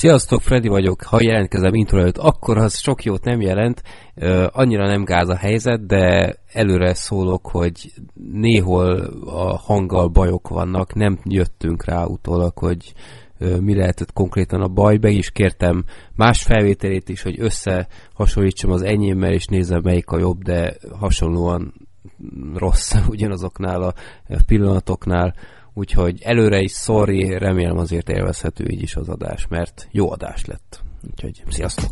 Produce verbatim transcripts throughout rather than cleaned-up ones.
Sziasztok, Freddy vagyok. Ha jelentkezem intro előtt, akkor az sok jót nem jelent. Uh, annyira nem gáz a helyzet, de előre szólok, hogy néhol a hanggal bajok vannak. Nem jöttünk rá utólag, hogy uh, mi lehetett konkrétan a baj. Be is kértem más felvételét is, hogy összehasonlítsam az enyémmel, és nézem, melyik a jobb, de hasonlóan rossz ugyanazoknál a pillanatoknál. Úgyhogy előre is sorry, remélem azért élvezhető így is az adás, mert jó adás lett. Úgyhogy sziasztok!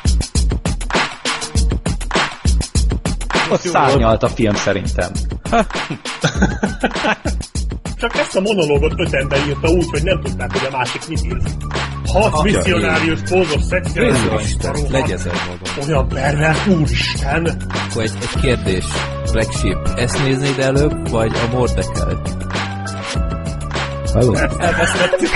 Ott szárnyalt a film szerintem. Csak ezt a monológot öt ember írta úgy, hogy nem tudták, hogy a másik mit ír. Hat misszionárius pózos szexuális legyezel magam. Olyan pervert, úristen! Akkor egy, egy kérdés, Black Sheep, ezt néznéd előbb, vagy a Mordekelt? Halló? Elbeszéltük.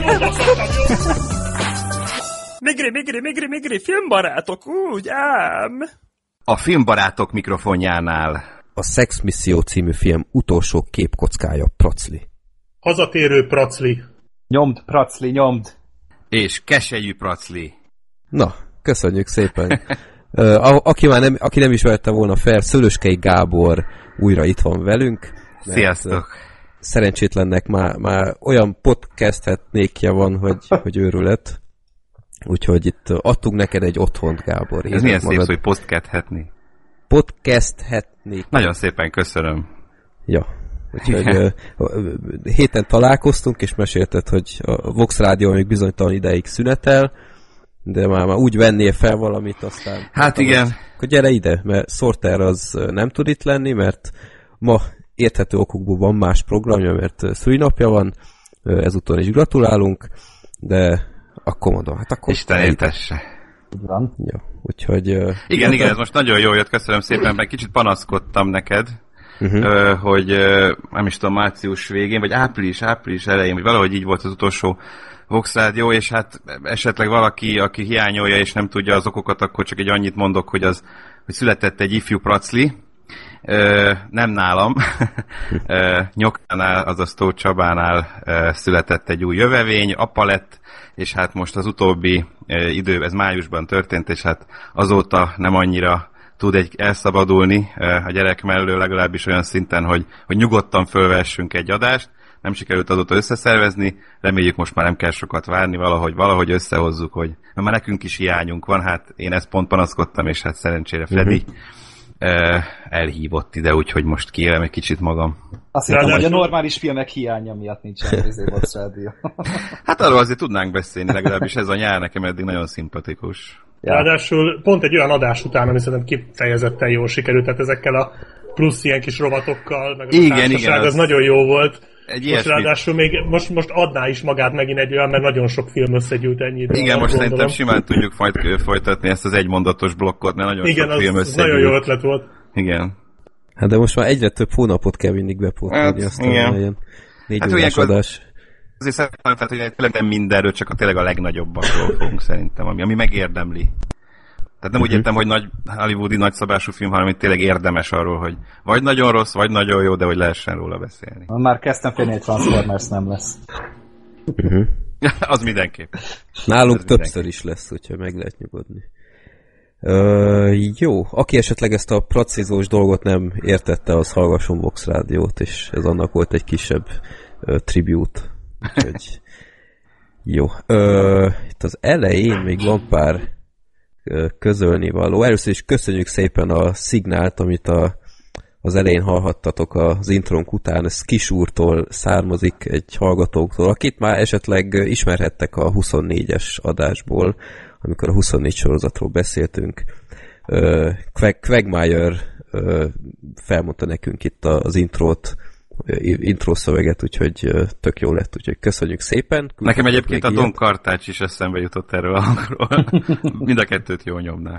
Migri, migri, migri, migri, filmbarátok, úgy ám. A filmbarátok mikrofonjánál. A Sex Misszió című film utolsó képkockája, Pracli. Hazatérő Pracli. Nyomd, Pracli, nyomd. És keselyű Pracli. Na, köszönjük szépen. uh, aki már nem, aki nem ismerte volna fel, Szőlőskei Gábor újra itt van velünk. Sziasztok. Szerencsétlennek már, már olyan podcasthetnékje van, hogy, hogy őrület. Úgyhogy itt adtunk neked egy otthont, Gábor. Ez milyen magad... szép szó, hogy podcasthetni. Podcasthetnék. Nagyon szépen köszönöm. Ja. Úgyhogy héten találkoztunk, és mesélted, hogy a Vox Rádió még bizonytalan ideig szünetel, de már, már úgy vennél fel valamit, aztán... Hát igen. Hogy, akkor gyere ide, mert Sorter az nem tud itt lenni, mert ma érthető okokból van más programja, mert szülinapja van, ezúton is gratulálunk, de akkor mondom, hát akkor... Isten éltesse. Van. Ja, úgyhogy... Igen, igen, ez most nagyon jó jött, köszönöm szépen, mert kicsit panaszkodtam neked, uh-huh. hogy nem is tudom, március végén, vagy április, április elején, vagy valahogy így volt az utolsó Vox Rádió, és hát esetleg valaki, aki hiányolja és nem tudja az okokat, akkor csak egy annyit mondok, hogy az, hogy született egy ifjú Pracli, Ö, nem nálam, ö, Nyokánál, azaz Tóth Csabánál ö, született egy új jövevény, apa lett, és hát most az utóbbi ö, idő, ez májusban történt, és hát azóta nem annyira tud egy elszabadulni ö, a gyerek mellől, legalábbis olyan szinten, hogy, hogy nyugodtan fölvessünk egy adást. Nem sikerült azóta összeszervezni, reméljük most már nem kell sokat várni, valahogy, valahogy összehozzuk, hogy mert már nekünk is hiányunk van, hát én ezt pont panaszkodtam, és hát szerencsére Freddy uh-huh. elhívott ide, úgyhogy most kérem egy kicsit magam. Azt hittem, hogy a normális filmek hiánya miatt nincsen az Vox Rádió. Hát arról azért tudnánk beszélni, legalábbis ez a nyár nekem eddig nagyon szimpatikus. Ja. Ráadásul pont egy olyan adás után, ami szerintem kifejezetten jól sikerült, tehát ezekkel a plusz ilyen kis rovatokkal, meg az igen, a társaság, igen, az, az nagyon jó volt. Egy most ráadásul még most, most adná is magát megint egy olyan, mert nagyon sok film összegyűlt ennyi időn. Igen, most gondolom. Szerintem simán tudjuk folyt, folytatni ezt az egymondatos blokkot, mert nagyon igen, sok film összegyűlt. Igen, nagyon jó ötlet volt. Igen. Hát de most már egyre több hónapot kell mindig bepótolni, hát, aztán ilyen négy hát, órás adás. Azért szerintem, hogy tényleg nem mindenről, csak a tényleg a legnagyobbakról fogunk szerintem, ami, ami megérdemli. Tehát nem uh-huh. úgy értem, hogy nagy hollywoodi nagyszabású film, hanem hogy tényleg érdemes arról, hogy vagy nagyon rossz, vagy nagyon jó, de hogy lehessen róla beszélni. Már kezdtem félni, hogy Transformers nem lesz. Uh-huh. Az mindenképp. Nálunk Ez többször mindenképp. Is lesz, úgyhogy meg lehet nyugodni. Uh, jó, aki esetleg ezt a precízós dolgot nem értette, az hallgasson Vox Rádiót, és ez annak volt egy kisebb uh, tribute. Úgyhogy jó. Uh, itt az elején még van pár közölni való. Először is köszönjük szépen a szignált, amit a, az elején hallhattatok az intrónk után. Ez Kisúrtól származik, egy hallgatóktól, akit már esetleg ismerhettek a huszonnégyes adásból, amikor a huszonnégy sorozatról beszéltünk. Quagmire felmondta nekünk itt az intrót, intro szöveget, úgyhogy tök jó lett, úgyhogy köszönjük szépen. Nekem egyébként a Don Kartács is eszembe jutott erről a hangról. Mind a kettőt jól nyomná.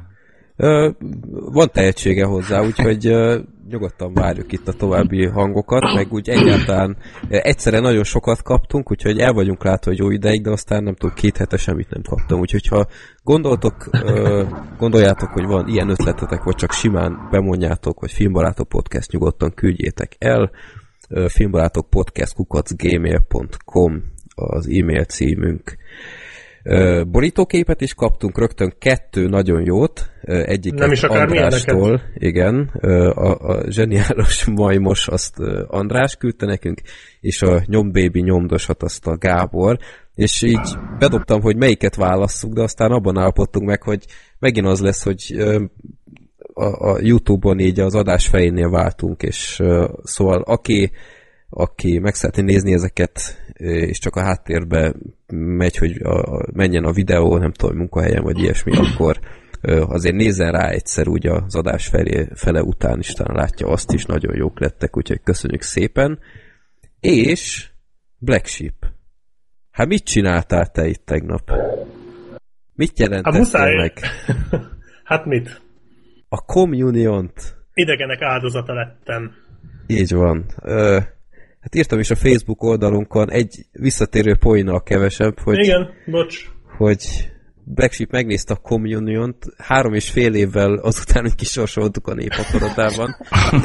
Van tehetsége hozzá, úgyhogy nyugodtan várjuk itt a további hangokat, meg úgy egyáltalán egyszerre nagyon sokat kaptunk, úgyhogy el vagyunk látva, hogy jó ideig, de aztán nem tudom, két hete semmit nem kaptam, úgyhogy ha gondoltok, gondoljátok, hogy van ilyen ötletetek, vagy csak simán bemondjátok, hogy Filmbarátok Podcast, nyugodtan küldjétek el. Filmbarátok podcast kukac gmail pont com az e-mail címünk. borítóképet is kaptunk, rögtön kettő nagyon jót, egyiket Andrástól, igen, a, a zseniális majmos azt András küldte nekünk, és a nyombébi nyomdosat azt a Gábor, és így bedobtam, hogy melyiket válasszuk, de aztán abban állapodtunk meg, hogy megint az lesz, hogy a, a YouTube-on így az adás fejénél váltunk, és szóval aki aki meg szeretné nézni ezeket, és csak a háttérbe megy, hogy a, a, menjen a videó, nem tudom, munkahelyen, vagy ilyesmi, akkor azért nézzen rá egyszer úgy az adás felé, fele után is, talán látja azt is, nagyon jók lettek, úgyhogy köszönjük szépen. És Black Sheep. Hát mit csináltál te itt tegnap? Mit jelentettél meg? Hát mit? A Communion-t. Idegenek áldozata lettem. Így van. Ö, hát írtam is a Facebook oldalunkon egy visszatérő poénnal kevesebb, hogy... Igen, bocs. Hogy Black Sheep megnézte a Communion-t három és fél évvel azután, hogy kisorsoltuk a népakaratában.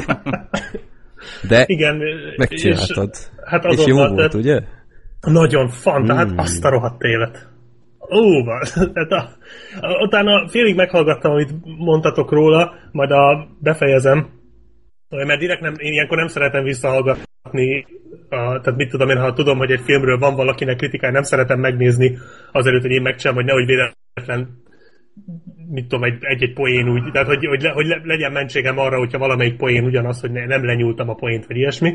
De igen, megcsináltad. És, hát és jó volt, tehát, ugye? Nagyon fan, tehát hmm. azt a rohadt élet. Ó, tehát a, a, utána félig meghallgattam, amit mondtatok róla, majd a, befejezem, mert direkt nem, én ilyenkor nem szeretem visszahallgatni, a, tehát mit tudom én, ha tudom, hogy egy filmről van valakinek kritikája, nem szeretem megnézni azelőtt, hogy én megcsinálom, hogy nehogy véletlen, mit tudom, egy, egy-egy poén úgy, tehát hogy, hogy, le, hogy legyen mentségem arra, hogyha valamelyik poén ugyanaz, hogy ne, nem lenyúltam a poént, vagy ilyesmi.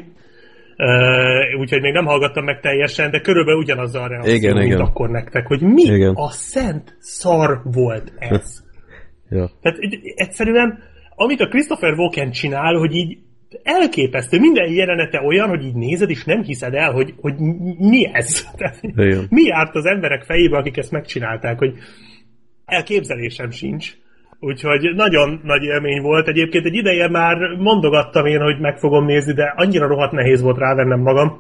Uh, úgyhogy még nem hallgattam meg teljesen, de körülbelül ugyanazzal a reakció, mint igen. Akkor nektek, hogy mi igen. a szent szar volt ez. Ja. Tehát egyszerűen, amit a Christopher Walken csinál, hogy így elképesztő, minden jelenete olyan, hogy így nézed, és nem hiszed el, hogy, hogy mi ez. Tehát, mi járt az emberek fejébe, akik ezt megcsinálták, hogy elképzelésem sincs. Úgyhogy nagyon nagy élmény volt. Egyébként egy ideje már mondogattam én, hogy meg fogom nézni, de annyira rohadt nehéz volt rávennem magam.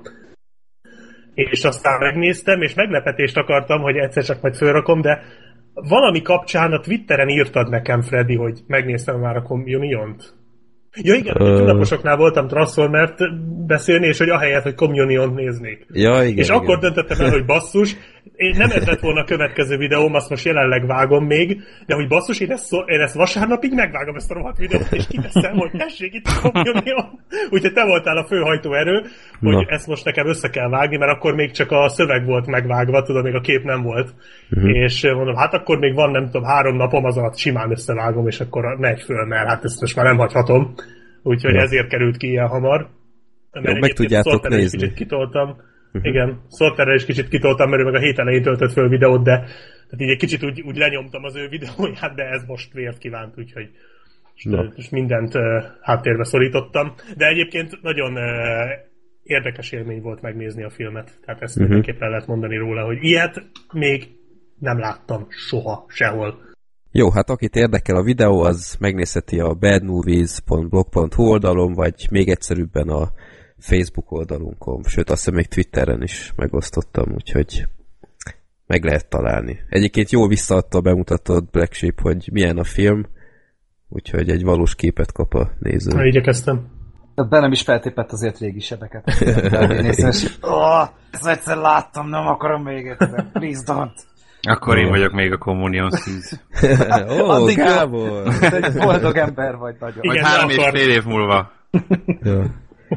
És aztán megnéztem, és meglepetést akartam, hogy egyszer csak majd fölrakom, de valami kapcsán a Twitteren írtad nekem, Freddy, hogy megnéztem már a Communion-t. Ja igen, uh... tűnaposoknál voltam Transformert beszélni, és hogy ahelyett, hogy Communion-t néznék. Ja, igen, és igen. akkor döntöttem el, hogy basszus, én nem ez lett volna a következő videóm, azt most jelenleg vágom még, de hogy basszus, én ezt, én ezt vasárnapig megvágom ezt a rohadt videót, és kiteszem, hogy tessék itt a Communion. Úgyhogy te voltál a főhajtó erő, hogy Na. ezt most nekem össze kell vágni, mert akkor még csak a szöveg volt megvágva, tudom, még a kép nem volt. Uh-huh. És mondom, hát akkor még van, nem tudom, három napom, az alatt simán összevágom, és akkor megy föl, mert hát ezt most már nem hagyhatom. Úgyhogy ja. ezért került ki ilyen hamar. Jó, meg tudjátok nézni. Kicsit kitoltam. Uh-huh. Igen, Sorterrel is kicsit kitoltam, mert ő meg a hét elején töltött föl videót, de tehát így egy kicsit úgy, úgy lenyomtam az ő videóját, de ez most vért kívánt, úgyhogy most mindent uh, háttérbe szorítottam. De egyébként nagyon uh, érdekes élmény volt megnézni a filmet. Tehát ezt uh-huh. mindenképpen lehet mondani róla, hogy ilyet még nem láttam soha, sehol. Jó, hát akit érdekel a videó, az megnézheti a badmovies pont blog pont hu oldalon, vagy még egyszerűbben a Facebook oldalunkon, sőt azt hiszem még Twitteren is megosztottam, úgyhogy meg lehet találni. Egyébként jól visszaadta, bemutatott Black Sheep, hogy milyen a film, úgyhogy egy valós képet kap a néző. Na, igyekeztem. Bennem is feltépett azért régi sebeket. Néztem, és oh, ezt egyszer láttam, nem akarom még egyszer. Please don't. Akkor én vagyok még a Communion tíz. Ó, Gábor! Egy boldog ember vagy nagyon. Vagy három és fél év múlva. Ja.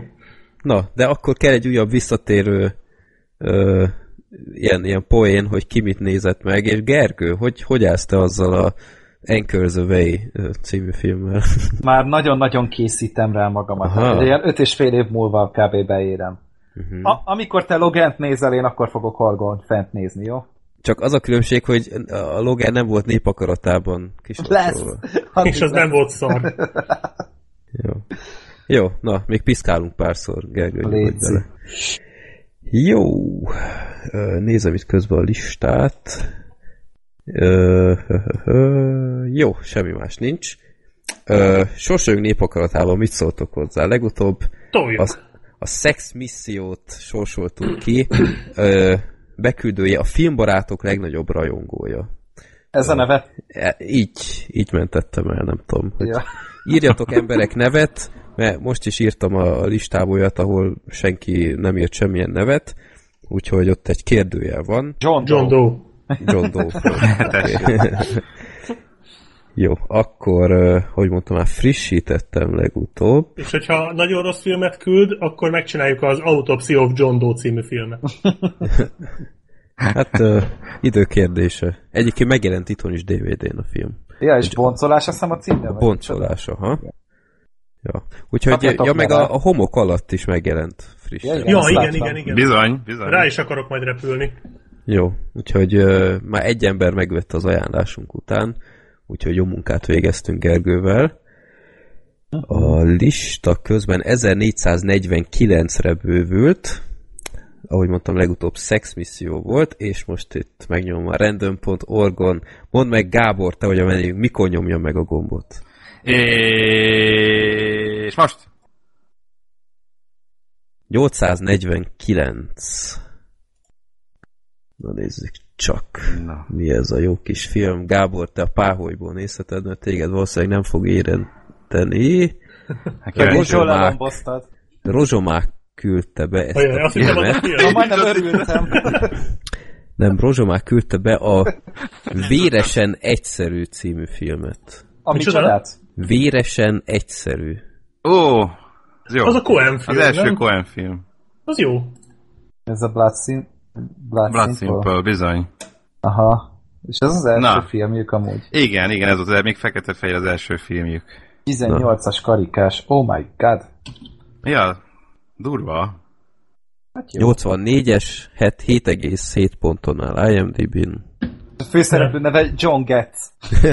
Na, de akkor kell egy újabb visszatérő ö, ilyen, ilyen poén, hogy ki mit nézett meg, és Gergő, hogy, hogy állsz te azzal a Anchor the Way című filmmel? Már nagyon-nagyon készítem rá magamat. Hát, ilyen öt és fél év múlva kb. Beérem. Uh-huh. A, amikor te Logant nézel, én akkor fogok Hargont fent nézni, jó? Csak az a különbség, hogy a Logan nem volt népakaratában lesz! És az lesz. Nem volt szar. Jó. Jó, na, még piszkálunk párszor, Gergő, hogy bele. Jó, nézem itt közben a listát. Jó, semmi más nincs. Sorsoljunk népakaratában, mit szóltok hozzá? Legutóbb a, a Sex missziót sorsoltuk ki, beküldője, a filmbarátok legnagyobb rajongója. Ez a neve? Így, így mentettem el, nem tudom. Hogy ja. Írjatok emberek nevet, mert most is írtam a listába olyat, ahol senki nem írt semmilyen nevet, úgyhogy ott egy kérdőjel van. John, John Doe. John Doe. Jó, akkor, hogy mondtam, már frissítettem legutóbb. És hogyha nagyon rossz filmet küld, akkor megcsináljuk az Autopsy of John Doe című filmet. Hát uh, időkérdése. Egyébként megjelent itthon is dé vé dén a film. Ja, és boncolás, azt hiszem a címbe? Boncolás, aha. Ja. Úgyhogy, ja, ja meg a, a homok alatt is megjelent frissen. Ja, ja igen, igen, igen. Bizony, bizony. Rá is akarok majd repülni. Jó, úgyhogy uh, már egy ember megvette az ajánlásunk után, úgyhogy jó munkát végeztünk Gergővel. A lista közben ezernégyszáznegyvenkilencre bővült, ahogy mondtam, legutóbb szexmisszió volt, és most itt megnyomom a random pont org-on. Mondd meg, Gábor, te vagy a vendégünk, mikor nyomja meg a gombot? És most? nyolcszáznegyvenkilenc. Na nézzük csak, Na. mi ez a jó kis film. Gábor, te a páholyból nézheted, mert téged valószínűleg nem fog érinteni. Rozsomák, Rozsomák küldte be ezt Olyan, a filmet. Na, majdnem örültem. Nem, Rozsomák küldte be a Véresen egyszerű című filmet. A micsodát? Véresen egyszerű. Ó, az jó. Az a Coen film, Az első nem? Coen film. Az jó. Ez a Blood, Sim- Blood, Blood Simple? Simple, bizony. Aha. És ez az első Na. filmjük amúgy. Igen, igen, ez az még fekete-fehér az első filmjük. tizennyolcas karikás. Oh my god. Ja, durva. Hát jó. nyolcvannégyes, hét egész hét ponton áll i em dé bén. A főszereplő neve John Getz.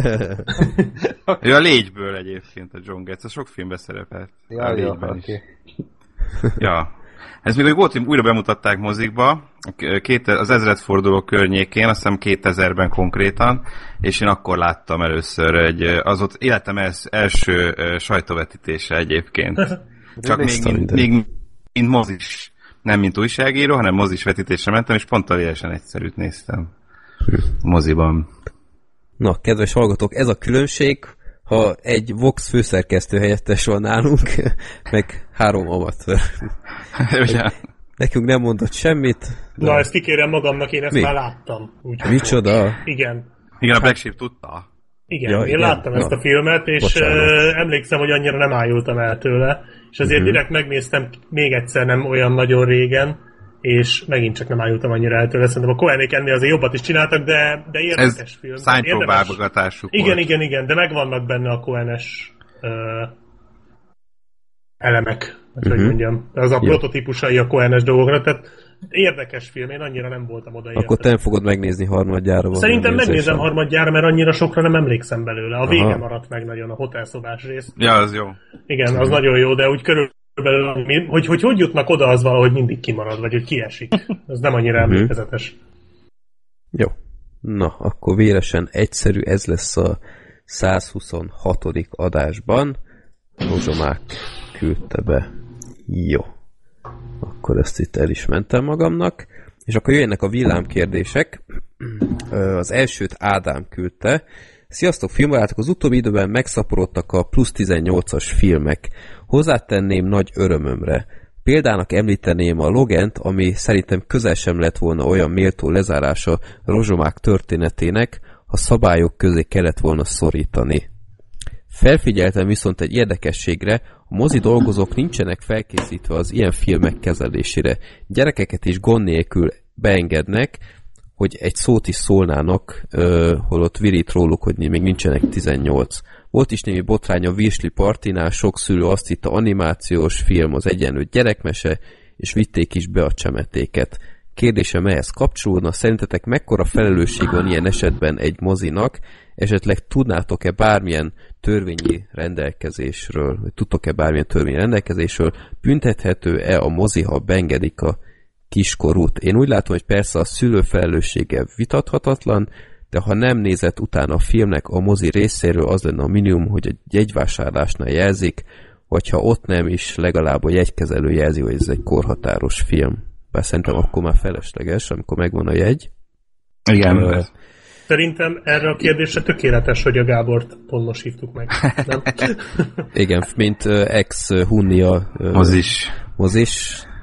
Ő a Légyből egyébként a John Getz, a sok filmben szerepelt. Ja, jó, oké. Okay. Ja. Ez még, hogy volt, újra bemutatták mozikba, két, az ezredforduló környékén, azt hiszem kétezerben konkrétan, és én akkor láttam először, egy, az ott életem els, első uh, sajtóvetítése egyébként. Csak még, mint, még mint mozis, nem mint újságíró, hanem mozis vetítésre mentem, és pont a Véresen egyszerűt néztem moziban. Na, kedves hallgatók, ez a különbség, ha egy Vox főszerkesztő helyettes van nálunk, meg három amatőr. Nekünk nem mondott semmit. De... Na, ezt kikérem magamnak, én ezt Mi? már láttam. Úgy, Micsoda? Igen. Igen, a Black Sheep tudta. Igen, ja, én igen. láttam Na. ezt a filmet, és uh, emlékszem, hogy annyira nem ájultam el tőle, és azért uh-huh. direkt megnéztem még egyszer, nem olyan nagyon régen, és megint csak nem ájultam annyira el tőle. Szerintem a Coenék ennél azért jobbat is csináltak, de, de érdekes ez film. szánypróbálgatásuk Igen, volt. igen, igen, de megvannak benne a Coenes uh, elemek, hogy uh-huh. mondjam. Az a prototípusai a Coenes dolgokra, tehát érdekes film, én annyira nem voltam oda. Akkor te nem fogod megnézni harmadjára. Szerintem megnézem harmadjára, mert annyira sokra nem emlékszem belőle. A vége Aha. maradt meg nagyon, a hotelszobás rész. Ja, az jó. Igen, az nagyon jó, de úgy körülbelül, hogy hogy, hogy jutnak oda, az valahogy mindig kimarad, vagy hogy kiesik. Ez nem annyira emlékezetes. Jó. Na, akkor Véresen egyszerű, ez lesz a százhuszonhatodik adásban. Rozsomák küldte be. Jó. Akkor ezt itt el is mentem magamnak. És akkor jöjjenek a villámkérdések. Az elsőt Ádám küldte. Sziasztok, filmbarátok! Az utóbbi időben megszaporodtak a plusz tizennyolcas filmek. Hozzátenném nagy örömömre. Példának említeném a Logent, ami szerintem közel sem lett volna olyan méltó lezárása Rozsomák történetének, ha szabályok közé kellett volna szorítani. Felfigyeltem viszont egy érdekességre, a mozi dolgozók nincsenek felkészítve az ilyen filmek kezelésére. Gyerekeket is gond nélkül beengednek, hogy egy szót is szólnának, uh, holott virít róluk, hogy még nincsenek tizennyolc. Volt is némi botrány a Virsli partinál, sok szülő azt hitte, animációs film az egyenlő gyerekmese, és vitték is be a csemetéket. Kérdésem ehhez kapcsolódna, szerintetek mekkora felelősség van ilyen esetben egy mozinak, esetleg tudnátok-e bármilyen törvényi rendelkezésről, vagy tudtok-e bármilyen törvényi rendelkezésről, büntethető-e a mozi, ha beengedik a kiskorút? Én úgy látom, hogy persze a szülő felelőssége vitathatatlan, de ha nem nézett utána a filmnek a mozi részéről, az lenne a minimum, hogy a jegyvásárlásnál jelzik, vagy ha ott nem is, legalább a jegykezelő jelzi, hogy ez egy korhatáros film. Bár szerintem akkor már felesleges, amikor megvan a jegy. Igen. Uh, Szerintem erre a kérdésre tökéletes, hogy a Gábort pont most hívtuk meg. Nem? Igen, mint uh, ex-Hunnia uh, mozis. mozis.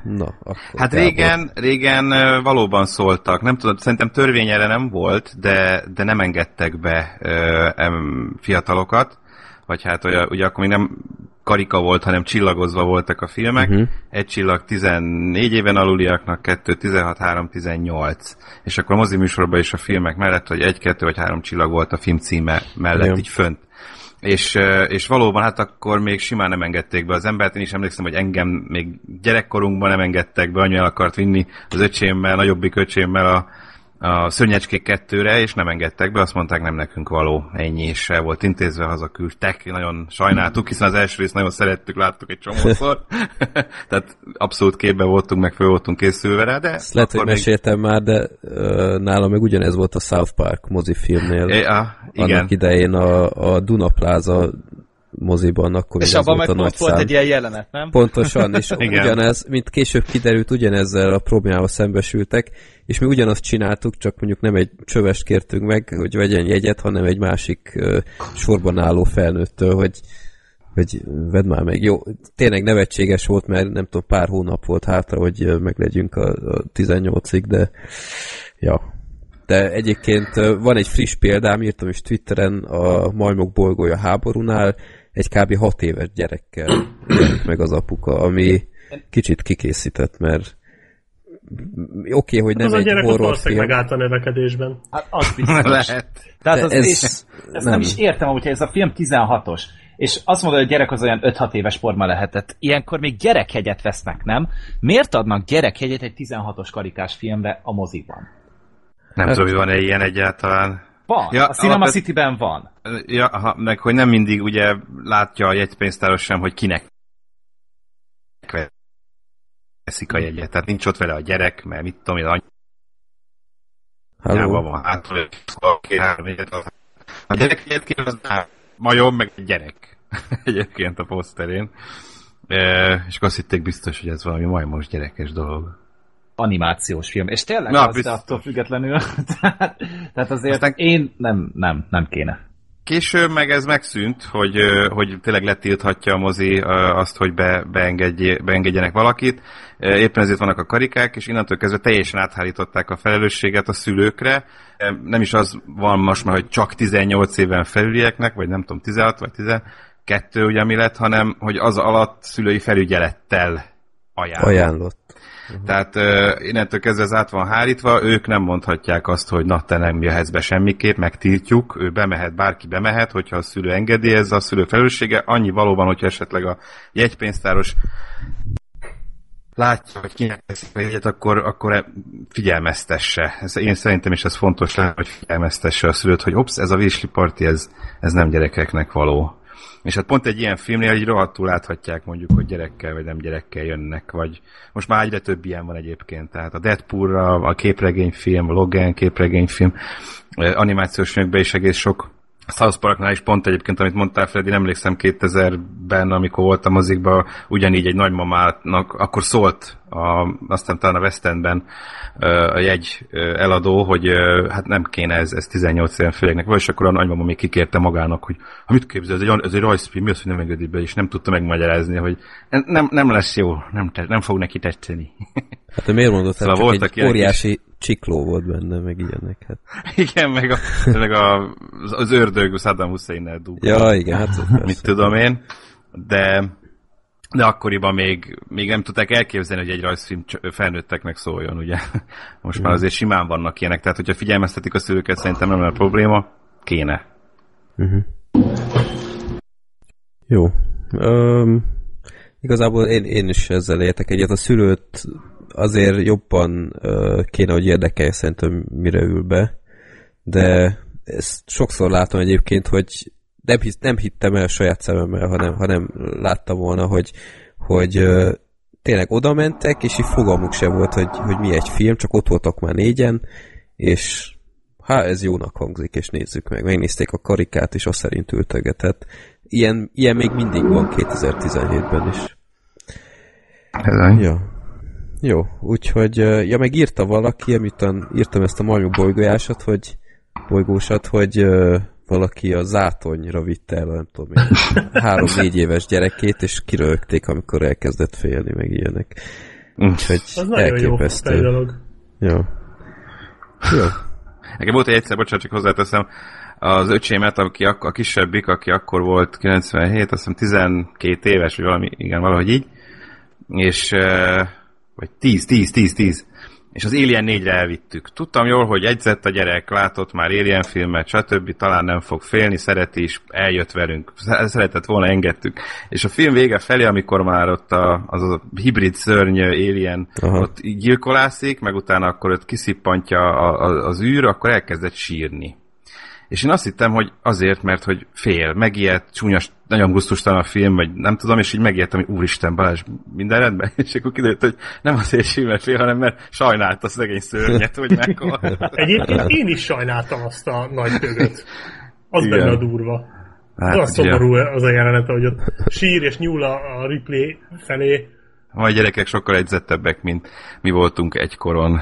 Na, akkor hát Gábor. régen, régen valóban szóltak, nem tudom, szerintem törvény erre nem volt, de, de nem engedtek be ö, fiatalokat, vagy hát ugye, ugye akkor még nem karika volt, hanem csillagozva voltak a filmek. Uh-huh. Egy csillag tizennégy éven aluliaknak, kettő tizenhat, három tizennyolc. És akkor a moziműsorban is a filmek mellett, hogy egy, kettő vagy három csillag volt a film címe mellett, Jön. így fönt. És, és valóban hát akkor még simán nem engedték be az embert. Én is emlékszem, hogy engem még gyerekkorunkban nem engedtek be, anyu el akart vinni az öcsémmel, nagyobbik öcsémmel a a Szörnyecskék kettőre, és nem engedtek be, azt mondták, nem nekünk való, ennyi, és el volt intézve, hazaküldtek, nagyon sajnáltuk, hiszen az első részt nagyon szerettük, láttuk egy csomószor, tehát abszolút képben voltunk, meg föl voltunk készülve rá, de... Ezt lehet, hogy meséltem még... már, de uh, nálam meg ugyanez volt a South Park mozifilmnél. É, ah, igen. Annak idején a, a Duna Plaza moziban, akkor és abban meg pont volt egy ilyen jelenet, nem? Pontosan, és ugyanez, mint később kiderült, ugyanezzel a problémával szembesültek, és mi ugyanazt csináltuk, csak mondjuk nem egy csövest kértünk meg, hogy vegyen jegyet, hanem egy másik uh, sorban álló felnőttől, hogy, hogy vedd már meg. Jó, tényleg nevetséges volt, mert nem tudom, pár hónap volt hátra, hogy uh, meglegyünk a, a tizennyolcig, de ja. De egyébként uh, van egy friss példám, írtam is Twitteren, a Majmok bolygója háborúnál, egy kb. hat éves gyerekkel meg az apuka, ami kicsit kikészített, mert oké, okay, hogy nem az egy horrorfilm. Az a gyerek ott megállt a növekedésben. Hát az biztos. Lehet. Tehát az ez, és, ezt nem. nem is értem, hogy ez a film tizenhatos, és azt mondod, hogy a gyerek az olyan öt-hat éves forma lehetett. Ilyenkor még gyerekhegyet vesznek, nem? Miért adnak gyerekhegyet egy tizenhatos karikás filmbe a moziban? Nem tudom, hogy van-e ilyen egyáltalán. Van, ja, a Cinema alapvet... City-ben van. Ja, ha, meg hogy nem mindig ugye látja a jegypénztáros sem, hogy kinek veszik a jegyet. Tehát nincs ott vele a gyerek, mert mit tudom, hogy anyjában van hátul, a gyerek jegyet kér, az majom, meg egy gyerek egyébként a poszterén. E, és azt hitték biztos, hogy ez valami majmos gyerekes dolog. Animációs film. És tényleg Na, az, bizt... de attól függetlenül. tehát, tehát azért Aztán... én nem, nem, nem kéne. Később meg ez megszűnt, hogy, hogy tényleg letilthatja a mozi azt, hogy be, beengedj, beengedjenek valakit. Éppen ezért vannak a karikák, és innentől kezdve teljesen áthárították a felelősséget a szülőkre. Nem is az van most már, hogy csak tizennyolc éven felülieknek, vagy nem tudom, tizenhat vagy tizenkettő, ugye mi lett, hanem hogy az alatt szülői felügyelettel ajánlott. ajánlott. Uh-huh. Tehát uh, innentől kezdve ez át van hárítva, ők nem mondhatják azt, hogy na te nem jöhetsz be semmiképp, megtiltjuk, ő bemehet, bárki bemehet, hogyha a szülő engedi, ez a szülő felelőssége, annyi valóban, hogyha esetleg a jegypénztáros látja, hogy kinek teszik a jegyet, akkor, akkor figyelmeztesse. Ez, én szerintem is ez fontos lehet, hogy figyelmeztesse a szülőt, hogy ops, ez a Weasley Party, ez, ez nem gyerekeknek való. És hát pont egy ilyen filmnél így rohadtul láthatják mondjuk, hogy gyerekkel vagy nem gyerekkel jönnek, vagy most már egyre több ilyen van egyébként. Tehát a Deadpoolra, a képregényfilm, a Logan képregényfilm, animációs filmekben is egész sok. A South Parknál is pont egyébként, amit mondtál, Freddy, nem emlékszem kétezerben, amikor voltam mozikban, ugyanígy egy nagymamának, akkor szólt, a, aztán talán a West Endben a jegy eladó, hogy hát nem kéne ez, ez tizennyolc éven főlegnek, vagy és akkor a nagymama még kikérte magának, hogy ha mit képzel, ez egy, ez egy rajzfilm, mi az, hogy nem engedi be, és nem tudta megmagyarázni, hogy nem, nem lesz jó, nem, nem fog neki tetszeni. Hát miért mondod, szóval csak egy óriási is csikló volt benne, meg ilyenek. Hát. Igen, meg, a, meg a, az ördög Saddam Husseinnel dugva. Ja, igen, hát mit tudom én, de de akkoriban még, még nem tudták elképzelni, hogy egy rajzfilm felnőtteknek szóljon, ugye. Most mm. már azért simán vannak ilyenek, tehát hogyha figyelmeztetik a szülőket, szerintem nem lenne probléma, kéne. Mm-hmm. Jó. Um, igazából én, én is ezzel értek egyet. A szülőt azért jobban uh, kéne, hogy érdekelje szerintem, mire ül be, de ezt sokszor látom egyébként, hogy nem, hisz, nem hittem el saját szememmel, hanem, hanem láttam volna, hogy, hogy uh, tényleg oda mentek, és így fogalmuk sem volt, hogy, hogy mi egy film, csak ott voltak már négyen, és hát ez jónak hangzik, és nézzük meg. Megnézték a karikát, és azt szerint ültögetett. Ilyen, ilyen még mindig van kétezer-tizenhétben is. Ja. Jó, úgyhogy, ja, meg írta valaki, amitán írtam ezt a majmok bolygójásat, hogy bolygósat, hogy uh, valaki a zátonyra vitte el, nem tudom én, három-négy éves gyerekét, és kirögték, amikor elkezdett félni, meg ilyenek. Úgyhogy elképesztő. Jó, jó. Jó. Nekem volt egy egyszer, bocsánat, csak hozzáteszem, az öcsémet, aki a kisebbik, aki akkor volt kilencvenhét, azt hiszem tizenkét éves, vagy valami, igen, valahogy így, és, vagy tíz, tíz, tíz, tíz, és az Alien négyre elvittük. Tudtam jól, hogy edzett a gyerek, látott már Alien filmet, stb. Talán nem fog félni, szereti is, eljött velünk, szeretett volna, engedtük. És a film vége felé, amikor már ott a, az a hibrid szörny Alien Aha. ott gyilkolászik, meg utána akkor ott kiszippantja a, a, az űr, akkor elkezdett sírni. És én azt hittem, hogy azért, mert hogy fél, megijedt, csúnyas, nagyon gusztustalan a film, vagy nem tudom, és így megijedtem, hogy úristen, Balázs, minden rendben? És akkor kiderült, hogy nem azért sír, mert fél, hanem mert sajnálta a szegény szörnyet, hogy meghal. Egyébként én is sajnáltam azt a nagy tögöt. Az Igen. benne a durva. Hát, az szomorú az a jelenet, hogy ott sír és nyúl a Ripley felé. A gyerekek sokkal edzettebbek, mint mi voltunk egykoron.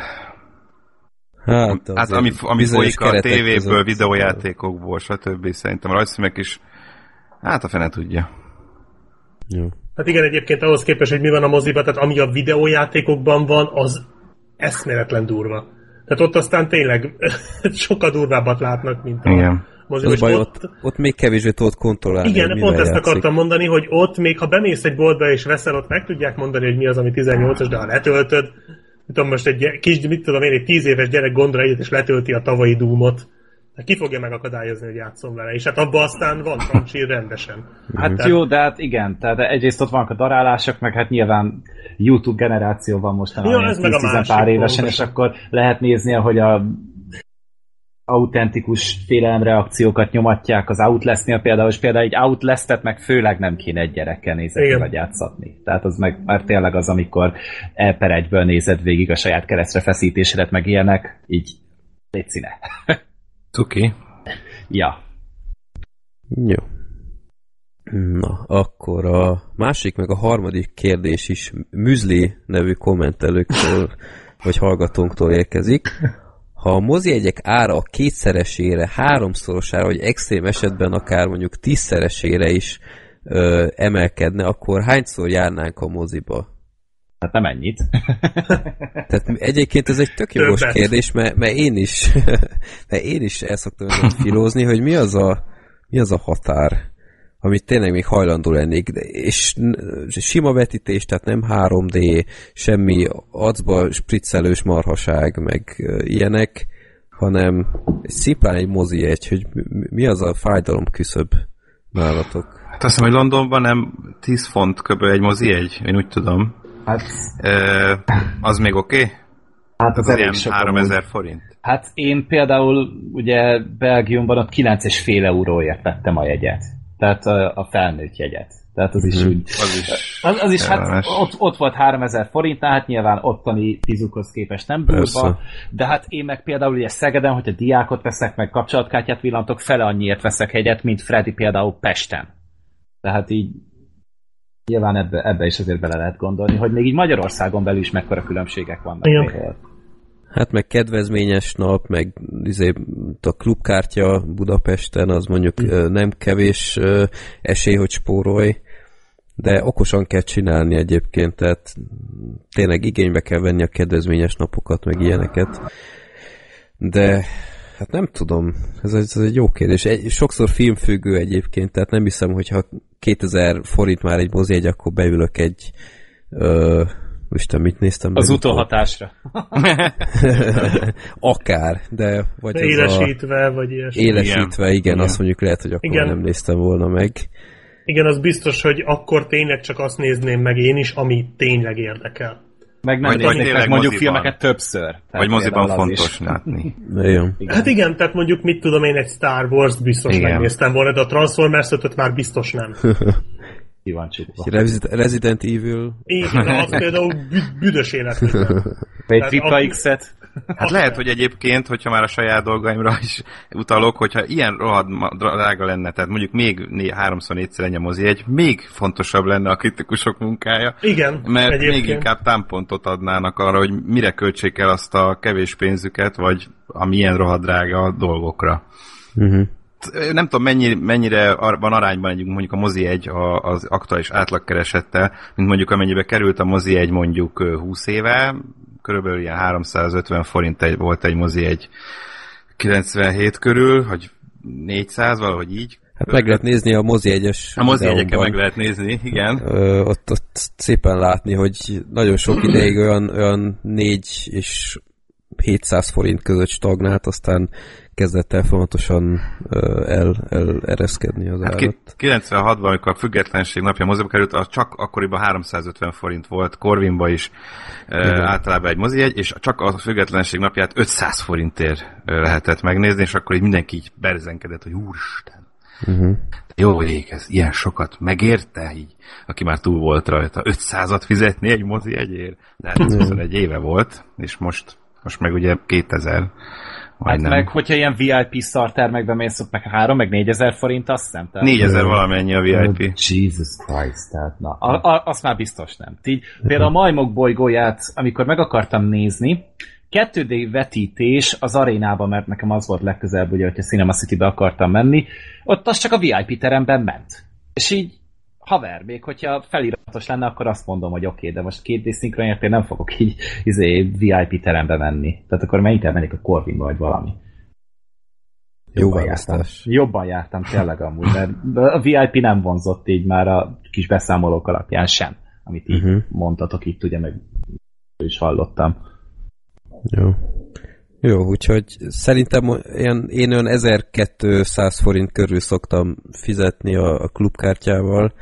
Hát, hát ami, ami folyik a tévéből, videójátékokból, stb. Szerintem a rajzfilmek is, hát a fene tudja. Jó. Hát igen, egyébként ahhoz képest, hogy mi van a moziban, tehát ami a videójátékokban van, az eszméletlen durva. Tehát ott aztán tényleg sokkal durvábbat látnak, mint a igen. moziban. Baj, ott, ott, ott még kevésbé tudod kontrollálni. Igen, pont ezt játszik. Akartam mondani, hogy ott még ha bemész egy boltba és veszel, ott meg tudják mondani, hogy mi az, ami tizennyolcas, de ha letöltöd, tudom, most egy kis, mit tudom én, egy tíz éves gyerek gondra egyet, és letölti a tavalyi Doomot. Ki fogja megakadályozni, hogy játszom vele? És hát abban aztán van franchír rendesen. Hát tehát... jó, de hát igen, tehát egyrészt ott vannak a darálások, meg hát nyilván YouTube generáció van mostanában, ja, tíz pár évesen, és akkor lehet nézni, hogy a autentikus félelemreakciókat nyomatják az Outlast-nél például, és például egy Outlast-et meg főleg nem kéne egy gyerekkel nézni vagy játszatni. Tehát az meg már tényleg az, amikor e per egyből nézed végig a saját keresztre feszítésedet, meg ilyenek, így légy színe. Tuki. Ja. Jó. Na, akkor a másik, meg a harmadik kérdés is Müzli nevű kommentelőktől, vagy hallgatónktól érkezik. Ha a mozijegyek ára a kétszeresére, háromszorosára, vagy extrém esetben akár mondjuk tízszeresére is ö, emelkedne, akkor hányszor járnánk a moziba? Hát nem ennyit. Tehát egyébként ez egy tök jogos kérdés, mert, mert én is mert én is el szoktam filózni, hogy mi az a, mi az a határ, amit tényleg még hajlandó lennék, és sima vetítés, tehát nem három dé, semmi acba spriccelős marhaság, meg ilyenek, hanem szimplán egy mozijegy, hogy mi az a fájdalom küszöb nálatok. Hát azt hiszem, hogy Londonban nem tíz font kb. Egy mozijegy, én úgy tudom. Hát... E, az még oké? Okay? Hát az, az ilyen háromezer forint. Hát én például ugye Belgiumban ott kilenc és fél euróért vettem a jegyet. Tehát a, a felnőtt jegyet. Tehát az is hmm. úgy... Az is, az, az is hát ott, ott volt háromezer forint, hát nyilván ottani tizukhoz képest nem durva, de hát én meg például ugye Szegeden, hogyha diákot veszek, meg kapcsolatkártyát villantok, fele annyiért veszek jegyet, mint Freddy például Pesten. Tehát így nyilván ebbe, ebbe is azért bele lehet gondolni, hogy még így Magyarországon belül is mekkora különbségek vannak. Igen. Hát meg kedvezményes nap, meg izé, a klubkártya Budapesten, az mondjuk mm. nem kevés esély, hogy spórolj, de okosan kell csinálni egyébként, tehát tényleg igénybe kell venni a kedvezményes napokat, meg ilyeneket. De hát nem tudom, ez, ez egy jó kérdés. Egy, sokszor filmfüggő egyébként, tehát nem hiszem, hogyha kétezer forint már egy mozijegy, akkor beülök egy ö, Isten, mit néztem? Az utóhatásra. Akár, de... Vagy de élesítve, a... vagy ilyesmi. Élesítve, igen, igen, azt mondjuk lehet, hogy akkor igen. nem néztem volna meg. Igen, az biztos, hogy akkor tényleg csak azt nézném meg én is, ami tényleg érdekel. Meg nem néznék meg mondjuk moziban. Filmeket többször. Tehát vagy moziban fontos látni. Igen. Hát igen, tehát mondjuk mit tudom én, egy Star Wars-t biztos igen. megnéztem volna, de a Transformers ötöt már biztos nem. Resident, Resident Evil. Igen, az például büdös életműben. Egy Tripla X-et. Hát lehet, hogy egyébként, hogyha már a saját dolgaimra is utalok, hogyha ilyen rohadt drága lenne, tehát mondjuk még né- háromszor négyszer ennyi a mozijegy, még fontosabb lenne a kritikusok munkája. Igen, mert egyébként. Még inkább támpontot adnának arra, hogy mire költsék el azt a kevés pénzüket, vagy a milyen rohadt drága dolgokra. Uh-huh. nem tudom mennyi, mennyire van arányban egy, mondjuk a mozi egy az aktuális átlagkeresettel, mint mondjuk amennyibe került a mozi egy mondjuk húsz éve, körülbelül ilyen háromszázötven forint egy, volt egy mozi egy kilencvenhét körül, vagy négyszáz, valahogy így. Hát meg lehet nézni a mozi egyes. A mozi egyeken meg lehet nézni, igen. Ö, ott, ott szépen látni, hogy nagyon sok ideig olyan, olyan négy és hétszáz forint között stagnált, aztán kezdett el folyamatosan el, el ereszkedni az hát árat. kilencvenhatban, amikor a függetlenség napja moziba került, az csak akkoriban háromszázötven forint volt, Corvinban is e, általában egy mozi egy, és csak a függetlenség napját ötszáz forintért lehetett megnézni, és akkor így mindenki így berzenkedett, hogy úristen. Uh-huh. Jó ég, ez ilyen sokat megérte, így, aki már túl volt rajta, ötszázat fizetni egy mozi egyért. De hát ez huszonegy éve volt, és most, most meg ugye kétezer. Hát meg, hogyha ilyen vé i pé szartermekben mész, ott meg három, meg négyezer forint, azt hiszem. négyezer valamennyi a vé i pé. Oh, Jesus Christ, tehát na. A, a, azt már biztos nem. Így, például a Majmok bolygóját, amikor meg akartam nézni, kettő dé vetítés az arénában, mert nekem az volt legközelebb, ugye, hogyha Cinema City-be akartam menni, ott az csak a vé i pé teremben ment. És így, haver, még hogyha feliratos lenne, akkor azt mondom, hogy oké, okay, de most két dé szinkronért én nem fogok így izé, vé i pé terembe menni. Tehát akkor mennyit elmennék a Corvinba, vagy valami. Jobban jártam. Jobban jártam tényleg amúgy, mert a vé i pé nem vonzott így már a kis beszámolók alapján sem, amit így uh-huh. mondtatok itt, ugye, meg is hallottam. Jó. Jó, úgyhogy szerintem ilyen, én olyan ezerkétszáz forint körül szoktam fizetni a, a klubkártyával.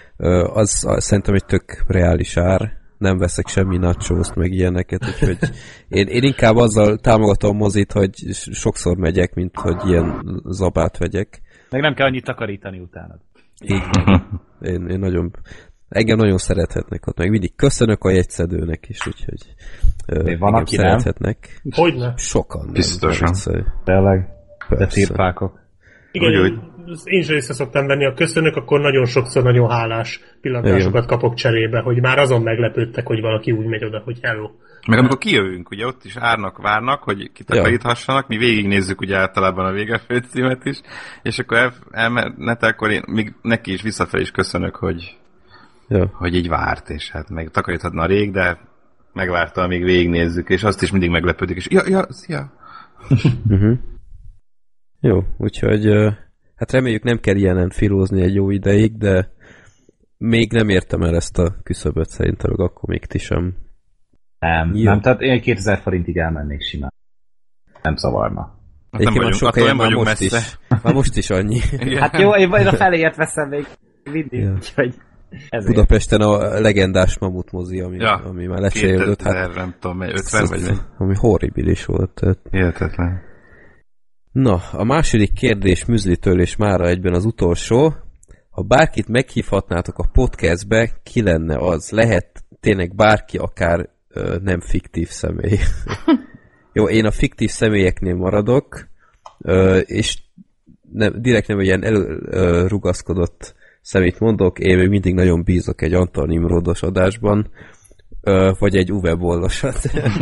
Az, az szerintem egy tök reális ár. Nem veszek semmi nachózt, meg ilyeneket, úgyhogy én, én inkább azzal támogatom a mozit, hogy sokszor megyek, mint hogy ilyen zabát vegyek. Meg nem kell annyit takarítani utána. Így. Én, én nagyon... Engem nagyon szerethetnek ott, meg mindig köszönök a jegyszedőnek is, úgyhogy uh, van, aki szerethetnek. Hogyne? Sokan. Biztosan. Tényleg, de tirpákok. Igen, úgy, én is részt szoktam venni a köszönök, akkor nagyon sokszor nagyon hálás pillantásokat kapok cserébe, hogy már azon meglepődtek, hogy valaki úgy megy oda, hogy hello. Meg amikor kijövünk, ugye ott is árnak, várnak, hogy kitakaríthassanak, mi végignézzük ugye általában a vége főcímet is, és akkor el, elmenete, akkor én még neki is visszafelé is köszönök, hogy ja. hogy így várt, és hát meg takaríthatna a rég, de megvárta, amíg végignézzük, és azt is mindig meglepődik, és ja, ja, szia! uh-huh. Jó, úgyhogy hát reméljük nem kell ilyenen filózni egy jó ideig, de még nem értem el ezt a küszöböt, szerintem meg akkor még ti sem. Nem, jó. Nem, tehát én kétezer forintig elmennék simán. Nem zavarna. Hát nem vagyunk, attól nem vagyunk most messze. Is, már most is annyi. Hát jó, én majd a feléért veszem még mindig, ja. Úgyhogy ezért. Budapesten a legendás Mamut mozi, ami, ja, ami már lecserélődött. Hát, nem tudom, ötven vagy mi? Ami horribilis volt. Tehát. Hihetetlen. Na, a második kérdés Műzlitől, és mára egyben az utolsó. Ha bárkit meghívhatnátok a podcastbe, ki lenne az? Lehet tényleg bárki, akár ö, nem fiktív személy. Jó, én a fiktív személyeknél maradok, ö, és nem, direkt nem ilyen elrugaszkodott szemét mondok, én még mindig nagyon bízok egy Antal Nimródos adásban, vagy egy Uwe Bollosat.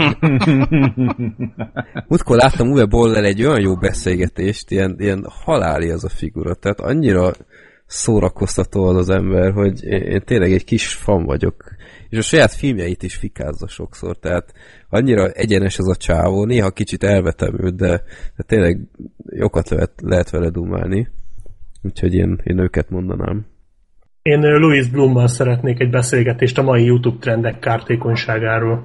Múltkor láttam Uwe Bollal egy olyan jó beszélgetést, ilyen, ilyen haláli az a figura, tehát annyira szórakoztató az az ember, hogy én, én tényleg egy kis fan vagyok. És a saját filmjeit is fikázza sokszor, tehát annyira egyenes az a csávó, néha kicsit elvetem őt, de, de tényleg jókat lehet, lehet vele dumálni. Úgyhogy én, én őket mondanám. Én Louis Blummal szeretnék egy beszélgetést a mai YouTube trendek kártékonyságáról.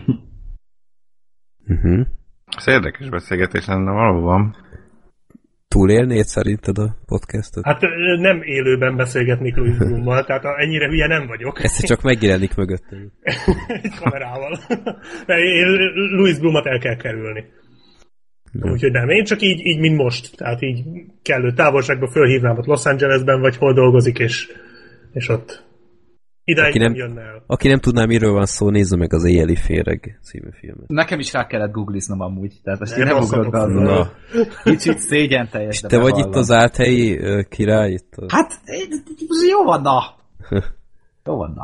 uh-huh. Ez érdekes beszélgetés lenne valóban. Túlélnéd szerinted a podcastot? Hát nem élőben beszélgetnék Louis Blummal, tehát ennyire hülye nem vagyok. Ez csak megjelenik mögöttem. Egy kamerával. Én Louis Blumot el kell kerülni. Ja. Úgyhogy nem, én csak így, így, mint most. Tehát így kellő távolságban fölhívnám ott Los Angelesben, vagy hol dolgozik, és, és ott ideig aki nem, nem jönne el. Aki nem tudná, miről van szó, nézze meg az Éjjeli Féreg című filmet. Nekem is rá kellett googliznom amúgy. Tehát most én nem ugrott be azzal. Kicsit szégyen teljes. És te vagy itt az álthelyi uh, király? Itt a... Hát, jó van, na! Jó van, na!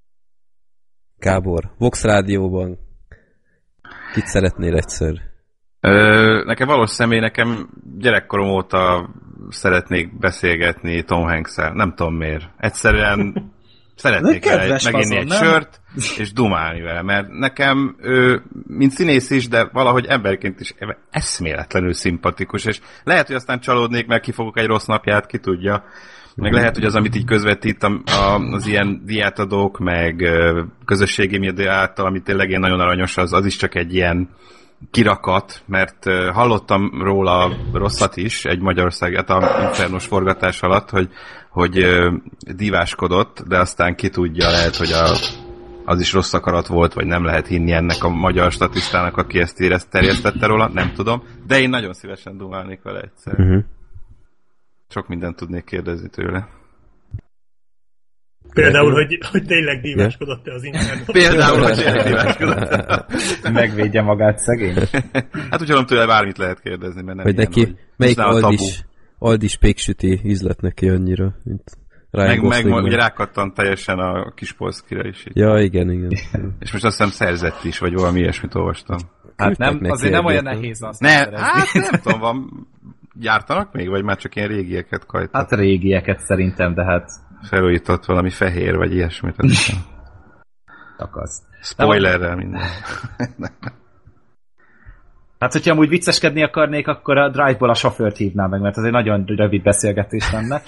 Gábor, Vox Rádióban kit szeretnél egyszer? Ö, nekem valós személy, nekem gyerekkorom óta szeretnék beszélgetni Tom Hanks-el. Nem tudom miért. Egyszerűen szeretnék vele meginni egy nem? sört, és dumálni vele, mert nekem ő, mint színész is, de valahogy emberként is eszméletlenül szimpatikus, és lehet, hogy aztán csalódnék, mert kifogok egy rossz napját, ki tudja. Meg lehet, hogy az, amit így közvetít a, a, az ilyen diátadók, meg közösségi média által, amit tényleg én nagyon aranyos, az, az is csak egy ilyen kirakat, mert hallottam róla rosszat is egy Magyarország, hát a Infernos forgatás alatt, hogy, hogy diváskodott, de aztán ki tudja, lehet, hogy a, az is rossz akarat volt, vagy nem lehet hinni ennek a magyar statisztának, aki ezt érez, terjesztette róla, nem tudom, de én nagyon szívesen dumálnék vele egyszer. Uh-huh. Sok mindent tudnék kérdezni tőle. Például, hogy, hogy tényleg diváskodott-e az internet. Például, hogy tényleg diváskodott. Megvédje magát szegény. Hát úgy hallom tőle bármit lehet kérdezni, mert nem hogy ilyen, neki, hogy melyik Aldis, Aldis péksüti ízlet neki annyira, mint Ryan meg, Gosling. meg, meg rákattan teljesen a Kispolszkira is. Így. Ja, igen, igen. És most azt hiszem szerzett is, vagy valami ilyesmit olvastam. Hát nem, azért nem olyan nehéz azt ne, hát nem tudom, van, gyártanak még, vagy már csak ilyen régieket kajtak? Hát régieket szerintem, de hát felújított valami fehér, vagy ilyesmit. Takasz. Spoilerrel minden. Hát, hogyha amúgy vicceskedni akarnék, akkor a Drive-ból a sofőrt hívnám meg, mert az egy nagyon rövid beszélgetés lenne.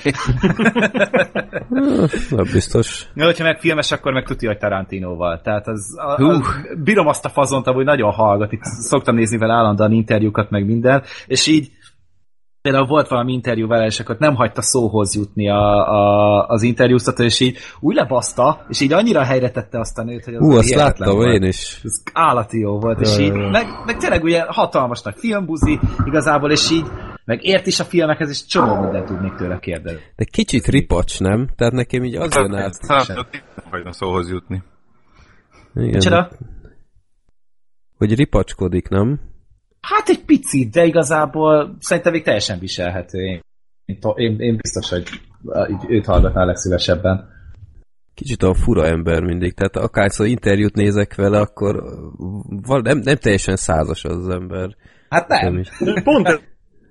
Na, biztos. Ja, hogyha meg filmes, akkor meg tuti, hogy Tarantinóval. Tehát az, a, a, bírom azt a fazont, amúgy nagyon hallgat. Itt szoktam nézni vele állandóan interjúkat, meg minden, és így például volt valami interjú vele, és akkor nem hagyta szóhoz jutni a, a, az interjúztató, és így úgy lebaszta, és így annyira helyre tette azt a nőt, hogy az Hú, azt láttam volt. Én is. Ez állati jó volt, és így, meg, meg tényleg ugye hatalmas nagy filmbuzi igazából, és így, meg ért is a filmekhez, és csomó mindent tudnék tőle kérdezni. De kicsit ripacs, nem? Tehát nekem így az jön át. Nem hagyna szóhoz jutni. Micsoda? Hogy ripacskodik, nem? Hát egy picit, de igazából szerintem még teljesen viselhető. Én, én, én biztos, hogy őt hallgatnál legszívesebben. Kicsit a fura ember mindig, tehát akárszor interjút nézek vele, akkor val- nem, nem teljesen százas az, az ember. Hát nem. nem is. Pont ez.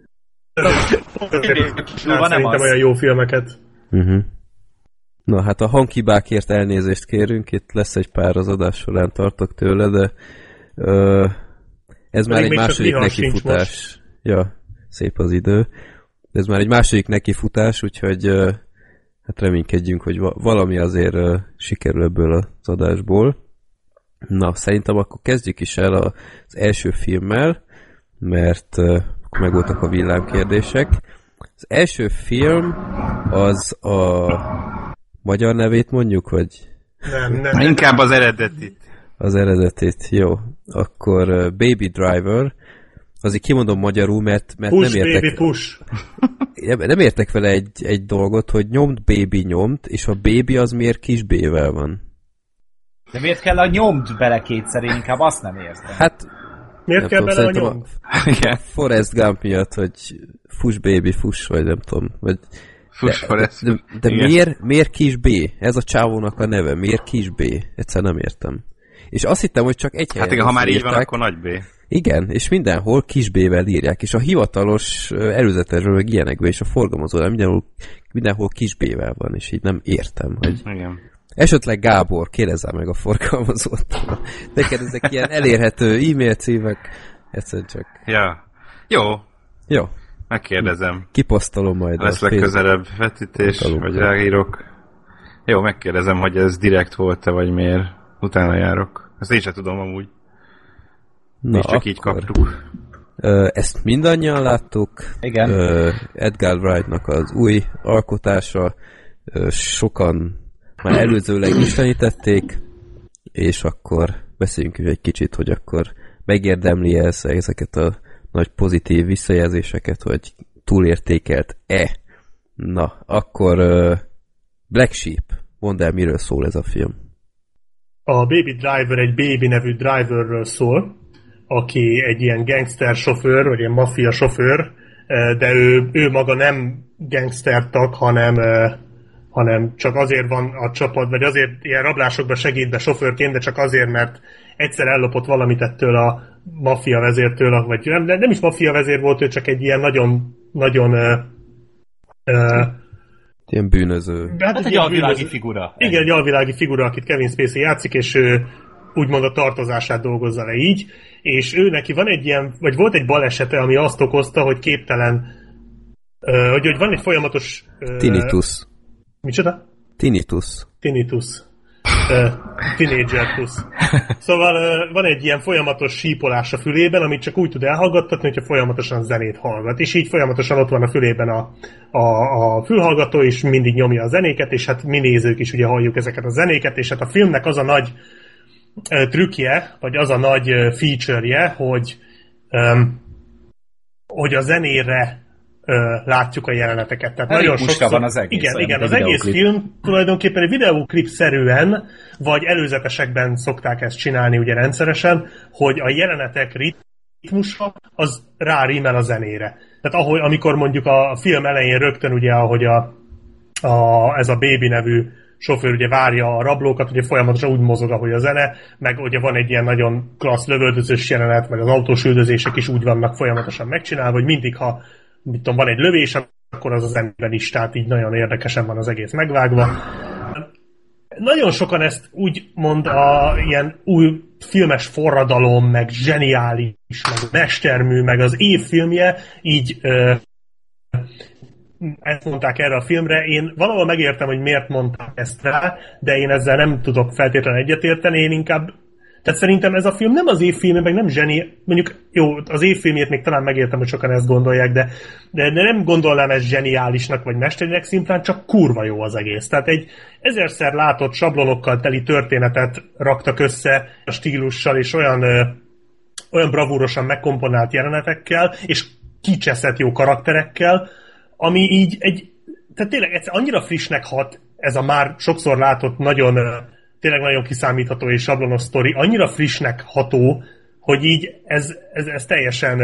Szerintem olyan jó filmeket. Uh-huh. Na hát a hanghibákért elnézést kérünk, itt lesz egy pár az adás során, tartok tőle, de uh, ez már egy második nekifutás. Ja, szép az idő. Ez már egy második nekifutás, úgyhogy uh, hát reménykedjünk, hogy va- valami azért uh, sikerül ebből az adásból. Na, szerintem akkor kezdjük is el az első filmmel, mert uh, megvoltak a villámkérdések. Az első film az a magyar nevét mondjuk, vagy? Nem, nem. Inkább az eredetit. Az eredetit, jó. Akkor uh, Baby Driver, azért kimondom magyarul, mert, mert push, nem értek... Baby, push. Nem értek vele egy, egy dolgot, hogy nyomd, baby, nyomd, és a baby az miért kis B-vel van? De miért kell a nyomd bele kétszer, én inkább azt nem értem. Hát... Miért kell bele a nyomd? A Forrest Gump miatt, hogy fuss baby, fuss, vagy nem tudom. Vagy... Fuss, de, Forrest. De, de miért, miért kis B? Ez a csávónak a neve. Miért kis B? Egyszer nem értem. És azt hittem, hogy csak egy helyen. Hát igen, ha már így van, akkor nagy B. Igen, és mindenhol kis B-vel írják, és a hivatalos előzetesről, meg ilyenekből, és a forgalmazóra mindenhol, mindenhol kis B-vel van, és így nem értem, hogy... Igen. Esetleg Gábor, kérdezzel meg a forgalmazót. Neked ezek ilyen elérhető e-mail címek, egyszerűen csak... Ja. Jó. Jó. Megkérdezem. Kiposztolom majd. Lesz legközelebb vetítés, vagy ráírok. Jó, megkérdezem, hogy ez direkt volt-e, vagy miért. Utána járok. Ezt én sem tudom amúgy. Na, és csak akkor így kaptuk. Ezt mindannyian láttuk. Igen. Edgar Wrightnak az új alkotása. Sokan már előzőleg istenítették, és akkor beszéljünk egy kicsit, hogy akkor megérdemli ez ezeket a nagy pozitív visszajelzéseket, hogy túlértékelt-e. Na, akkor Black Sheep, mondd el, miről szól ez a film. A Baby Driver egy Baby nevű driverről szól, aki egy ilyen gangster sofőr, vagy ilyen maffia sofőr, de ő, ő maga nem gangster tag, hanem, hanem csak azért van a csapat, vagy azért ilyen rablásokban segít be sofőrként, de csak azért, mert egyszer ellopott valamit ettől a maffia vezértől, vagy nem, nem is maffia vezér volt, ő csak egy ilyen nagyon, nagyon uh, uh, ilyen bűnöző. Hát, hát egy, egy alvilági bűnöző. figura. Igen, egy alvilági figura, akit Kevin Spacey játszik, és ő úgymond a tartozását dolgozza le így, és ő neki van egy ilyen, vagy volt egy balesete, ami azt okozta, hogy képtelen, uh, hogy, hogy van egy folyamatos... Uh, Tinnitus. Micsoda? Tinnitus. Tinnitus. Uh, Teenager-tus. Szóval uh, van egy ilyen folyamatos sípolás a fülében, amit csak úgy tud elhallgattatni, hogyha folyamatosan zenét hallgat. És így folyamatosan ott van a fülében a, a, a fülhallgató, és mindig nyomja a zenéket, és hát mi nézők is ugye halljuk ezeket a zenéket, és hát a filmnek az a nagy uh, trükkje, vagy az a nagy uh, feature-je, hogy, um, hogy a zenére látjuk a jeleneteket. Tehát nagyon sokszor van az egész. Igen, igen, az egész film tulajdonképpen egy videóklip-szerűen, vagy előzetesekben szokták ezt csinálni ugye rendszeresen, hogy a jelenetek ritmusa az rárímel a zenére. Tehát ahogy, amikor mondjuk a film elején rögtön ugye, ahogy a, a, ez a Baby nevű sofőr ugye várja a rablókat, ugye folyamatosan úgy mozog, ahogy a zene, meg ugye van egy ilyen nagyon klassz lövöldözős jelenet, meg az autós üldözések is úgy vannak folyamatosan megcsinálva, hogy mindig, ha mit tudom, van egy lövés, akkor az a zenében is, tehát így nagyon érdekesen van az egész megvágva. Nagyon sokan ezt úgy mond a ilyen új filmes forradalom, meg zseniális, meg mestermű, meg az év filmje, így ö, ezt mondták erre a filmre. Én valahol megértem, hogy miért mondták ezt rá, de én ezzel nem tudok feltétlenül egyetérteni, én inkább tehát szerintem ez a film nem az évfilmje, meg nem zseni, mondjuk jó, az évfilmjét még talán megértem, hogy sokan ezt gondolják, de, de nem gondolnám ezt zseniálisnak, vagy mesternek, szimplán csak kurva jó az egész. Tehát egy ezerszer látott sablonokkal teli történetet raktak össze a stílussal, és olyan, ö, olyan bravúrosan megkomponált jelenetekkel, és kicseszett jó karakterekkel, ami így egy, tehát tényleg egyszer annyira frissnek hat ez a már sokszor látott nagyon tényleg nagyon kiszámítható és sablonos sztori, annyira frissnek ható, hogy így ez, ez, ez teljesen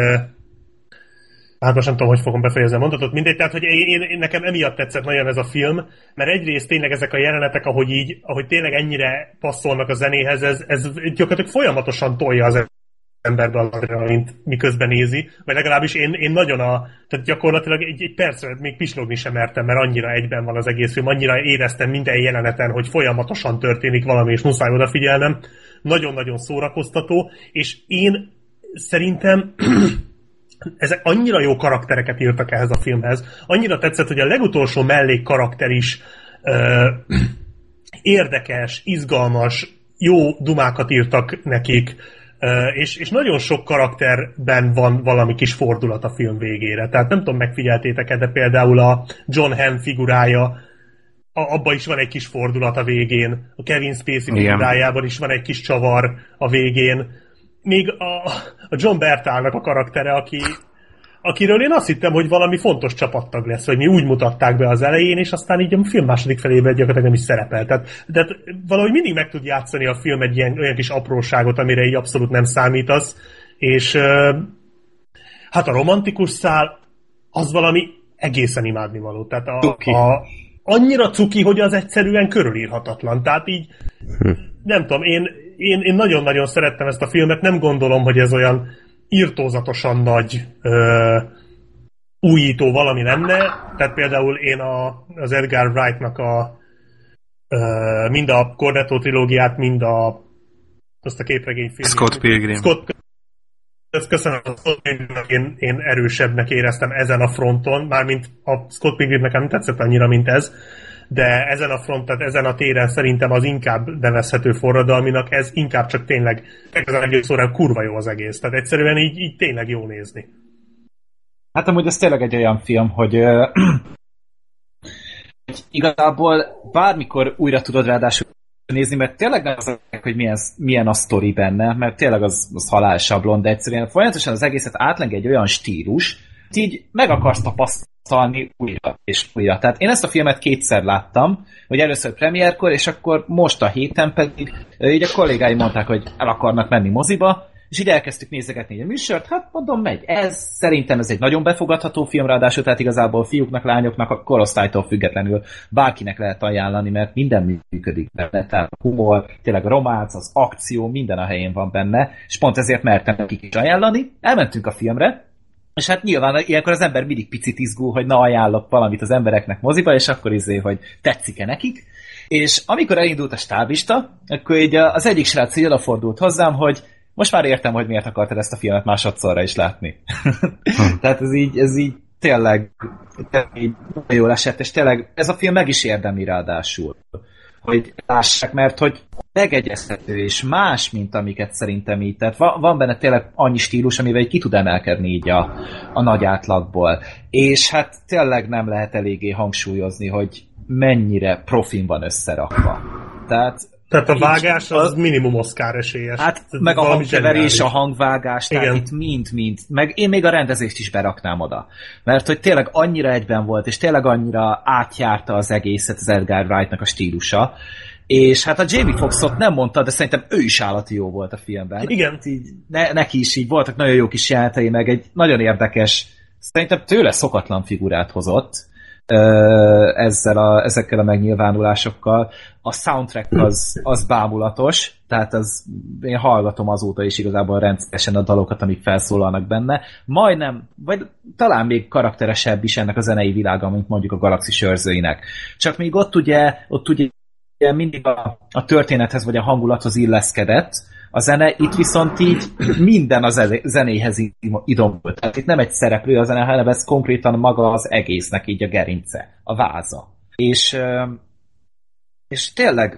hát most nem tudom, hogy fogom befejezni a mondatot, mindegy, tehát hogy én, én, nekem emiatt tetszett nagyon ez a film, mert egyrészt tényleg ezek a jelenetek, ahogy így, ahogy tényleg ennyire passzolnak a zenéhez, ez, ez gyakorlatilag folyamatosan tolja az emberbe az adrenalint, miközben nézi, vagy legalábbis én, én nagyon a, tehát gyakorlatilag egy, egy percre még pislogni sem mertem, mert annyira egyben van az egész film, annyira éreztem minden jeleneten, hogy folyamatosan történik valami, és muszáj odafigyelnem. Nagyon-nagyon szórakoztató, és én szerintem ezek annyira jó karaktereket írtak ehhez a filmhez. Annyira tetszett, hogy a legutolsó mellék karakter is ö, érdekes, izgalmas, jó dumákat írtak nekik, Uh, és, és nagyon sok karakterben van valami kis fordulat a film végére. Tehát nem tudom, megfigyeltétek-e, de például a John Hamm figurája, a, abban is van egy kis fordulat a végén. A Kevin Spacey figurájában is van egy kis csavar a végén. Még a, a John Bertalnak a karaktere, aki, akiről én azt hittem, hogy valami fontos csapattag lesz, hogy mi úgy mutatták be az elején, és aztán így a film második felében gyakorlatilag nem is szerepel. Tehát, tehát valahogy mindig meg tud játszani a film egy ilyen olyan kis apróságot, amire így abszolút nem számítasz, és hát a romantikus szál az valami egészen imádnivaló. Tehát a, a, annyira cuki, hogy az egyszerűen körülírhatatlan. Tehát így nem tudom, én, én, én nagyon-nagyon szerettem ezt a filmet, nem gondolom, hogy ez olyan irtózatosan nagy ö, újító valami lenne. Tehát például én a, az Edgar Wright-nak a ö, mind a Cornetto trilógiát, mind a azt a képregényfilmet. Scott Pilgrim. Scott, köszönöm, a Scott Pilgrimnek én, én erősebbnek éreztem ezen a fronton, mármint a Scott Pilgrim nekem nem tetszett annyira, mint ez, de ezen a front, tehát ezen a téren szerintem az inkább nevezhető forradalminak, ez inkább csak tényleg, ez a legjobb szóra kurva jó az egész, tehát egyszerűen így, így tényleg jó nézni. Hát amúgy ez tényleg egy olyan film, hogy uh, igazából bármikor újra tudod ráadásul nézni, mert tényleg nem az, hogy milyen, milyen a sztori benne, mert tényleg az, az halálsablon, de egyszerűen folyamatosan az egészet átleng egy olyan stílus, hogy így meg akarsz tapasztalni újra és újra. Tehát én ezt a filmet kétszer láttam, hogy először premierkor, és akkor most a héten pedig így a kollégáim mondták, hogy el akarnak menni moziba, és így elkezdtük nézegetni a műsort, hát mondom, megy. Ez szerintem ez egy nagyon befogadható film, ráadásul, tehát igazából fiúknak, lányoknak, a korosztálytól függetlenül bárkinek lehet ajánlani, mert minden működik benne, tehát a humor, tényleg a románc, az akció, minden a helyén van benne, és pont ezért mertem nekik is ajánlani. Elmentünk a filmre, és hát nyilván ilyenkor az ember mindig picit izgul, hogy na ajánlok valamit az embereknek moziba, és akkor izé, hogy tetszik-e nekik. És amikor elindult a stáblista, akkor így az egyik srác így odafordult hozzám, hogy most már értem, hogy miért akartad ezt a filmet másodszorra is látni. Hm. Tehát ez így, ez így tényleg, tényleg nagyon jól esett, és tényleg ez a film meg is érdemli ráadásul, hogy lássák, mert hogy megegyezhető és más, mint amiket szerintem így. Tehát van, van benne tényleg annyi stílus, amivel így ki tud emelkedni így a, a nagy átlagból. És hát tényleg nem lehet eléggé hangsúlyozni, hogy mennyire profin van összerakva. Tehát Tehát a vágás az a, minimum Oscar esélyes. Hát meg a hangkeverés, a hangvágás, tehát igen. Itt mind-mind. Meg én még a rendezést is beraknám oda. Mert hogy tényleg annyira egyben volt, és tényleg annyira átjárta az egészet az Edgar Wrightnak a stílusa. És hát a Jamie Foxxot nem mondta, de szerintem ő is állati jó volt a filmben. Igen. Így, ne, neki is így voltak nagyon jó kis jelenetei, meg egy nagyon érdekes, szerintem tőle szokatlan figurát hozott ezzel a, ezekkel a megnyilvánulásokkal. A soundtrack az, az bámulatos, tehát az, én hallgatom azóta is igazából rendszeresen a dalokat, amik felszólalnak benne. Majdnem, vagy talán még karakteresebb is ennek a zenei világa, mint mondjuk a Galaxis őrzőinek. Csak még ott ugye, ott ugye mindig a, a történethez vagy a hangulathoz illeszkedett a zene, itt viszont így minden a zenéhez idomult. Tehát itt nem egy szereplő a zene, hanem ez konkrétan maga az egésznek így a gerince, a váza. És, és tényleg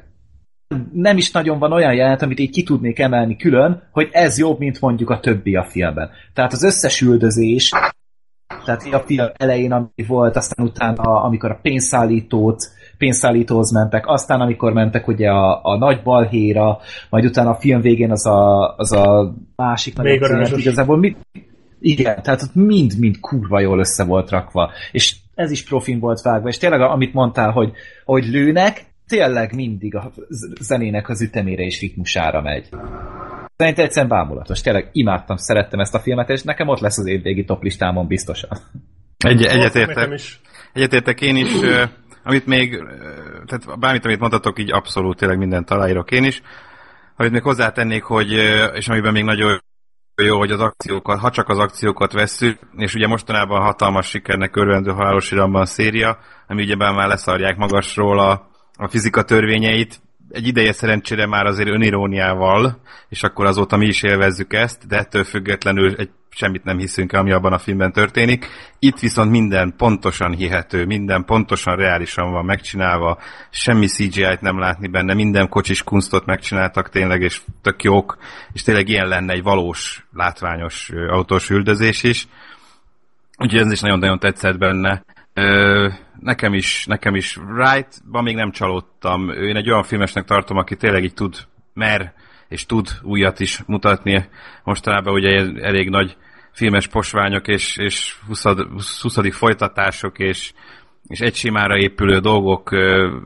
nem is nagyon van olyan jelent, amit így ki tudnék emelni külön, hogy ez jobb, mint mondjuk a többi a filmben. Tehát az összes üldözés, tehát a film elején, ami volt, aztán utána, amikor a pénzszállítót pénzszállítóhoz mentek, aztán amikor mentek ugye a, a nagy balhéra, majd utána a film végén az a, az a másik nagyobb címet, igazából mi, igen, tehát ott mind-mind kurva jól össze volt rakva, és ez is profin volt vágva, és tényleg amit mondtál, hogy, hogy lőnek, tényleg mindig a zenének az ütemére és ritmusára megy. Szerintem egyszerűen bámulatos, tényleg imádtam, szerettem ezt a filmet, és nekem ott lesz az évvégi toplistámon biztosan. Egy, egyetértek. Egyetértek én is. Amit még, tehát bármit, amit mondhatok, így abszolút tényleg mindent aláírok én is. Amit még hozzátennék, hogy, és amiben még nagyon jó, hogy az akciókat, ha csak az akciókat vesszük, és ugye mostanában hatalmas sikernek örvendő Halálos iramban a széria, ami ugyebár már leszarják magasról a, a fizika törvényeit, egy ideje szerencsére már azért öniróniával, és akkor azóta mi is élvezzük ezt, de ettől függetlenül egy, semmit nem hiszünk el, ami abban a filmben történik. Itt viszont minden pontosan hihető, minden pontosan reálisan van megcsinálva, semmi cé gé í-t nem látni benne, minden kocsis kunstot megcsináltak tényleg, és tök jók, és tényleg ilyen lenne egy valós, látványos autós üldözés is. Úgyhogy ez is nagyon-nagyon tetszett benne. Ö, nekem is, nekem is Wright-ban még nem csalódtam. Én egy olyan filmesnek tartom, aki tényleg így tud, mer, és tud újat is mutatni. Mostanában ugye elég nagy filmes posványok és, és huszadik folytatások és, és egy simára épülő dolgok ö,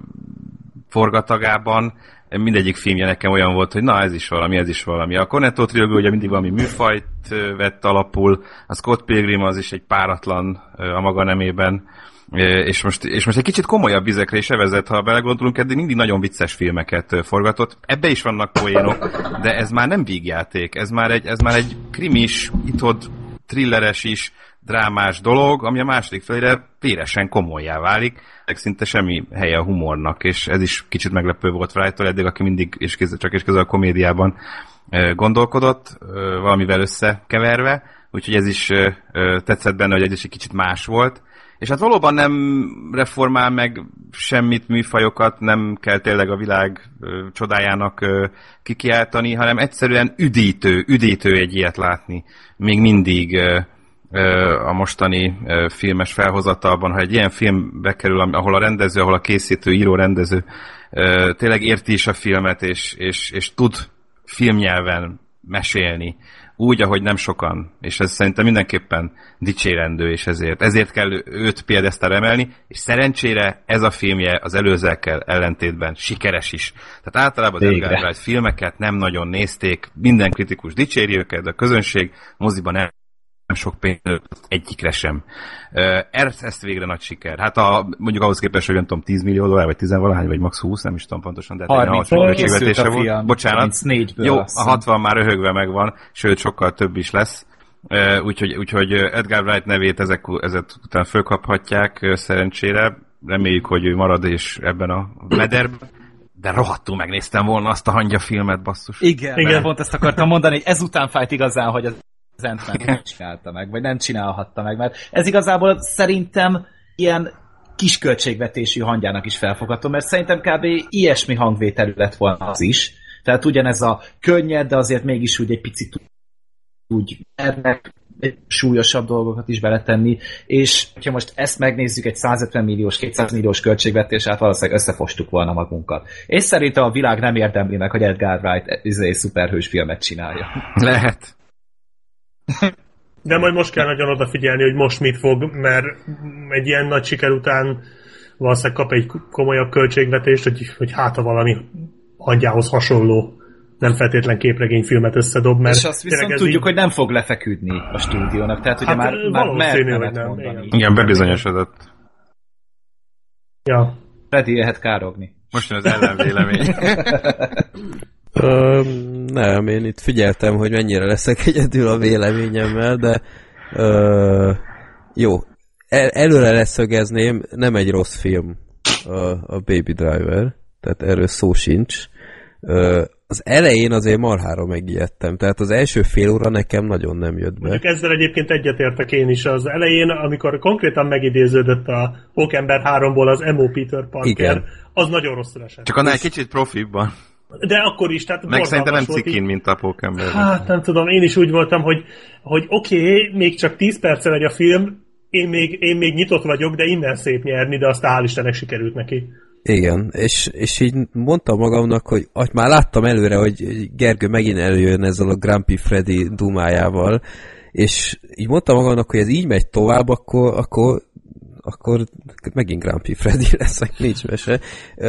forgatagában. Mindegyik filmje nekem olyan volt, hogy na ez is valami, ez is valami. A Cornetto trilógia ugye mindig valami műfajt vett alapul, a Scott Pilgrim az is egy páratlan a maga nemében, és most, és most egy kicsit komolyabb vizekre is evezett, ha belegondolunk, eddig mindig nagyon vicces filmeket forgatott. Ebbe is vannak poénok, de ez már nem vígjáték, ez már egy, ez már egy krimis, itthod, thrilleres is, drámás dolog, ami a második felére véresen komolyá válik, szinte semmi helye a humornak, és ez is kicsit meglepő volt Wright-tól eddig, aki mindig és kéz, csak és közül a komédiában gondolkodott, valamivel összekeverve, úgyhogy ez is tetszett benne, hogy ez egy kicsit más volt. És hát valóban nem reformál meg semmit, műfajokat, nem kell tényleg a világ csodájának kikiáltani, hanem egyszerűen üdítő, üdítő egy ilyet látni. Még mindig a mostani filmes felhozatalban, ha egy ilyen film bekerül, ahol a rendező, ahol a készítő, író, rendező tényleg érti is a filmet, és, és, és tud filmnyelven mesélni úgy, ahogy nem sokan, és ez szerintem mindenképpen dicsérendő, és ezért, ezért kell őt piedesztára emelni, és szerencsére ez a filmje az előzőekkel ellentétben sikeres is. Tehát általában az Edgar Wright filmeket nem nagyon nézték, minden kritikus dicséri őket, de a közönség moziban nem nem sok pénz egyikre sem. Ezt, ezt végre nagy siker. Hát a, mondjuk ahhoz képest, hogy nem tudom, tíz millió dollár, vagy tizenvalahány, vagy max húsz, nem is tudom pontosan, de harminc költségvetése volt. Bocsánat. Jó, a hatvan már röhögve megvan, sőt, sokkal több is lesz. Úgyhogy, úgyhogy Edgar Wright nevét ezek, ezek után fölkaphatják szerencsére. Reméljük, hogy ő marad és ebben a mederben. De rohadtul megnéztem volna azt a hangya filmet, basszus. Igen, Igen. Pont ezt akartam mondani, hogy ezután fájt igazán, hogy az Ant-Man nem csinálta meg, vagy nem csinálhatta meg, mert ez igazából szerintem ilyen kisköltségvetésű hangyának is felfogható, mert szerintem kb. Ilyesmi hangvételű lett volna az is. Tehát ugyanez a könnyed, de azért mégis úgy egy picit úgy mernek súlyosabb dolgokat is beletenni, és ha most ezt megnézzük egy százötven milliós, kétszáz milliós költségvetés, hát valószínűleg összefostuk volna magunkat. És szerintem a világ nem érdemli meg, hogy Edgar Wright egy szuperhős filmet csinálja. Lehet. De majd most kell nagyon odafigyelni, hogy most mit fog, mert egy ilyen nagy siker után valószínűleg kap egy komolyabb költségvetést, hogy, hogy hát ha valami hangyához hasonló, nem feltétlen képregényfilmet összedob, mert... És azt viszont tudjuk, így... hogy nem fog lefeküdni a stúdiónak, tehát ugye hát már, már mert nem mondani. Igen, igen bebizonyosodott. Ja. Freddy lehet károgni. Most az ellenvélemény. Ö, nem, én itt figyeltem, hogy mennyire leszek egyedül a véleményemmel, de ö, jó, El, előre leszögezném, nem egy rossz film a, a Baby Driver, tehát erről szó sincs. Ö, az elején azért marhára megijedtem, tehát az első fél óra nekem nagyon nem jött be. Mondjuk ezzel egyébként egyetértek én is. Az elején, amikor konkrétan megidéződött a Pókember háromból az Emo Peter Parker, igen. Az nagyon rosszul esett. Csak annál egy kicsit profibban. De akkor is, tehát meg szerintem nem cikin, mint a Pókember. Hát nem tudom, én is úgy voltam, hogy, hogy oké, okay, még csak tíz perce megy a film, én még, én még nyitott vagyok, de innen szép nyerni, de azt hál' Istennek sikerült neki. Igen, és, és így mondtam magamnak, hogy már láttam előre, hogy Gergő megint előjön ezzel a Grumpy Freddy dumájával, és így mondtam magamnak, hogy ez így megy tovább, akkor, akkor, akkor megint Grumpy Freddy leszek, nincs mese.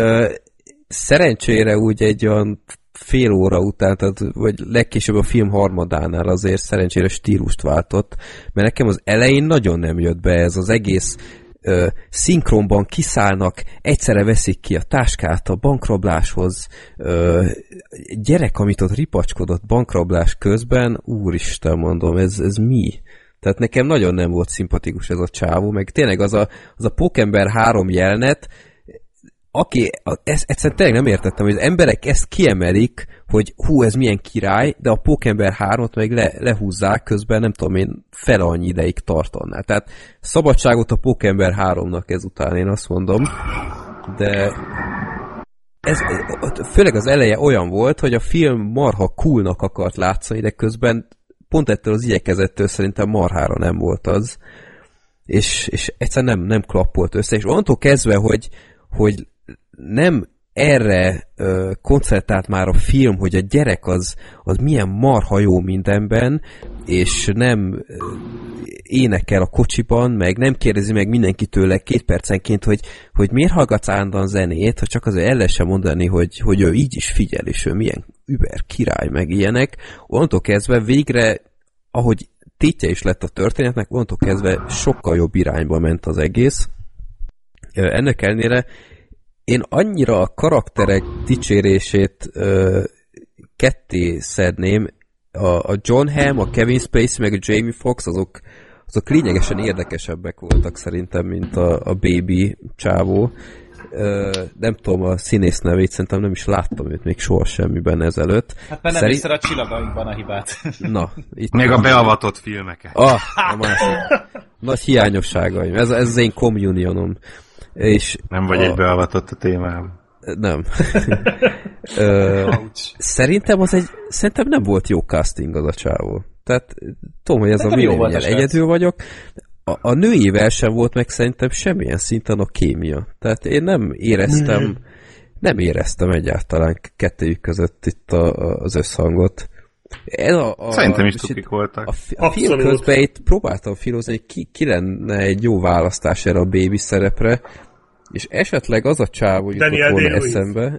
Szerencsére úgy egy olyan fél óra után, tehát, vagy legkésőbb a film harmadánál azért szerencsére stílust váltott, mert nekem az elején nagyon nem jött be ez az egész ö, szinkronban kiszállnak, egyszerre veszik ki a táskát a bankrabláshoz, ö, gyerek, amit ott ripacskodott bankrablás közben, úristen mondom, ez, ez mi? Tehát nekem nagyon nem volt szimpatikus ez a csávó, meg tényleg az a, az a Pókember három jelenet, aki, ezt egyszerűen tényleg nem értettem, hogy az emberek ezt kiemelik, hogy hú, ez milyen király, de a Pókember hármat meg le, lehúzzák közben, nem tudom én, fele annyi ideig tartannál. Tehát szabadságot a Pókember háromnak ezután, én azt mondom, de ez, főleg az eleje olyan volt, hogy a film marha coolnak akart látszani, de közben pont ettől az igyekezettől szerintem marhára nem volt az, és, és egyszerűen nem, nem klappolt össze, és onnantól kezdve, hogy, hogy nem erre ö, koncentrált már a film, hogy a gyerek az, az milyen marha jó mindenben, és nem ö, énekel a kocsiban, meg nem kérdezi meg mindenki tőle két percenként, hogy, hogy miért hallgatsz állandóan zenét, ha csak azért el lehessen mondani, hogy, hogy ő így is figyel, és ő milyen über király, meg ilyenek. Onnantól kezdve végre, ahogy tétje is lett a történetnek, onnantól kezdve sokkal jobb irányba ment az egész. Ennek ellenére én annyira a karakterek dicsérését ö, ketté szedném, a, a John Hamm, a Kevin Spacey, meg a Jamie Foxx, azok, azok lényegesen érdekesebbek voltak szerintem, mint a, a Baby csávó. Ö, nem tudom a színész nevét, szerintem nem is láttam őt még soha semmiben ezelőtt. Hát mert nem Szerint... észre a Csillagainkban a hibát. Na, itt még a beavatott filmeket. Ah, a másik. Nagy hiányosságaim. Ez, ez az én communionom. És nem vagy a... egy beavatott a témában. Nem. Ö, szerintem az egy, szerintem nem volt jó casting az a csávó. Tehát tudom, hogy ez nem a véleményen egyedül vagyok. A, a nőivel sem volt meg szerintem semmilyen szinten a kémia. Tehát én nem éreztem, mm. nem éreztem egyáltalán kettőjük között itt a, a, az összhangot. Ez a, a, Szerintem is tukik voltak. A, a, a film közben itt próbáltam filozni, hogy ki, ki lenne egy jó választás erre a baby szerepre, és esetleg az a csávó jutott volna Day-Lewis. Eszembe.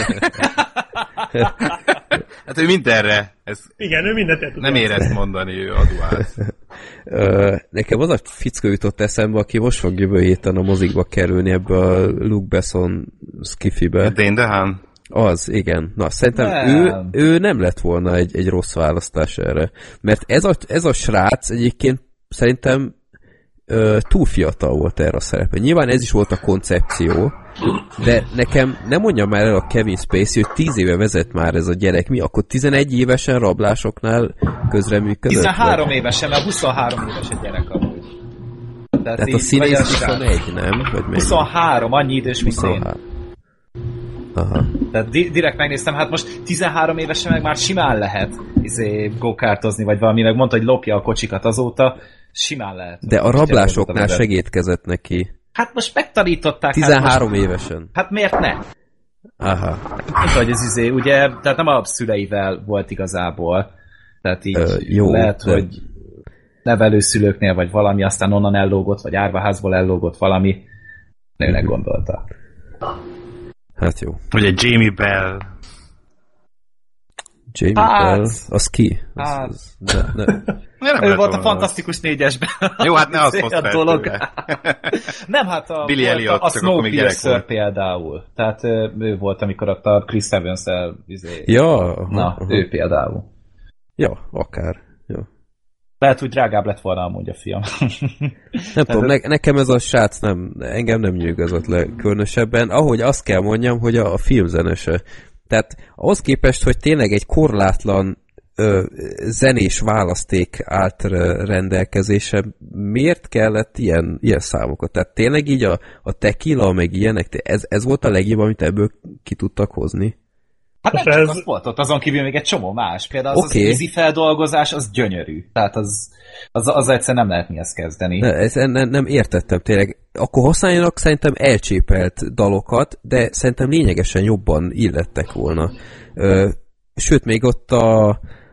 Hát ő mindenre. Ez igen, ő mindent el tud. Nem ér ezt mondani, ő adóász. Nekem az a fickó jutott eszembe, aki most fog jövő héten a mozikba kerülni ebbe a Luke Besson skifibe. Dane DeHaan. Az, igen. Na, szerintem ő, ő nem lett volna egy, egy rossz választás erre. Mert ez a, ez a srác egyébként szerintem ö, túl fiatal volt erre a szerepe. Nyilván ez is volt a koncepció, de nekem nem mondja már el a Kevin Spacey, hogy tíz éve vezet már ez a gyerek. Mi? Akkor tizenegy évesen rablásoknál közreműködött? tizenhárom évesen, mert huszonhárom éves a gyerek amúgy. Tehát, Tehát a színész huszonegy, nem? Vagy huszonhárom, annyi idős, mint én. Aha. Tehát di- direkt megnéztem, hát most tizenhárom évesen meg már simán lehet izé, go-kartozni, vagy valami, meg mondta, hogy lopja a kocsikat azóta, simán lehet. De a rablásoknál segítkezett neki. Hát most megtanították. tizenhárom hát most, évesen. Hát miért ne? Aha. Mondta, hogy ez izé, ugye, tehát nem a szüleivel volt igazából. Tehát így Ö, jó, lehet, de... hogy nevelőszülőknél, vagy valami, aztán onnan ellógott, vagy árvaházból ellógott valami. Nőnek gondolta. Hát jó. Vagy egy Jamie Bell. Jamie hát, Bell? Az ki? Az, hát. Az, ne, ne. Nem ő volt a Fantasztikus négyesben. Jó, hát ne az hozd fel tőle. Nem, hát a, Billy Elliot, a, a Snowpiercer például. Tehát ő volt, amikor ott a Chris Evans-el izé... Ja. Aha, Na, aha. ő például. Ja, akár. Ja. Lehet, hogy drágább lett volna amúgy a film. Nem tudom, ne, nekem ez a srác nem, engem nem nyűgözott le különösebben. Ahogy azt kell mondjam, hogy a, a filmzenese. Tehát ahhoz képest, hogy tényleg egy korlátlan ö, zenés választék állt rendelkezése, miért kellett ilyen, ilyen számokat? Tehát tényleg így a, a tequila, meg ilyenek, ez, ez volt a legjobb, amit ebből ki tudtak hozni? Hát nem csak ez... az volt ott, azon kívül még egy csomó más. Például az, okay. az easy feldolgozás, az gyönyörű. Tehát az, az, az egyszer nem lehet mihez kezdeni. Ne, ez, nem, nem értettem tényleg. Akkor használjanak szerintem elcsépelt dalokat, de szerintem lényegesen jobban illettek volna. Ö, sőt, még ott a,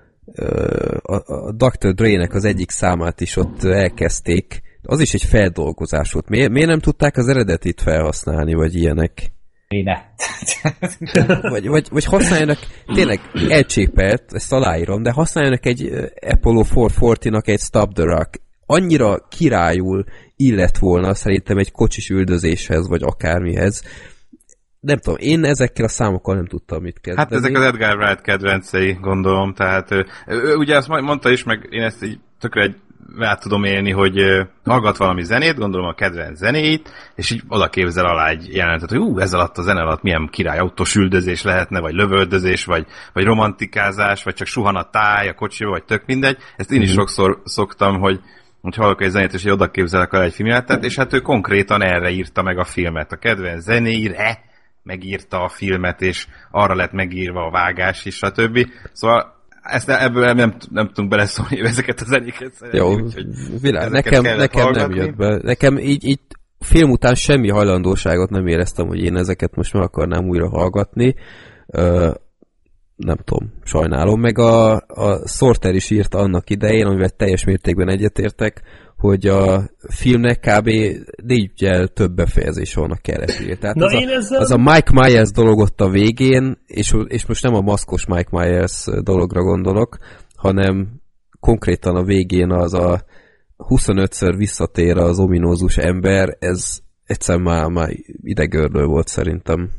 a, a doktor Dre-nek az egyik számát is ott elkezdték. Az is egy feldolgozás volt. Miért, miért nem tudták az eredetit felhasználni, vagy ilyenek? Ne. vagy, vagy, vagy használjanak, tényleg elcsépelt, ezt aláírom, de használjanak egy Apollo négyszázharmincnak egy Stop the Rock. Annyira királyul illett volna szerintem egy kocsis üldözéshez, vagy akármihez. Nem tudom, én ezekkel a számokkal nem tudtam mit kezdeni. Hát ezek az Edgar Wright kedvencei, gondolom, tehát ő, ő ugye azt mondta is, meg én ezt így tökre egy át tudom élni, hogy hallgat valami zenét, gondolom a kedvenc zenéit, és így oda képzel alá egy jelenetet, hogy ú, ez alatt a zene alatt milyen király autós üldözés lehetne, vagy lövöldözés, vagy, vagy romantikázás, vagy csak suhan a táj a kocsiba, vagy tök mindegy. Ezt én is mm-hmm. sokszor szoktam, hogy, hogy hallok egy zenét, és így oda képzelek alá egy filmjelenetet, és hát ő konkrétan erre írta meg a filmet. A kedvenc zenéire megírta a filmet, és arra lett megírva a vágás is, stb. Szóval ezt ne, ebből nem, nem, nem tudunk beleszólni, ezeket a zenéket szeretni. Jó, világ, nekem, nekem nem jött be. Nekem így, így film után semmi hajlandóságot nem éreztem, hogy én ezeket most meg akarnám újra hallgatni. Ö, nem tudom, sajnálom. Meg a, a Sorter is írta annak idején, amivel teljes mértékben egyetértek, hogy a filmnek kb. négyel több befejezés van a keretén. Tehát az, a, ezzel... az a Mike Myers dolog ott a végén, és, és most nem a maszkos Mike Myers dologra gondolok, hanem konkrétan a végén az a huszonötször visszatér az ominózus ember, ez egyszerűen már, már idegörlő volt szerintem.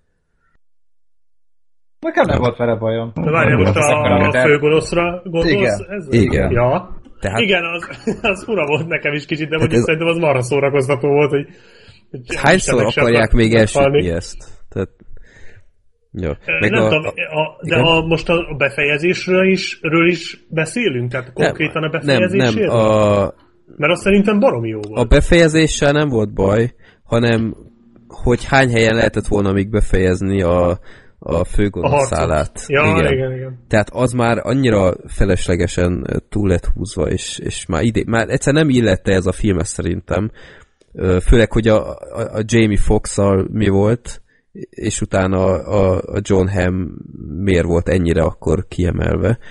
Nekem nem volt vele bajom. De várjál, most a, a főgonoszra gondolsz? Igen. Ezzel? Igen. Ja. Tehát... Igen, az, az fura volt nekem is kicsit, de mondjuk ez... szerintem az marha szórakoztató volt, hogy... hogy hányszor akarják még elsütni ezt? Tehát... Ja. Meg nem a, tudom, a, de a, most a befejezésről is, ről is beszélünk? Tehát konkrétan nem, a befejezésről? Nem, nem. A... Mert azt szerintem baromi jó volt. A befejezéssel nem volt baj, hanem hogy hány helyen lehetett volna még befejezni a a főgonoszszálát. Ja, igen. igen, igen. Tehát az már annyira feleslegesen túl lett húzva, és, és már, ide, már egyszer nem illette ez a filmes szerintem. Főleg, hogy a, a, a Jamie Foxx-al mi volt, és utána a, a John Hamm miért volt ennyire akkor kiemelve.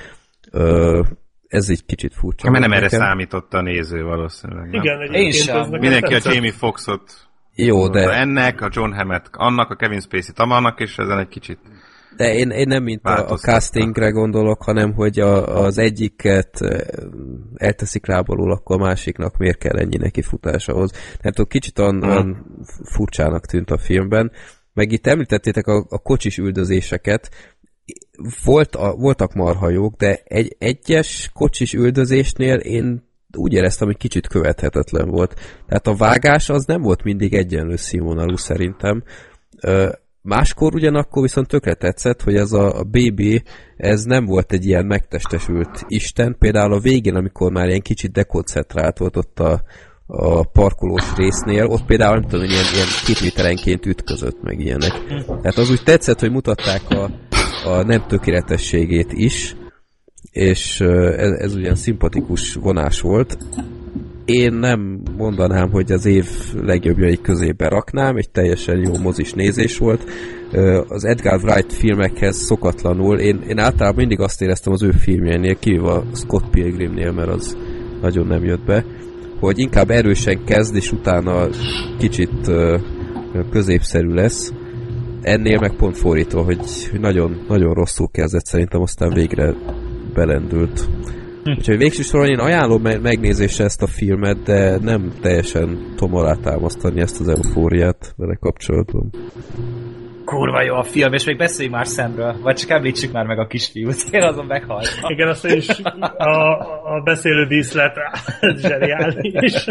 Ö, ez egy kicsit furcsa. Mert nem erre számított a néző valószínűleg. Igen, egyébként mindenki a Jamie Foxxot jó, de... ennek, a John Hammett annak, a Kevin Spacey tamannak, és ezen egy kicsit de én, én nem mint a, a castingre gondolok, hanem hogy a, az egyiket elteszik lábalul, akkor a másiknak miért kell ennyi neki futáshoz. Tehát ott kicsit olyan, olyan furcsának tűnt a filmben. Meg itt említettétek a, a kocsis üldözéseket. Volt a, voltak marhajók, de egy egyes kocsis üldözésnél én úgy éreztem, hogy kicsit követhetetlen volt. Tehát a vágás az nem volt mindig egyenlő színvonalú szerintem. Máskor ugyanakkor viszont tökre tetszett, hogy ez a, a baby, ez nem volt egy ilyen megtestesült isten. Például a végén, amikor már ilyen kicsit dekoncentrált volt ott a, a parkolós résznél, ott például nem tudom, ilyen, ilyen két méterenként ütközött meg ilyenek. Tehát az úgy tetszett, hogy mutatták a, a nem tökéletességét is, és ez, ez ugyan szimpatikus vonás volt. Én nem mondanám, hogy az év legjobbjai közé beraknám, egy teljesen jó mozis nézés volt. Az Edgar Wright filmekhez szokatlanul, én, én általában mindig azt éreztem az ő filmjeinél, kivéve a Scott Pilgrimnél, mert az nagyon nem jött be, hogy inkább erősen kezd, és utána kicsit középszerű lesz. Ennél meg pont fordítva, hogy nagyon, nagyon rosszul kezdett, szerintem aztán végre belendült. Hm. Úgyhogy végső soron én ajánlom megnézésre ezt a filmet, de nem teljesen tudom alátámasztani ezt az eufóriát vele kapcsolatban. Kurva jó a film, és még beszéljünk már Samről, vagy csak említsük már meg a kisfiút, én azon meghaltam. Igen, azt is a, a beszélő díszlet zseniális.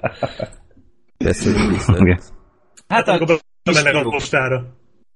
Beszélő díszlet. Hát akkor mennek a postára.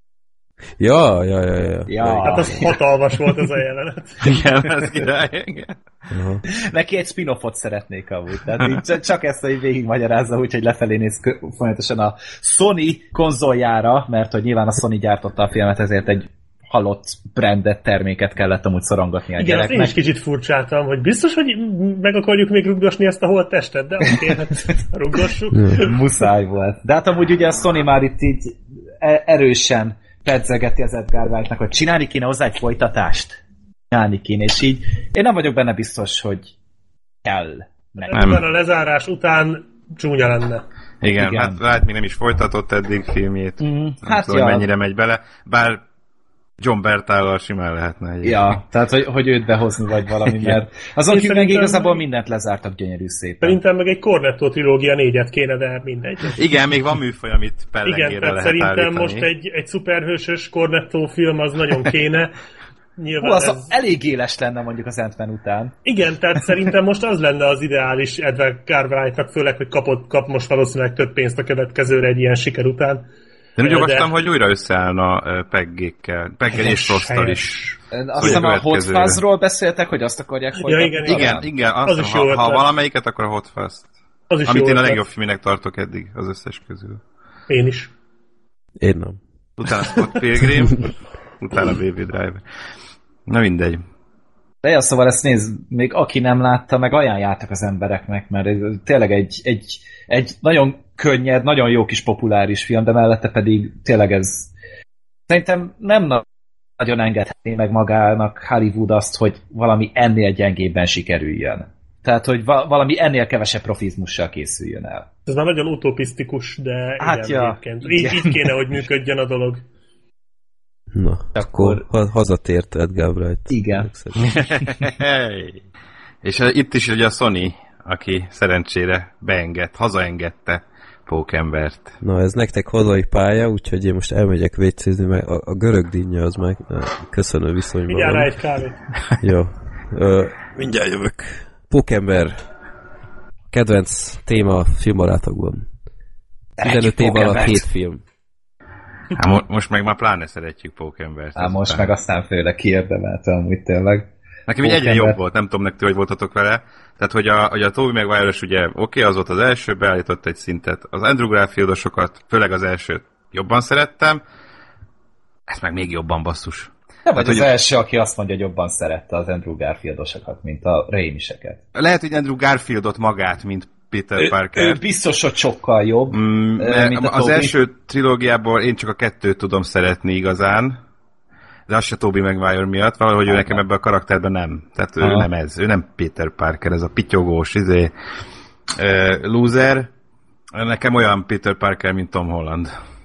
Ja, ja, ja, ja. ja. Hát az hatalmas volt az a jelenet. Igen, ez király, igen. Uh-huh. Neki egy spin-offot szeretnék amúgy. Tehát csak ezt, hogy végigmagyarázza, úgyhogy lefelé néz folyamatosan a Sony konzoljára, mert hogy nyilván a Sony gyártotta a filmet, ezért egy halott brandet terméket kellett amúgy szorongatni a igen, gyereknek. Igen, én is kicsit furcsáltam, hogy biztos, hogy meg akarjuk még rugdosni ezt a holttestet, de oké, hát rugdossuk. Muszáj volt. De hát amúgy ugye a Sony már itt így erősen pedzegeti az Edgar Wright-nak, hogy csinálni kéne hozzá egy folytatást. Csinálni kéne, és így én nem vagyok benne biztos, hogy kell. Nem. A lezárás után csúnya lenne. Igen, Igen. hát Wright még nem is folytatott eddig filmjét. Mm, hát tudom, ja. mennyire megy bele. Bár John Bertállal simán lehetne. Egy ja, tehát hogy, hogy őt behozni vagy valami, mert azon kívül meg igazából mindent lezártak gyönyörű szépen. Szerintem meg egy Cornetto trilógia négyet kéne, de mindegy. Igen, még van műfaj, amit pellengére Igen, lehet szerintem állítani. Most egy, egy szuperhősös Cornetto film az nagyon kéne. Hú, az ez... elég éles lenne mondjuk az Ant-Man után. Igen, tehát szerintem most az lenne az ideális Edgar Wright-nak, főleg, hogy kapott, kap most valószínűleg több pénzt a következőre egy ilyen siker után. De úgy olvastam, hogy újra összeállna Peggékkel, Peggel és Rossztal is. Azt hiszem a Hot Fuzz-ról beszéltek, hogy azt akarják folytatni. Ja, igen, igen, igen, igen azt, az is ha, ha valamelyiket, akkor a Hot Fuzz-t. Amit én a legjobb filmnek tartok eddig, az összes közül. Én is. Én nem. Utána Scott Pilgrim, utána Baby Driver. Na mindegy. De ja, szóval ezt nézd, még aki nem látta, meg ajánljátok az embereknek, mert tényleg egy, egy, egy nagyon könnyed, nagyon jó kis populáris film, de mellette pedig tényleg ez szerintem nem nagyon engedhetné meg magának Hollywood azt, hogy valami ennél gyengébben sikerüljön. Tehát, hogy va- valami ennél kevesebb profizmussal készüljön el. Ez már nagyon utopisztikus, de hát igen, ja, így, így kéne, hogy működjön a dolog. Na, akkor, akkor hazatért Edgar Wright. Igen. És itt is ugye a Sony, aki szerencsére beenged, hazaengedte Pókembert. Na, ez nektek hazai pálya, úgyhogy én most elmegyek vécézni, mert a, a görög dinnye az meg köszönő viszonyban. Mindjárt rá egy kávét. Jó. Ö, mindjárt jövök. Pókember. Kedvenc téma filmbarátokban. tizenöt év alatt hét film. Hát mo- most meg már pláne szeretjük Pókembert. Hát most meg aztán főleg kiérdemelte amúgy tényleg. Nekem így egyre jobb volt, nem tudom nektek, hogy voltatok vele. Tehát, hogy a, hogy a Tobey Maguire-os ugye oké, okay, az volt az első, beállított egy szintet. Az Andrew Garfieldosokat, főleg az elsőt jobban szerettem. Ez meg még jobban basszus. Nem vagy az első, aki azt mondja, hogy jobban szerette az Andrew Garfieldosokat, mint a Raimi-seket. Lehet, hogy Andrew Garfieldot magát, mint Peter ő, Parker. Ő biztos, hogy sokkal jobb. Mm, mint az Toby. Első trilógiából én csak a kettőt tudom szeretni igazán. de az se Tobey Maguire miatt, valahogy ő nekem ebben a karakterben nem. Tehát ő nem ez, ő nem Peter Parker, ez a pityogós, izé, uh, loser. Nekem olyan Peter Parker, mint Tom Holland.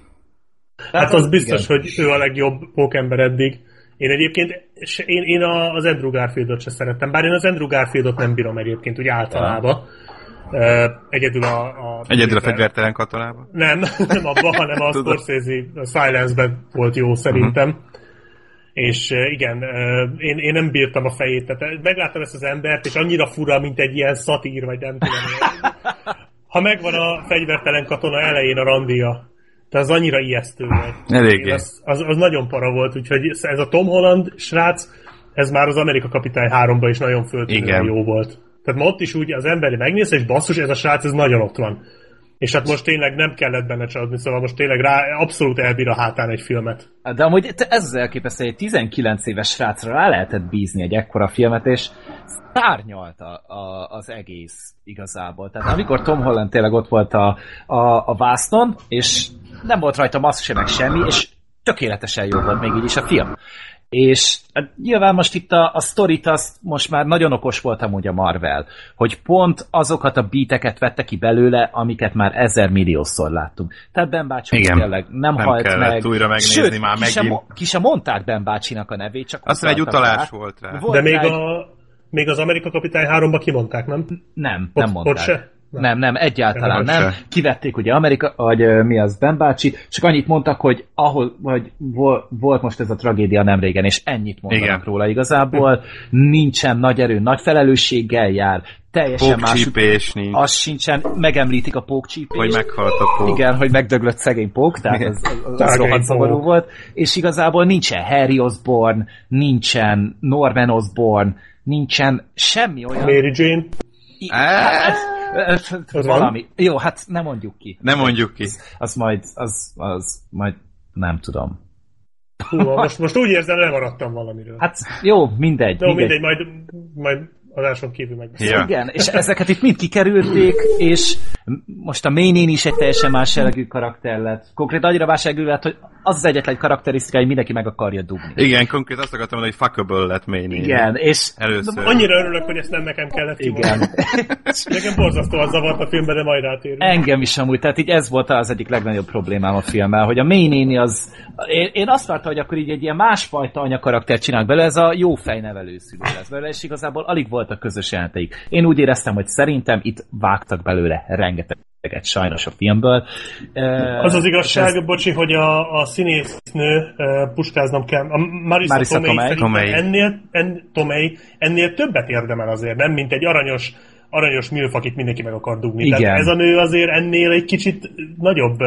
Hát az biztos, igen, hogy ő a legjobb pókember eddig. Én egyébként, én, én az Andrew Garfieldot se szerettem, bár én az Andrew Garfieldot nem bírom egyébként, úgy általában. Uh, egyedül a... a egyedül a fegyvertelen katonában? Nem, nem abban, hanem a Scorsese a Silence-ben volt jó szerintem. Uh-huh. És uh, igen, uh, én, én nem bírtam a fejét, tehát megláttam ezt az embert, és annyira fura, mint egy ilyen szatír, vagy nem tudom. Ha megvan a fegyvertelen katona elején a randia, tehát az annyira ijesztő volt. Eléggé. Az, az, az nagyon para volt, úgyhogy ez a Tom Holland srác, ez már az Amerika Kapitány háromban is nagyon föltűnően jó volt. Tehát ma ott is úgy az emberi megnéz, és basszus, ez a srác, ez nagyon ott van. És hát most tényleg nem kellett benne csalódni, szóval most tényleg rá abszolút elbír a hátán egy filmet. De amúgy ez az elképesztő, hogy tizenkilenc éves srácra rá lehetett bízni egy ekkora filmet, és szárnyalta a, az egész igazából. Tehát amikor Tom Holland tényleg ott volt a, a, a vásznon, és nem volt rajta maszk sem, meg semmi, és tökéletesen jó volt még így is a film. És hát nyilván most itt a, a sztorit, azt most már nagyon okos volt amúgy a Marvel, hogy pont azokat a beateket vette ki belőle, amiket már ezer milliószor láttunk. Tehát Ben bácsi tényleg nem, nem halt meg. Újra megnézni, sőt, már ki, sem, ki sem mondták Ben bácsinak a nevét, csak azt egy utalás rá. Volt rá. Volt. De még, rá a, még az Amerika Kapitány háromba kimondták, nem? Nem, nem ott, mondták. Ott se? Nem, nem, nem egyáltalán nem. nem. Se. Kivették ugye Amerika, vagy uh, mi az, Ben bácsi, csak annyit mondtak, hogy ahol, hogy volt most ez a tragédia nem régen, és ennyit mondanak igen. róla igazából. Nincsen nagy erő, nagy felelősséggel jár, teljesen más. nincs. Az sincsen, megemlítik a pókcsípést. Hogy meghalt a pók. Igen, hogy megdöglött szegény pók, tehát igen. az, az, az rohadt szomorú volt. És igazából nincsen Harry Osborn, nincsen Norman Osborn, nincsen semmi olyan... Mary Jane. Hát, valami. Jó, hát nem mondjuk ki. Nem mondjuk ki. Az, az majd, az, az majd nem tudom. Hú, most, most úgy érzem, lemaradtam valamiről. Hát jó, mindegy. Jó, mindegy, mindegy majd, majd adáson kívül megbeszéljük. Ja. Igen, és ezeket itt mind kikerülték, és most a Maynéni is egy teljesen más jellegű karakter lett. Konkrétan annyira más jellegű lett, hogy az az egyetlen karakterisztika, hogy mindenki meg akarja dugni. Igen, konkrét azt akartam mondani, hogy fuckable lett Maynéni. Igen, és... Először. Annyira örülök, hogy ezt nem nekem kellett kimondani. Igen. Nekem borzasztóan zavart a filmben, de majd rátérünk. Engem is amúgy, tehát így ez volt az egyik legnagyobb problémám a filmmel, hogy a Maynéni az... Én, én azt vártam, hogy akkor így egy ilyen másfajta anyakaraktert csinálnak belőle, ez a jó fejnevelőszülő lesz belőle, és igazából alig voltak közös jelenteik. Én úgy éreztem, hogy szerintem itt vágtak belőle rengeteget sajnos a filmből. Az az igazság, ez... bocsi, hogy a, a színésznő uh, puskáznom kell. A Marisa, Marisa Tomei, Tomei. Ennél, en, Tomei ennél többet érdemel azért, nem? Mint egy aranyos, aranyos milf, akit mindenki meg akar dugni. Igen. Tehát ez a nő azért ennél egy kicsit nagyobb...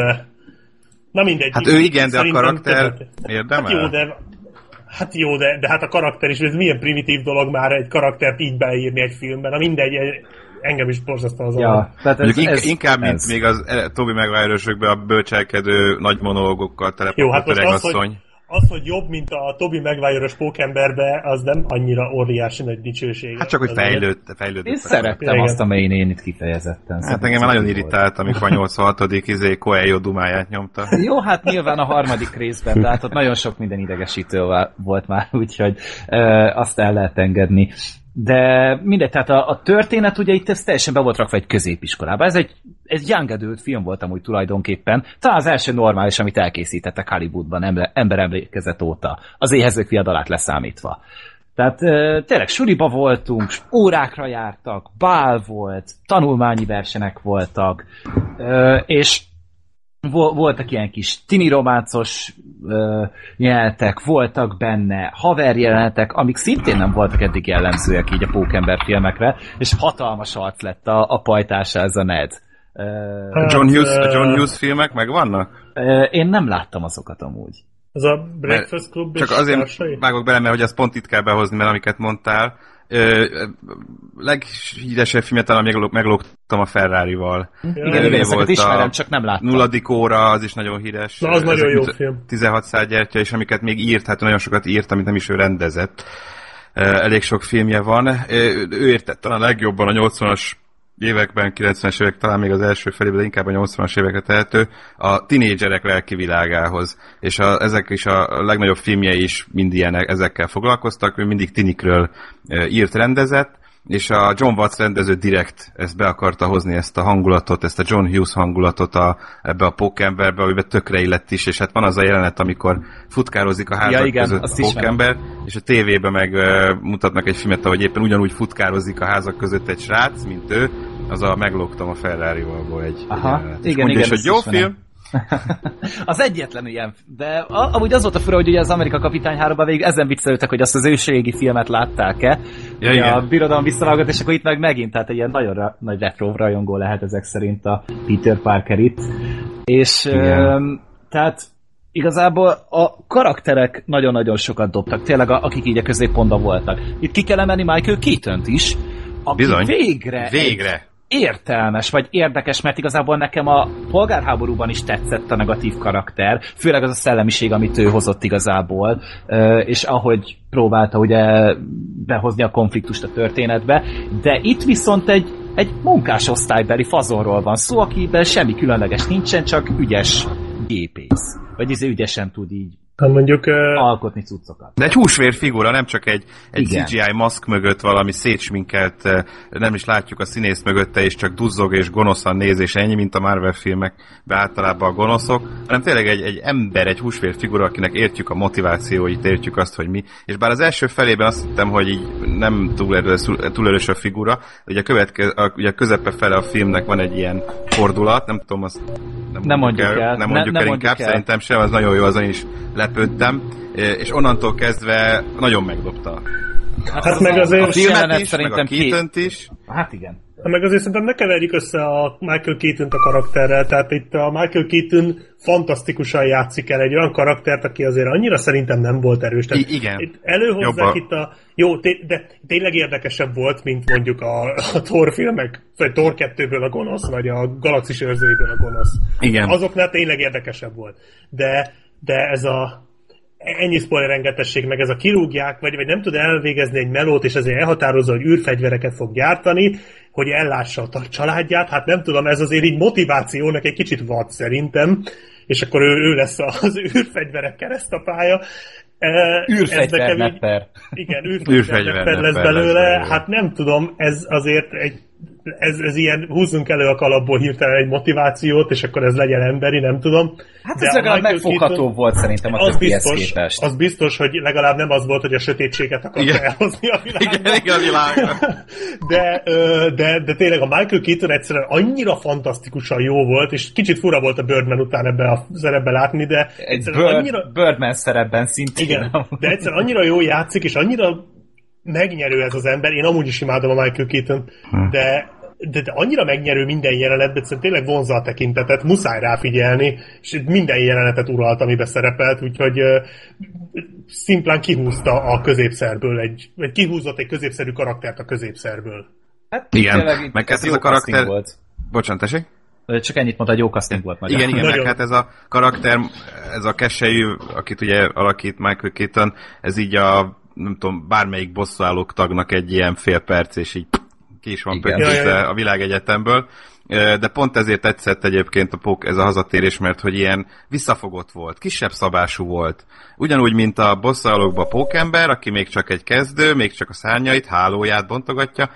Na mindegy. Hát ő igen, de a karakter érdemel? Hát jó, de... Hát jó, de, de hát a karakter is, ez milyen primitív dolog már egy karaktert így beleírni egy filmben. Na mindegy, engem is borzasztóan az ja, tehát ez, ez, inkább, ez. mint még az Tobey Maguire-ösökben a bölcselkedő nagy monológokkal telepott öregasszony. Az, hogy jobb, mint a Tobey Maguire-os pókemberbe, az nem annyira óriási nagy dicsőség. Hát csak, hogy fejlődte, fejlődött. Én szerettem igen. azt a Maynénit kifejezetten. Hát engem már nagyon irritált, amikor a nyolcvanhatodik izé Coelho dumáját nyomta. Jó, hát nyilván a harmadik részben, de hát ott nagyon sok minden idegesítő volt már, úgyhogy e, azt el lehet engedni. De mindegy, tehát a, a történet ugye itt ez teljesen be volt rakva egy középiskolába. Ez egy, egy young adult film volt amúgy tulajdonképpen. Talán az első normális, amit elkészítettek Hollywoodban ember, ember emlékezet óta. Az Éhezők viadalát leszámítva. Tehát e, tényleg suliba voltunk, órákra jártak, bál volt, tanulmányi versenek voltak, e, és voltak ilyen kis tini románcos uh, jelenetek, voltak benne haverjelenetek, amik szintén nem voltak eddig jellemzőek így a pókember filmekre, és hatalmas arc lett a, a pajtása ez a Ned. Uh, John Hughes, a John Hughes filmek megvannak? Uh, én nem láttam azokat amúgy. Az a Breakfast Club csak azért társai? Vágok bele, mert hogy azt pont itt kell behozni, mert amiket mondtál. Ö, leghíresebb filmet talán meglóg, meglógtam a Ferrari-val. Ja, igen, igen, ezeket ismerem, csak nem láttam. Nulladik óra, az is nagyon híres. Na, az ezek nagyon jó film. tizenhat szál gyertya, és amiket még írt, hát nagyon sokat írt, amit nem is ő rendezett. Elég sok filmje van. Ő értett talán legjobban a nyolcvanas években, kilencvenes évek, talán még az első felében, de inkább a nyolcvanas évekre tehető, a tinédzserek lelki világához. És a, ezek is a legnagyobb filmjei is mind ilyenek, ezekkel foglalkoztak, ő mindig tinikről e, írt, rendezett, és a John Watts rendező direkt ezt be akarta hozni, ezt a hangulatot, ezt a John Hughes hangulatot a, ebbe a Pókemberbe, amiben tökre illett is, és hát van az a jelenet, amikor futkározik a házak ja, igen, között a Pókember, és a tévében meg uh, mutatnak egy filmet, ahogy éppen ugyanúgy futkározik a házak között egy srác, mint ő, az a Meglógtam a Ferrari-ból egy, Aha, egy igen, mondja, igen, és hogy jó film, az egyetlen ilyen, de amúgy az volt a fura, hogy ugye az Amerika Kapitány háromban végig ezen viccelődtek, hogy azt az ősrégi filmet látták-e, ja, a Birodalom visszavágott, és akkor itt meg megint, tehát egy ilyen nagyon ra- nagy retro rajongó lehet ezek szerint a Peter Parker itt. És öm, tehát igazából a karakterek nagyon-nagyon sokat dobtak, tényleg a, akik így a középpontban voltak. Itt ki kell emelni Michael Keaton-t is, aki Bizony. végre... Végre! értelmes, vagy érdekes, mert igazából nekem a polgárháborúban is tetszett a negatív karakter, főleg az a szellemiség, amit ő hozott igazából, és ahogy próbálta ugye behozni a konfliktust a történetbe, de itt viszont egy, egy munkásosztálybeli fazonról van szó, akiben semmi különleges nincsen, csak ügyes gépész. Vagy ez ügyesen tud így hát mondjuk, uh... alkotni cuccokat. De egy húsvér figura, nem csak egy, egy cé gé í maszk mögött valami szétsminkelt, nem is látjuk a színész mögötte, és csak duzzog és gonoszan néz, és ennyi, mint a Marvel filmekben általában a gonoszok, hanem tényleg egy, egy ember, egy húsvér figura, akinek értjük a motivációit, értjük azt, hogy mi. És bár az első felében azt hittem, hogy így nem túl erős, túl erős a figura, ugye a, követke, a, ugye a közepe fele a filmnek van egy ilyen fordulat, nem tudom, azt nem, nem mondjuk el, el, nem mondjuk ne, el nem inkább, mondjuk szerintem sem, az nagyon jó, azon is lepődtem, és onnantól kezdve nagyon megdobta. Hát, hát meg azért a filmet is, meg a Keaton-t is. Hát igen. Meg azért szerintem ne keverjük össze a Michael Keaton-t a karakterrel, tehát itt a Michael Keaton fantasztikusan játszik el egy olyan karaktert, aki azért annyira szerintem nem volt erős. Tehát I- igen. Itt előhozzák itt a... Jó, té- de tényleg érdekesebb volt, mint mondjuk a, a Thor filmek, vagy Thor kettőből a gonosz, vagy a Galaxis őrzőiből a gonosz. Igen. Azoknál tényleg érdekesebb volt. De, de ez a ennyi spoiler engedtesség, meg ez a kirúgják, vagy, vagy nem tud elvégezni egy melót, és ezért elhatározza, hogy űrfegyvereket fog gyártani, hogy ellássa a családját, hát nem tudom, ez azért így motivációnak egy kicsit vad szerintem, és akkor ő, ő lesz az űrfegyverek keresztapája. Űrfegyvernepper. Igen, űrfegyvernepper lesz belőle, hát nem tudom, ez azért egy Ez, ez ilyen, húzzunk elő a kalapból hirtelen egy motivációt, és akkor ez legyen emberi, nem tudom. Hát ez legalább megfogható Keaton, volt szerintem a többihez képest. Az biztos, hogy legalább nem az volt, hogy a sötétséget akarta elhozni a világra. Igen, igen, a világra. De, de, de tényleg a Michael Keaton egyszerűen annyira fantasztikusan jó volt, és kicsit fura volt a Birdman után ebbe a szerepbe látni, de egy Bird, annyira... Birdman szerepben szintén. Igen, de egyszerűen annyira jó játszik, és annyira megnyerő ez az ember. Én amúgy is imádom a Michael Keaton, de De, de annyira megnyerő minden jelenetben, hogy tényleg vonzza a tekintetet, muszáj ráfigyelni, és minden jelenetet uralt, amiben szerepelt, úgyhogy uh, szimplán kihúzta a középszerből, egy, vagy kihúzott egy középszerű karaktert a középszerből. Hát, igen, meg ez, ez a karakter... Volt. Bocsánat, tessék? Csak ennyit mondta, hogy jó casting volt magyar. Igen, igen, meg hát ez a karakter, ez a keselyű, akit ugye alakít Michael Keaton, ez így a, nem tudom, bármelyik bosszúállók tagnak egy ilyen fél perc, és így ki is van pöntözve a világegyetemből, de pont ezért tetszett egyébként a pók, ez a hazatérés, mert hogy ilyen visszafogott volt, kisebb szabású volt. Ugyanúgy, mint a bosszúállókban a pókember, aki még csak egy kezdő, még csak a szárnyait, hálóját bontogatja,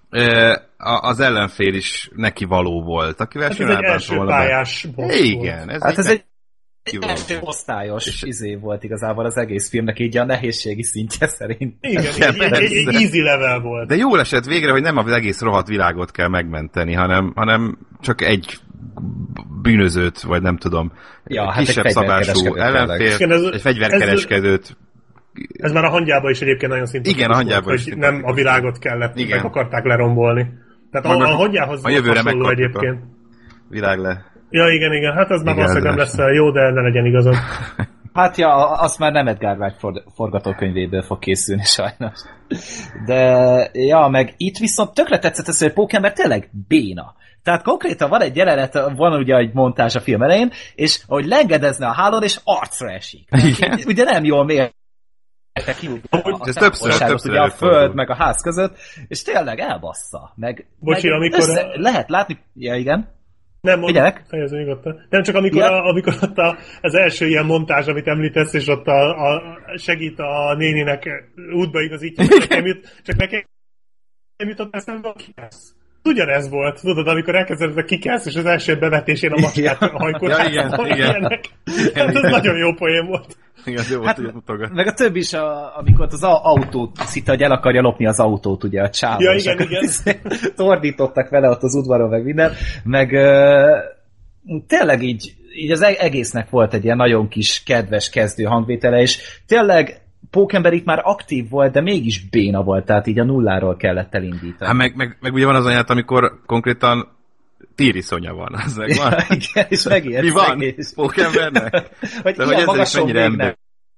az ellenfél is neki való volt, akivel hát ez egy első pályás boss. Igen, ez hát ez egy első osztályos és izé volt igazából az egész filmnek így a nehézségi szintje szerint. Igen, egy, egy, egy easy level volt. De jól esett végre, hogy nem az egész rohadt világot kell megmenteni, hanem, hanem csak egy bűnözőt, vagy nem tudom, ja, kisebb hát szabású ellenfél, ez, egy fegyverkereskedőt. Ez, ez már a hangyában is egyébként nagyon szimpatikus. Igen, a hangyában volt, is hogy nem a világot kellett, igen. Meg akarták lerombolni. Tehát a, a hangyához volt hasonló egyébként. Világ le. Ja, igen, igen, hát az már valószínűleg nem lesz jó, de ne legyen igazad. Hát ja, azt már nem Edgar Wright for, forgatókönyvéből fog készülni sajnos. De, ja, meg itt viszont tökre tetszett ez, hogy Pókember tényleg béna. Tehát konkrétan van egy jelenet, van ugye egy montázs a film elején, és ahogy lengedezne a hálón, és arcra esik. Tehát, ugye nem jól mér te ki a, ez többször, többször ugye a föld meg a ház között, és tényleg elbassza. Meg, Bocsi, meg amikor össze, a... lehet látni, ja igen. Nem, fejező nyugodtan. Nem csak amikor, ja. a, amikor ott a, az első ilyen montázs, amit említesz, és ott a, a segít a néninek útba igazítja, csak nekem jut, csak nekem jutott eszembe a kikász. Ugyanez volt, tudod, amikor elkezdett a kikász, és az első bevetésén a macskát a hajkórházat. Ja, igen, igen. Hát ez nagyon jó poén volt. Igen, jó hát, volt, meg a többi is, a, amikor az autót szita, hogy el akarja lopni az autót, ugye a csávó. Ja, igen, igen. Tordítottak vele ott az udvaron, meg minden. Meg uh, tényleg így, így az egésznek volt egy ilyen nagyon kis, kedves kezdő hangvétele, és tényleg Pókember itt már aktív volt, de mégis béna volt, tehát így a nulláról kellett elindítani. Hát meg, meg, meg ugye van az anyát, amikor konkrétan tíriszonya van, az meg van. Ja, igen, és megijed. Mi van Pókembernek? Hogy de ilyen magason még nem.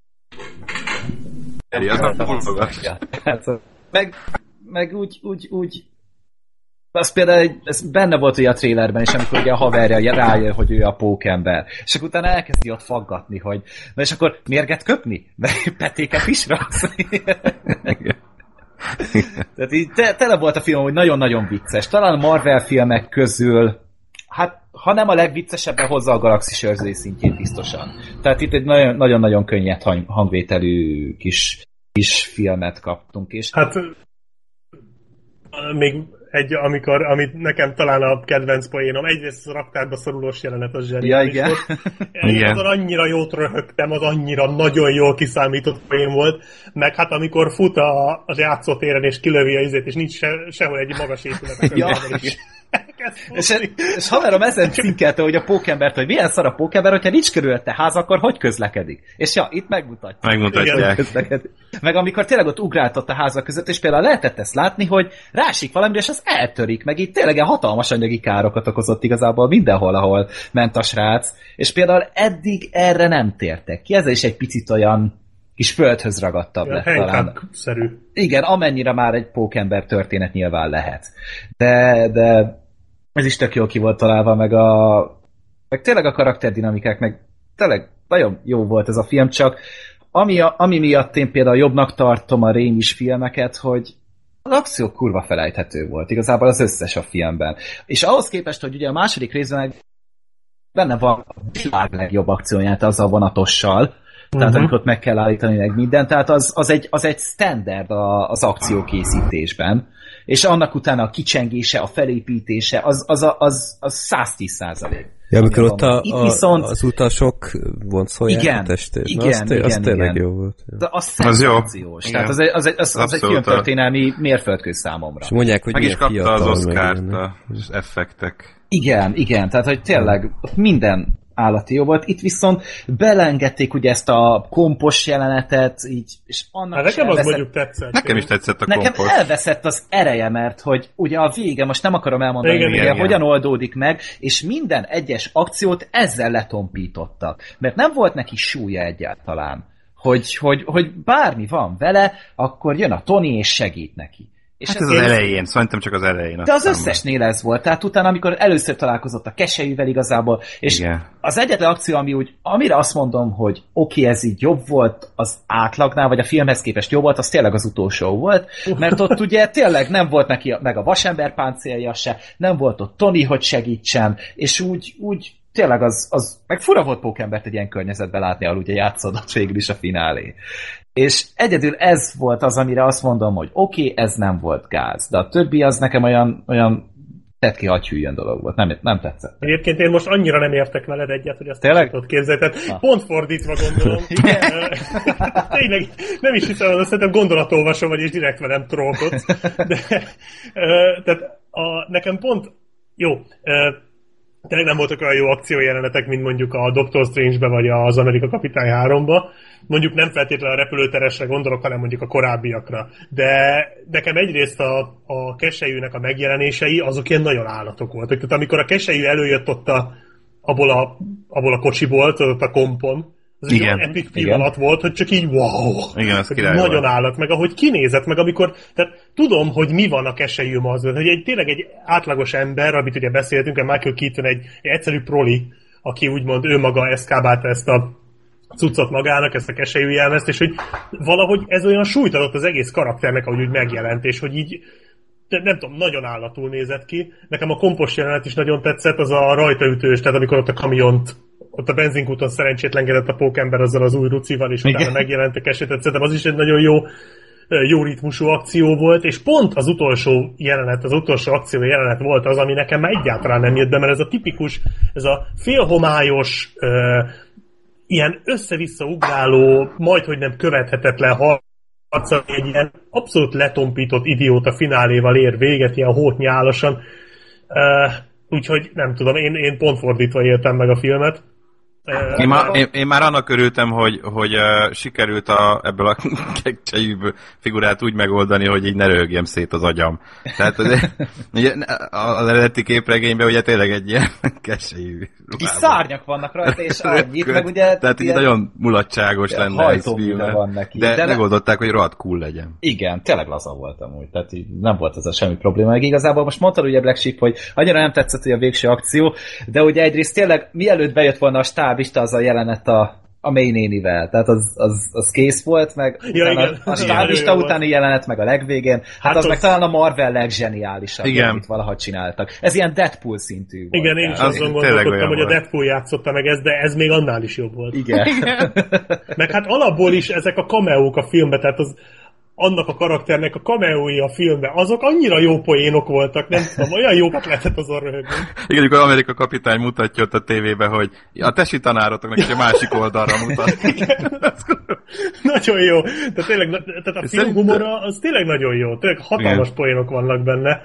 Hát, meg, meg úgy, úgy, úgy az például ez benne volt ugye a trailerben, és amikor ugye a haverja rájön, hogy ő a Pókember. És akkor utána elkezdi ott faggatni, hogy na és akkor mérget köpni? Mert petéket is raksz? Tehát így te, tele volt a film, hogy nagyon-nagyon vicces. Talán a Marvel filmek közül, hát ha nem a legviccesebben hozza a Galaxis őrzői szintjét biztosan. Tehát itt egy nagyon- nagyon-nagyon könnyed hang- hangvételű kis, kis filmet kaptunk. És hát még egy, amikor, amit nekem talán a kedvenc poénom, egyrészt a raktárba szorulós jelenet az zseniális ja, volt. Igen. Azon annyira jót röhögtem, az annyira nagyon jól kiszámított poén volt, meg hát amikor fut a, az játszótéren és kilövi a izét, és nincs se, sehol egy magas épület. Ja, is. És, és haverom ezen cinkelte, hogy a Pókembert, hogy milyen szar a Pókember, hogyha nincs körülötte ház, akkor hogy közlekedik? És ja, itt megmutatják. Megmutatják. Meg amikor tényleg ott ugráltott a házak között, és például lehetett ezt látni, hogy rásik valamire, és az eltörik, meg itt tényleg hatalmas anyagi károkat okozott igazából mindenhol, ahol ment a srác. És például eddig erre nem tértek ki. Ez is egy picit olyan kis földhöz ragadtabb lett talán. Szerű. Igen, amennyire már egy Pókember történet nyilván lehet. De, de ez is tök jó ki volt találva, meg a meg tényleg a karakterdinamikák, meg tényleg nagyon jó volt ez a film, csak ami, a, ami miatt én például jobbnak tartom a Rémis filmeket, hogy az akció kurva felejthető volt, igazából az összes a filmben. És ahhoz képest, hogy ugye a második részben benne van a világ legjobb akcióját az a vonatossal, tehát uh-huh. amikor meg kell állítani meg mindent, tehát az, az, egy, az egy standard a, az akciókészítésben, és annak utána a kicsengése, a felépítése, az, az, az, az, az száz tíz százalék. Ja, amikor ott a, a, viszont... az utasok vonszolják igen, a testét. Igen, Na, az, igen, az igen, tényleg igen. jó volt. Ja. Az szenzációs. Tehát az, az, az, az, az egy filmtörténelmi mérföldkő számomra. És mondják, hogy meg is kapta az Oscart az effektek. Igen, igen, tehát hogy tényleg minden állati jó volt. Itt viszont belengedték ugye ezt a kompos jelenetet, így, és annak hát nekem az mondjuk tetszett. Nekem is tetszett a nekem kompos. Nekem elveszett az ereje, mert hogy ugye a vége, most nem akarom elmondani, igen, hogy igen, hogyan oldódik meg, és minden egyes akciót ezzel letompítottak. Mert nem volt neki súlya egyáltalán. Hogy, hogy, hogy bármi van vele, akkor jön a Tony és segít neki. És hát ez az elején, szerintem csak az elején. De az összesnél ez volt. Tehát utána, amikor először találkozott a keselyűvel igazából, és igen. Az egyetlen akció, ami úgy, amire azt mondom, hogy oké, okay, ez így jobb volt az átlagnál, vagy a filmhez képest jobb volt, az tényleg az utolsó volt, mert ott ugye tényleg nem volt neki meg a vasember páncélja se, nem volt ott Tony, hogy segítsen, és úgy, úgy tényleg az, az meg fura volt Pókembert egy ilyen környezetben látni, ahol ugye játszódott végül is a finálé. És egyedül ez volt az, amire azt mondom, hogy oké, okay, ez nem volt gáz, de a többi az nekem olyan, olyan tett ki hagyhűljön dolog volt, nem, nem tetszett. Egyébként én most annyira nem értek veled egyet, hogy azt tényleg? tudod képzelni, tehát pont fordítva gondolom. Tényleg nem is hiszem, hogy szerintem gondolatolvasó vagy, és direkt velem trollkodsz. De tehát a, nekem pont jó, tényleg nem voltak olyan jó akciójelenetek, mint mondjuk a Doctor Strange-be, vagy az Amerika Kapitány háromba. Mondjuk nem feltétlenül a repülőteresre gondolok, hanem mondjuk a korábbiakra. De nekem egyrészt a, a keselyűnek a megjelenései, azok ilyen nagyon állatok voltak. Tehát amikor a keselyű előjött ott a, abból, a, abból a kocsiból, ott a kompon, az egy olyan epic pillanat volt, hogy csak így wow! Igen, az nagyon volt. állat, meg ahogy kinézett, meg amikor, tehát tudom, hogy mi van a keselyű mazon, hogy egy, tényleg egy átlagos ember, amit ugye beszéltünk, a Michael Keaton egy, egy egyszerű proli, aki úgymond ő maga eszkábálta ezt a cuccot magának, ezt a keselyű jelmezt, és hogy valahogy ez olyan súlyt adott az egész karakternek, ahogy úgy megjelent, és hogy így nem tudom, nagyon állatul nézett ki. Nekem a kompost jelenet is nagyon tetszett, az a rajtaütős, tehát amikor ott a kamiont, ott a benzinkúton szerencsétlenkedett a pókember azzal az új rucival, és utána megjelent a kesét, szerintem az is egy nagyon jó, jó ritmusú akció volt, és pont az utolsó jelenet, az utolsó akció jelenet volt az, ami nekem már egyáltalán nem jött be, mert ez a tipikus, ez a félhomályos, uh, ilyen össze-vissza ugráló, majdhogy nem követhetetlen harc, egy ilyen abszolút letompított idióta fináléval ér véget, ilyen hótnyálasan. Uh, úgyhogy nem tudom, én, én pont fordítva éltem meg a filmet. Uh, én, már, én, én már annak örültem, hogy, hogy uh, sikerült a, ebből a keksejű figurát úgy megoldani, hogy így ne röhögjem szét az agyam. Tehát az, ugye, az eredeti képregényben ugye tényleg egy ilyen keksejű kis szárnyak vannak rajta, és annyit, meg ugye... Tehát így nagyon mulatságos lenne ez van neki. De, de megoldották, hogy rohadt cool legyen. Igen, tényleg laza volt amúgy, tehát így nem volt ez a semmi probléma. Meg igazából most mondtad ugye Black Sheep, hogy annyira nem tetszett, hogy a végső akció, de ugye egyrészt tényleg mielőtt bejött volna a stábista, az a jelenet a a May nénivel, tehát az, az, az kész volt, meg ja, a, a stábista utáni jelenet, meg a legvégén, hát, hát az, az meg talán a Marvel leggeniálisabb, amit valaha csináltak. Ez ilyen Deadpool szintű volt. Igen, én is azon gondolkodtam, hogy a Deadpool játszotta meg ezt, de ez még annál is jobb volt. Igen. Igen. Meg hát alapból is ezek a cameók a filmben, tehát az annak a karakternek a cameói a filmben, azok annyira jó poénok voltak, nem tudom, olyan jókat lehetett azon röhögni. Igen, amikor Amerika kapitány mutatja ott a tévébe, hogy a tesi tanárotoknak is a másik oldalra mutat. Nagyon jó. Tehát tényleg, tehát a film humora az tényleg nagyon jó. Tényleg hatalmas igen. poénok vannak benne.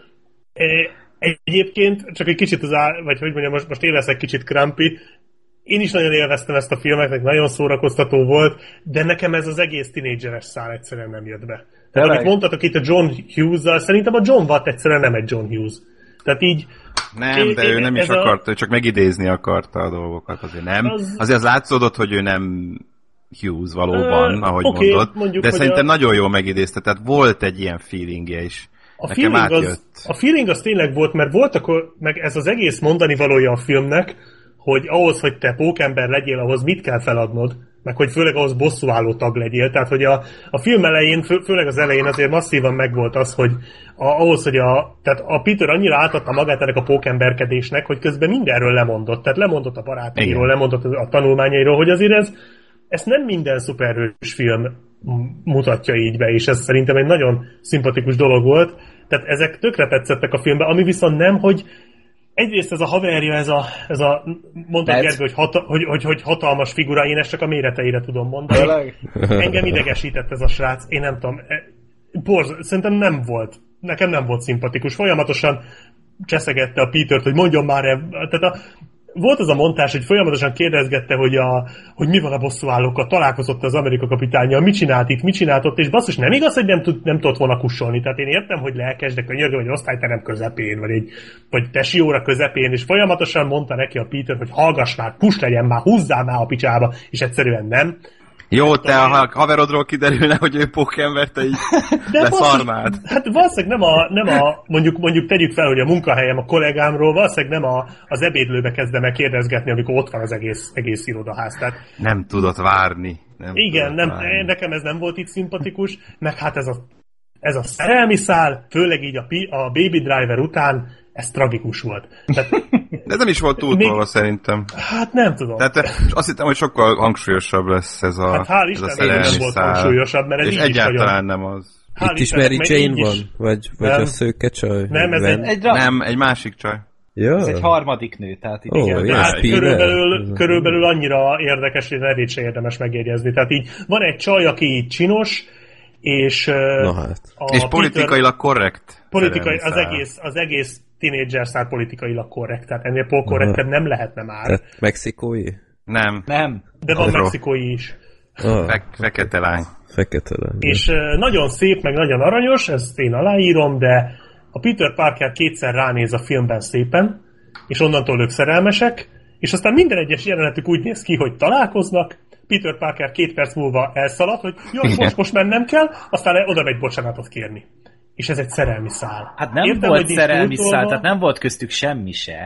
Egyébként, csak egy kicsit az áll, vagy hogy mondjam, most, most én leszek kicsit crumpy, én is nagyon élveztem ezt a filmet, nagyon szórakoztató volt, de nekem ez az egész tinédzseres szál egyszerűen nem jött be. Tehát amit mondtatok itt a John Hughes-zal, szerintem a John Watt egyszerűen nem egy John Hughes. Tehát így... Nem, de ő nem is akarta, a... csak megidézni akarta a dolgokat, azért nem. Az... Azért az látszódott, hogy ő nem Hughes valóban, uh, ahogy okay, mondod, mondjuk, de szerintem a... nagyon jól megidézte, tehát volt egy ilyen feelingje is. A feeling, az, a feeling az tényleg volt, mert volt akkor, meg ez az egész mondani valója a filmnek, hogy ahhoz, hogy te pókember legyél, ahhoz mit kell feladnod, meg hogy főleg ahhoz bosszúálló tag legyél. Tehát, hogy a, a film elején, fő, főleg az elején azért masszívan megvolt az, hogy a, ahhoz, hogy a, tehát a Peter annyira átadta magát ennek a pókemberkedésnek, hogy közben mindenről lemondott. Tehát lemondott a barátairól, lemondott a tanulmányairól, hogy azért ez, ezt nem minden szuperhős film mutatja így be, és ez szerintem egy nagyon szimpatikus dolog volt. Tehát ezek tökre tetszettek a filmben, ami viszont nem, hogy egyrészt ez a haverja, ez a, ez a mondtad Gergő, hogy, hata, hogy, hogy, hogy hatalmas figura, én ezt csak a méreteire tudom mondani. Engem idegesített ez a srác, én nem tudom, borz, szerintem nem volt, nekem nem volt szimpatikus, folyamatosan cseszegette a Petert, hogy mondjon már, tehát a, volt az a montás, hogy folyamatosan kérdezgette, hogy, a, hogy mi van a bosszúállókkal, találkozott az Amerika kapitánnyal, mit csinált itt, mit csinált ott, és basszus, nem igaz, hogy nem, tud, nem tudott volna kussolni. Tehát én értem, hogy lelkes, de könyörgő, vagy osztályterem közepén, vagy, egy, vagy tesi óra közepén, és folyamatosan mondta neki a Peter, hogy hallgass már, kus legyen már, húzzál már a picsába, és egyszerűen nem. Jó, te a haverodról kiderülne, hogy ő pókember, te így leszarnád. Hát valószínűleg nem a, nem a mondjuk, mondjuk tegyük fel, hogy a munkahelyem a kollégámról, valószínűleg nem a, az ebédlőbe kezdem el kérdezgetni, amikor ott van az egész, egész irodaház. Tehát, nem tudott várni. Nem igen, nem, várni. Nekem ez nem volt itt szimpatikus, meg hát ez a, ez a szerelmi szál, főleg így a, a Baby Driver után, ez tragikus volt. Tehát, de ez nem is volt túltolva szerintem. Hát nem tudom. Tehát azt hittem, hogy sokkal hangsúlyosabb lesz ez a, hát hál' ez a szerelmi nem volt hangsúlyosabb, mert ez és így egyáltalán is nem az. Hál' itt is Mary Jane van? Vagy, vagy a szőke csaj? Nem, ez egy, egy, nem, egy másik csaj. Ja. Ez egy harmadik nő, tehát így oh, igen. Igen, hát körülbelül, körülbelül annyira érdekes, hogy nevét se érdemes megjegyezni. Tehát így van egy csaj, aki így csinos, és... Na hát. És politikailag korrekt. Politikai, az egész, az egész tínédzser szár politikailag korrekt, tehát ennél polkorrektebb nem lehetne már. Tehát mexikói? Nem. Nem. De van Arra. Mexikói is. Ah. Fe- fekete lány. Fekete lány. És uh, nagyon szép, meg nagyon aranyos, ezt én aláírom, de a Peter Parker kétszer ránéz a filmben szépen, és onnantól ők szerelmesek, és aztán minden egyes jelenetük úgy néz ki, hogy találkoznak, Peter Parker két perc múlva elszalad, hogy jó, most, most mennem kell, aztán oda megy bocsánatot kérni. És ez egy szerelmi szál. Hát nem Értem, volt szerelmi szál, tehát nem volt köztük semmi se.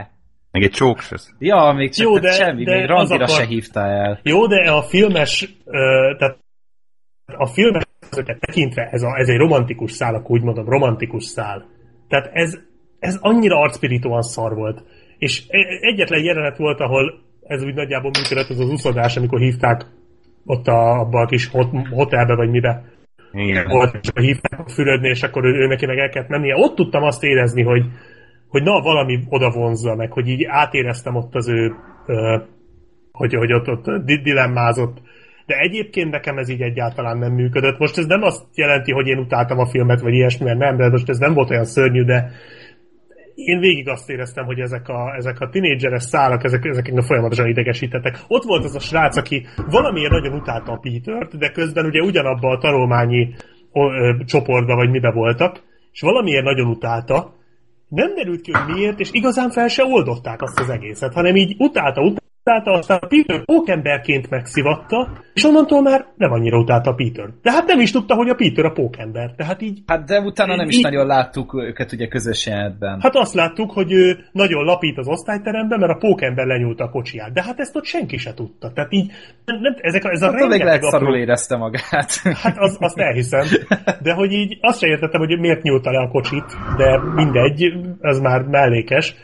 Meg egy csók se. Ja, még csak jó, de, semmi, de még randira akar... se hívtál el. Jó, de a filmes, uh, tehát a filmes tekintve ez, a, ez egy romantikus szál, akkor úgy mondom, romantikus szál. Tehát ez, ez annyira arcpirítóan szar volt. És egyetlen jelenet volt, ahol ez úgy nagyjából működött, az az uszodás, amikor hívták ott a, abba a kis hot, hotelbe, vagy mibe. Igen. Volt, és akkor hívták fürödni, és akkor ő, ő neki meg el kellett mennie. Ott tudtam azt érezni, hogy, hogy na, valami oda vonzza meg, hogy így átéreztem ott az ő, ö, hogy, hogy ott, ott dilemmázott. De egyébként nekem ez így egyáltalán nem működött. Most ez nem azt jelenti, hogy én utáltam a filmet, vagy ilyesmi, mert nem, de most ez nem volt olyan szörnyű, de én végig azt éreztem, hogy ezek a, ezek a tinédzseres szálak, ezek, ezek folyamatosan idegesítettek. Ott volt az a srác, aki valamiért nagyon utálta a Petert, de közben ugye ugyanabban a tanulmányi ö, ö, csoportban, vagy mibe voltak, és valamiért nagyon utálta. Nem derült ki, hogy miért, és igazán fel se oldották azt az egészet, hanem így utálta, utálta, utálta, aztán a Peter pókemberként megszivatta, és onnantól már nem annyira utálta a Peter. De hát nem is tudta, hogy a Peter a pókember. Tehát így... Hát de utána nem is így, nagyon láttuk őket ugye közös jelenetben. Hát azt láttuk, hogy ő nagyon lapít az osztályteremben, mert a pókember lenyúlta a kocsiját. De hát ezt ott senki se tudta. Tehát így, nem, ezek, ez a hát rengeteg... Még szarul érezte magát. Hát az, azt elhiszem. De hogy így azt sem értettem, hogy miért nyúlta le a kocsit, de mindegy, ez már mellékes.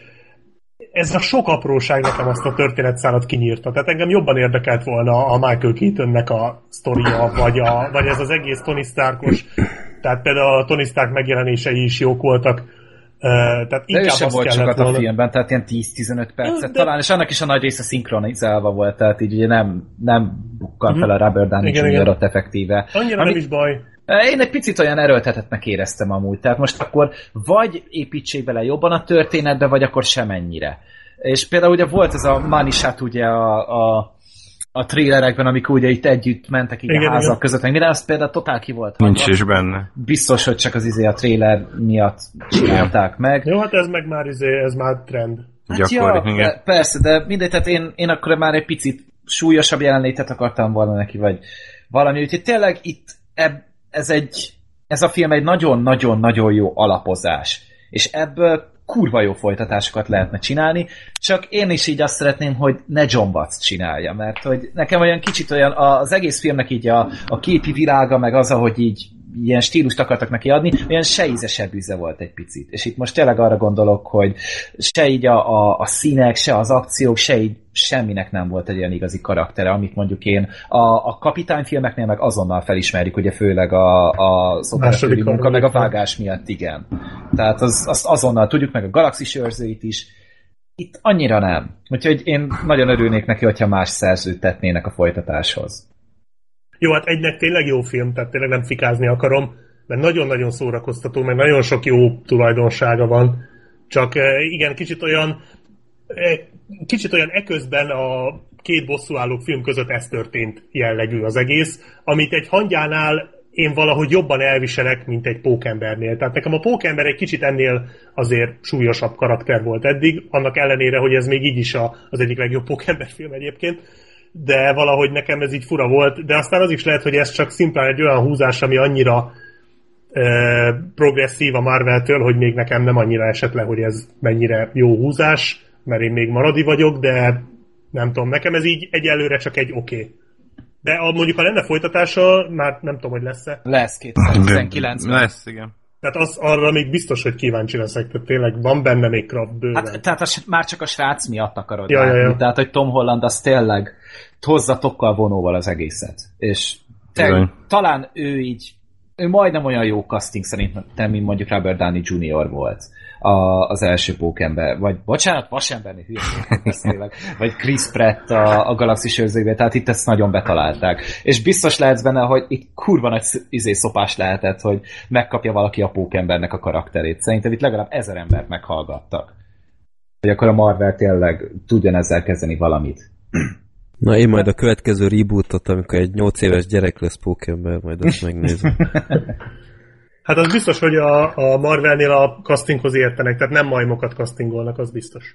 Ez a sok apróság nekem azt a történetszálat kinyírta. Tehát engem jobban érdekelt volna a Michael Keatonnek a sztoria, vagy, a, vagy ez az egész Tony Starkos. Tehát például a Tony Stark megjelenései is jók voltak. Uh, tehát de ő sem volt sokat volna. A filmben, tehát ilyen tíz-tizenöt percet de... talán, és annak is a nagy része szinkronizálva volt, tehát így ugye nem, nem bukkan mm-hmm. fel a Robert Downey junior ott effektíve. Annyira Ami... nem is baj. Én egy picit olyan erőltetetnek éreztem amúgy, tehát most akkor vagy építsék bele jobban a történetbe, vagy akkor semennyire. És például ugye volt ez a money shot ugye a, a, a trélerekben, amikor ugye itt együtt mentek így igen, a házak igen. között, meg minden, az például totál ki volt. Nincs is benne. Biztos, hogy csak az izé a tréler miatt csinálták meg. Jó, hát ez meg már izé, ez már trend. Hát ja, de, persze, de mindegy, tehát én, én akkor már egy picit súlyosabb jelenlétet akartam volna neki, vagy valami, úgyhogy tényleg itt ebb, ez egy, ez a film egy nagyon-nagyon-nagyon jó alapozás. És ebből kurva jó folytatásokat lehetne csinálni, csak én is így azt szeretném, hogy ne John Watts csinálja, mert hogy nekem olyan kicsit olyan, az egész filmnek így a, a képi világa, meg az, ahogy így ilyen stílust akartak neki adni, olyan se ízesebb íze volt egy picit. És itt most tényleg arra gondolok, hogy se így a, a, a színek, se az akciók, se így semminek nem volt egy olyan igazi karaktere, amit mondjuk én a, a kapitányfilmeknél meg azonnal felismerjük, ugye főleg a, a szokásfőri munka, meg a vágás miatt, igen. Tehát az, azt azonnal tudjuk, meg a galaxis őrzőit is. Itt annyira nem. Úgyhogy én nagyon örülnék neki, hogyha más szerzőt tetnének a folytatáshoz. Jó, hát egynek tényleg jó film, tehát tényleg nem fikázni akarom, mert nagyon-nagyon szórakoztató, meg nagyon sok jó tulajdonsága van. Csak igen, kicsit olyan kicsit olyan eközben a két bosszúálló film között ez történt jellegű az egész, amit egy hangyánál én valahogy jobban elviselek, mint egy pókembernél. Tehát nekem a pókember egy kicsit ennél azért súlyosabb karakter volt eddig, annak ellenére, hogy ez még így is a, az egyik legjobb pókemberfilm egyébként, de valahogy nekem ez így fura volt, de aztán az is lehet, hogy ez csak szimplán egy olyan húzás, ami annyira e, progresszív a Marvel-től, hogy még nekem nem annyira esett le, hogy ez mennyire jó húzás, mert én még maradi vagyok, de nem tudom, nekem ez így egyelőre csak egy oké. Okay. De a, mondjuk, ha lenne folytatása, már nem tudom, hogy lesz-e. Lesz kétezer-tizenkilencben. Lesz, igen. Tehát az, arra még biztos, hogy kíváncsi leszek, tehát tényleg van benne még Kraft bőven. Hát, tehát az, már csak a srác miatt akarod ja, ja, ja. Tehát, hogy Tom Holland az tényleg hozza tokkal vonóval az egészet. És te, talán ő így, ő majdnem olyan jó casting szerintem, mint mondjuk Robert Downey junior volt a, az első pókember, vagy bocsánat, vasembernél hülyeség beszélek, vagy Chris Pratt a, a Galaxis őrzőjében, tehát itt ezt nagyon betalálták. És biztos lehetsz benne, hogy itt kurva nagy izé szopás lehetett, hogy megkapja valaki a pókembernek a karakterét. Szerintem itt legalább ezer embert meghallgattak. Hogy akkor a Marvel tényleg tudjon ezzel kezdeni valamit. Na én majd a következő rebootot, amikor egy nyolc éves gyerek lesz pókember, majd azt megnézem. Hát az biztos, hogy a, a Marvelnél a castinghoz értenek, tehát nem majmokat castingolnak, az biztos.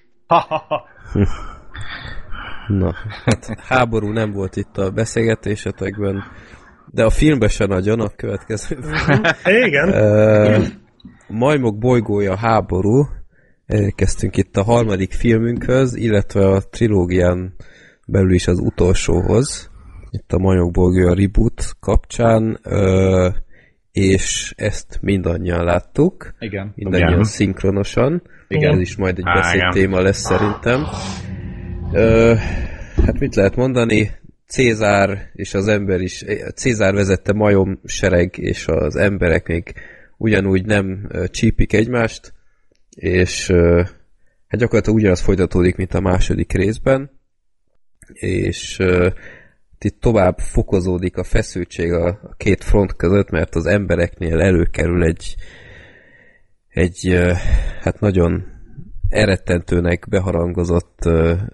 Na, hát háború nem volt itt a beszélgetésetekben, de a filmben se nagyon a következő. Igen. Uh, majmok bolygója háború elkezdtünk itt a harmadik filmünkhöz, illetve a trilógián belül is az utolsóhoz, itt a Majmokbolygó a reboot kapcsán, ö, és ezt mindannyian láttuk. Igen. Mindannyian igen. Szinkronosan. Igen. Ez is majd egy beszéd téma lesz szerintem. Ö, hát mit lehet mondani? Cézár és az ember is, Cézár vezette majom sereg, és az emberek még ugyanúgy nem csípik egymást, és hát gyakorlatilag ugyanaz folytatódik, mint a második részben, és itt tovább fokozódik a feszültség a két front között, mert az embereknél előkerül egy egy hát nagyon elrettentőnek beharangozott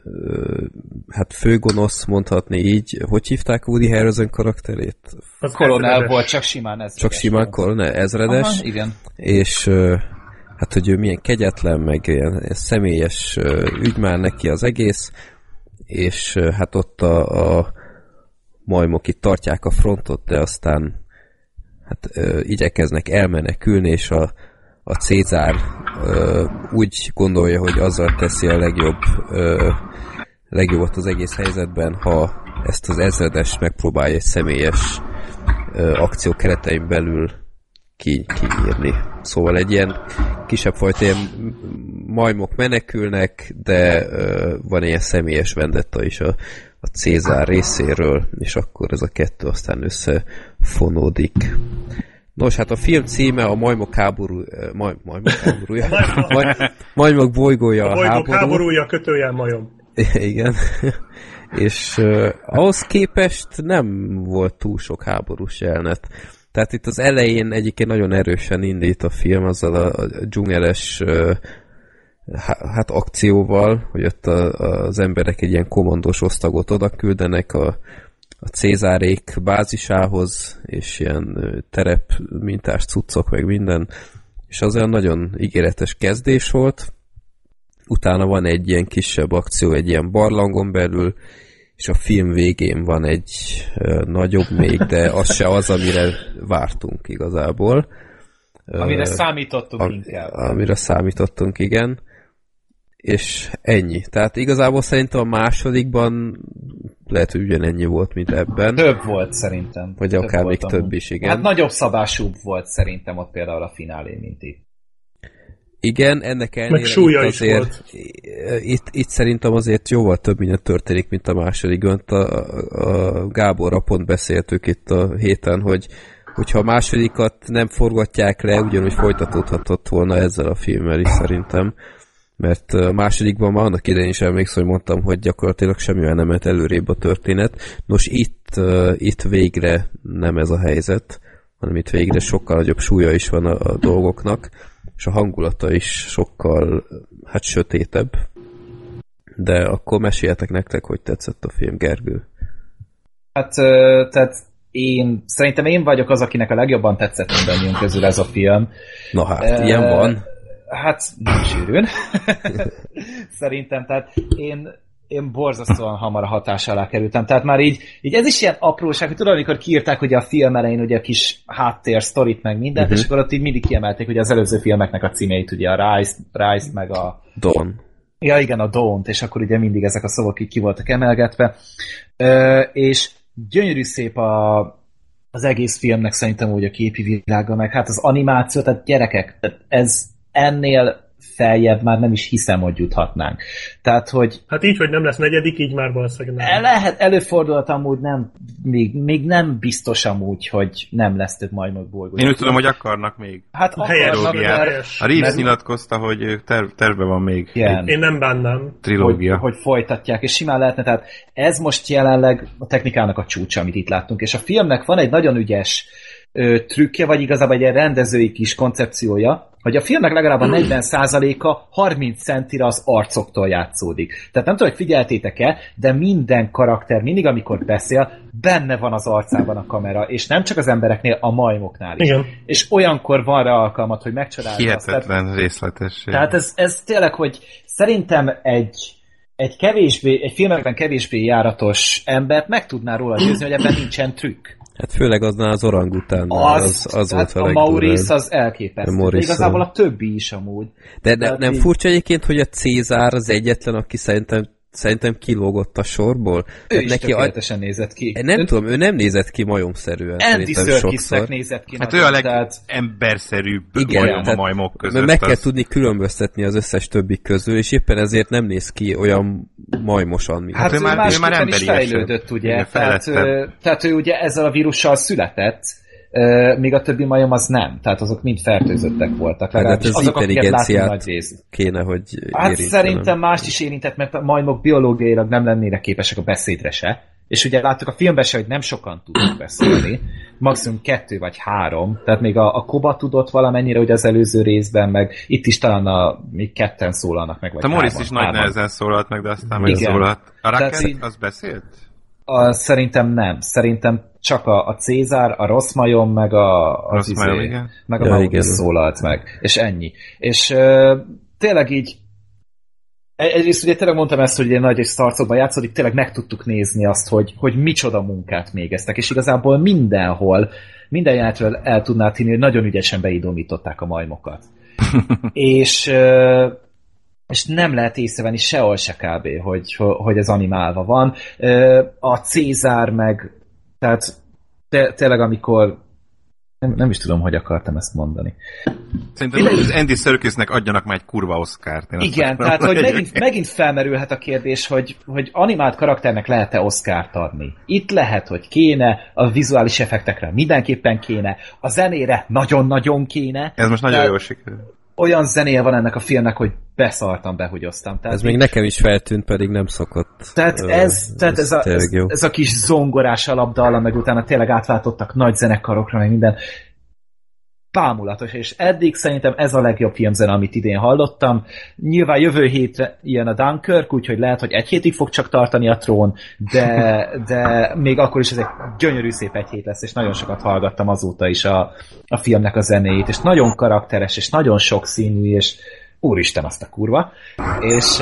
hát főgonosz, mondhatni így. Hogy hívták Woody Harrelson karakterét? Az kolonel volt, csak simán ezredes. Csak simán kolonel, ezredes. Aha, igen. És hát, hogy ő milyen kegyetlen, meg ilyen személyes ügy már neki az egész, és hát ott a, a majmok itt tartják a frontot, de aztán hát igyekeznek elmenekülni, és a a Cézár ö, úgy gondolja, hogy azzal teszi a legjobb ö, legjobbat az egész helyzetben, ha ezt az ezredes megpróbálja egy személyes ö, akció keretein belül ki, kiírni. Szóval egy ilyen kisebb fajta ilyen majmok menekülnek, de ö, van ilyen személyes vendetta is a, a Cézár részéről, és akkor ez a kettő aztán összefonódik. Nos, hát a film címe a Majmok háború... Maj, majmok háborúja? Maj, majmok bolygója a, a bolygók háború. háborúja, kötőjel majom. Igen. És uh, ahhoz képest nem volt túl sok háborús jelenet. Tehát itt az elején egyébként nagyon erősen indít a film azzal a, a dzsungeles uh, hát akcióval, hogy ott a, az emberek egy ilyen kommandós osztagot oda küldenek a a Cézárék bázisához, és ilyen terep mintás cuccok, meg minden, és az olyan nagyon ígéretes kezdés volt. Utána van egy ilyen kisebb akció, egy ilyen barlangon belül, és a film végén van egy uh, nagyobb még, de az se az, amire vártunk igazából. Amire uh, számítottunk am, inkább. Amire számítottunk, igen. És ennyi. Tehát igazából szerintem a másodikban lehet, hogy ugyanennyi volt, mint ebben. Több volt szerintem. Vagy több akár még több is, igen. Hát nagyobb szabásúbb volt szerintem ott például a finálé, mint itt. Igen, ennek ellenére meg súlya itt is azért, volt. Itt, itt szerintem azért jóval több minden történik, mint a másodikban. A, a Gáborra pont beszéltük itt a héten, hogy hogyha a másodikat nem forgatják le, ugyanúgy folytatódhatott volna ezzel a filmmel is szerintem. Mert a másodikban már annak idején is emlékszem, hogy mondtam, hogy gyakorlatilag semmivel nem ment előrébb a történet. Nos, itt, uh, itt végre nem ez a helyzet, hanem itt végre sokkal nagyobb súlya is van a, a dolgoknak, és a hangulata is sokkal, hát sötétebb. De akkor meséljetek nektek, hogy tetszett a film, Gergő. Hát, tehát én, szerintem én vagyok az, akinek a legjobban tetszett mindannyiunk közül ez a film. Na hát, uh, ilyen van. Hát, nem sűrűn. Szerintem, tehát én, én borzasztóan hamar a hatás alá kerültem. Tehát már így, így ez is ilyen apróság, hogy tudod, amikor kiírták ugye a film elején ugye a kis háttér, sztorit, meg mindent, uh-huh. és akkor ott így mindig kiemelték ugye az előző filmeknek a címeit, ugye a Rise, Rise meg a... Dawn. Ja, igen, a Dawn-t, és akkor ugye mindig ezek a szavak így ki voltak emelgetve. Ö, és gyönyörű szép a, az egész filmnek szerintem úgy a képi világa, meg hát az animáció, tehát gyerekek, ez ennél feljebb már nem is hiszem, hogy juthatnánk. Tehát, hogy... Hát így, hogy nem lesz negyedik, így már valószínűleg nem. Lehet, előfordulhat amúgy nem, még, még nem biztos amúgy, hogy nem lesz több Majmok bolygó. Én úgy tudom, hogy akarnak még. Hát akarnak, mert... A Reeves mert... nyilatkozta, hogy terv, tervben van még. Igen. Én nem bánnám. Trilógia. Hogy, hogy folytatják, és simán lehetne. Tehát ez most jelenleg a technikának a csúcsa, amit itt láttunk. És a filmnek van egy nagyon ügyes ö, trükkje, vagy igazából egy rendezői kis koncepciója, hogy a filmnek legalább a negyven százaléka harminc centire az arcoktól játszódik. Tehát nem tudom, hogy figyeltétek-e, de minden karakter, mindig amikor beszél, benne van az arcában a kamera, és nem csak az embereknél, a majmoknál is. Igen. És olyankor van rá alkalmat, hogy megcsodálja azt. Hihetetlen részletesség. Tehát ez, ez tényleg, hogy szerintem egy, egy, kevésbé, egy filmekben kevésbé járatos embert meg tudná róla győzni, hogy ebben nincsen trükk. Hát főleg aznál az orangután. Az, az, az hát volt a, a Maurice az elképesztő. De igazából a többi is amúgy. De ne, nem így... furcsa egyébként, hogy a Cézár az egyetlen, aki szerintem Szerintem kilógott a sorból. Ő hát is neki tökéletesen a... nézett ki. Nem Ön... tudom, ő nem nézett ki majomszerűen. Andy Serkisnek nézett ki. Hát ő a legemberszerűbb majom a majmok között. Meg az... kell tudni különböztetni az összes többi közül, és éppen ezért nem néz ki olyan majmosan, mint. Hát, hát ő, ő már, ő már is fejlődött, ugye. Tehát, tehát ő ugye ezzel a vírussal született, Uh, míg a többi majom az nem. Tehát azok mind fertőzöttek voltak. Hát ez azok, intelligenciát kéne, hogy hát szerintem mást is érintett, mert a majmok biológiailag nem lennének képesek a beszédre se. És ugye láttuk a filmben se, hogy nem sokan tudnak beszélni. Maximum kettő vagy három. Tehát még a, a Koba tudott valamennyire, hogy az előző részben, meg itt is talán a, még ketten szólalnak meg. Vagy a Morris is nagy nehezen szólalt meg, de aztán megszólalt. A Racket az beszélt? A, szerintem nem. Szerintem csak a, a Cézár, a rossz majom, meg a, az izé, majom, meg a ja, Maurice szólalt meg. És ennyi. És uh, tényleg így egyrészt ugye tényleg mondtam ezt, hogy ilyen nagy és szarcokban játszódik, tényleg meg tudtuk nézni azt, hogy, hogy micsoda munkát végeztek, és igazából mindenhol, minden jelenetről el tudná hinni, hogy nagyon ügyesen beidomították a majmokat. és uh, és nem lehet észrevenni sehol se kb., hogy, hogy ez animálva van. A Cézár meg, tehát te, tényleg amikor nem, nem is tudom, hogy akartam ezt mondani. Szerintem Ide... az Andy Serkisnek adjanak már egy kurva Oscart. Igen, tehát hogy megint, megint felmerülhet a kérdés, hogy, hogy animált karakternek lehet-e Oscart adni. Itt lehet, hogy kéne, a vizuális effektekre mindenképpen kéne, a zenére nagyon-nagyon kéne. Ez most nagyon tehát... jól sikerül. Olyan zenéje van ennek a filmnek, hogy beszartam, behugyoztam. Tehát ez még nekem is feltűnt, pedig nem szokott. Tehát ez, tehát ez, ez, a, ez, ez a kis zongorás alapdalla, meg utána tényleg átváltottak nagy zenekarokra, meg minden. Bámulatos, és eddig szerintem ez a legjobb filmzene, amit idén hallottam. Nyilván jövő hétre ilyen a Dunkirk, úgyhogy lehet, hogy egy hétig fog csak tartani a trón, de, de még akkor is ez egy gyönyörű szép egy hét lesz, és nagyon sokat hallgattam azóta is a, a filmnek a zenéjét, és nagyon karakteres, és nagyon sokszínű, és úristen azt a kurva. És,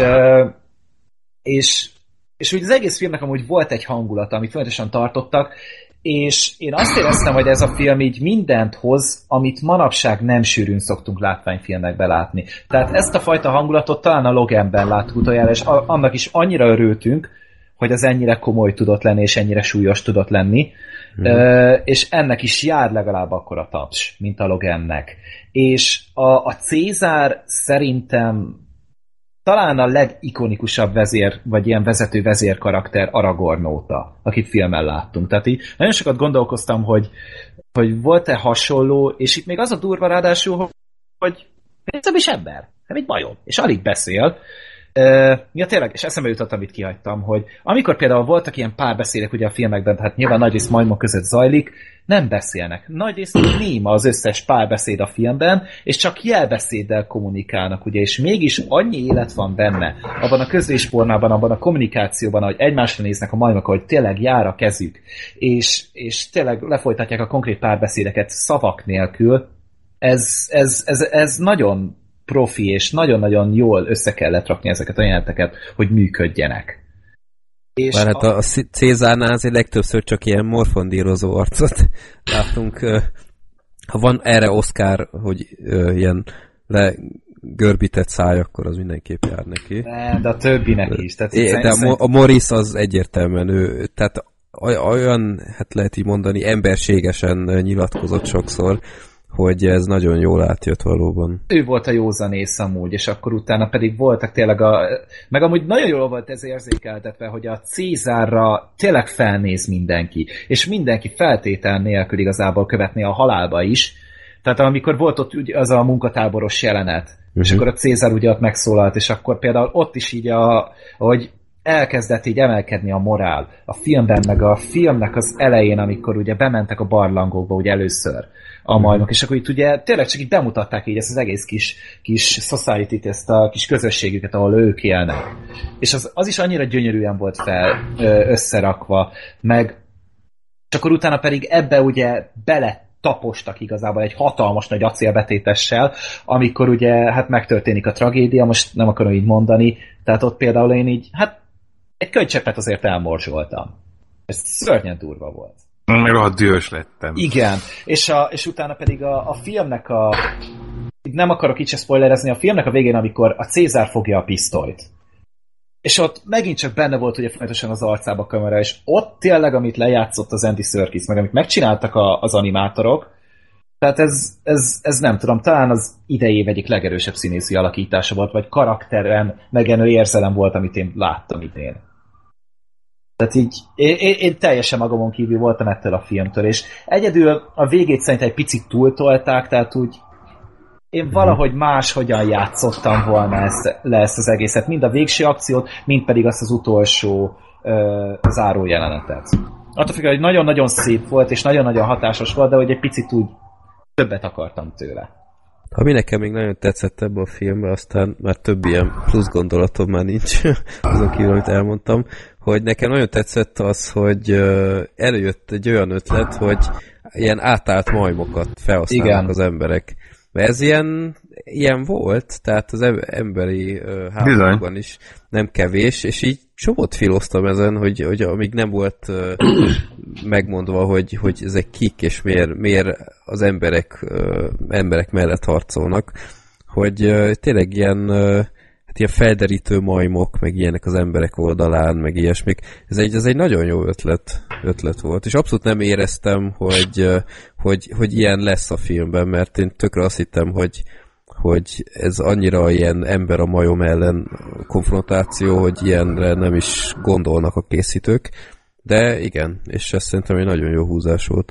és, és úgy az egész filmnek amúgy volt egy hangulata, amit folyamatosan tartottak, és én azt éreztem, hogy ez a film így mindent hoz, amit manapság nem sűrűn szoktunk látványfilmekbe látni. Tehát ezt a fajta hangulatot talán a Loganben láttuk utoljára, és annak is annyira örültünk, hogy az ennyire komoly tudott lenni, és ennyire súlyos tudott lenni, mm. uh, és ennek is jár legalább akkora taps, mint a Logannek. És a, a Cézár szerintem talán a legikonikusabb vezér, vagy ilyen vezető vezérkarakter Aragorn óta, akit filmen láttunk. Tehát így nagyon sokat gondolkoztam, hogy, hogy volt-e hasonló, és itt még az a durva ráadásul, hogy ez is ember, nem egy majom, és alig beszél. Uh, ja tényleg, és eszembe jutott, amit kihagytam, hogy amikor például voltak ilyen párbeszédek ugye a filmekben, hát nyilván nagyrészt majmok között zajlik, nem beszélnek. Nagyrészt néma az összes párbeszéd a filmben, és csak jelbeszéddel kommunikálnak, ugye, és mégis annyi élet van benne, abban a közlésformában, abban a kommunikációban, ahogy egymásra néznek a majmok, hogy tényleg jár a kezük, és, és tényleg lefolytatják a konkrét párbeszédeket szavak nélkül, ez, ez, ez, ez nagyon profi, és nagyon-nagyon jól össze kellett rakni ezeket a jeleneteket, hogy működjenek. És Bár hát a, a Cézárnál azért legtöbbször csak ilyen morfondírozó arcot láttunk. Ha van erre Oscar, hogy ilyen legörbített száj, akkor az mindenképp jár neki. De, de a többinek is. Tehát é, de a, a Morris az egyértelműen ő, tehát olyan, hát lehet így mondani, emberségesen nyilatkozott sokszor, hogy ez nagyon jól átjött valóban. Ő volt a józanész amúgy, és akkor utána pedig voltak tényleg a... Meg amúgy nagyon jól volt ez érzékeltetve, hogy a Cézárra tényleg felnéz mindenki, és mindenki feltétel nélkül igazából követné a halálba is. Tehát amikor volt ott az a munkatáboros jelenet, uh-huh. és akkor a Cézár ugye ott megszólalt, és akkor például ott is így, a, hogy elkezdett így emelkedni a morál. A filmben, meg a filmnek az elején, amikor ugye bementek a barlangokba ugye először a majmok, és akkor itt ugye tényleg csak így bemutatták így ezt az egész kis, kis society-t, ezt a kis közösségüket, ahol ők élnek. És az, az is annyira gyönyörűen volt fel összerakva, meg és akkor utána pedig ebbe ugye bele tapostak igazából egy hatalmas nagy acélbetétessel, amikor ugye hát megtörténik a tragédia, most nem akarom így mondani, tehát ott például én így, hát egy könycseppet azért elmorzsoltam. Ez szörnyen durva volt. Meg a dühös lettem. Igen, és, a, és utána pedig a, a filmnek a... Nem akarok itt se spoilerezni, a filmnek a végén, amikor a Cézár fogja a pisztolyt. És ott megint csak benne volt ugye folyamatosan az arcába a kamera, és ott tényleg, amit lejátszott az Andy Serkis, meg amit megcsináltak a, az animátorok, tehát ez, ez, ez nem tudom, talán az idejév egyik legerősebb színészi alakítása volt, vagy karakteren megjelenő érzelem volt, amit én láttam idén. Tehát így, én, én, én teljesen magamon kívül voltam ettől a filmtől, és egyedül a végét szerintem egy picit túltolták, tehát úgy én valahogy máshogyan játszottam volna ezt, le ezt az egészet, mind a végső akciót, mind pedig azt az utolsó ö, záró jelenetet. Attól függően, hogy nagyon-nagyon szép volt, és nagyon-nagyon hatásos volt, de hogy egy picit úgy többet akartam tőle. Ami nekem még nagyon tetszett ebben a filmben, aztán már több ilyen plusz gondolatom már nincs, azon kívül, amit elmondtam, hogy nekem nagyon tetszett az, hogy előjött egy olyan ötlet, hogy ilyen átállt majmokat felhasználnak Igen. az emberek. Mert ez ilyen, ilyen volt, tehát az emberi uh, háborúban is nem kevés, és így csomót filoztam ezen, hogy, hogy amíg nem volt uh, megmondva, hogy, hogy ezek kik, és miért, miért az emberek, uh, emberek mellett harcolnak, hogy uh, tényleg ilyen, uh, hát ilyen felderítő majmok, meg ilyenek az emberek oldalán, meg ilyesmik. Ez egy, ez egy nagyon jó ötlet, ötlet volt, és abszolút nem éreztem, hogy, uh, hogy, hogy ilyen lesz a filmben, mert én tökre azt hittem, hogy hogy ez annyira ilyen ember a majom ellen konfrontáció, hogy ilyenre nem is gondolnak a készítők. De igen, és ez szerintem egy nagyon jó húzás volt.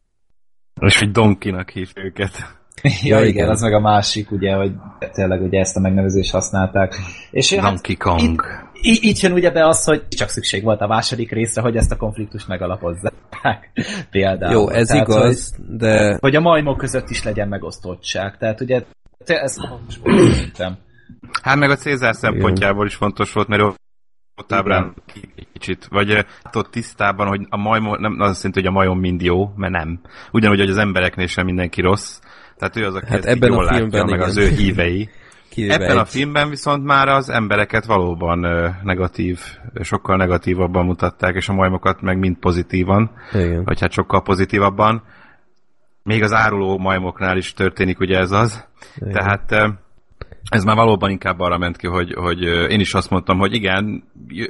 És hogy Donkinak hív őket. Ja, ja igen, igen, az meg a másik, ugye, hogy tényleg ugye ezt a megnevezést használták. És Donkey hát, Kong. Itt, itt jön ugye be az, hogy csak szükség volt a második részre, hogy ezt a konfliktust megalapozzák. Például. Jó, ez tehát, igaz, hogy, de... Hogy a majmok között is legyen megosztottság. Tehát ugye ezt mondtam. Hát meg a Cézár szempontjából is fontos volt, mert ott ábrán kicsit, vagy ott tisztában, hogy a majom, nem az azt jelenti, hogy a majom mind jó, mert nem. Ugyanúgy, hogy az embereknél sem mindenki rossz. Tehát ő az, aki hát ezt jól látja, meg az ő hívei. Ebben a filmben viszont már az embereket valóban negatív, sokkal negatívabban mutatták, és a majmokat meg mind pozitívan, igen. Vagy hát sokkal pozitívabban. Még az áruló majmoknál is történik ugye ez az. Igen. Tehát ez már valóban inkább arra ment ki, hogy, hogy én is azt mondtam, hogy igen,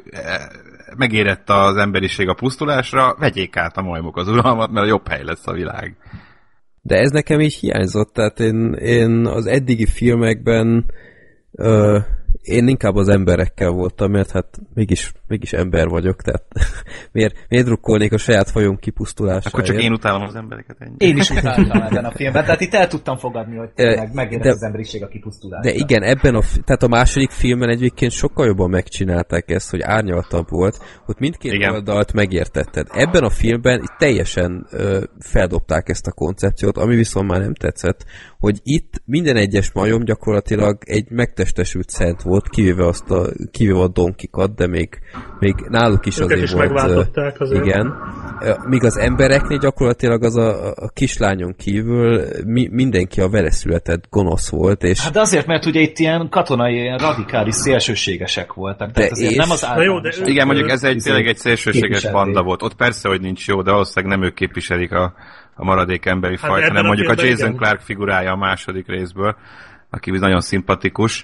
megérett az emberiség a pusztulásra, vegyék át a majmok az uralmat, mert jobb hely lesz a világ. De ez nekem így hiányzott, tehát én, én az eddigi filmekben ö, én inkább az emberekkel voltam, mert hát mégis, mégis ember vagyok, tehát miért, miért drukkolnék a saját fajom kipusztulásáért? Akkor csak én utálom az embereket ennyi. Én is utáltam ebben a filmben, tehát itt el tudtam fogadni, hogy tényleg megérett az emberiség a kipusztulásra. De igen, ebben a, tehát a második filmben egyébként sokkal jobban megcsinálták ezt, hogy árnyaltabb volt, hogy mindkét igen. oldalt megértetted. Ebben a filmben teljesen ö, feldobták ezt a koncepciót, ami viszont már nem tetszett, hogy itt minden egyes majom gyakorlatilag egy megtestesült szent volt, kivéve, azt a, kivéve a donkikat, de még, még náluk is őket azért is volt. Azért. Igen. Míg az embereknél gyakorlatilag az a, a kislányon kívül mi, mindenki a veleszületett gonosz volt. És hát azért, mert ugye itt ilyen katonai, ilyen radikális szélsőségesek voltak. Tehát azért és... nem az jó, de igen, mondjuk ez egy, tényleg egy szélsőséges banda volt. Ott persze, hogy nincs jó, de valószínűleg nem ők képviselik a, a maradék emberi hát fajt, hanem mondjuk a Jason igen. Clarke figurája a második részből, aki nagyon szimpatikus,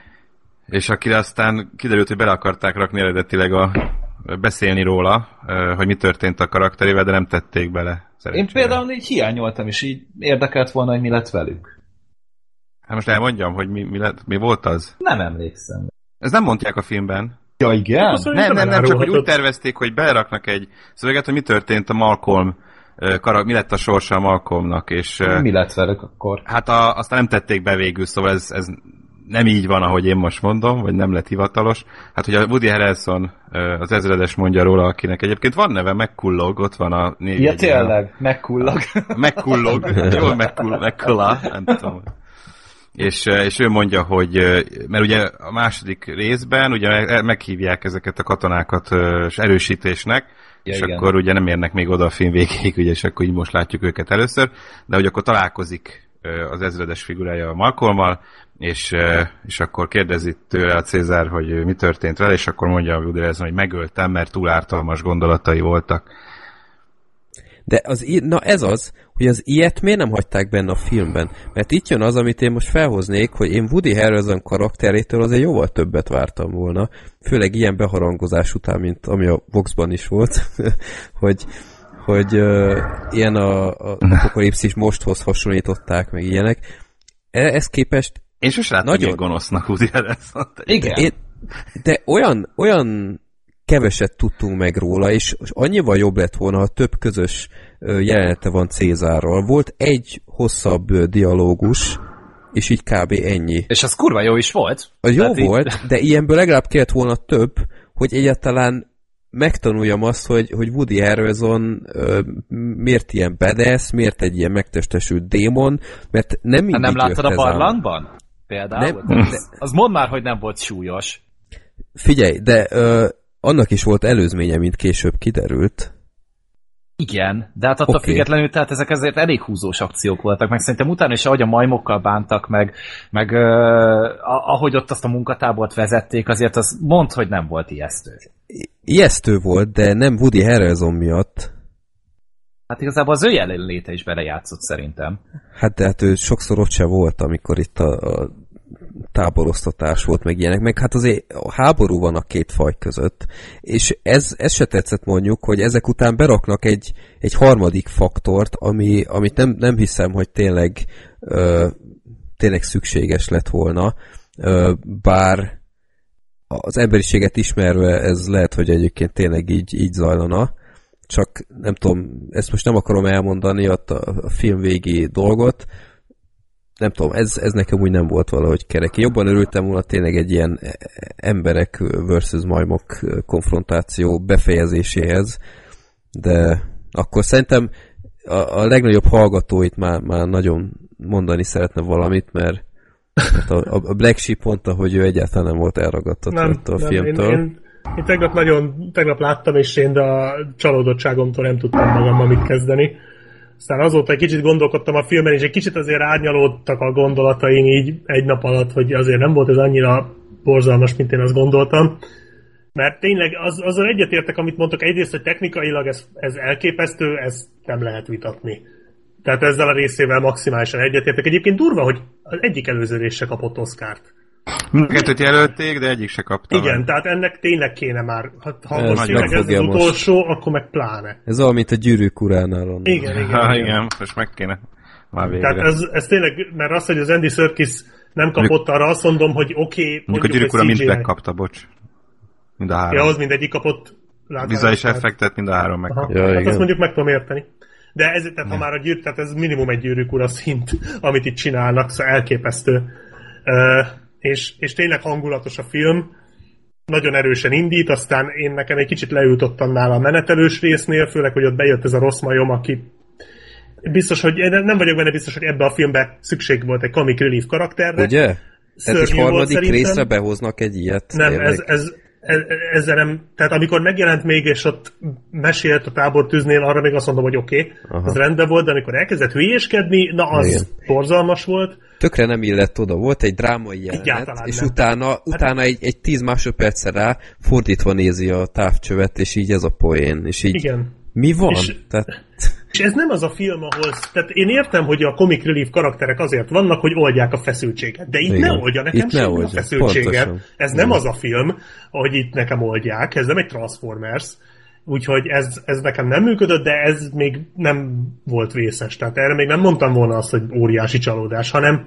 és akire aztán kiderült, hogy bele akarták rakni eredetileg a beszélni róla, hogy mi történt a karakterével, de nem tették bele. Én például így hiányoltam, és így érdekelt volna, hogy mi lett velük. Hát most elmondjam, hogy mi, mi, lett, mi volt az? Nem emlékszem. Ez nem mondják a filmben. Ja, igen? Nem, nem, nem, csak hogy úgy tervezték, hogy beleraknak egy szöveget, hogy mi történt a Malcolm, mi lett a sorsa a Malcolmnak, és... Mi lett velük akkor? Hát a, aztán nem tették be végül, szóval ez, ez nem így van, ahogy én most mondom, vagy nem lett hivatalos. Hát, hogy a Woody Harrelson, az ezredes mondja róla, akinek egyébként van neve, McCulloch, ott van a név. Ja, tényleg, McCulloch. McCulloch, jól McCulloch, nem tudom. És, és ő mondja, hogy, mert ugye a második részben ugye meghívják ezeket a katonákat erősítésnek, ja, és igen. Akkor ugye nem érnek még oda a film végéig, ugye, és akkor így most látjuk őket először, de hogy akkor találkozik az ezredes figurája a Malcolmmal, és, és akkor kérdezi tőle a Cézár, hogy mi történt vele, és akkor mondja a Woody Harrelson, hogy megöltem, mert túl ártalmas gondolatai voltak. De az, na ez az, hogy az ilyet miért nem hagyták benne a filmben? Mert itt jön az, amit én most felhoznék, hogy én Woody Harrelson karakterétől azért jóval többet vártam volna, főleg ilyen beharangozás után, mint ami a Voxban is volt, hogy, hogy uh, ilyen a, a apokalipszis mosthoz hasonlították, meg ilyenek. Ez képest én sosem láttam nagyon gonosznak Woody Harrelsont. Igen. Én, de olyan, olyan keveset tudtunk meg róla, és annyival jobb lett volna, ha több közös jelenete van Cézárral. Volt egy hosszabb dialógus, és így kb. Ennyi. És az kurva jó is volt. Az jó Tehát volt, így... de ilyenből legalább kellett volna több, hogy egyáltalán megtanuljam azt, hogy, hogy Woody Harrelson uh, miért ilyen badass, miért egy ilyen megtestesült démon, mert nem mindig nem láttad a barlangban? Például? Nem, de... Az mondd már, hogy nem volt súlyos. Figyelj, de uh, annak is volt előzménye, mint később kiderült. Igen, de hát attól okay. függetlenül, tehát ezek ezért elég húzós akciók voltak, meg szerintem utána is, ahogy a majmokkal bántak, meg, meg uh, ahogy ott azt a munkatábort vezették, azért az mondd, hogy nem volt ijesztő. I- ijesztő volt, de nem Woody Harrelson miatt. Hát igazából az ő jelenléte is belejátszott szerintem. Hát de hát ő sokszor ott se volt, amikor itt a, a táborosztatás volt, meg ilyenek, meg hát azért a háború van a két faj között, és ez, ez se tetszett mondjuk, hogy ezek után beraknak egy, egy harmadik faktort, ami, amit nem, nem hiszem, hogy tényleg ö, tényleg szükséges lett volna, ö, bár az emberiséget ismerve ez lehet, hogy egyébként tényleg így, így zajlana, csak nem tudom, ezt most nem akarom elmondani ott a, a film végi dolgot, nem tudom, ez, ez nekem úgy nem volt valahogy kerek. Jobban örültem volna tényleg egy ilyen emberek versus majmok konfrontáció befejezéséhez, de akkor szerintem a, a legnagyobb hallgatóit már, már nagyon mondani szeretne valamit, mert, mert a, a Black Sheep mondta, hogy ő egyáltalán nem volt elragadtatva nem, a nem, filmtől. Én, én, én tegnap nagyon, tegnap láttam, és én de a csalódottságomtól nem tudtam magammal mit kezdeni. Aztán azóta egy kicsit gondolkodtam a filmen, és egy kicsit azért árnyalódtak a gondolataim így egy nap alatt, hogy azért nem volt ez annyira borzalmas, mint én azt gondoltam. Mert tényleg az, azzal egyetértek, amit mondtok, egyrészt, hogy technikailag ez, ez elképesztő, ezt nem lehet vitatni. Tehát ezzel a részével maximálisan egyetértek. Egyébként durva, hogy az egyik előző rész se kapott Oscart. Mindkettőt jelölték, de egyik se kapta. Igen, meg. Tehát ennek tényleg kéne már. Ha most tényleg ez az utolsó, most. Akkor meg pláne. Ez olyan, mint a Gyűrűk uránál. Igen, igen, igen. Ha, igen, most meg kéne. Már végre. Tehát ez, ez tényleg, mert az, hogy az Andy Serkis nem kapott arra, azt mondom, hogy oké, okay, mondjuk a Gyűrűk ura mind megkapta, bocs. Mind a három. Ja, az mindegyik kapott. Vizuális effektet mind a három megkapta. Ja, hát igen. Azt mondjuk meg tudom érteni. De ez, tehát, ha már a gyűrűk, tehát ez minimum egy Gyűrűk ura szint, amit itt csinálnak, szóval elképesztő. Uh, És, és tényleg hangulatos a film, nagyon erősen indít, aztán én nekem egy kicsit leültottam nála a menetelős résznél, főleg, hogy ott bejött ez a rossz majom, aki biztos, hogy nem vagyok benne biztos, hogy ebbe a filmbe szükség volt egy comic relief karakterre. Ugye? Tehát egy harmadik részre behoznak egy ilyet. Nem, ez, ez, ez, ezzel nem, tehát amikor megjelent még, és ott mesélt a tábortűznél, arra még azt mondom, hogy oké, okay, az rendben volt, de amikor elkezdett hülyéskedni, na az igen. borzalmas volt. Tökre nem illett oda, volt egy drámai jelenet, egyáltalán és nem. utána, hát, utána egy, egy tíz másodpercre rá fordítva nézi a távcsövet, és így ez a poén, és így igen. mi van? És, tehát... és ez nem az a film, ahol, tehát én értem, hogy a comic relief karakterek azért vannak, hogy oldják a feszültséget, de itt igen. ne oldja nekem itt semmi a feszültséget. Pontosan. Ez nem az a film, hogy itt nekem oldják, ez nem egy Transformers, úgyhogy ez, ez nekem nem működött, de ez még nem volt vészes. Tehát erre még nem mondtam volna azt, hogy óriási csalódás, hanem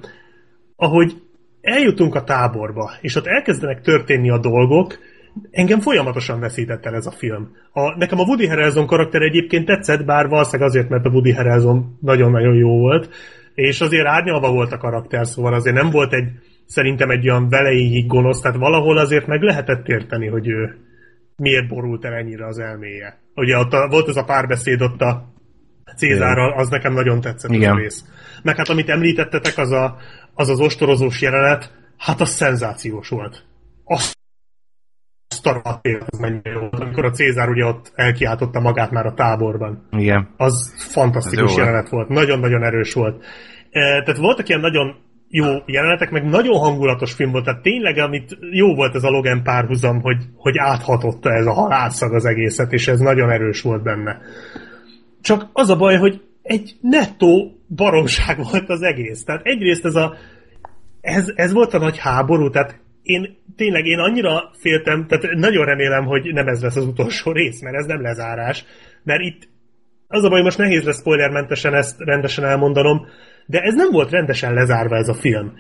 ahogy eljutunk a táborba, és ott elkezdenek történni a dolgok, engem folyamatosan veszített el ez a film. A, nekem a Woody Harrelson karakter egyébként tetszett, bár valószínűleg azért, mert a Woody Harrelson nagyon-nagyon jó volt, és azért árnyalva volt a karakter, szóval azért nem volt egy, szerintem egy olyan velejéig gonosz, tehát valahol azért meg lehetett érteni, hogy ő miért borult el ennyire az elméje. Ugye ott a, volt ez a párbeszéd ott a Cézárral, az nekem nagyon tetszett az a rész. Meg hát amit említettetek, az a, az, az ostorozós jelenet, hát az szenzációs volt. Azt a rattét, az mennyire jó volt, amikor a Cézár ugye ott elkiáltotta magát már a táborban. Igen. Az fantasztikus jelenet volt. Nagyon-nagyon erős volt. E, tehát voltak ilyen nagyon jó jelenetek, meg nagyon hangulatos film volt, tehát tényleg, amit jó volt ez a Logan párhuzam, hogy, hogy áthatotta ez a halálszag az egészet, és ez nagyon erős volt benne. csak az a baj, hogy egy nettó baromság volt az egész. Tehát egyrészt ez a ez, ez volt a nagy háború, tehát én tényleg én annyira féltem, tehát nagyon remélem, hogy nem ez lesz az utolsó rész, mert ez nem lezárás, mert itt az a baj, most nehéz lesz spoilermentesen ezt rendesen elmondanom, de ez nem volt rendesen lezárva ez a film.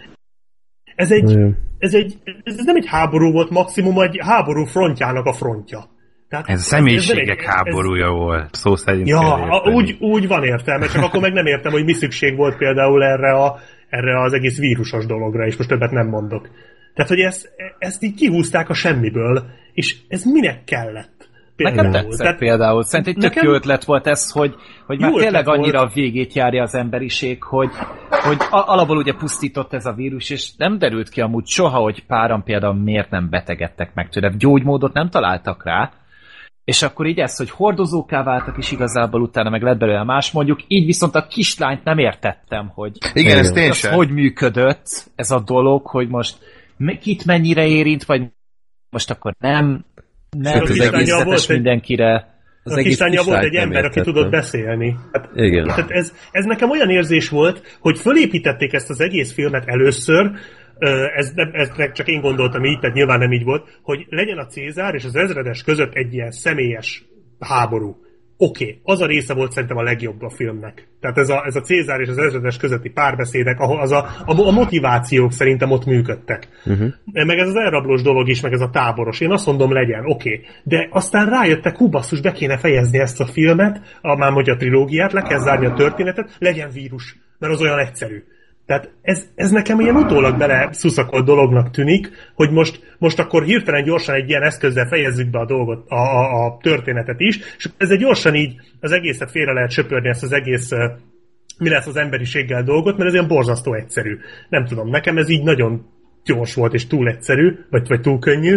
Ez egy, ez egy ez nem egy háború volt, maximum egy háború frontjának a frontja. Tehát ez a személyiségek ez, ez háborúja ez, volt, szó szerint. Ja, a, úgy, úgy van értelme, csak akkor meg nem értem, hogy mi szükség volt például erre, a, erre az egész vírusos dologra, és most többet nem mondok. Tehát, hogy ezt, ezt így kihúzták a semmiből, és ez minek kellett? Például. Nekem tetszett Tehát, például. Szerintem egy tök nekem... jó ötlet volt ez, hogy, hogy már tényleg annyira volt. A végét járja az emberiség, hogy, hogy alapból ugye pusztított ez a vírus, és nem derült ki amúgy soha, hogy páran például miért nem betegedtek meg tőle. Gyógymódot nem találtak rá, és akkor így ez, hogy hordozóká váltak, és igazából utána meg lett belőle más, mondjuk így viszont a kislányt nem értettem, hogy igen, ez én sem. Hogy működött ez a dolog, hogy most kit mennyire érint, vagy most akkor nem, nem az egész mindenkire. Az a kislánya volt egy ember, aki tudott beszélni. Hát, igen. Tehát ez, ez nekem olyan érzés volt, hogy fölépítették ezt az egész filmet először, ez, ez csak én gondoltam így, tehát nyilván nem így volt, hogy legyen a Cézár és az ezredes között egy ilyen személyes háború. Oké, okay. Az a része volt szerintem a legjobb a filmnek. Tehát ez a, ez a Cézár és az ezredes közötti párbeszédek, az a, a, a motivációk szerintem ott működtek. Uh-huh. Meg ez az elrablós dolog is, meg ez a táboros. Én azt mondom, legyen, oké. Okay. De aztán rájöttek, hú basszus, be kéne fejezni ezt a filmet, a, már mondja a trilógiát, le kell zárni a történetet, legyen vírus, mert az olyan egyszerű. Tehát ez, ez nekem ilyen utólag bele szuszakolt dolognak tűnik, hogy most, most akkor hirtelen gyorsan egy ilyen eszközzel fejezzük be a dolgot, a, a, a történetet is, és ez egy gyorsan így az egészet félre lehet söpörni, ezt az egész mi lesz az emberiséggel dolgot, mert ez ilyen borzasztó egyszerű. Nem tudom, nekem ez így nagyon gyors volt, és túl egyszerű, vagy, vagy túl könnyű.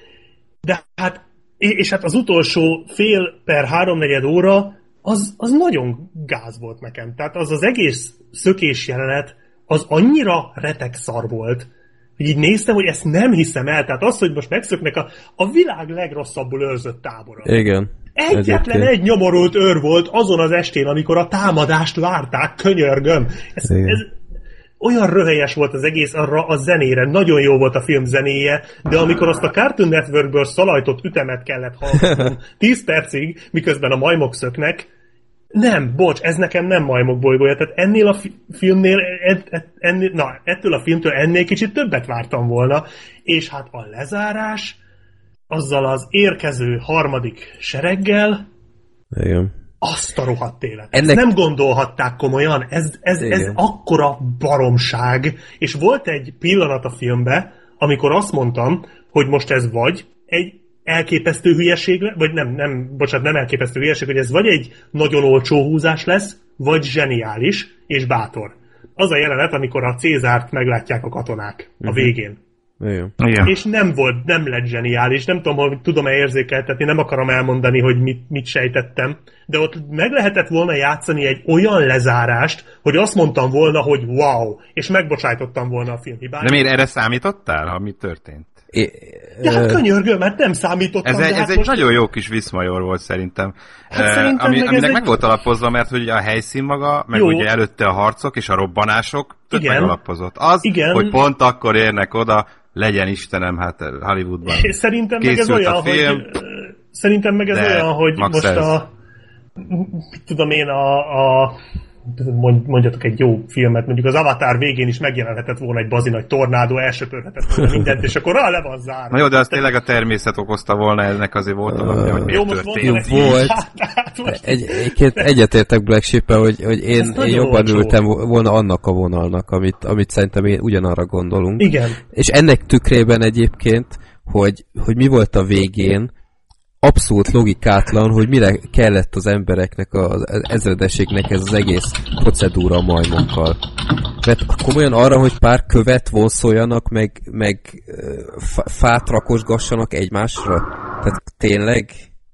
De hát, és hát az utolsó fél per háromnegyed óra, az, az nagyon gáz volt nekem. Tehát az az egész szökés jelenet, az annyira retek szar volt, hogy így néztem, hogy ezt nem hiszem el. Tehát az, hogy most megszöknek a, a világ legrosszabbul őrzött tábora. Igen. Egyetlen egy nyomorult őr volt azon az estén, amikor a támadást várták, könyörgöm. Ez, ez olyan röhelyes volt az egész, arra a zenére. Nagyon jó volt a film zenéje, de amikor azt a Cartoon Networkből szalajtott ütemet kellett hallgatnom tíz percig, miközben a majmok szöknek, nem, bocs, ez nekem nem majmok bolygója, tehát ennél a fi- filmnél, ed, ed, ennél, na, ettől a filmtől ennél kicsit többet vártam volna, és hát a lezárás, azzal az érkező harmadik sereggel, igen. Azt a rohadt élet. Ennek... Ezt nem gondolhatták komolyan, ez, ez, ez akkora baromság, és volt egy pillanat a filmben, amikor azt mondtam, hogy most ez vagy egy elképesztő hülyeség, vagy nem, nem, bocsánat, nem elképesztő hülyeség, hogy ez vagy egy nagyon olcsó húzás lesz, vagy zseniális és bátor. Az a jelenet, amikor a Cézárt meglátják a katonák a végén. Igen. Igen. És nem volt, nem lett zseniális, nem tudom, hogy tudom-e érzékeltetni, nem akarom elmondani, hogy mit, mit sejtettem, de ott meg lehetett volna játszani egy olyan lezárást, hogy azt mondtam volna, hogy wow, és megbocsájtottam volna a filmhibát. De miért erre számítottál, ha mi történt? É, de hát könyörgöm, mert nem számítottam. Ez, egy, hát ez most... egy nagyon jó kis viszmajor volt szerintem. Hát uh, szerintem ami, meg aminek egy... meg volt alapozva, mert hogy a helyszín maga, meg jó. Ugye előtte a harcok és a robbanások, tök megalapozott. Az, Igen. hogy pont akkor érnek oda, legyen Istenem, hát Hollywoodban szerintem meg ez olyan, film, hogy szerintem meg ez olyan, hogy most ez. a mit tudom én, a, a mondjatok egy jó filmet, mondjuk az Avatar végén is megjelenhetett volna egy bazi nagy tornádó, elsöpörhetett volna mindent, és akkor ah, le van zárva. Na jó, de az tényleg a természet okozta volna, ennek azért volt alapja, hogy jó, most történt. Volt. Hát, hát most... egy, egy, egyetértek Black Sheep-el, hogy, hogy én, én jobban olcsó. ültem volna annak a vonalnak, amit, amit szerintem én ugyanarra gondolunk. Igen. És ennek tükrében egyébként, hogy, hogy mi volt a végén, abszolút logikátlan, hogy mire kellett az embereknek, az ezredeségnek ez az egész procedúra a majmokkal. Mert komolyan arra, hogy pár követ vonszoljanak, meg, meg fát rakosgassanak egymásra? Tehát tényleg?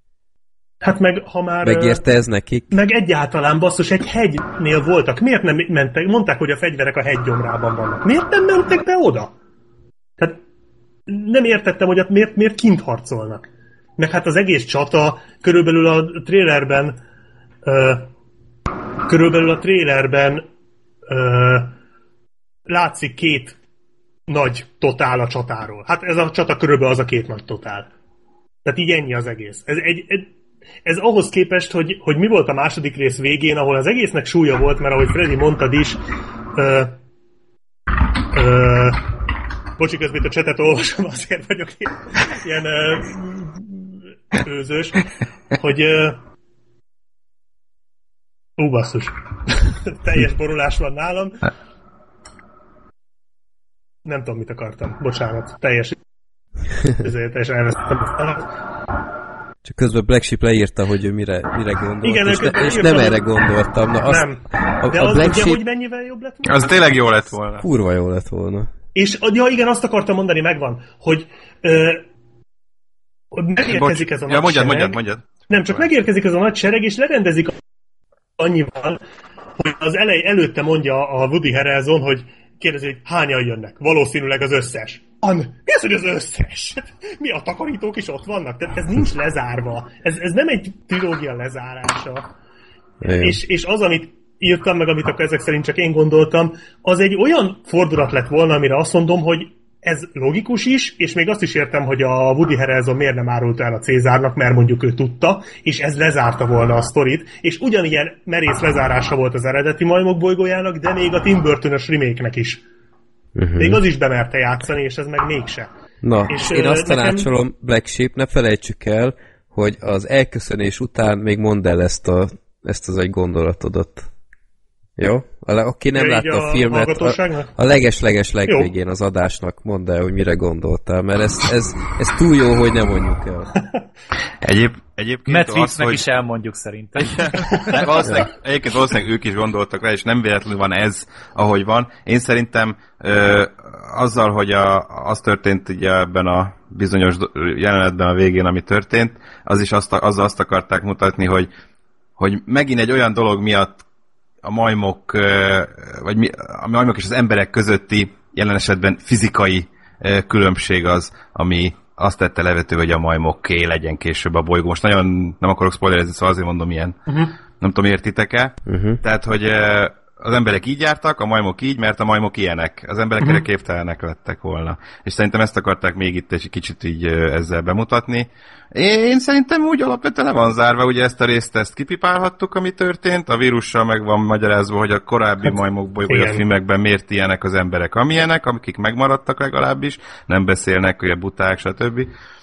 Hát meg, ha már... Megérte ez nekik? Meg egyáltalán, basszus, egy hegynél voltak. Miért nem mentek? Mondták, hogy a fegyverek a hegygyomrában vannak. Miért nem mentek be oda? Tehát nem értettem, hogy miért, miért kint harcolnak. Meg hát az egész csata, körülbelül a trailerben uh, körülbelül a trélerben ö, látszik két nagy totál a csatáról. Hát ez a csata körülbelül az a két nagy totál. Tehát így ennyi az egész. Ez, egy, egy, ez ahhoz képest, hogy, hogy mi volt a második rész végén, ahol az egésznek súlya volt, mert ahogy Freddy mondtad is, ö, ö, bocsi, közben a csetet olvasom, azért vagyok ilyen ö, őzős, hogy ö, ú, basszus, teljes borulás van nálam. Nem tudom, mit akartam. Bocsánat, teljes ezért teljesen elvesztettem azt. Csak közben Black Sheep leírta, hogy ő mire, mire gondolt, igen, és, ne, és nem erre gondoltam. Na, azt, nem. De a, a az Black ugye, Sheep... hogy mennyivel jobb lett volna? Az tényleg jó lett volna. Kurva jó lett volna. És ja, igen, azt akartam mondani, megvan, hogy, ö, hogy megérkezik ez a ja, nagy mondjad, sereg. mondjad, mondjad. Nem, csak megérkezik ez a nagy sereg, és lerendezik annyival, hogy az elej előtte mondja a Woody Harrelson, hogy kérdezi, hogy hányan jönnek. Valószínűleg az összes. An, mi az, hogy az összes? Mi, a takarítók is ott vannak? Tehát ez nincs lezárva. Ez, ez nem egy trilógia lezárása. És, és az, amit írtam meg, amit akkor ezek szerint csak én gondoltam, az egy olyan fordulat lett volna, amire azt mondom, hogy ez logikus is, és még azt is értem, hogy a Woody Harrelson miért nem árult el a Cézárnak, mert mondjuk ő tudta, és ez lezárta volna a sztorit, és ugyanilyen merész lezárása volt az eredeti Majmok bolygójának, de még a Tim Burton-ös remake-nek is. Uh-huh. Még az is bemerte játszani, és ez meg mégse. Na, és én azt nekem... tanácsolom, Black Sheep, ne felejtsük el, hogy az elköszönés után még mondd el ezt, a, ezt az egy gondolatodat. Jó? Aki nem látta a, a filmet, a, a leges-leges legvégén az adásnak mondd el, hogy mire gondoltál, mert ez, ez, ez túl jó, hogy nem mondjuk el. Egyéb, egyébként Matrixnek hogy... is elmondjuk szerintem. valószínűleg, egyébként valószínűleg ők is gondoltak rá, és nem véletlenül van ez, ahogy van. Én szerintem ö, azzal, hogy a, az történt ugye ebben a bizonyos jelenetben a végén, ami történt, az is azt, azzal azt akarták mutatni, hogy, hogy megint egy olyan dolog miatt a majmok, vagy mi, a majmok és az emberek közötti jelen esetben fizikai különbség az, ami azt tette levető, hogy a majmokké legyen később a bolygó. Most nagyon nem akarok spoilerezni, szóval azért mondom ilyen. Uh-huh. Nem tudom, értitek-e? Uh-huh. Tehát, hogy az emberek így jártak, a majmok így, mert a majmok ilyenek. Az emberek uh-huh. erre képtelenek lettek volna. És szerintem ezt akarták még itt egy kicsit így ezzel bemutatni. Én szerintem úgy alapvetően le van zárva, ugye ezt a részt ezt kipipálhattuk, ami történt, a vírussal meg van magyarázva, hogy a korábbi hát, majmok bolygója filmekben miért ilyenek az emberek, amilyenek, akik megmaradtak legalábbis, nem beszélnek, hogy a buták, stb.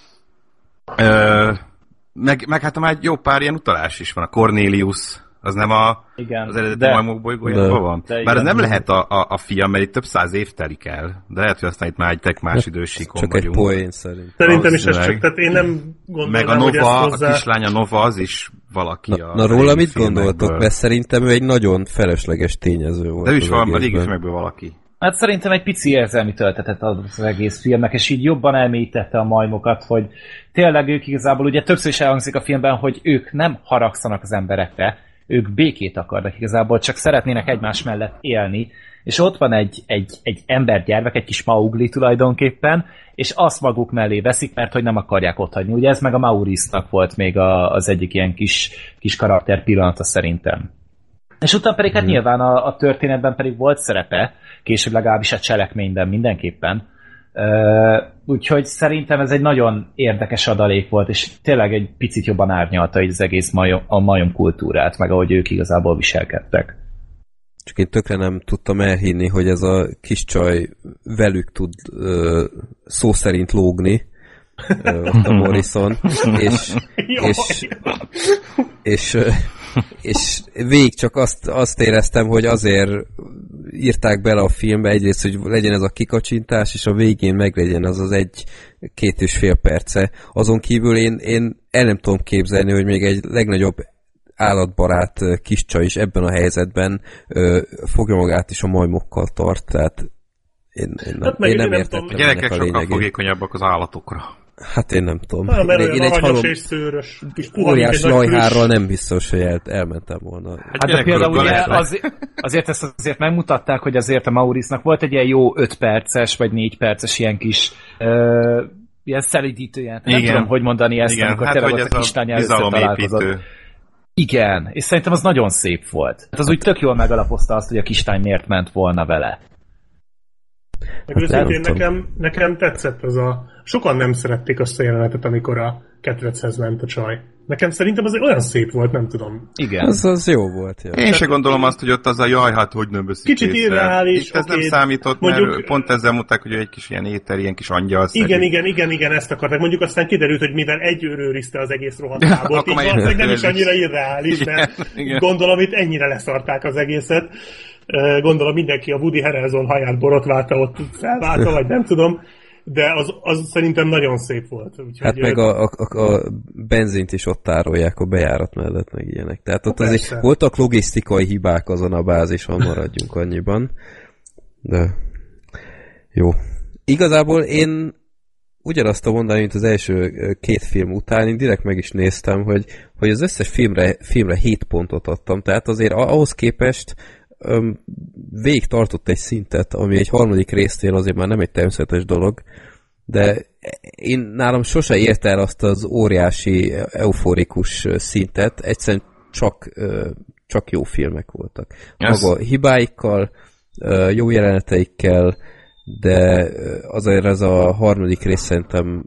Ö, meg, meg hát már egy jó pár ilyen utalás is van, a Cornelius, az nem a, igen, az eredeti majmok bolygójában van. Bár igen, ez nem lehet a, a, a fia, mert itt több száz év telik el. De lehet, hogy aztán itt már egy tek más idősíkon csak vagyunk. Csak egy poén szerint. Szerintem is ez csak, tehát én nem gondolom, meg a Nova, hozzá... a kislánya Nova, az is valaki na, a... Na róla mit gondoltok? Mert szerintem ő egy nagyon felesleges tényező volt. De is van, a régi filmekből valaki. Hát szerintem egy pici érzelmi töltetet az egész filmnek, és így jobban elmélyítette a majmokat, hogy tényleg ők igazából, ugye többször is elhangzik a filmben, hogy ők nem haragszanak az emberekre, ők békét akarnak igazából, csak szeretnének egymás mellett élni, és ott van egy, egy, egy embergyermek, egy kis Mowgli tulajdonképpen, és azt maguk mellé veszik, mert hogy nem akarják otthagyni. Ugye ez meg a Maurice-nak volt még a, az egyik ilyen kis, kis karakter pillanata szerintem. És utána pedig hát nyilván a, a történetben pedig volt szerepe, később legalábbis a cselekményben mindenképpen. Uh, úgyhogy szerintem ez egy nagyon érdekes adalék volt, és tényleg egy picit jobban árnyalta az egész majom, a majom kultúrát, meg ahogy ők igazából viselkedtek. Csak én tökre nem tudtam elhinni, hogy ez a kis csaj velük tud uh, szó szerint lógni, uh, ott a Morrison, és, és, és, és, és végig csak azt, azt éreztem, hogy azért írták bele a filmbe egyrészt, hogy legyen ez a kikacsintás, és a végén meglegyen az az egy két és fél perce. Azon kívül én, én el nem tudom képzelni, hogy még egy legnagyobb állatbarát kis csaj is ebben a helyzetben ö, fogja magát is a majmokkal tart, tehát én, én nem, hát én nem értettem a gyerekek a sokkal fogékonyabbak az állatokra. Hát én nem tudom. Ha, mert én, én egy halom és szőrös. Óriás lajhárral nem biztos, hogy el, elmentem volna. Hát de például ugye azért, azért ezt azért megmutatták, hogy azért a Maurice-nak volt egy ilyen jó öt perces, vagy négy perces ilyen kis uh, ilyen szelidítője. Nem tudom, hogy mondani ezt, igen, amikor hát, tényleg ott a kislányjal összetalálkozott. Igen, és szerintem az nagyon szép volt. Hát az úgy tök jól megalapozta azt, hogy a kislány miért ment volna vele. Meg őszintén nekem, nekem tetszett az a... Sokan nem szerették azt a jelenetet, amikor a ketrechez ment a csaj. Nekem szerintem az olyan szép volt, nem tudom. Igen. Az, az jó volt. Jó. Én se gondolom azt, hogy ott az a jaj, hát hogy nem veszik kicsit irreális. Itt ez okay, nem számított, mondjuk, mert pont ezzel mondták, hogy egy kis ilyen éter, ilyen kis angyal igen, szerint. igen, igen, igen, ezt akarták. Mondjuk aztán kiderült, hogy mivel egy őr őrizte az egész rohadt tábort, így valószínűleg nem is annyira irreális, igen, mert igen. Gondolom itt ennyire leszarták az egészet. Gondolom mindenki a Woody Harrelson haját borotválta, ott felválta, vagy nem tudom. De az, az szerintem nagyon szép volt. Úgyhogy hát meg a, a, a benzint is ott tárolják a bejárat mellett, meg ilyenek. Tehát ott azért voltak logisztikai hibák azon a bázison, maradjunk annyiban. De jó. Igazából én ugyanazt a mondani, mint az első két film után, én direkt meg is néztem, hogy, hogy az összes filmre, filmre hét pontot adtam. Tehát azért ahhoz képest végig tartott egy szintet, ami egy harmadik résznél azért már nem egy természetes dolog, de én nálam sose ért el azt az óriási, euforikus szintet, egyszerűen csak, csak jó filmek voltak. Maga hibáikkal, jó jeleneteikkel, de azért ez a harmadik rész szerintem,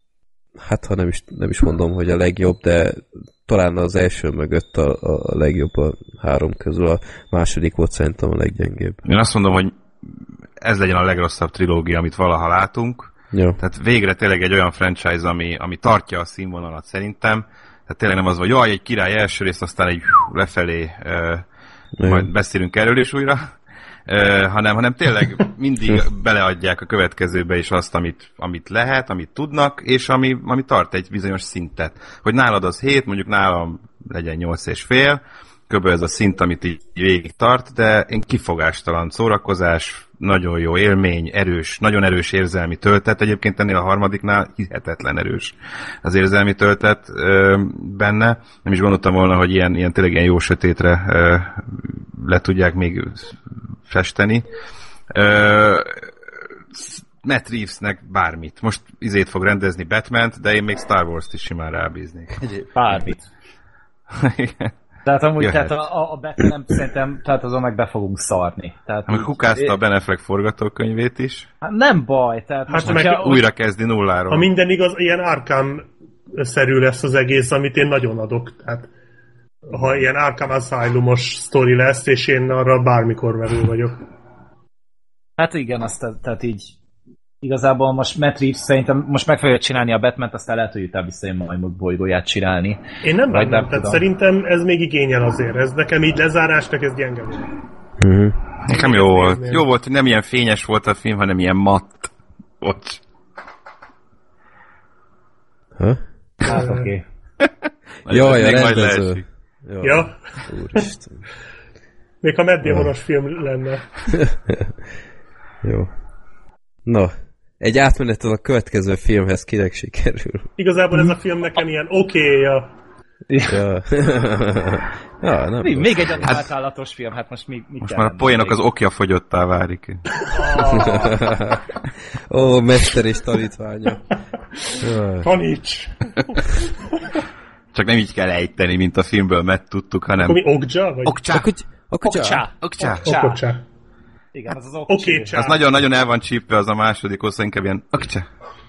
hát ha nem is, nem is mondom, hogy a legjobb, de talán az első mögött a, a legjobb a három közül, a második volt szerintem a leggyengébb. Én azt mondom, hogy ez legyen a legrosszabb trilógia, amit valaha látunk. Ja. Tehát végre tényleg egy olyan franchise, ami, ami tartja a színvonalat szerintem. Tehát tényleg nem az, hogy jaj, egy király első rész, aztán egy lefelé uh, majd beszélünk erről is újra. Uh, hanem, hanem tényleg mindig beleadják a következőbe is azt, amit, amit lehet, amit tudnak, és ami, ami tart egy bizonyos szintet. Hogy nálad az hét, mondjuk nálam legyen nyolc és fél, kb. Ez a szint, amit így végig tart, de én kifogástalan szórakozás, nagyon jó élmény, erős, nagyon erős érzelmi töltet. Egyébként ennél a harmadiknál hihetetlen erős az érzelmi töltet ö, benne. Nem is gondoltam volna, hogy ilyen, ilyen tényleg ilyen jó sötétre ö, le tudják még festeni. Ö, Matt Reevesnek bármit. Most izét fog rendezni Batman-t, de én még Star Wars-t is simán rábíznék. Bármit. Igen. Tehát amúgy tehát a, a Batman szerintem, tehát azon meg be fogunk szarni. Tehát így, hukázta a Ben Affleck forgatókönyvét is. Hát nem baj. Tehát hát most meg újra kezdi nulláról. Ha minden igaz, ilyen Arkham-szerű lesz az egész, amit én nagyon adok. Tehát ha ilyen Arkham Asylum-os sztori lesz, és én arra bármikor velő vagyok. Hát igen, azt tehát így igazából most Matt Reeves szerintem most meg fogja csinálni a Batman-t, aztán lehet, hogy utána visszajön majmok bolygóját csinálni. Én nem bánom, tehát tudom. Szerintem ez még igényel azért. Ez nekem így lezárásnak ez gyenge volt. Mm-hmm. Nekem jó volt. Nézni. Jó volt, hogy nem ilyen fényes volt a film, hanem ilyen matt. Ott. Ha? Hát oké. Okay. Jaj, a rendező. Ja. ja. Úristen. Még ha meddihonos film lenne. Jó. Na, egy átmenet a következő filmhez kinek sikerül. Igazából ez a film nekem ilyen okéja. Ja. Ja, nem még, még egy animált film, hát most mi, mit most már a poénok az okja fogyottá várik. Ó, oh. oh, mester és tanítványa. Taníts! Csak nem így kell ejteni, mint a filmből megtudtuk, hanem... Akkor mi Okja? Vagy? Okja. Okja. Okja. Okja. Igen, az az Okja. Okay, az nagyon-nagyon el van csípve az a második hozzá, inkább ilyen Okja.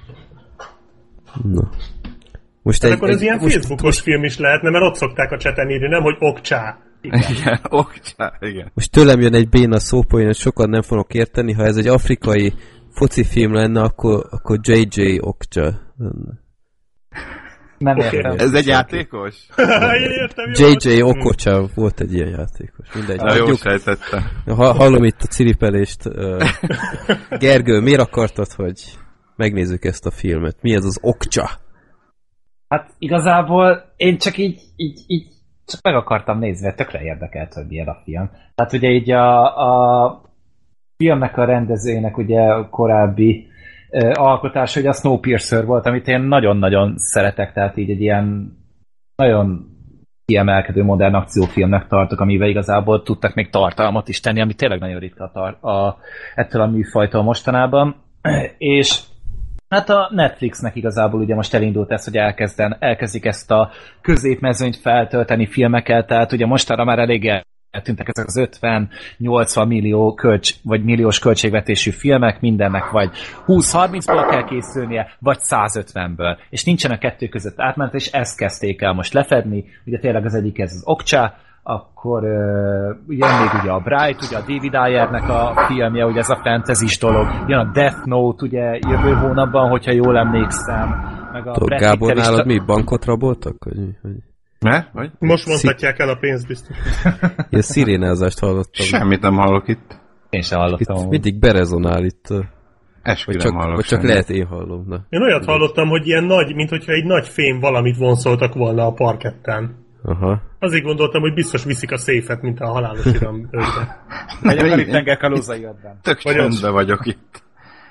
Na. Most egy, akkor ez egy, ilyen most, Facebookos most... film is lehetne, mert ott szokták a cseten írni, nem, hogy Okja. Igen, igen Okja, igen. Most tőlem jön egy béna szópoén, hogy sokan nem fogok érteni, ha ez egy afrikai foci film lenne, akkor, akkor jé jé Okja lenne. Nem okay. Értem. Ez egy játékos? jé jé Okocha volt egy ilyen játékos. Mindegy. Na, jó sejtettem. Ha, hallom itt a ciripelést. Uh, Gergő, miért akartad, hogy megnézzük ezt a filmet? Mi ez az Okja? Hát igazából én csak így, így, így csak meg akartam nézni, mert tökre érdekelt, hogy milyen a film. Tehát ugye így a, a filmnek a rendezőjének ugye a korábbi uh, alkotás, hogy a Snowpiercer volt, amit én nagyon-nagyon szeretek, tehát így egy ilyen nagyon kiemelkedő modern akciófilmnek tartok, amivel igazából tudtak még tartalmat is tenni, ami tényleg nagyon ritka a tar- a, ettől a műfajtól mostanában. És Hát a Netflixnek igazából ugye most elindult ez, hogy elkezden, elkezdik ezt a középmezőnyt feltölteni filmekkel, tehát ugye mostanra már elég eltűntek ezek az ötven-nyolcvan millió kölcs, vagy milliós költségvetésű filmek, mindennek vagy húsz-harmincból kell készülnie, vagy százötvenből. És nincsen a kettő között átmenet, és ezt kezdték el most lefedni. Ugye tényleg az egyik ez az Okja, akkor uh, jön még ugye a Bright, ugye a David Ayernek a filmje, ugye ez a fantasy dolog, jön a Death Note, ugye jövő hónapban, hogyha jól emlékszem. Meg a Tudod, Gábor, nálad ta... mi? Bankot raboltak? Hogy, hogy... Ne? Vagy? Most mondhatják el a pénzt biztos. Ilyen szirénázást hallottam. Semmit nem hallok itt. Én sem hallottam. Itt mindig berezonál itt. Eskü vagy csak, hallok vagy csak lehet én hallom. De. Én olyat hallottam, hogy ilyen nagy, mint hogyha egy nagy fém valamit vonszoltak volna a parketten. Aha. Azért gondoltam, hogy biztos viszik a széfet, mint a halálos iram őrbe. Egy a Karib-tenger kalózai adban. Tök csöndbe vagyok itt.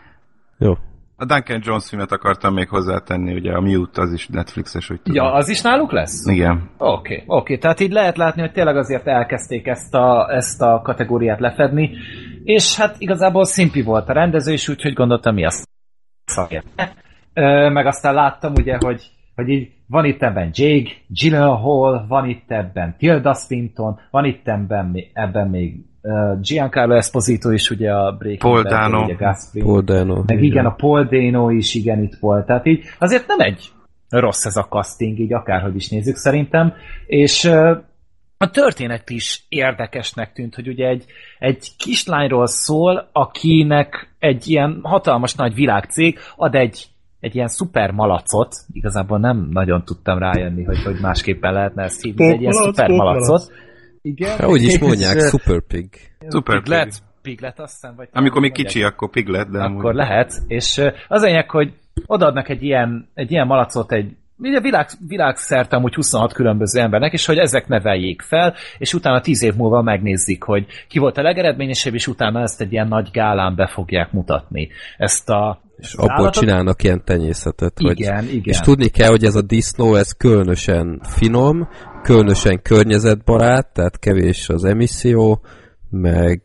Jó. A Duncan Jones filmet akartam még hozzátenni, ugye a Mute az is Netflixes, úgy tudom. Ja, az is náluk lesz? Igen. Oké, okay, oké. Okay. Tehát így lehet látni, hogy tényleg azért elkezdték ezt a, ezt a kategóriát lefedni, és hát igazából szimpi volt a rendező, és úgyhogy gondoltam, mi az szakért. Meg aztán láttam ugye, hogy, hogy így van itt ebben Jake Gyllenhaal, van itt ebben Tilda Swinton, van itt ebben, ebben még Uh, Giancarlo Esposito is ugye a Breaking Bad, ugye Gasprin, Paul Dano, meg igen, igen, a Paul Dano is igen itt volt, tehát így azért nem egy rossz ez a casting, így akárhogy is nézzük szerintem, és uh, a történet is érdekesnek tűnt, hogy ugye egy, egy kislányról szól, akinek egy ilyen hatalmas nagy világcég ad egy egy ilyen szuper malacot, igazából nem nagyon tudtam rájönni, hogy, hogy másképpen lehetne ezt hívni, egy ilyen szuper malacot. Igen. Hát, úgy is mondják, Super Pig. Super Piglet, Piglet azt hiszem, vagy... Amikor még kicsi, akkor Piglet, de... Akkor amúgy... lehet, és az lényeg, hogy odaadnak egy ilyen, egy ilyen malacot egy ugye világ, világszerte amúgy huszonhat különböző embernek, és hogy ezek neveljék fel, és utána tíz év múlva megnézik, hogy ki volt a legeredményesebb, és utána ezt egy ilyen nagy gálán be fogják mutatni. Ezt a és abból állatot... csinálnak ilyen tenyészetet. Igen, vagy... igen. És tudni kell, hogy ez a disznó, ez különösen finom, különösen környezetbarát, tehát kevés az emisszió, meg,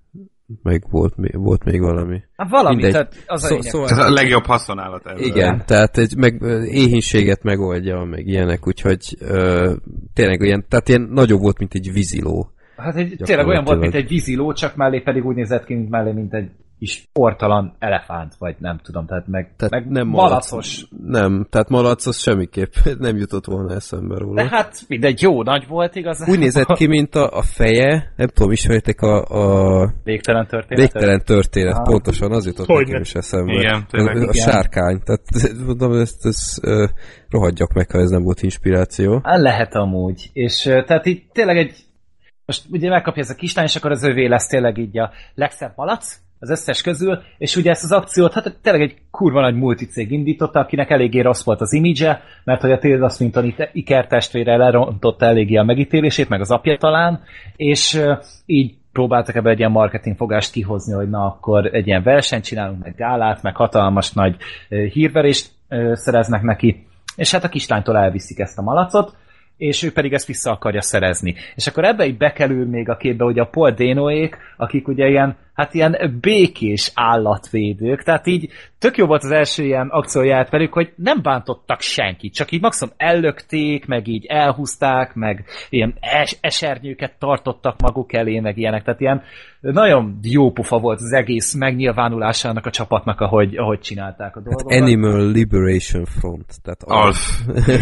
meg volt, volt még valami. Hát valami, mindegy. Tehát az Szó, a szóval ez a legjobb haszonállat ebből. Igen, tehát egy meg, éhínséget megoldja, meg ilyenek, úgyhogy ö, tényleg ilyen, tehát ilyen nagyobb volt, mint egy víziló. Hát egy, tényleg olyan volt, mint egy víziló, csak mellé pedig úgy nézett ki, mint mellé, mint egy kis ortalan elefánt, vagy nem tudom, tehát meg, tehát meg nem malacos. Nem, tehát malacos semmiképp nem jutott volna eszembe róla. De hát mindegy, jó nagy volt igazán. Úgy nézett ki, mint a, a feje, nem tudom, ismeritek a, a Végtelen történet. Végtelen történet, ah. pontosan az jutott hogy nekem is eszembe. Igen, tényleg. A, a sárkány, tehát mondom, ezt, ezt uh, rohadjak meg, ha ez nem volt inspiráció. Lehet amúgy, és uh, tehát így tényleg egy most ugye megkapja ez a kislány, és akkor az övé lesz tényleg így a legszebb malac az összes közül, és ugye ezt az akciót, hát tényleg egy kurva nagy multicég indította, akinek eléggé rossz volt az image, mert hogy a Tilda Swinton ikertestvére lerontotta eléggé a megítélését, meg az apja talán, és uh, így próbáltak ebbe egy ilyen marketingfogást kihozni, hogy na akkor egy ilyen versenyt csinálunk, meg gálát, meg hatalmas nagy uh, hírverést uh, szereznek neki, és hát a kislánytól elviszik ezt a malacot, és ő pedig ezt vissza akarja szerezni. És akkor ebbe így bekerül még a képbe, hogy a Paul Danoék, akik ugye ilyen, hát ilyen békés állatvédők, tehát így tök jó volt az első ilyen akcióját velük, hogy nem bántottak senkit, csak így maximum ellökték, meg így elhúzták, meg ilyen es- esernyőket tartottak maguk elé, meg ilyenek, tehát ilyen nagyon jó pufa volt az egész megnyilvánulása annak a csapatnak, ahogy, ahogy csinálták a dolgokat. Hát Animal Liberation Front. Tehát Alf.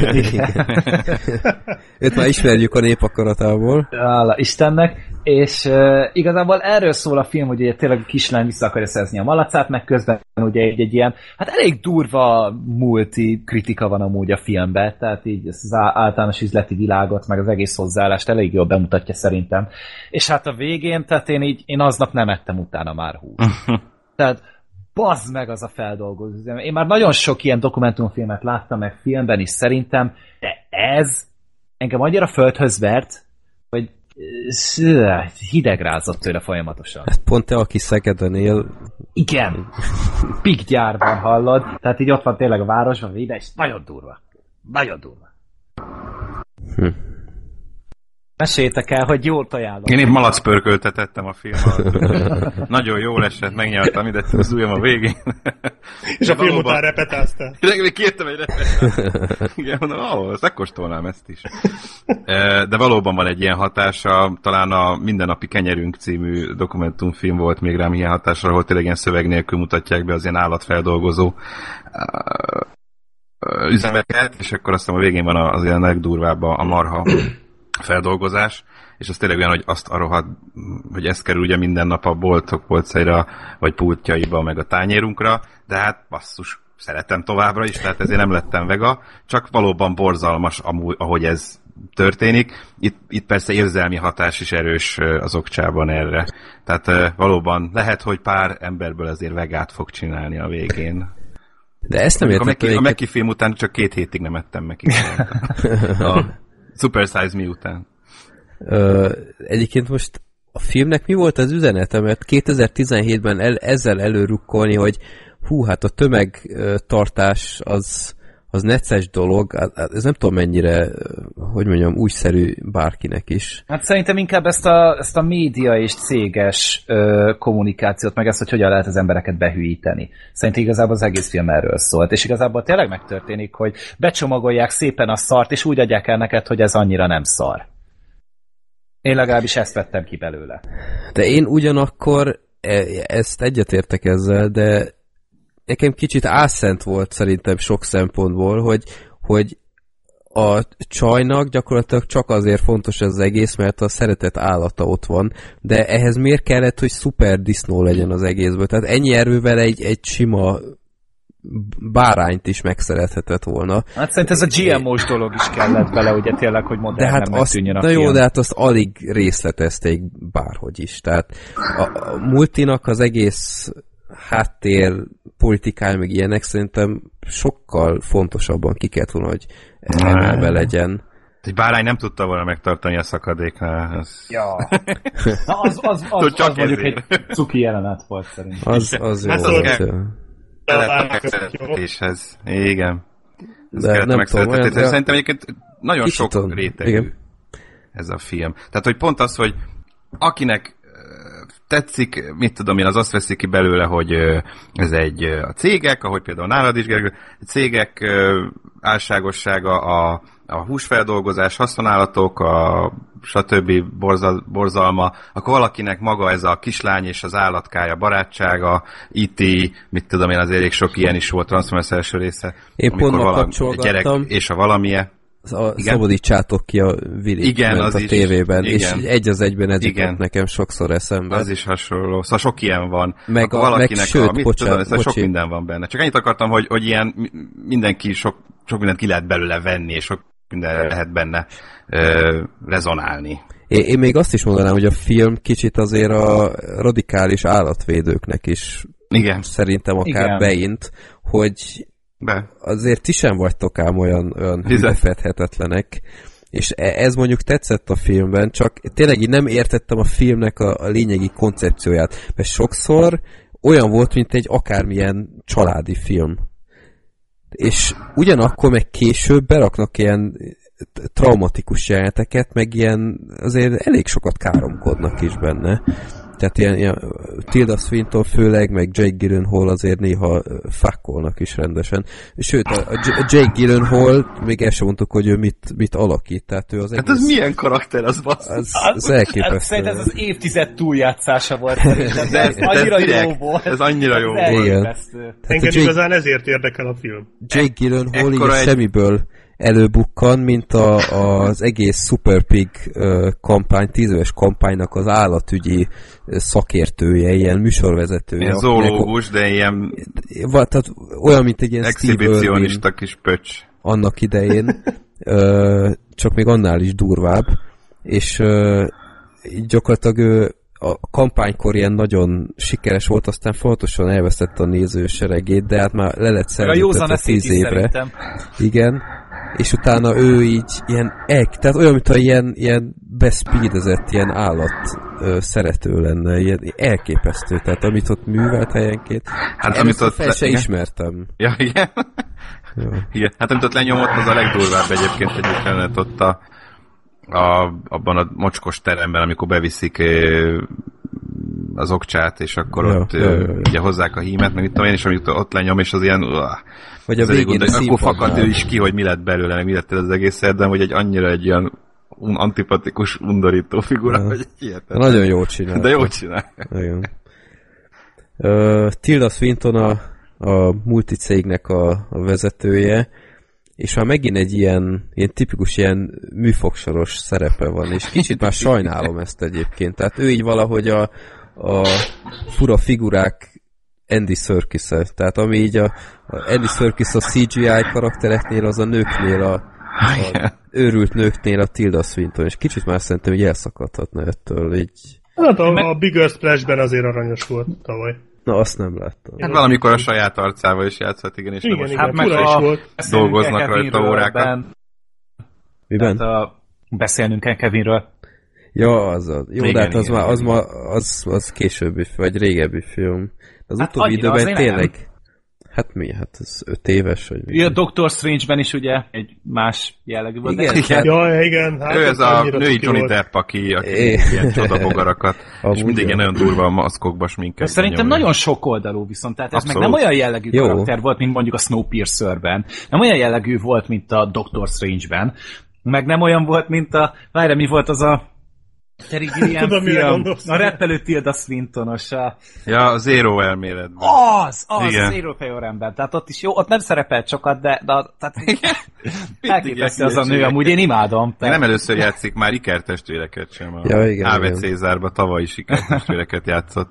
Őt már ismerjük a népakaratából. Hála Istennek, és uh, igazából erről szól a film, hogy ugye tényleg a kislány vissza akarja szerezni a malacát, meg közben ugye egy, egy ilyen, hát elég durva multi kritika van amúgy a filmben, tehát így az általános üzleti világot, meg az egész hozzáállást elég jól bemutatja szerintem. És hát a végén, tehát én így, én aznap nem ettem utána már húst. Tehát bazd meg az a feldolgozó. Én már nagyon sok ilyen dokumentumfilmet láttam, meg filmben is szerintem, de ez engem annyira földhöz vert, hogy hideg rázott tőle folyamatosan. Hát pont te, aki Szegeden él. Igen. Pikgyárban hallod. Tehát így ott van tényleg a városban, ide, és nagyon durva. Nagyon durva. Hm. Meséljétek el, hogy jól ajánlom. Én épp malacpörköltet tettem a film alatt. Nagyon jól esett, megnyaltam ide az ujjam a végén. És de a film valóban... után repetáztál. Még kértem egy repetást. Igen, mondom, ó, oh, megkóstolnám ezt is. De valóban van egy ilyen hatása, talán a Mindennapi kenyerünk című dokumentumfilm volt még rám ilyen hatása, ahol tényleg ilyen szöveg nélkül mutatják be az ilyen állatfeldolgozó üzemeket, és akkor aztán a végén van az ilyen legdurvább a marha feldolgozás, és az tényleg olyan, hogy azt a rohadt, hogy ez kerül ugye minden nap a boltok polcaira, vagy pultjaiba, meg a tányérunkra, de hát basszus, szeretem továbbra is, tehát ezért nem lettem vega, csak valóban borzalmas, amúgy, ahogy ez történik. Itt, itt persze érzelmi hatás is erős az okcsában erre. Tehát valóban lehet, hogy pár emberből azért vegát fog csinálni a végén. De ezt nem értem. A Meki film után csak két hétig nem ettem Meki. A Super Size Me után. Ö, egyébként most a filmnek mi volt az üzenete? Mert kétezer-tizenhétben el, ezzel előrukkolni, hogy hú, hát a tömegtartás az, az necces dolog, ez nem tudom mennyire, hogy mondjam, újszerű bárkinek is. Hát szerintem inkább ezt a, ezt a média és céges ö, kommunikációt, meg ezt, hogy hogyan lehet az embereket behűíteni. Szerintem igazából az egész film erről szólt, és igazából tényleg megtörténik, hogy becsomagolják szépen a szart, és úgy adják el neked, hogy ez annyira nem szar. Én legalábbis ezt vettem ki belőle. De én ugyanakkor ezt egyetértek ezzel, de nekem kicsit álszent volt szerintem sok szempontból, hogy, hogy a csajnak gyakorlatilag csak azért fontos ez az egész, mert a szeretett állata ott van, de ehhez miért kellett, hogy szuper disznó legyen az egészből? Tehát ennyi erővel egy, egy sima bárányt is megszerethetett volna. Hát szerintem ez a gé em ó-s dolog is kellett bele, ugye tényleg, hogy modernnek tűnjön a film. Jó, de hát azt alig részletezték bárhogy is. Tehát a, a multinak az egész háttér, politikája, meg ilyenek szerintem sokkal fontosabban ki kellett volna, hogy emelve legyen. Egy bárány nem tudta volna megtartani a szakadéknál. Az... Ja. Na, az, az, az, az, az mondjuk egy cuki jelenet volt szerintem. Az, az jó volt. A megszeretéshez. Igen. De nem tudom. Olyan, szerintem egyébként nagyon sok rétegű igen. Ez a film. Tehát, hogy pont az, hogy akinek tetszik, mit tudom én, az azt veszik ki belőle, hogy ez egy a cégek, ahogy például nálad is, Gergő, a cégek álságossága, a, a húsfeldolgozás, haszonállatok, a stb. Borzal, borzalma, akkor valakinek maga ez a kislány és az állatkája barátsága, í té, mit tudom én, azért elég sok ilyen is volt, Transformers első része. Én pont ma kapcsolgattam. És a valamilye. A szabadítsátok ki a Willy igen, az a tévében, is, és egy az egyben ez jutott nekem sokszor eszembe. Az is hasonló. Szóval sok ilyen van. Meg, a, valakinek meg sőt, a, mit bocsán, tudom, sok minden van benne. Csak annyit akartam, hogy, hogy ilyen mindenki sok, sok mindent ki lehet belőle venni, és sok minden lehet benne ö, rezonálni. Én, én még azt is mondanám, hogy a film kicsit azért a radikális állatvédőknek is igen. Szerintem akár igen. beint, hogy Be. azért ti sem vagytok ám olyan, olyan lefedhetetlenek, és ez mondjuk tetszett a filmben, csak tényleg így nem értettem a filmnek a, a lényegi koncepcióját, mert sokszor olyan volt, mint egy akármilyen családi film. És ugyanakkor meg később beraknak ilyen traumatikus jeleneteket, meg ilyen azért elég sokat káromkodnak is benne. Tehát ilyen, ilyen Tilda Swinton főleg, meg Jake Gyllenhaal azért néha fakkolnak is rendesen. Sőt, a, a Jake Gyllenhaal, még el sem mondtuk, hogy ő mit, mit alakít. Tehát ő az hát egész... ez milyen karakter, az basszus? Az, az elképesztő. Szerintem ez az évtized túljátszása volt. Ez, ez annyira jó volt. Ez annyira jó volt. Engem Jake... igazán ezért érdekel a film. Jake Gyllenhaal így egy... semmiből előbukkan, mint a, az egész Super Pig uh, kampány, tíz éves kampánynak az állatügyi szakértője, ilyen műsorvezetője. Ilyen zoológus, de ilyen tehát olyan, mint egy ilyen exhibicionista kis pöcs. Annak idején, uh, csak még annál is durvább, és uh, így gyakorlatilag ő a kampánykor ilyen nagyon sikeres volt, aztán fontosan elvesztette a nézőseregét, de hát már le lett szerződtetve tíz évre. Igen. És utána ő így ilyen, tehát olyan, mintha ilyen, ilyen beszpídezett, ilyen állat ö, szerető lenne, ilyen elképesztő, tehát amit ott művelt helyenként, hát amit ott fel se le... ismertem. Ja, igen. Ja. Igen. Hát amit ott lenyomott, az a legdurvább egyébként egyébként ott a a, abban a mocskos teremben, amikor beviszik az okcsát, és akkor ja, ott ja, ja, ja. ugye hozzák a hímet, meg mit tudom én, és amit ott lenyom, és az ilyen... Uh, vagy a végén a akkor fakadt ő is ki, hogy mi lett belőle, meg mi lett az egész erdem, hogy egy annyira egy ilyen un- antipatikus, undorító figura, ja. hogy hihetetlen. Nagyon jól csinál. De jól csinál. Igen. Uh, Tilda Swinton a, a multicégnek a, a vezetője, és már megint egy ilyen, ilyen tipikus ilyen műfogsoros szerepe van, és kicsit már sajnálom ezt egyébként. Tehát ő így valahogy a, a fura figurák Andy Serkis-e. Tehát ami így a, a Andy Serkis a cé gé i karaktereknél, az a nőknél, a, a őrült nőknél a Tilda Swinton, és kicsit már szerintem így elszakadhatna ettől. Így... Hát a, a Bigger Splash-ben azért aranyos volt tavaly. Na, azt nem láttam. Hát valamikor a saját arcával is játszhat, igen, és igen, most igen, hát meg a, volt. Dolgoznak rajta órákat. Miben? A, beszélnünk kell Kevinről. Ja, az az. Jó, igen, de hát az, igen, már, az, ma, az, az későbbi, vagy régebbi film. Az hát utóbbi időben tényleg... Nem. Hát mi? Hát ez öt éves, vagy mi? A Doctor Strange-ben is ugye egy más jellegű volt. Igen, igen. Ja, igen. Hát ő ez a női Johnny Depp, aki, aki ilyen csodabogarakat, és mindig ilyen nagyon durva a maszkokba sminket. Szerintem nagyon sok oldalú viszont, tehát ez Abszolút. meg nem olyan jellegű Jó. karakter volt, mint mondjuk a Snowpiercer-ben. Nem olyan jellegű volt, mint a Doctor Strange-ben. Meg nem olyan volt, mint a... Várj, mi volt az a... Terry Gilliam film, a reppelő Tilda Swintonos. A... Ja, a Zero elméletben. Az, az, igen. A Zero Fejoremben. Tehát ott is jó, ott nem szerepelt sokat, de, de tehát elképesztő az a nő, amúgy én imádom. Tehát... Nem először játszik már ikertestvéreket sem. A ja, igen, Ave Cézárban tavaly is ikertestvéreket játszott.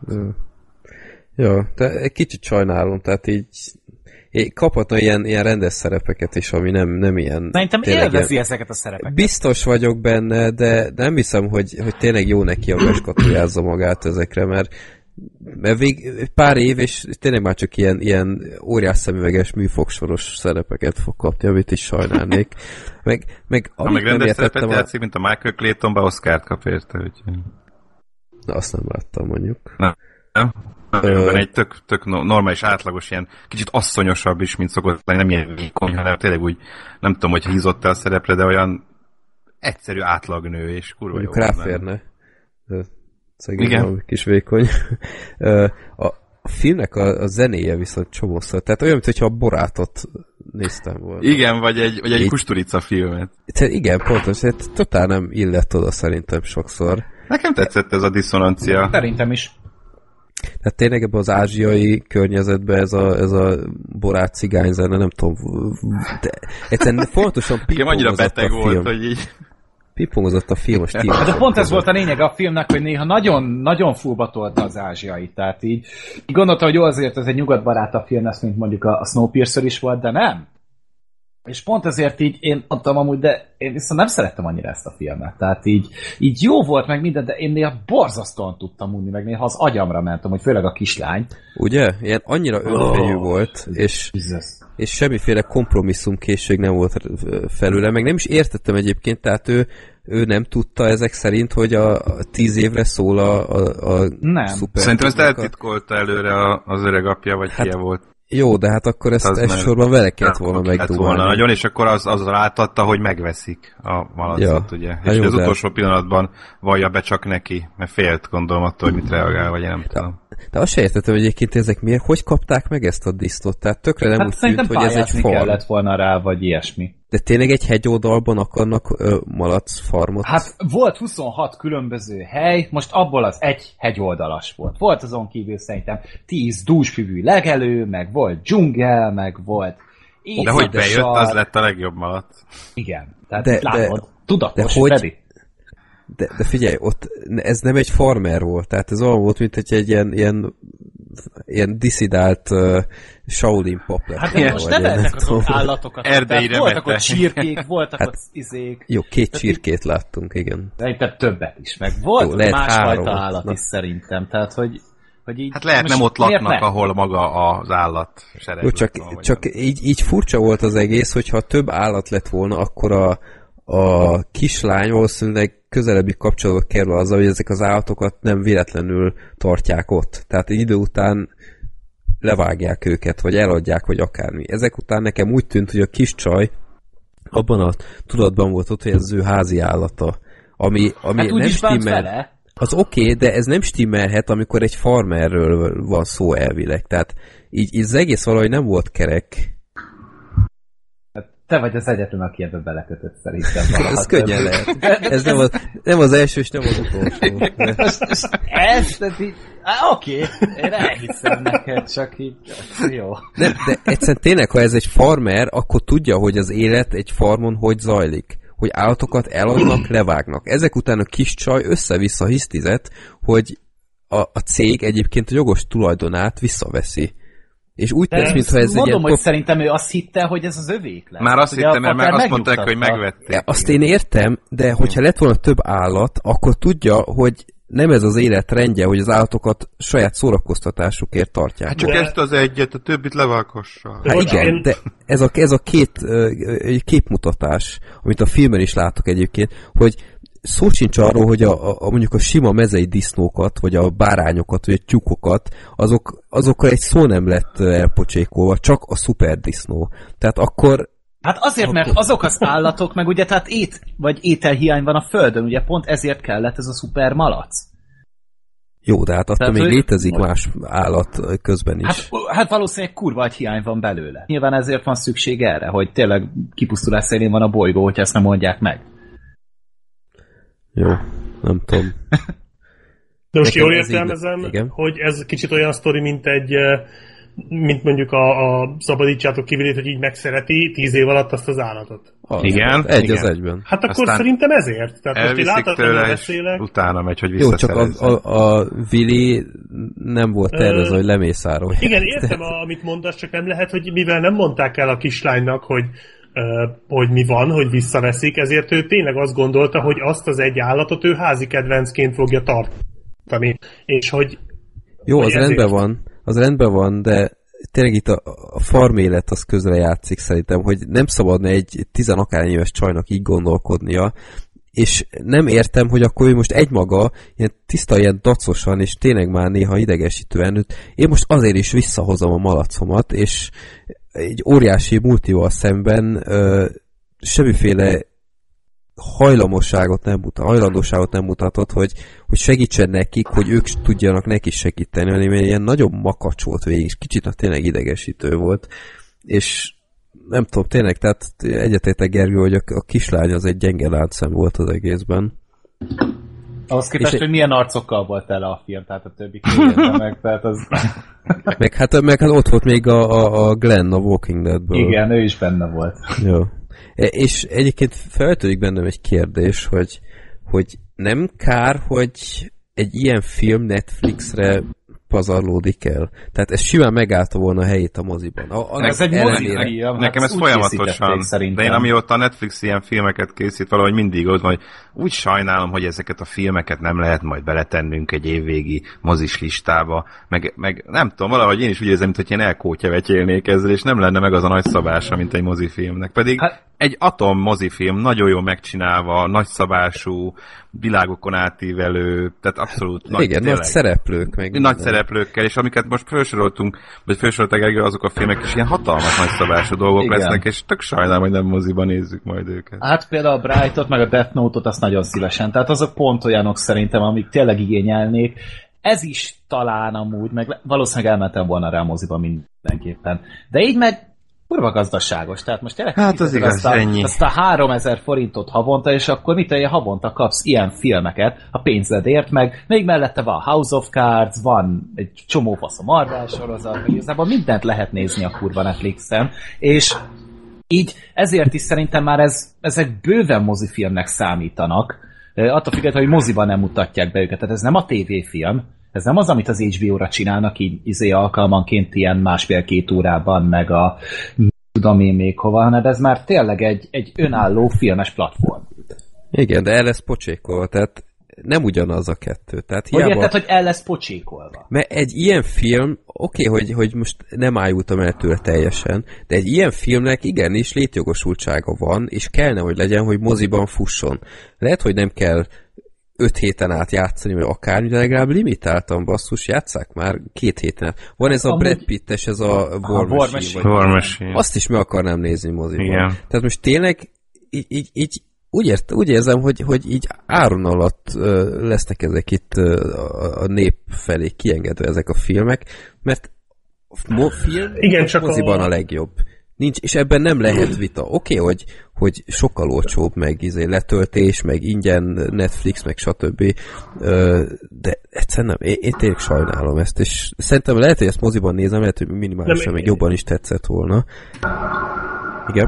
Ja, de egy kicsit sajnálom, tehát így kaphatna ilyen, ilyen rendes szerepeket is, ami nem, nem ilyen... Szerintem élvezi ilyen... ezeket a szerepeket. Biztos vagyok benne, de nem hiszem, hogy, hogy tényleg jó neki a beskatujázza magát ezekre, mert, mert vég, pár év, és tényleg már csak ilyen, ilyen óriás szemüveges műfogsoros szerepeket fog kapni, amit is sajnálnék. Meg, meg, ha meg rendes szerepet a... játszik, mint a Michael Claytonba, Oscart kap érte, úgyhogy... Na, azt nem láttam, mondjuk. Nem, nem. Ö... egy tök, tök normális, átlagos, ilyen kicsit asszonyosabb is, mint szokott lenni, nem ilyen vékony, hanem tényleg úgy, nem tudom, hogy hízott-e a szerepre, de olyan egyszerű átlagnő, és kurva jó. Ráférne. Szegény valami kis vékony. A filmnek a, a zenéje viszont csomószor, tehát olyan, mintha a Borátot néztem volna. Igen, vagy egy, vagy egy Így... Kusturica filmet. Igen, pontos, totál nem illett oda szerintem sokszor. Nekem tetszett ez a diszonancia. Szerintem is. Tehát tényleg ebben az ázsiai környezetben ez a, ez a borát cigányzene, nem tudom, de egyszerűen fontosan pingpongozott a film. Volt, hogy így... Pingpongozott a film a stílus. Hát de pont ez volt a lényeg a filmnek, hogy néha nagyon, nagyon fullba tolta az ázsiai, tehát így, így gondoltam, hogy jó, azért ez egy nyugatbarátabb film lesz, mint mondjuk a, a Snowpiercer is volt, de nem. És pont ezért így én mondtam amúgy, de én viszont nem szerettem annyira ezt a filmet. Tehát így, így jó volt meg minden, de én néha borzasztóan tudtam unni, meg néha az agyamra mentem, hogy főleg a kislány. Ugye? Ilyen annyira önfejű oh, volt, és, és semmiféle kompromisszumkészség nem volt felőle, meg nem is értettem egyébként, tehát ő, ő nem tudta ezek szerint, hogy a, a tíz évre szól a, a, a nem. szuper. Szerintem ezt eltitkolta előre az öreg apja, vagy hát, ki volt. Jó, de hát akkor ezt elsősorban vele kellett volna megdúlni. Nagyon, és akkor az, az rátadta, hogy megveszik a malacot, ja. ugye. Hát és jó, az de... utolsó pillanatban vallja be csak neki, mert félt, gondolom attól, hogy mit reagál, vagy nem tudom. De azt se értettem, hogy egyébként ezek miért, hogy kapták meg ezt a disztot? Tehát tökre nem hát úgy tűnt, hogy ez egy farm. Kellett volna rá, vagy ilyesmi. De tényleg egy hegyoldalban akarnak ö, malac farmot? Hát volt huszonhat különböző hely, most abból az egy hegyoldalas volt. Volt azon kívül szerintem tíz dúsfüvű legelő, meg volt dzsungel, meg volt... De hogy bejött, sar. Az lett a legjobb malac. Igen, tehát de, látod, de, tudatos, de hogy, de, de figyelj, ott ez nem egy farmer volt, tehát ez olyan volt, mint egy ilyen, ilyen, ilyen diszidált uh, Shaolin pap lett. Hát de most neveltek azok állatokat. Erdélyre voltak ott csirkék, voltak hát, ott izék. Jó, két tehát csirkét így, láttunk, igen. Szerintem többet is, meg volt jó, másfajta állat na. is szerintem, tehát hogy Hogy így, hát lehet nem ott laknak, ahol maga az állat sereg. Csak, van, csak így, így furcsa volt az egész, hogyha több állat lett volna, akkor a, a kislány valószínűleg közelebbi kapcsolatba kerül azzal, hogy ezek az állatokat nem véletlenül tartják ott. Tehát egy idő után levágják őket, vagy eladják, vagy akármi. Ezek után nekem úgy tűnt, hogy a kis csaj abban a tudatban volt ott, hogy ez az ő házi állata. ami, ami hát nem stimmel. Az oké, okay, de ez nem stimmelhet, amikor egy farmerről van szó elvileg. Tehát így, így az egész valahogy nem volt kerek. Te vagy az egyetlen, aki ebbe belekötött szerintem. Ez könnyen lehet. Ez nem az, nem az első, és nem az utolsó. Ez, tehát így... Oké, okay. Én elhiszem neked, csak így... Jó. De, de egyszerűen tényleg, ha ez egy farmer, akkor tudja, hogy az élet egy farmon hogy zajlik. Hogy állatokat eladnak, levágnak. Ezek után a kis csaj össze-vissza hisztizett, hogy a, a cég egyébként a jogos tulajdonát visszaveszi. És úgy tesz, mintha ez mondom, egy ilyen... hogy top... szerintem ő azt hitte, hogy ez az övék lesz. Már azt ugye hittem, mert azt mondták, hogy megvették. Azt én értem, de hogyha lett volna több állat, akkor tudja, hogy nem ez az élet rendje, hogy az állatokat saját szórakoztatásukért tartják. Hát csak de... ezt az egyet, a többit levágassa. Hát igen, de ez a, ez a két uh, képmutatás, amit a filmen is látok egyébként, hogy szó sincs arról, hogy a, a, a mondjuk a sima mezei disznókat, vagy a bárányokat, vagy a tyúkokat, azok, azokkal egy szó nem lett elpocsékolva, csak a szuper disznó. Tehát akkor... Hát azért, mert azok az állatok, meg ugye, tehát ét, vagy ételhiány van a földön, ugye pont ezért kellett ez a szuper malac. Jó, de hát attól még hogy... létezik most... más állat közben is. Hát, hát valószínűleg kurva egy hiány van belőle. Nyilván ezért van szükség erre, hogy tényleg kipusztulás szélén van a bolygó, hogyha ezt nem mondják meg. Jó, nem tudom. De most jól értelmezem, így, hogy ez kicsit olyan sztori, mint egy, mint mondjuk a, a szabadítsátok kivilét, hogy így megszereti tíz év alatt azt az állatot. Az, igen. Egy igen. az egyben. Hát akkor aztán szerintem ezért. Tehát most én láthatóan beszélek. Utána megy, hogy visszaszerezze. Jó, csak a, a, a Willy nem volt tervezve, hogy lemészárolja. Igen, értem, a, amit mondasz, csak nem lehet, hogy mivel nem mondták el a kislánynak, hogy Uh, hogy mi van, hogy visszaveszik, ezért ő tényleg azt gondolta, hogy azt az egy állatot ő házi kedvencként fogja tartani. És hogy... Jó, hogy az ezért... rendben van, az rendben van, de tényleg itt a, a farm élet az közre játszik szerintem, hogy nem szabadna egy tizenakárhány éves csajnak így gondolkodnia, és nem értem, hogy akkor ő most egymaga ilyen tiszta, ilyen dacosan, és tényleg már néha idegesítően, én most azért is visszahozom a malacomat, és egy óriási multival szemben ö, semmiféle hajlamosságot nem mutat, hajlandóságot nem mutatott, hogy, hogy segítsen nekik, hogy ők tudjanak neki segíteni, hanem ilyen nagyon makacs volt végig, és kicsit tényleg idegesítő volt, és nem tudom, tényleg, tehát egyetértek Gergő, hogy a, a kislány az egy gyenge láncszem volt az egészben. Ahhoz képest, és hogy milyen arcokkal volt tele a film, tehát a többi kérdezze meg, tehát az... meg, hát, meg hát ott volt még a, a, a Glenn a Walking Deadből. Igen, ő is benne volt. Jó. És egyébként feltűnik bennem egy kérdés, hogy, hogy nem kár, hogy egy ilyen film Netflixre pazarlódik el. Tehát ez simán megállta volna a helyét a moziban. A, ez egy mozi. Nekem ez folyamatosan, de én amióta a Netflix ilyen filmeket készít, valahogy mindig ott van, hogy úgy sajnálom, hogy ezeket a filmeket nem lehet majd beletennünk egy évvégi mozis listába, meg, meg nem tudom, valahogy én is úgy érzem, mint hogy én elkótyavetyélnék ezzel, és nem lenne meg az a nagy szabása, mint egy mozifilmnek. Pedig hát, egy atom mozifilm, nagyon jól megcsinálva, nagyszabású, világokon átívelő, tehát abszolút nagy, igen, nagy szereplők. Meg nagy szereplőkkel, és amiket most felsoroltunk, vagy felsoroltak azok a filmek is ilyen hatalmas nagyszabású dolgok igen. lesznek, és tök sajnálom, hogy nem moziban nézzük majd őket. Hát például a Brightot, meg a Death Note-ot azt nagyon szívesen. Tehát azok pont olyanok szerintem, amik tényleg igényelnék. Ez is talán amúgy, meg valószínűleg elmentem volna rá a moziba mindenképpen. De így meg kurva gazdaságos, tehát most tényleg hát az igaz, azt, a, ennyi. azt a háromezer forintot havonta, és akkor mit olyan havonta kapsz ilyen filmeket a pénzedért, meg még mellette van House of Cards, van egy csomó fasz a Marvel sorozat, meg igazából mindent lehet nézni a kurva Netflixen, és így ezért is szerintem már ez, ezek bőven mozifilmnek számítanak, attól függetlenül, hogy moziban nem mutatják be őket, tehát ez nem a tévéfilm, ez nem az, amit az há bé ó-ra csinálnak, így izé alkalmanként ilyen másfél-két órában, meg a tudom én még hova, hanem ez már tényleg egy, egy önálló filmes platform. Igen, de el lesz pocsékolva, tehát nem ugyanaz a kettő. Tehát hiába... Hogy érted, hogy el lesz pocsékolva? Mert egy ilyen film, oké, okay, hogy, hogy most nem ájultam el tőle teljesen, de egy ilyen filmnek igenis létjogosultsága van, és kellene, hogy legyen, hogy moziban fusson. Lehet, hogy nem kell öt héten át játszani, vagy akármi, de legalább limitáltan basszus, játsszák már két héten át. Van ez a Amúgy... Brad Pitt-es, ez a War Machine. Machine, War Machine. Azt is meg akarnám nézni moziban. Igen. Tehát most tényleg így, így, így úgy, ért, úgy érzem, hogy, hogy így áron alatt ö, lesznek ezek itt ö, a, a nép felé kiengedve ezek a filmek, mert a film igen, csak moziban a... a legjobb. Nincs, és ebben nem lehet vita. Oké, okay, hogy, hogy sokkal olcsóbb, meg izé letöltés, meg ingyen Netflix, meg stb. De egyszerűen nem. Én, én tényleg sajnálom ezt, és szerintem lehet, hogy ezt moziban nézem, lehet, hogy minimálisan még jobban is tetszett volna. Igen?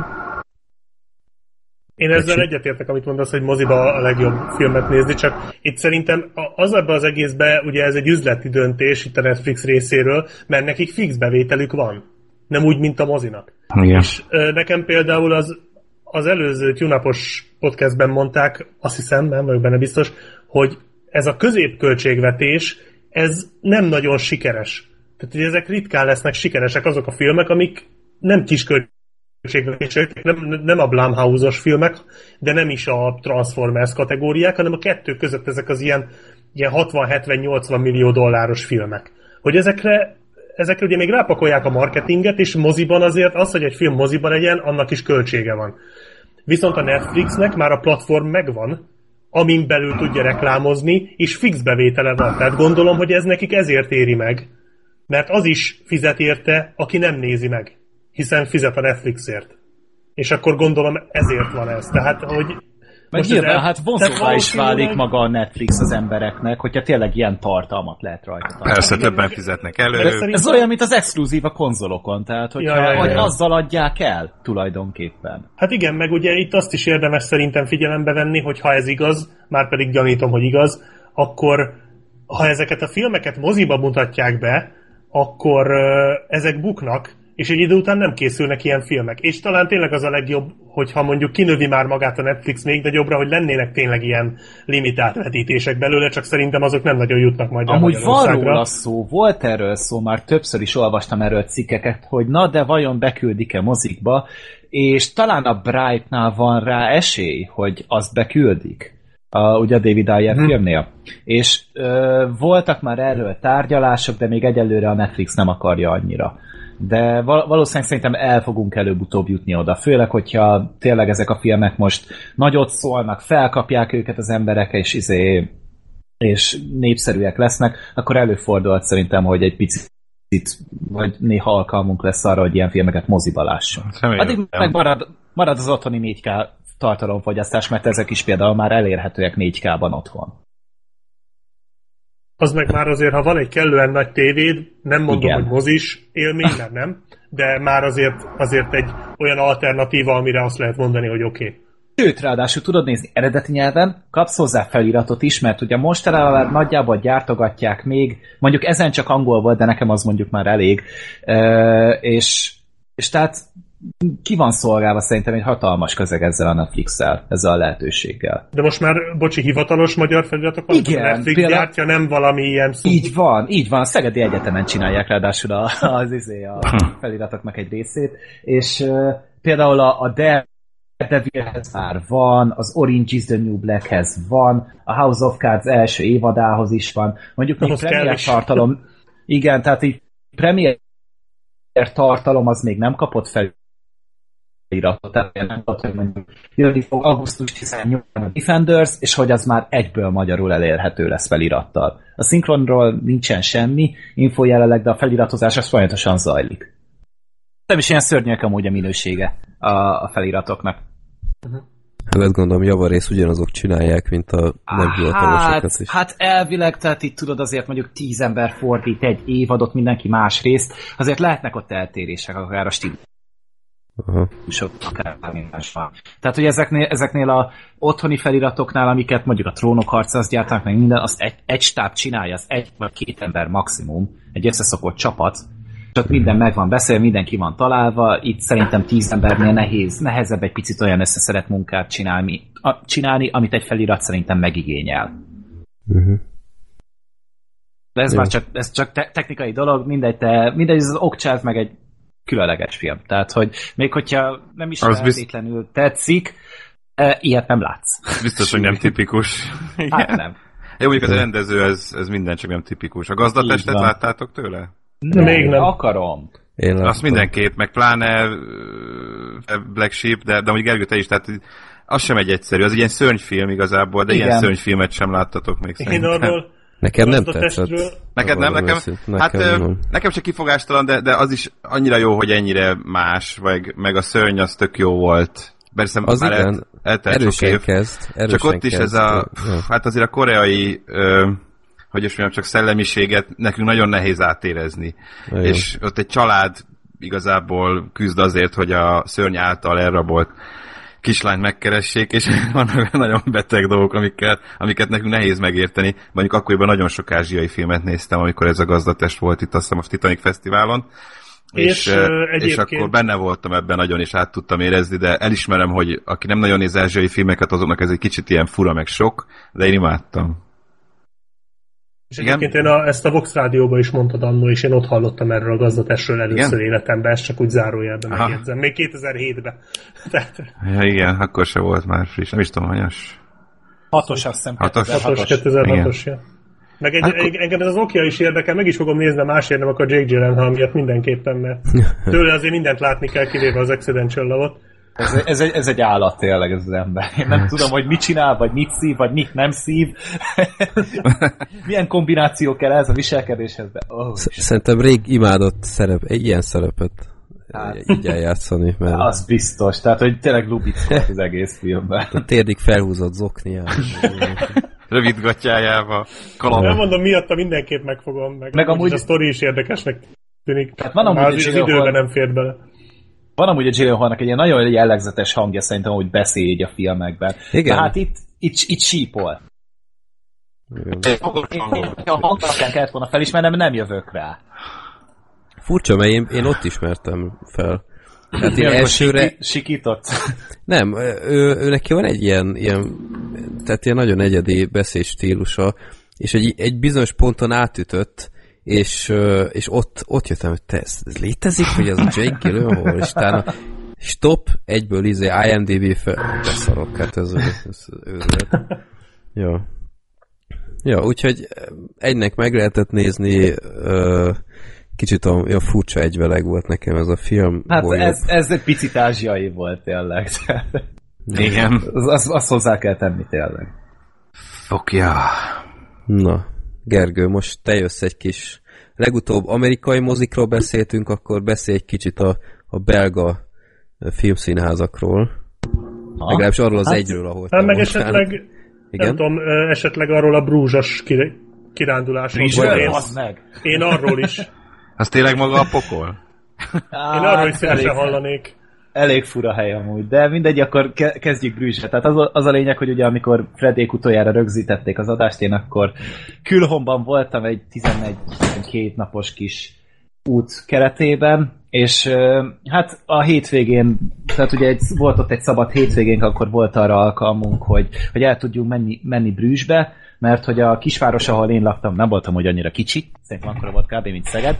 Én ezzel egyetértek, amit mondasz, hogy moziba a legjobb filmet nézni, csak itt szerintem az ebben az egészben, ugye ez egy üzleti döntés itt a Netflix részéről, mert nekik fix bevételük van. Nem úgy, mint a mozinak. Igen. És ö, nekem például az, az előző tyúnapos podcastben mondták, azt hiszem, nem vagyok benne biztos, hogy ez a középköltségvetés, ez nem nagyon sikeres. Tehát, hogy ezek ritkán lesznek sikeresek azok a filmek, amik nem kis költségvetések, nem, nem a Blumhouse-os filmek, de nem is a Transformers kategóriák, hanem a kettő között ezek az ilyen, ilyen hatvan-hetven-nyolcvan millió dolláros filmek. Hogy ezekre Ezekre ugye még rápakolják a marketinget, és moziban azért az, hogy egy film moziban legyen, annak is költsége van. Viszont a Netflixnek már a platform megvan, amin belül tudja reklámozni, és fix bevétele van. Tehát gondolom, hogy ez nekik ezért éri meg. Mert az is fizet érte, aki nem nézi meg. Hiszen fizet a Netflixért. És akkor gondolom ezért van ez. Tehát, hogy... Meg nyilván, el... hát vonzóvá is válik maga a Netflix az embereknek, hogyha tényleg ilyen tartalmat lehet rajta tartani. Persze, többen fizetnek elő. Ez, ez olyan, mint az exkluzív a konzolokon, tehát hogyha ja, ja, ja. azzal adják el tulajdonképpen. Hát igen, meg ugye itt azt is érdemes szerintem figyelembe venni, hogy ha ez igaz, már pedig gyanítom, hogy igaz, akkor ha ezeket a filmeket moziba mutatják be, akkor uh, ezek buknak, és egy idő után nem készülnek ilyen filmek. És talán tényleg az a legjobb, hogyha mondjuk kinövi már magát a Netflix még nagyobbra, hogy lennének tényleg ilyen limitált vetítések belőle, csak szerintem azok nem nagyon jutnak majd amúgy a Magyarországra. Amúgy van róla szó, volt erről szó, már többször is olvastam erről cikkeket, hogy na, de vajon beküldik-e mozikba, és talán a Brightnál van rá esély, hogy azt beküldik. A, ugye a David Ayer hmm. filmnél. És ö, voltak már erről tárgyalások, de még egyelőre a Netflix nem akarja annyira. De valószínűleg szerintem el fogunk előbb-utóbb jutni oda. Főleg, hogyha tényleg ezek a filmek most nagyot szólnak, felkapják őket az emberek, és, izé, és népszerűek lesznek, akkor előfordulhat szerintem, hogy egy picit vagy néha alkalmunk lesz arra, hogy ilyen filmeket moziba lássunk. Addig meg marad, marad az otthoni négy ká tartalomfogyasztás, mert ezek is például már elérhetőek négy ká-ban otthon. Az meg már azért, ha van egy kellően nagy tévéd, nem mondom, igen, hogy mozis élmény, mert nem, de már azért, azért egy olyan alternatíva, amire azt lehet mondani, hogy oké. Okay. Sőt, ráadásul tudod nézni eredeti nyelven, kapsz hozzá feliratot is, mert ugye mostanában nagyjából gyártogatják még, mondjuk ezen csak angol volt, de nekem az mondjuk már elég, e, és, és tehát ki van szolgálva szerintem egy hatalmas közeg ezzel a Netflix-szel, ezzel a lehetőséggel. De most már, bocsi, hivatalos magyar feliratok van? Igen. A Netflix például... gyártja, nem valami ilyen szó. Így van, így van. A Szegedi Egyetemen csinálják ráadásul a, az, izé, a feliratoknak egy részét, és uh, például a, a Daredevilhez már van, az Orange is the New Blackhez van, a House of Cards első évadához is van, mondjuk még premier tartalom, igen, tehát így premier tartalom az még nem kapott fel iratot, tehát nem tudod, hogy mondjuk jönni fog augusztus tizennyolcadikán Defenders, és hogy az már egyből magyarul elérhető lesz felirattal. A szinkronról nincsen semmi info jelenleg, de a feliratozás az folyamatosan zajlik. Nem is ilyen szörnyűek amúgy a minősége a, a feliratoknak. Uh-huh. Hát gondolom, javarész ugyanazok csinálják, mint a nem hivatalosokat hát, is. Hát elvileg, tehát itt tudod azért mondjuk tíz ember fordít egy évadot, mindenki más részt, azért lehetnek ott eltérések, akár a stílus. Uh-huh. Akár más van. Tehát, hogy ezeknél, ezeknél a otthoni feliratoknál, amiket mondjuk a Trónok harca, azt gyártanak meg minden, azt egy, egy stáb csinálja, az egy vagy két ember maximum, egy összeszokott csapat, csak minden meg van beszélve, mindenki van találva, itt szerintem tíz embernél nehéz, nehezebb egy picit olyan összeszedett munkát csinálni, a, csinálni, amit egy felirat szerintem megigényel. Uh-huh. De ez Jó. már csak, ez csak te- technikai dolog, mindegy, te, mindegy, ez az Okcsáv meg egy különleges film. Tehát, hogy még hogyha nem is feltétlenül biz... tetszik, e, ilyet nem látsz. Biztos, hogy nem tipikus. Hát nem. Jó, mondjuk az rendező, ez, ez minden csak nem tipikus. A Gazdatestet láttátok tőle? Nem, még nem. Akarom. Én azt mindenképp, meg pláne Black Sheep, de, de mondjuk Gergő, te is, tehát az sem egy egyszerű, az egy ilyen szörnyfilm igazából, de Igen. ilyen szörnyfilmet sem láttatok még szerintem. Én arról Nekem nem tetszett. Neked nem? Nekem, nekem, hát nem. Nekem csak kifogástalan, de, de az is annyira jó, hogy ennyire más, meg, meg a szörny az tök jó volt. Persze az már igen, el, erősen kezd. Erősen csak ott is kezd, ez a, pff, hát azért a koreai, ö, hogy is mondjam, csak szellemiséget nekünk nagyon nehéz átérezni. Nagyon. És ott egy család igazából küzd azért, hogy a szörny által elrabolt kislányt megkeressék, és vannak nagyon beteg dolgok, amiket, amiket nekünk nehéz megérteni. Mondjuk akkoriban nagyon sok ázsiai filmet néztem, amikor ez a gazdatest volt itt, azt hiszem a Titanic Fesztiválon, és, és, uh, és akkor benne voltam ebben nagyon, és át tudtam érezni, de elismerem, hogy aki nem nagyon néz ázsiai filmeket, azoknak ez egy kicsit ilyen fura meg sok, de én imádtam. És igen? Egyébként én a, ezt a Vox Rádióban is mondtad annól, és én ott hallottam erről a gazdatestről először igen? életemben, ezt csak úgy zárójelben Aha. megjegyzem. Még kétezer-hétben. Tehát... Ja, igen, akkor se volt már friss. Nem is tudom, hanyas. Hatos, azt hiszem. Hatos, hatos kétezer-hatos, ja. Meg egy, hát, engem ez az Nokia is érdekel, meg is fogom nézni, másért nem akar Jake Gyllenhaal miatt mindenképpen, mert tőle azért mindent látni kell, kivéve az Accidental Love-ot. Ez, ez, egy, ez egy állat tényleg ez az ember. Én nem tudom, hogy mit csinál, vagy mit szív, vagy mit nem szív. Milyen kombináció kell ez a viselkedéshez. De, oh, Szerintem rég imádott szerep, egy ilyen szerepet hát, így eljátszani. Mert... Az biztos, tehát hogy tényleg Lubitz volt az egész filmben. A térdig felhúzott zokniával. Rövid gatyájával. Kalap. Nem mondom, miatta mindenképp megfogom. Meg, meg amúgy... a sztori is érdekesnek tűnik. Hát van amúgy az, az időben hol... nem fért bele. Van amúgy a Gyllenhaalnak egy ilyen nagyon jellegzetes hangja szerintem, hogy beszél így a filmekben. Igen. De hát itt, itt, itt sípol. A hangot kellett volna felismernem, nem jövök rá. Furcsa, mert én, én ott ismertem fel. Hát én elsőre... Siki, sikított? Nem, ő, ő neki van egy ilyen, ilyen, tehát ilyen nagyon egyedi beszédstílusa, és egy, egy bizonyos ponton átütött, és, és ott, ott jöttem, hogy te, ez, ez létezik, hogy ez a Jake Gyllenhaal, és utána stop, egyből izé I M D B fel, beszarok, hát ez, ez őzlet. Ja. Ja, úgyhogy egynek meg lehetett nézni, kicsit olyan furcsa egyveleg volt nekem ez a film. Hát ez, ez egy picit ázsiai volt tényleg. Igen. Azt az hozzá kell tenni tényleg. Fokja. Na, Gergő, most te jössz egy kis... Legutóbb amerikai mozikról beszéltünk, akkor beszélj egy kicsit a, a belga filmszínházakról. Ha? Legalábbis arról az hát, egyről, ahol te meg esetleg, igen? Nem tudom, esetleg arról a brúzsas kirándulásról. Én, meg. én arról is. Az tényleg maga a pokol? Én arról is szívesen hallanék. Elég fura hely amúgy, de mindegy, akkor kezdjük Brüsszbe. Tehát az, az a lényeg, hogy ugye amikor Fredék utoljára rögzítették az adást, én akkor Külhomban voltam egy tizenegy-tizenkét napos kis út keretében, és hát a hétvégén, tehát ugye egy, volt ott egy szabad hétvégénk, akkor volt arra alkalmunk, hogy, hogy el tudjunk menni, menni Brüsszbe, mert hogy a kisváros, ahol én laktam, nem voltam, hogy annyira kicsi, szerintem akkora volt kb. Mint Szeged,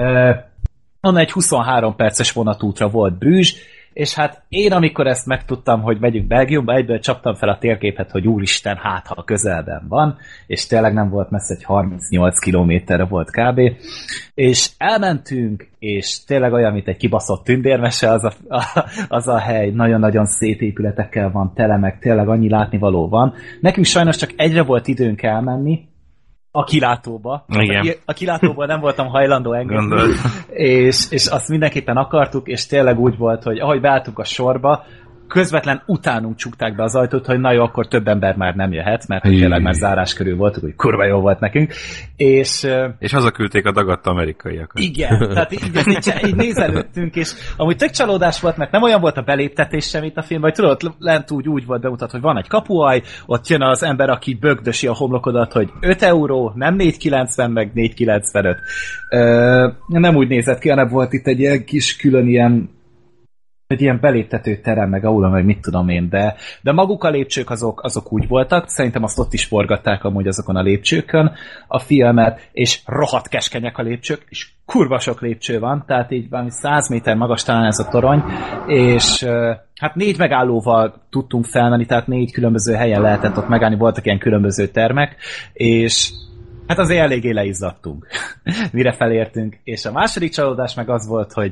onnan egy huszonhárom perces vonatútra volt Brüssz, és hát én, amikor ezt megtudtam, hogy megyünk Belgiumba, egyből csaptam fel a térképet, hogy úristen, hát ha közelben van, és tényleg nem volt messze, egy harmincnyolc kilométerre volt kb. És elmentünk, és tényleg olyan, mint egy kibaszott tündérmese az a, a, az a hely, nagyon-nagyon szép épületekkel van tele, meg tényleg annyi látnivaló van. Nekünk sajnos csak egyre volt időnk elmenni, a kilátóba. Igen. A kilátóból nem voltam hajlandó engedni. És, és azt mindenképpen akartuk, és tényleg úgy volt, hogy ahogy beálltunk a sorba, közvetlen utánunk csukták be az ajtót, hogy na jó, akkor több ember már nem jöhet, mert tényleg már zárás körül voltunk, hogy kurva jó volt nekünk. És, és hazaküldték a dagadt amerikaiakat. Igen, tehát így, így, így nézelődtünk, és amúgy tök csalódás volt, mert nem olyan volt a beléptetés sem itt a filmben, hogy tudod, lent úgy, úgy volt bemutat, hogy van egy kapuaj, ott jön az ember, aki bögdösi a homlokodat, hogy öt euró, nem négy kilencven, meg négy kilencvenöt. Ö, nem úgy nézett ki, hanem volt itt egy ilyen kis külön ilyen egy ilyen beléptető terem, meg aula, meg mit tudom én, de, de maguk a lépcsők azok, azok úgy voltak, szerintem azt ott is forgatták amúgy azokon a lépcsőkön a filmet, és rohadt keskenyek a lépcsők, és kurva sok lépcső van, tehát így valami száz méter magas talán ez a torony, és hát négy megállóval tudtunk felmenni, tehát négy különböző helyen lehetett ott megállni, voltak ilyen különböző termek, és hát azért eléggé leizzadtunk, mire felértünk, és a második csalódás meg az volt, hogy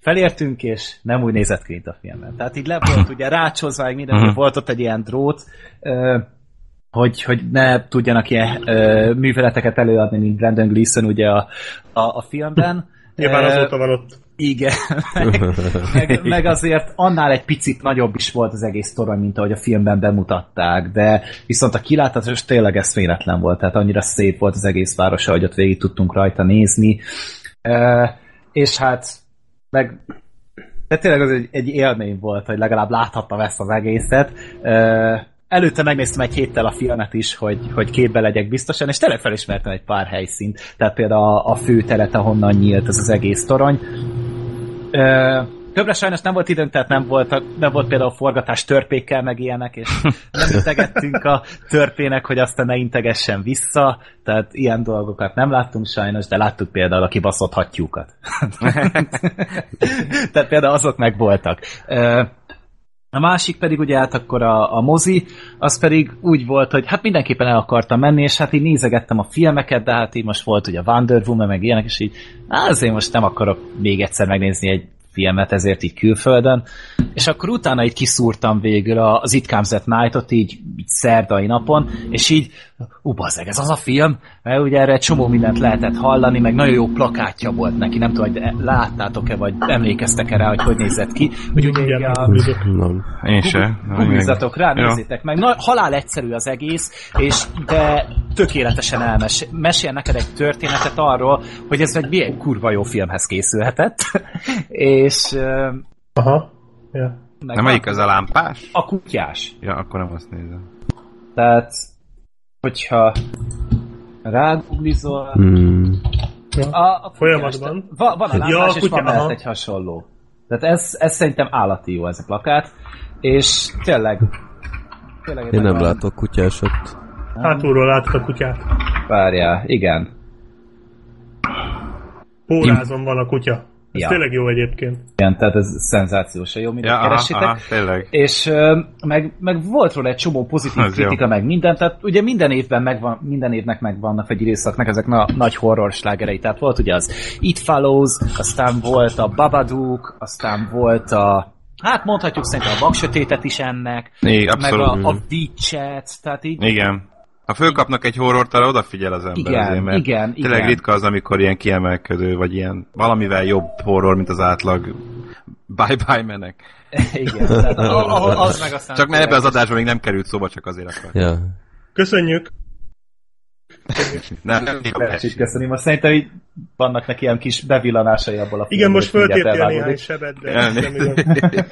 felértünk, és nem úgy nézett ki, mint a filmben. Tehát így le volt ugye rácsozva, meg minden, uh-huh. volt ott egy ilyen drót, hogy, hogy ne tudjanak ilyen műveleteket előadni, mint Brandon Gleeson ugye a, a, a filmben. Nyilván azóta van ott. Igen, meg, meg, meg azért annál egy picit nagyobb is volt az egész torony, mint ahogy a filmben bemutatták, de viszont a kilátás tényleg eszméletlen volt, tehát annyira szép volt az egész városa, hogy ott végig tudtunk rajta nézni, e, és hát meg de tényleg az egy, egy élmény volt, hogy legalább láthattam ezt az egészet. E, előtte megnéztem egy héttel a filmet is, hogy, hogy képbe legyek biztosan, és tényleg felismertem egy pár helyszínt, tehát például a, a főteret, ahonnan nyílt ez az egész torony. Többre sajnos nem volt időnk, tehát nem volt, nem volt például forgatás törpékkel meg ilyenek, és nem integettünk a törpének, hogy aztán ne integessen vissza, tehát ilyen dolgokat nem láttunk sajnos, de láttuk például a kibaszott hattyúkat. Tehát például azok meg voltak. A másik pedig ugye hát akkor a, a mozi, az pedig úgy volt, hogy hát mindenképpen el akartam menni, és hát így nézegettem a filmeket, de hát így most volt ugye Wonder Woman, meg ilyenek, és így á, azért most nem akarok még egyszer megnézni egy filmet, ezért így külföldön. És akkor utána így kiszúrtam végül az It Comes at Night-ot így, így szerdai napon, és így, ú, bazzeg, ez az a film? Mert ugye erre egy csomó mindent lehetett hallani, meg nagyon jó plakátja volt neki, nem tudom, hogy láttátok-e, vagy emlékeztek-e rá, hogy hogy nézett ki. Hogy ugye igen, a... nem. Én se. Googlizzatok rá, nézzétek meg. Na, halál egyszerű az egész, és de tökéletesen elmesél. Mesél neked egy történetet arról, hogy ez egy milyen kurva jó filmhez készülhetett. és... Uh, Aha. Ja. Nem melyik az a lámpás? A kutyás. Ja, akkor nem azt nézem. Tehát, hogyha rágooglizol... Hmm. A, a folyamatban. Va, van a lámpás, ja, a és van mellett egy hasonló. Tehát ez, ez szerintem állati jó ez a plakát, és tényleg... tényleg én nem van... látok kutyásot. Hátulról látod a kutyát. Várjál, igen. Pórázon van a kutya. Ez ja. tényleg jó egyébként. Igen, tehát ez szenzációsan jó, mindent ja, keresitek. Aha, tényleg. És uh, meg, meg volt róla egy csomó pozitív az kritika, jó. Meg minden, tehát ugye minden évben megvan, minden évnek megvannak, vagy időszaknak ezek na, nagy horror slágerei, tehát volt ugye az It Follows, aztán volt a Babadook, aztán volt a hát mondhatjuk szerintem a Vaksötétet is ennek, é, meg a, a Witchet, tehát így... Igen. Ha fölkapnak egy horrort, arra odafigyel az ember igen, azért, mert igen, tényleg igen. ritka az, amikor ilyen kiemelkedő, vagy ilyen valamivel jobb horror, mint az átlag bye-bye menek. Igen, tehát az meg aztán... Csak mert ebben az adásban még nem került szóba, csak azért akar. Ja. Köszönjük! nem, nem, nem köszönöm, azt szerintem így vannak neki ilyen kis bevillanásai abból a igen, most föltéptél néhány sebet, de nem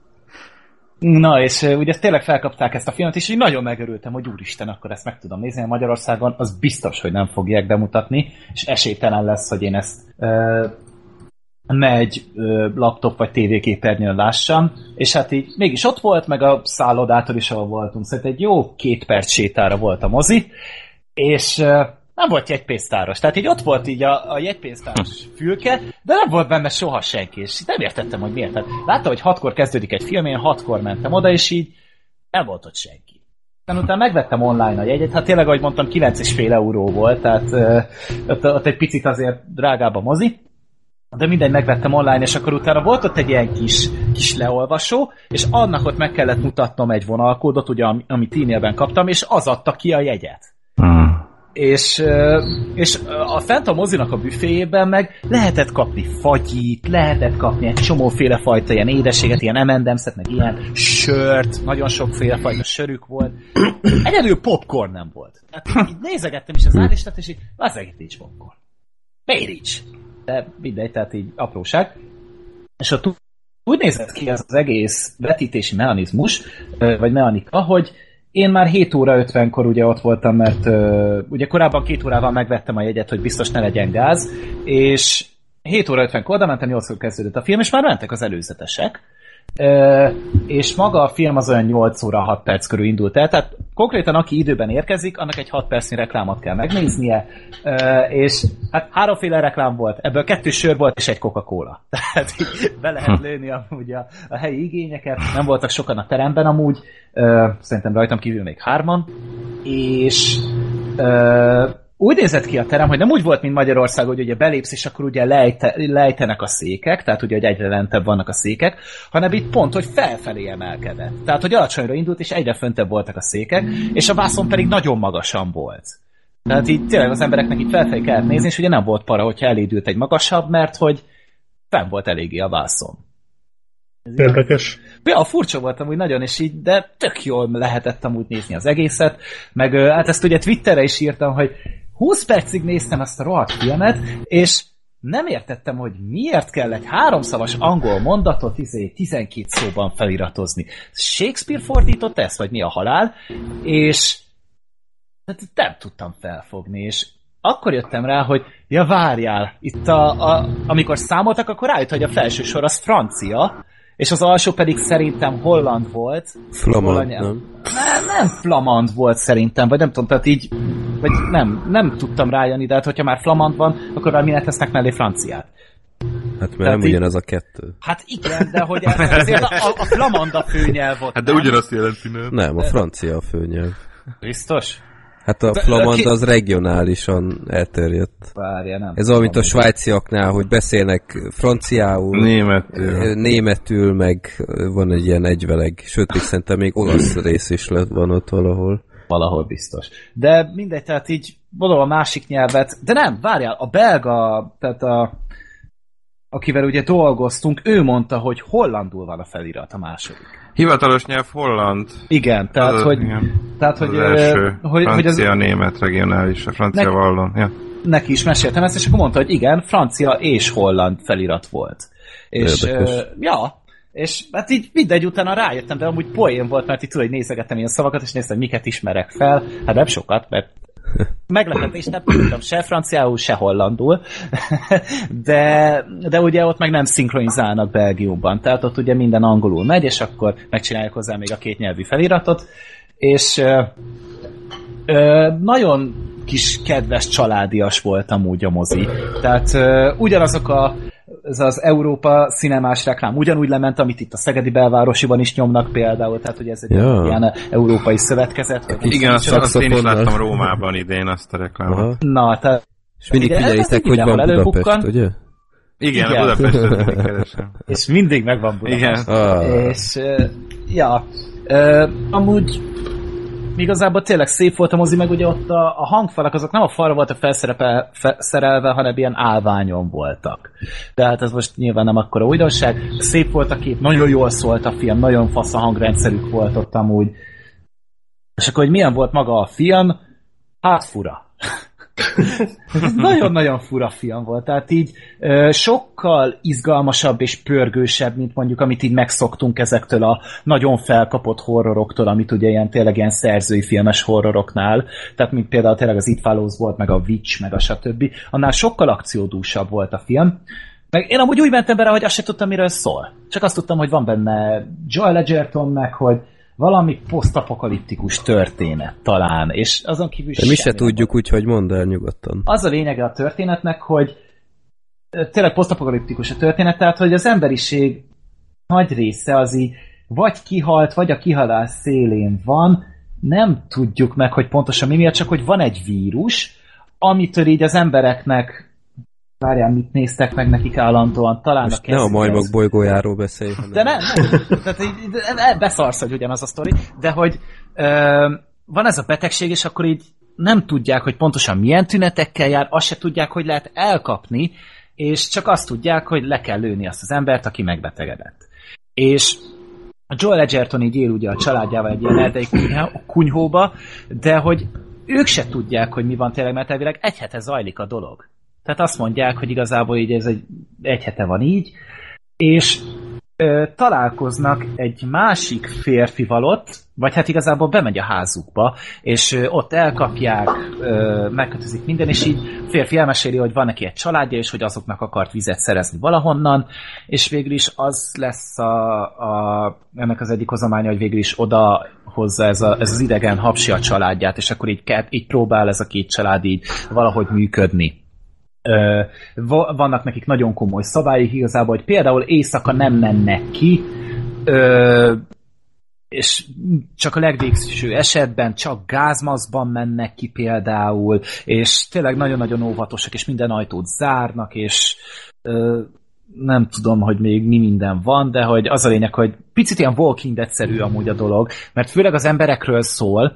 Na, és uh, ugye tényleg felkapták ezt a filmet, és így nagyon megörültem, hogy úristen, akkor ezt meg tudom nézni. Magyarországon az biztos, hogy nem fogják bemutatni, és esélytelen lesz, hogy én ezt uh, ne egy uh, laptop vagy tévéképernyőn lássam, és hát így mégis ott volt, meg a szállodától is, ahol voltunk. Szóval egy jó két perc sétára volt a mozi, és uh, nem volt jegypénztáros. Tehát így ott volt így a, a jegypénztáros fülke, de nem volt benne soha senki, és nem értettem, hogy miért. Tehát láttam, hogy hatkor kezdődik egy film, én hatkor mentem oda, és így nem volt ott senki. Aztán utána megvettem online a jegyet, hát tényleg, ahogy mondtam, kilenc és fél euró volt, tehát uh, ott, ott egy picit azért drágább a mozi, de mindegy, megvettem online, és akkor utána volt ott egy ilyen kis, kis leolvasó, és annak ott meg kellett mutatnom egy vonalkódot, ugye, amit e-mailben kaptam, és az adta ki a jegyet. Hmm. És, és a fent a mozinak a büféjében meg lehetett kapni fagyit, lehetett kapni egy csomóféle fajta ilyen édességet, ilyen em and em's-et, meg ilyen sört, nagyon sokféle fajta sörük volt. Egyedül popcorn nem volt. Tehát így nézegettem is az állistát, és így, az egész nincs popcorn. Miért nincs? De mindegy, tehát így apróság. És ott úgy nézett ki az, az egész vetítési mechanizmus, vagy mechanika, hogy én már hét óra ötvenkor ugye ott voltam, mert uh, ugye korábban két órával megvettem a jegyet, hogy biztos ne legyen gáz, és hét óra ötvenkor oda mentem, nyolckor kezdődött a film, és már mentek az előzetesek, uh, és maga a film az olyan nyolc óra hat perc körül indult el, tehát konkrétan aki időben érkezik, annak egy hat percnyi reklámot kell megnéznie, uh, és hát háromféle reklám volt, ebből kettő sör volt, és egy Coca-Cola. Tehát így be lehet lőni amúgy a, a helyi igényeket, nem voltak sokan a teremben amúgy, Uh, szerintem rajtam kívül még hárman, és uh, úgy nézett ki a terem, hogy nem úgy volt, mint Magyarország, hogy ugye belépsz, és akkor ugye lejte, lejtenek a székek, tehát ugye, hogy egyre lentebb vannak a székek, hanem itt pont, hogy felfelé emelkedett. Tehát, hogy alacsonyra indult, és egyre föntebb voltak a székek, és a vászon pedig nagyon magasan volt. Tehát így tényleg az embereknek itt felfelé kellett nézni, és ugye nem volt para, hogyha elédült egy magasabb, mert hogy fenn volt eléggé a vászon. Érdekes. Ja, furcsa volt amúgy nagyon, és így, de tök jól lehetett amúgy nézni az egészet, meg hát ezt ugye Twitterre is írtam, hogy húsz percig néztem ezt a rohadt filmet, és nem értettem, hogy miért kell egy háromszavas angol mondatot izé tizenkét szóban feliratozni. Shakespeare fordított ezt, vagy mi a halál, és nem tudtam felfogni, és akkor jöttem rá, hogy ja, várjál, itt a, a, amikor számoltak, akkor rájött, hogy a felső sor az francia, és az alsó pedig szerintem holland volt. Flamand, nem? nem? Nem flamand volt szerintem, vagy nem tudom, tehát így, vagy nem, nem tudtam rájönni, de hát hogyha már flamand van, akkor már minek tesznek mellé franciát. Hát mert tehát nem így, ugyanaz a kettő. Hát igen, de hogy ez, azért a, a, a flamand a főnyelv volt. Hát de ugyanazt jelenti, nem? Nem, a francia a főnyelv. Biztos? Hát a flamand az regionálisan elterjedt. Várja, nem. Ez olyan, mint a svájciaknál, hogy beszélnek franciául, németül, németül, meg van egy ilyen egyveleg, sőt, még szerintem még olasz rész is lett, van ott valahol. Valahol biztos. De mindegy, tehát így mondom a másik nyelvet, de nem, várjál, a belga, tehát a, akivel ugye dolgoztunk, ő mondta, hogy hollandul van a felirat a második. Hivatalos nyelv holland. Igen, tehát, az, hogy... Igen. Tehát, hogy, az első. Hogy, francia, hogy az, német, regionális, a francia ne, vallon. Ja. Neki is meséltem ezt, és akkor mondta, hogy igen, francia és holland felirat volt. És, uh, ja, és hát így mindegy, utána rájöttem, de amúgy poén volt, mert így tudod, hogy nézegettem ilyen szavakat, és néztem, hogy miket ismerek fel. Hát nem sokat, mert meglepetés, nem tudtam se franciául, se hollandul, de, de ugye ott meg nem szinkronizálnak Belgiumban, tehát ott ugye minden angolul megy, és akkor megcsinálják hozzá még a két nyelvű feliratot, és ö, ö, nagyon kis kedves családias volt amúgy a mozi. Tehát ö, ugyanazok a ez az Európa cinemás reklám ugyanúgy lement, amit itt a Szegedi Belvárosiban is nyomnak például, tehát hogy ez egy ja. ilyen európai szövetkezet. Igen, azt, azt én is láttam Rómában idén azt a reklámot. Aha. Na, tehát... És mindig figyeljétek, hogy van Budapest, ugye? Igen, igen. A Budapestet mindig keresem. És mindig megvan Budapest. Igen. Ah. És, ja, uh, amúgy igazából tényleg szép volt a mozi, meg ugye ott a, a hangfalak azok nem a falra voltak felszerelve, hanem ilyen állványon voltak. De hát ez most nyilván nem akkora újdonság. Szép volt a kép, nagyon jól szólt a film, nagyon fasz a hangrendszerük volt ott amúgy. És akkor, hogy milyen volt maga a film? Hát fura. Nagyon-nagyon fura film volt, tehát így ö, sokkal izgalmasabb és pörgősebb, mint mondjuk amit így megszoktunk ezektől a nagyon felkapott horroroktól, amit ugye ilyen tényleg ilyen szerzői filmes horroroknál, tehát mint például tényleg az It Follows volt, meg a Witch, meg a stb. Annál sokkal akciódúsabb volt a film. Meg én amúgy úgy mentem bele, hogy azt sem tudtam, miről szól. Csak azt tudtam, hogy van benne Joel Edgerton, meg hogy valami posztapokaliptikus történet talán, és azon kívül de mi se tudjuk, úgyhogy mondd el nyugodtan. Az a lényege a történetnek, hogy tényleg posztapokaliptikus a történet, tehát hogy az emberiség nagy része az így vagy kihalt, vagy a kihalás szélén van, nem tudjuk meg, hogy pontosan mi miatt, csak hogy van egy vírus, amitől így az embereknek várjál, mit néztek meg nekik állandóan, talán most a ne a majmok bolygójáról beszélj. Hanem... De nem, nem. Tehát így, beszarsz, hogy ugyanaz a sztori, de hogy ö, van ez a betegség, és akkor így nem tudják, hogy pontosan milyen tünetekkel jár, azt se tudják, hogy lehet elkapni, és csak azt tudják, hogy le kell lőni azt az embert, aki megbetegedett. És a Joel Edgerton így él ugye a családjával egy ilyen erdei kunyhóba, de hogy ők se tudják, hogy mi van tényleg, mert elvileg egy hete zajlik a dolog. Tehát azt mondják, hogy igazából így ez egy, egy hete van így, és ö, találkoznak egy másik férfival ott, vagy hát igazából bemegy a házukba, és ö, ott elkapják, ö, megkötözik minden, és így a férfi elmeséli, hogy van neki egy családja, és hogy azoknak akart vizet szerezni valahonnan, és végül is az lesz a, a, ennek az egyik hozománya, hogy végül is oda hozza ez, a, ez az idegen hapsi a családját, és akkor így, így próbál ez a két család így valahogy működni. Ö, vannak nekik nagyon komoly szabályok igazából, hogy például éjszaka nem mennek ki, ö, és csak a legvégső esetben csak gázmaszkban mennek ki például, és tényleg nagyon-nagyon óvatosak, és minden ajtót zárnak, és ö, nem tudom, hogy még mi minden van, de hogy az a lényeg, hogy picit ilyen Walking Dead-szerű amúgy a dolog, mert főleg az emberekről szól,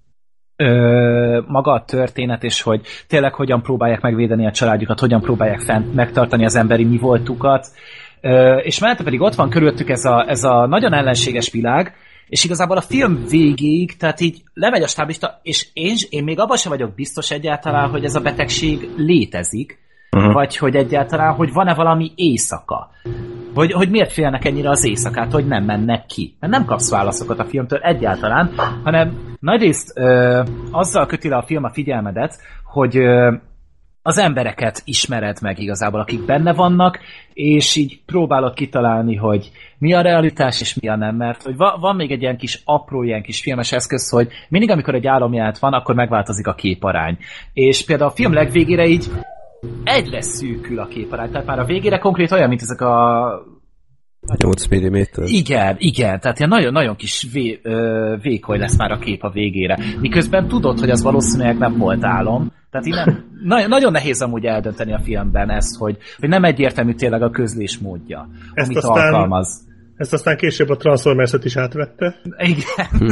Ö, maga a történet, és hogy tényleg hogyan próbálják megvédeni a családjukat, hogyan próbálják fent megtartani az emberi mi voltukat, ö, és mellette pedig ott van körülöttük ez a, ez a nagyon ellenséges világ, és igazából a film végéig, tehát így lemegy a stáblista, és én, én még abban sem vagyok biztos egyáltalán, hogy ez a betegség létezik, uh-huh. vagy hogy egyáltalán, hogy van-e valami éjszaka. Hogy, hogy miért félnek ennyire az éjszakát, hogy nem mennek ki. Mert nem kapsz válaszokat a filmtől egyáltalán, hanem nagyrészt ö, azzal köti le a film a figyelmedet, hogy ö, az embereket ismered meg igazából, akik benne vannak, és így próbálod kitalálni, hogy mi a realitás, és mi a nem, mert hogy va- van még egy ilyen kis apró, ilyen kis filmes eszköz, hogy mindig, amikor egy álomjelenet van, akkor megváltozik a képarány. És például a film legvégére így egyre szűkül a képarány, tehát már a végére konkrét olyan, mint ezek a... nyolc milliméter. Igen, igen, tehát ilyen nagyon-nagyon kis vé, ö, vékony lesz már a kép a végére. Miközben tudod, hogy az valószínűleg nem volt álom. Tehát nem, na, nagyon nehéz amúgy eldönteni a filmben ezt, hogy, hogy nem egyértelmű tényleg a közlés módja, ezt amit aztán, alkalmaz. Ezt aztán később a Transformers-et is átvette. Igen.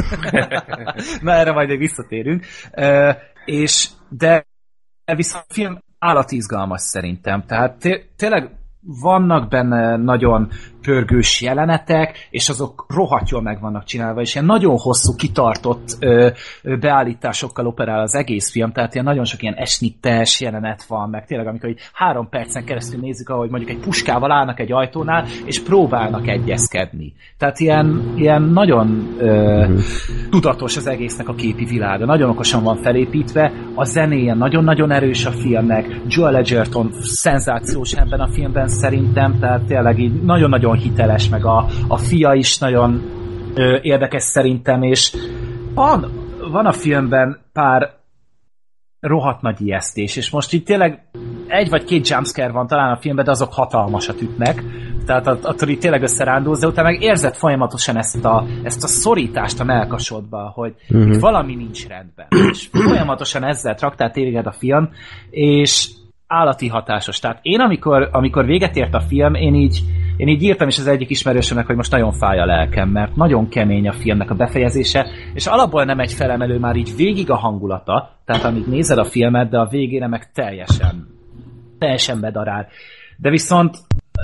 Na, erre majd még visszatérünk. Uh, és de viszont a film állati izgalmas szerintem. Tehát té- tényleg vannak benne nagyon pörgős jelenetek, és azok rohadt jól meg vannak csinálva, és ilyen nagyon hosszú, kitartott ö, ö, beállításokkal operál az egész film, tehát ilyen nagyon sok ilyen esnittes jelenet van, meg tényleg amikor így három percen keresztül nézzük, ahogy mondjuk egy puskával állnak egy ajtónál, és próbálnak egyezkedni. Tehát ilyen, ilyen nagyon ö, mm. tudatos az egésznek a képi világa, nagyon okosan van felépítve, a zenéje nagyon-nagyon erős a filmnek, Joel Edgerton szenzációs ebben a filmben szerintem, tehát tényleg így nagyon-nagyon hiteles, meg a, a fia is nagyon ö, érdekes szerintem, és van, van a filmben pár rohadt nagy ijesztés, és most itt tényleg egy vagy két jumpscare van talán a filmben, de azok hatalmasat ütnek, tehát attól itt tényleg összerándulsz, de utána meg érzed folyamatosan ezt a, ezt a szorítást a melkasodba, hogy uh-huh. itt valami nincs rendben, és folyamatosan ezzel traktál téged a film, és állati hatásos. Tehát én, amikor, amikor véget ért a film, én így, én így írtam is az egyik ismerősömnek, hogy most nagyon fáj a lelkem, mert nagyon kemény a filmnek a befejezése, és alapból nem egy felemelő már így végig a hangulata, tehát amíg nézed a filmet, de a végére meg teljesen, teljesen bedarál. De viszont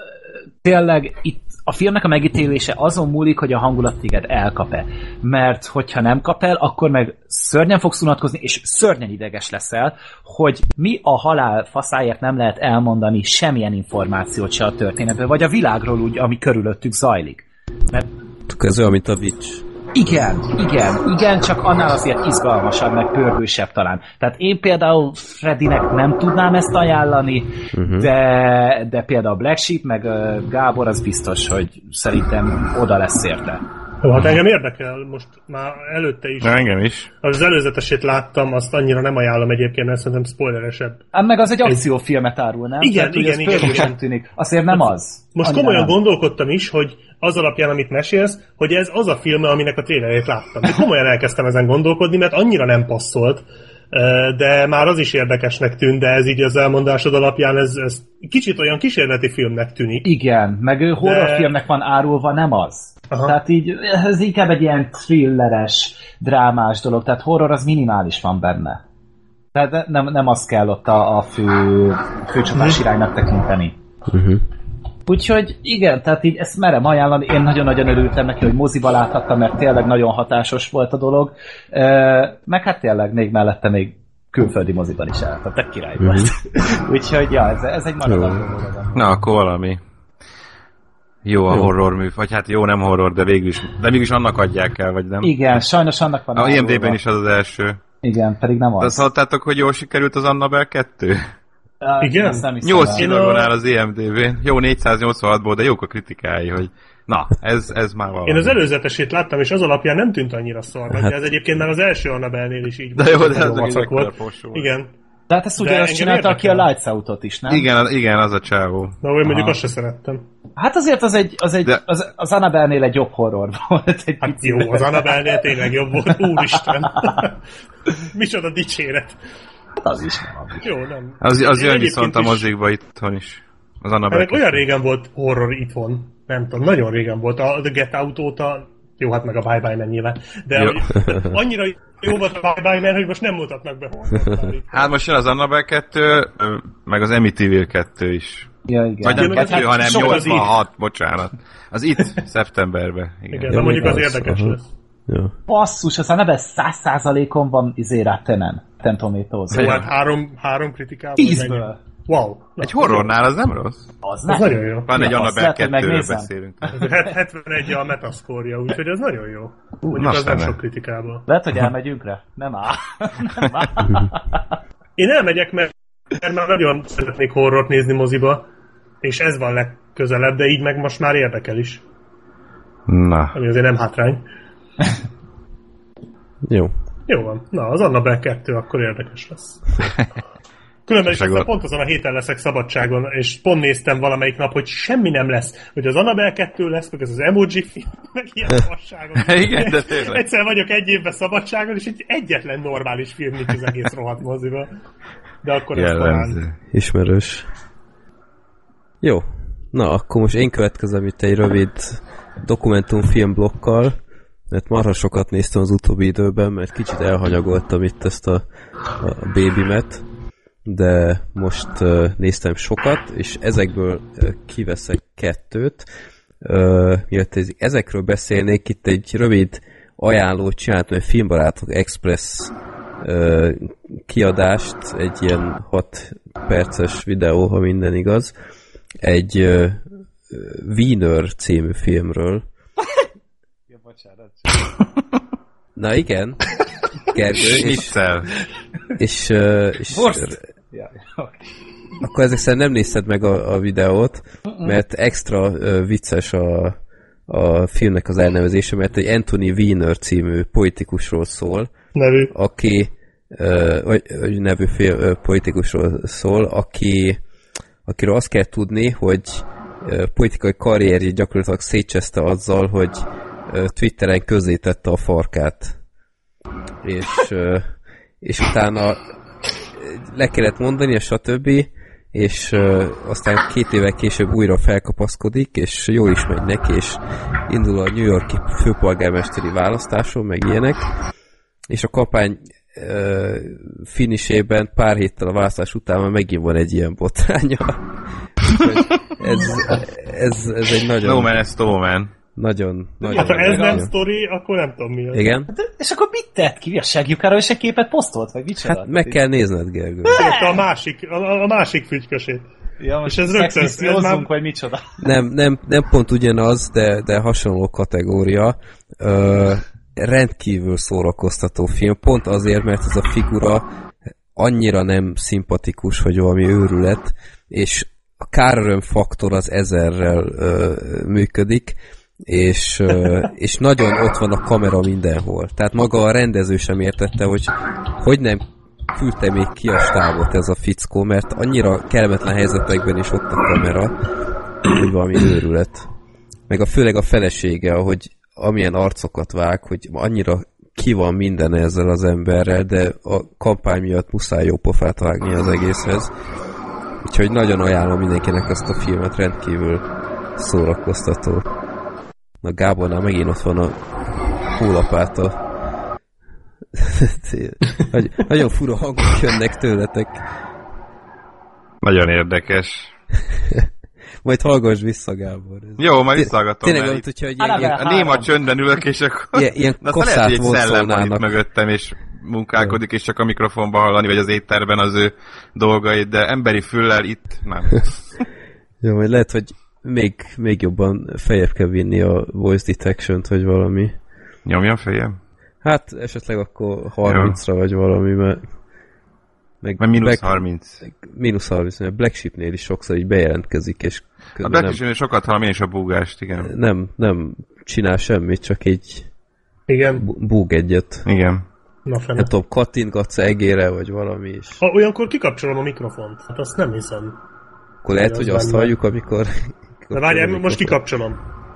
tényleg itt a filmnek a megítélése azon múlik, hogy a hangulat téged elkap-e. Mert hogyha nem kap el, akkor meg szörnyen fogsz unatkozni, és szörnyen ideges leszel, hogy mi a halál faszáért nem lehet elmondani semmilyen információt se a történetből, vagy a világról úgy, ami körülöttük zajlik. Mert... Ez olyan, mint a Witch. Igen, igen, igen, csak annál azért izgalmasabb, meg pörgősebb talán. Tehát én például Freddynek nem tudnám ezt ajánlani, uh-huh. de, de például Black Sheep, meg uh, Gábor az biztos, hogy szerintem oda lesz érte. Jó, hát engem érdekel, most már előtte is. Na, engem is. Az előzetesét láttam, azt annyira nem ajánlom egyébként, mert szerintem spoileresebb. Hát meg az egy akciófilmet árul, nem? Igen, tehát, igen, igen, igen. Tűnik. Azért nem az. Most komolyan nem. Gondolkodtam is, hogy az alapján, amit mesélsz, hogy ez az a film, aminek a trélerét láttam. De komolyan elkezdtem ezen gondolkodni, mert annyira nem passzolt, de már az is érdekesnek tűnt, de ez így az elmondásod alapján ez, ez kicsit olyan kísérleti filmnek tűnik. Igen, meg horrorfilmnek van árulva, nem az. Aha. Tehát így, ez inkább egy ilyen thrilleres, drámás dolog, tehát horror az minimális van benne. Tehát nem, nem az kell ott a, a fő, főcsapás uh-huh. iránynak tekinteni. Uh-huh. Úgyhogy igen, tehát így ezt merem ajánlani, én nagyon-nagyon örültem neki, hogy moziba láthattam, mert tényleg nagyon hatásos volt a dolog. E, meg hát tényleg még mellette még külföldi moziban is álltam, tehát király volt. Mm-hmm. Úgyhogy ja, ez, ez egy maradandó dolog. Na, akkor valami jó a horror mű, vagy hát jó nem horror, de végül is, de mégis annak adják el, vagy nem? Igen, sajnos annak van. A I M D B-ben is az az első. Igen, pedig nem az. De azt hallottátok, hogy jól sikerült az Annabelle kettő? Uh, igen? nyolc csillagon áll az I M D B-n. Jó négyszáznyolcvanhatból, de jók a kritikái, hogy na, ez, ez már valami. Én az előzetesét láttam, és az alapján nem tűnt annyira szarnak, hát. De ez egyébként már az első Annabelle-nél is így de jó, de ez volt. Igen. Tehát ezt ugyanazt csinálta, aki a Lights Out-ot is, nem? Igen, igen, az a csávó. Na, én mondjuk azt se szerettem. Hát azért az egy, az egy, De... az, az Annabelle-nél egy jobb horror volt. Egy hát jó, az Annabelle-nél tényleg jobb volt, úristen. Micsoda dicséret. Az is nem. Jó, nem. Az, az jön viszont a mozikba itthon is. Az Annabelle. Hát olyan régen volt horror itthon. Nem tudom, nagyon régen volt. A The Get Out óta, jó, hát meg a Bye Bye Man nyilván. De hogy, annyira jó volt a Bye Bye Man, hogy most nem mutatnak be horror. Hát most jön az Annabelle kettő, meg az Amityville kettő is. Ja, igen. Vagy nem kettő, hanem nyolcvanhat, bocsánat. Az itt, szeptemberben. Igen, igen, de mondjuk az, az érdekes az, lesz. Ja. Basszus, az Annabelle száz százalékon van izé rá tenen. Ten Tomatoes. Jó, hát három, három kritikával. Tízből. Wow. Egy horrornál az nem rossz. Az, az nagyon jó. Van egy Annabelle kettőről beszélünk. hetvenegy a metascore-ja, úgyhogy ez nagyon jó. Mondjuk az nem sok kritikával. Lehet, hogy elmegyünk rá? Nem áll. Nem áll. Én elmegyek, mert, mert már nagyon szeretnék horrort nézni moziba, és ez van legközelebb, de így meg most már érdekel is. Na. Ami azért nem hátrány. Jó. Jó van. Na, az Annabelle kettő akkor érdekes lesz. Különben is aztán pont azon a héten leszek szabadságon, és pont néztem valamelyik nap, hogy semmi nem lesz. Hogy az Annabelle kettő lesz, meg ez az emoji film, meg ilyen fasságon. Igen, de tényleg. Egyszer vagyok egy évben szabadságon, és egy egyetlen normális film nincs az egész rohadt moziba. De akkor ez talán... Ismerős. Jó. Na, akkor most én következem itt egy rövid dokumentumfilm blokkal, mert marha sokat néztem az utóbbi időben, mert kicsit elhanyagoltam itt ezt a, a Babymet, de most uh, néztem sokat, és ezekből uh, kiveszek kettőt. Uh, miatt ezekről beszélnék, itt egy rövid ajánlót csináltam, egy Filmbarátok Express uh, kiadást, egy ilyen hat perces videó, ha minden igaz, egy uh, Wiener című filmről. Ja, bocsánat. Na igen, Gergő, és, és, uh, és ja, okay. Akkor ezek szerint nem nézted meg a, a videót, mert extra uh, vicces a, a filmnek az elnevezése, mert egy Anthony Weiner című politikusról szól, nevű, aki uh, vagy, vagy nevű film, uh, politikusról szól, aki, akiről azt kell tudni, hogy uh, politikai karrierjét gyakorlatilag szétcseszte azzal, hogy uh, Twitteren közzétette a farkát. És, uh, és utána le kellett mondani, és stb. És uh, aztán két évvel később újra felkapaszkodik, és jól is megy neki, és indul a New York-i főpolgármesteri választáson, meg ilyenek. És a kampány uh, finisében pár héttel a választás után már megint van egy ilyen botránya. ez, ez, ez egy nagyon... No man, ez no man. Nagyon, nagyon... Hát, ha ez nem sztori, akkor nem tudom mi az. Igen? De, és akkor mit tett ki? A segjukáról és egy képet posztolt? Vagy mit hát meg kell nézned, Gergő. A másik, a, a másik fügykösét. Ja, és ez rögtön... már... vagy micsoda? Nem, nem, nem pont ugyanaz, de, de hasonló kategória. Ö, rendkívül szórakoztató film. Pont azért, mert ez a figura annyira nem szimpatikus, hogy valami őrület, és a káröröm faktor az ezerrel ö, működik, és, és nagyon ott van a kamera mindenhol. Tehát maga a rendező sem értette, hogy hogy nem küldte még ki a stábot ez a fickó, mert annyira kellemetlen helyzetekben is ott a kamera, hogy valami őrület. Meg a főleg a felesége, ahogy amilyen arcokat vág, hogy annyira ki van minden ezzel az emberrel, de a kampány miatt muszáj jó pofát vágni az egészhez. Úgyhogy nagyon ajánlom mindenkinek ezt a filmet, rendkívül szórakoztató. Na Gábornál megint ott van a hólapáta. Nagyon fura hangok jönnek tőletek. Nagyon érdekes. Majd hallgass vissza, Gábor. Ez jó, majd visszahallgatom. Tényleg, mint, hogyha ilyen, ilyen, a néma csöndben ülök, és akkor... Ilyen, ilyen koszát vonszolnának. Mögöttem, és munkálkodik, és csak a mikrofonba hallani, vagy az étterben az ő dolgait, de emberi füllel itt nem. Jó, majd lehet, hogy még, még jobban feljebb kell vinni a voice detection-t, vagy valami. Nyomjam fejem? Hát esetleg akkor harmincra, vagy valami, mert... Meg, meg mínusz Black, harminc. Mínusz harminc, mert Black Sheep-nél is sokszor így bejelentkezik, és... A Black Sheep-nél sokat hallom én is a búgást, igen. Nem, nem csinál semmit, csak így... Igen. Búg egyet. Igen. nem tudom, kattintgatsz egére, vagy valami is. Ha olyankor kikapcsolom a mikrofont, hát azt nem hiszem. Akkor lehet, hogy azt halljuk, amikor... De várjál, most kikapcsolom.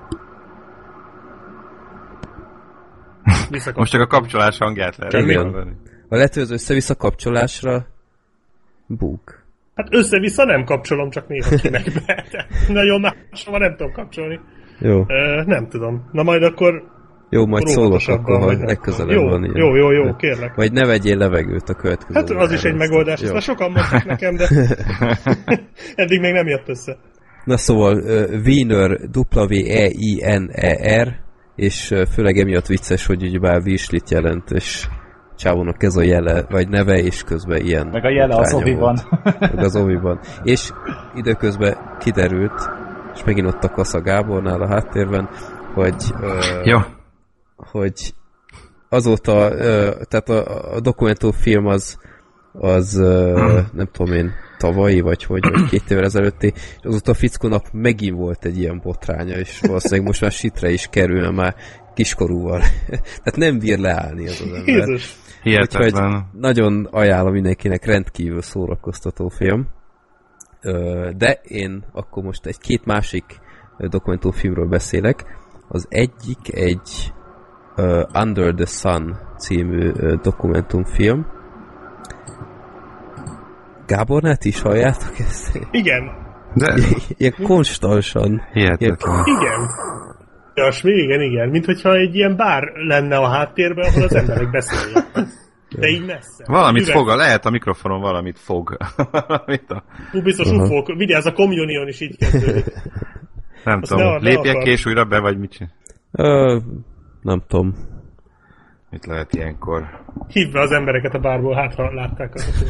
Most csak a kapcsolás hangját lehet. Igen. Ha lehet, hogy az össze-vissza kapcsolásra búk. Hát össze-vissza nem kapcsolom, csak néha kinek be. Nagyon máshova nem tudom kapcsolni. Jó. Ö, nem tudom. Na majd akkor... Jó, majd szólok akkor, ha legközelebb jó, van ilyen. Jó, jó, jó, kérlek. Vagy ne vegyél levegőt a következő. Hát az is egy megoldás, ezt már sokan mondták nekem, de eddig még nem jött össze. Na szóval, uh, Wiener, W E I N E R, és uh, főleg emiatt vicces, hogy ugyebár Wieslit jelent, és csávónak ez a jele, vagy neve, és közben ilyen... Meg a jele az oviban. Meg az oviban. És időközben kiderült, és megint ott a Kassa Gábornál a háttérben, hogy... Uh, Jó. hogy azóta, uh, tehát a, a dokumentumfilm az, az uh, nem tudom én, tavalyi, vagy hogy, vagy két évvel ezelőtti, és azóta a fickónak megint volt egy ilyen botránya, és valószínűleg most már sitre is kerül, már kiskorúval. Tehát nem bír leállni az az ember. Jézus. Hihetetlen. Nagyon ajánlom mindenkinek, rendkívül szórakoztató film. Uh, de én akkor most egy két másik dokumentumfilmről beszélek. Az egyik egy uh, Under the Sun című uh, dokumentumfilm. Gábornát is halljátok ezt? Igen. De... Ilyen konstansan. Hihetetlen. Igen. Jasmi, igen, igen. Mint hogyha egy ilyen bár lenne a háttérben, ahol az emberek beszélnek. De így messze. Valamit Üveg... fog, lehet a mikrofonon valamit fog. valamit a... Hú, biztos uh-huh. ufók. Vigyázz, a Communion is így kezdődik. Nem Azt tudom, ne, lépjek ki és újra be, vagy mit csinál? Ö, nem tudom. Mit lehet ilyenkor? Hívd be az embereket a bárból, hát ha látták azt.